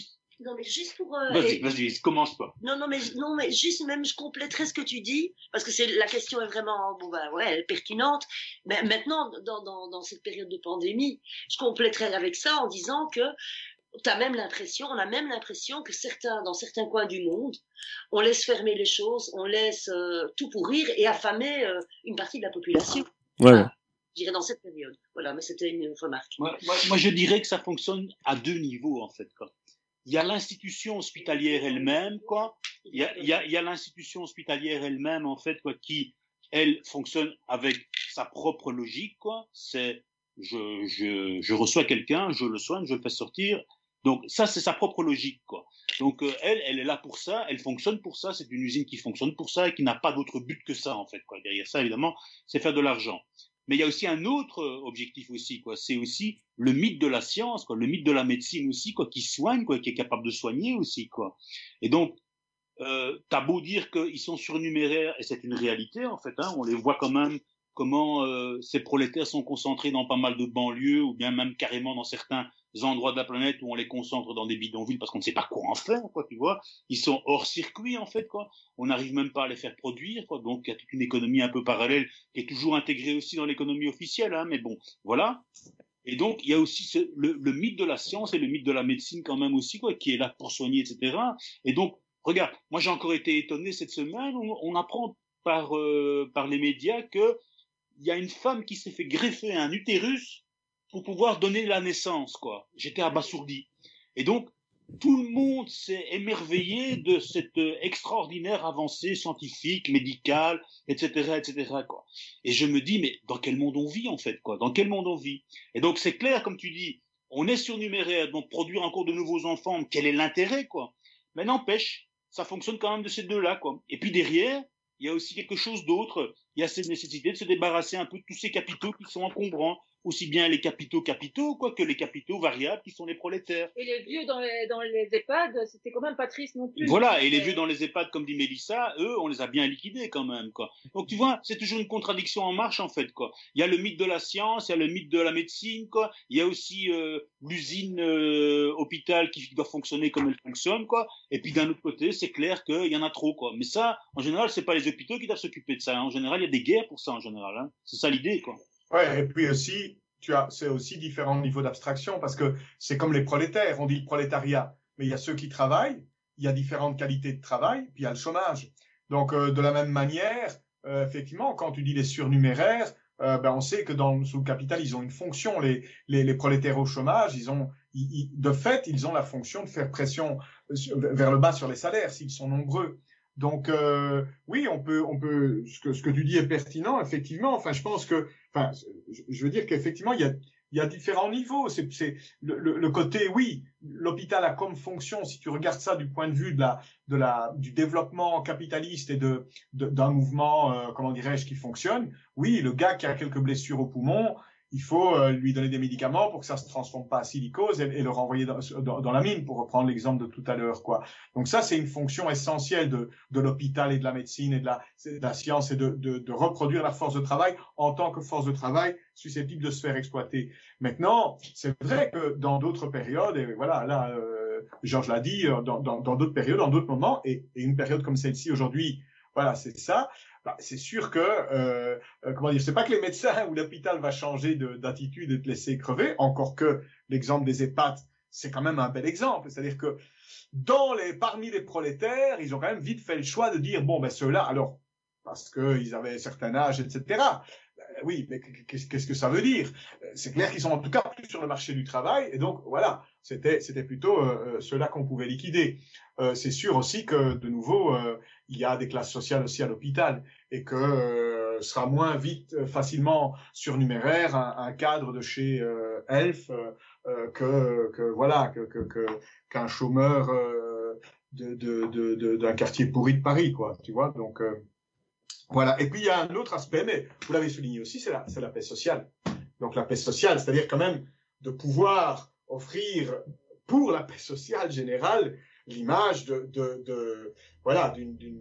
Non, mais juste pour. Euh, vas-y, et... vas-y, commence pas. Non, non, mais non, mais juste même, je compléterai ce que tu dis parce que c'est la question est vraiment, bon bah ouais, elle est pertinente. Mais maintenant, dans dans dans cette période de pandémie, je compléterai avec ça en disant que t'as même l'impression, on a même l'impression que certains, dans certains coins du monde, on laisse fermer les choses, on laisse euh, tout pourrir et affamer euh, une partie de la population. Ouais. Enfin, je dirais dans cette période. Voilà, mais c'était une remarque. Moi, moi, moi, je dirais que ça fonctionne à deux niveaux, en fait, quoi. Il y a l'institution hospitalière elle-même, quoi. Il y a, il y a, il y a l'institution hospitalière elle-même, en fait, quoi, qui, elle, fonctionne avec sa propre logique, quoi. C'est, je, je, je reçois quelqu'un, je le soigne, je le fais sortir. Donc, ça, c'est sa propre logique, quoi. Donc, euh, elle, elle est là pour ça, elle fonctionne pour ça, c'est une usine qui fonctionne pour ça et qui n'a pas d'autre but que ça, en fait, quoi. Derrière ça, évidemment, c'est faire de l'argent. Mais il y a aussi un autre objectif aussi, quoi. C'est aussi le mythe de la science, quoi, le mythe de la médecine aussi, quoi, qui soigne, quoi, qui est capable de soigner aussi, quoi. Et donc, euh, t'as beau dire qu'ils sont surnuméraires, et c'est une réalité, en fait, hein, on les voit quand même, comment euh, ces prolétaires sont concentrés dans pas mal de banlieues, ou bien même carrément dans certains endroits de la planète où on les concentre dans des bidonvilles parce qu'on ne sait pas quoi en faire, quoi, tu vois. Ils sont hors circuit, en fait, quoi. On n'arrive même pas à les faire produire, quoi. Donc, il y a toute une économie un peu parallèle qui est toujours intégrée aussi dans l'économie officielle, hein, mais bon, voilà. Et donc, il y a aussi ce, le, le mythe de la science et le mythe de la médecine quand même aussi, quoi, qui est là pour soigner, et cetera. Et donc, regarde, moi j'ai encore été étonné cette semaine, on, on apprend par, euh, par les médias que il y a une femme qui s'est fait greffer un utérus pour pouvoir donner la naissance, quoi. J'étais abasourdi. Et donc, tout le monde s'est émerveillé de cette extraordinaire avancée scientifique, médicale, et cetera, et cetera, quoi. Et je me dis, mais dans quel monde on vit, en fait, quoi? Dans quel monde on vit? Et donc, c'est clair, comme tu dis, on est surnuméraire, donc produire encore de nouveaux enfants, quel est l'intérêt, quoi? Mais n'empêche, ça fonctionne quand même de ces deux-là, quoi. Et puis derrière, il y a aussi quelque chose d'autre. Il y a cette nécessité de se débarrasser un peu de tous ces capitaux qui sont encombrants. Aussi bien les capitaux capitaux, quoi, que les capitaux variables qui sont les prolétaires. Et les vieux dans les, dans les EHPAD, c'était quand même pas triste non plus. Voilà, et les vieux dans les EHPAD, comme dit Mélissa, eux, on les a bien liquidés quand même, quoi. Donc tu vois, c'est toujours une contradiction en marche, en fait, quoi. Il y a le mythe de la science, il y a le mythe de la médecine, quoi. Il y a aussi euh, l'usine euh, hôpital qui doit fonctionner comme elle fonctionne, quoi. Et puis d'un autre côté, c'est clair qu'il y en a trop, quoi. Mais ça, en général, c'est pas les hôpitaux qui doivent s'occuper de ça. Hein. En général, il y a des guerres pour ça, en général. Hein. C'est ça l'idée, quoi. Ouais, et puis aussi, tu as, c'est aussi différents niveaux d'abstraction parce que c'est comme les prolétaires. On dit le prolétariat, mais il y a ceux qui travaillent, il y a différentes qualités de travail, puis il y a le chômage. Donc, euh, de la même manière, euh, effectivement, quand tu dis les surnuméraires, euh, ben on sait que dans sous le capital, ils ont une fonction. Les les, les prolétaires au chômage, ils ont, ils, ils, de fait, ils ont la fonction de faire pression vers le bas sur les salaires s'ils sont nombreux. Donc euh, oui, on peut, on peut. Ce que ce que tu dis est pertinent, effectivement. Enfin, je pense que, enfin, je veux dire qu'effectivement, il y a, il y a différents niveaux. C'est, c'est le, le, le côté, oui, l'hôpital a comme fonction, si tu regardes ça du point de vue de la, de la, du développement capitaliste et de, de d'un mouvement, euh, comment dirais-je, qui fonctionne. Oui, le gars qui a quelques blessures au poumon, il faut euh, lui donner des médicaments pour que ça se transforme pas en silicose et, et le renvoyer dans, dans, dans la mine, pour reprendre l'exemple de tout à l'heure, quoi. Donc ça, c'est une fonction essentielle de, de l'hôpital et de la médecine et de la, de la science, et de, de, de reproduire la force de travail en tant que force de travail susceptible de se faire exploiter. Maintenant, c'est vrai que dans d'autres périodes, et voilà, là, euh, Georges l'a dit, dans, dans, dans d'autres périodes, dans d'autres moments, et, et une période comme celle-ci aujourd'hui, voilà, c'est ça. Bah, c'est sûr que, euh, euh, comment dire, c'est pas que les médecins ou l'hôpital va changer de, d'attitude et te laisser crever, encore que l'exemple des EHPAD, c'est quand même un bel exemple. C'est-à-dire que dans les, parmi les prolétaires, ils ont quand même vite fait le choix de dire, bon, ben, ceux-là, alors, parce qu'ils avaient un certain âge, et cetera. Ben, oui, mais qu'est-ce, qu'est-ce que ça veut dire? C'est clair qu'ils sont en tout cas plus sur le marché du travail, et donc, voilà, c'était, c'était plutôt euh, ceux-là qu'on pouvait liquider. Euh, c'est sûr aussi que, de nouveau, euh, il y a des classes sociales aussi à l'hôpital, et que euh, sera moins vite, euh, facilement surnuméraire un, un cadre de chez euh, Elf euh, que, que voilà que, que, que qu'un chômeur euh, de, de, de, de, d'un quartier pourri de Paris, quoi. Tu vois, donc euh, voilà. Et puis il y a un autre aspect, mais vous l'avez souligné aussi, c'est la, c'est la paix sociale. Donc la paix sociale, c'est-à-dire quand même de pouvoir offrir pour la paix sociale générale l'image de, de, de voilà d'une, d'une,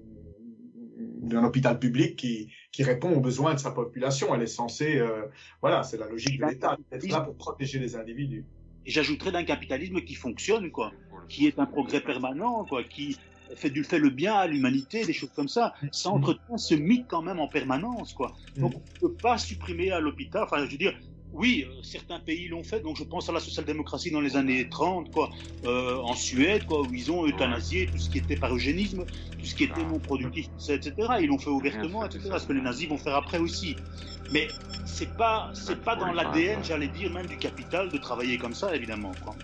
d'un hôpital public qui, qui répond aux besoins de sa population. Elle est censée, euh, voilà, c'est la logique de l'État, être là pour protéger les individus. Et j'ajouterais d'un capitalisme qui fonctionne, quoi. qui est un progrès permanent, quoi, qui fait du fait le bien à l'humanité, des choses comme ça. Ça entretient ce mythe quand même en permanence, quoi. Donc, on ne peut pas supprimer à l'hôpital. Enfin, je veux dire, oui, euh, certains pays l'ont fait. Donc, je pense à la social-démocratie dans les années trente, quoi, euh, en Suède, quoi, où ils ont euthanasié tout ce qui était par eugénisme, tout ce qui était non productif, et cetera. Ils l'ont fait ouvertement, et cetera. Ce que les nazis vont faire après aussi. Mais c'est pas, c'est pas dans l'A D N, j'allais dire, même du capital, de travailler comme ça, évidemment, quoi.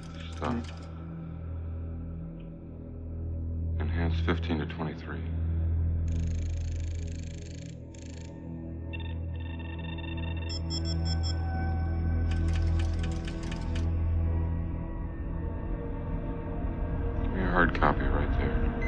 Enhance fifteen to twenty-three. Give me a hard copy right there.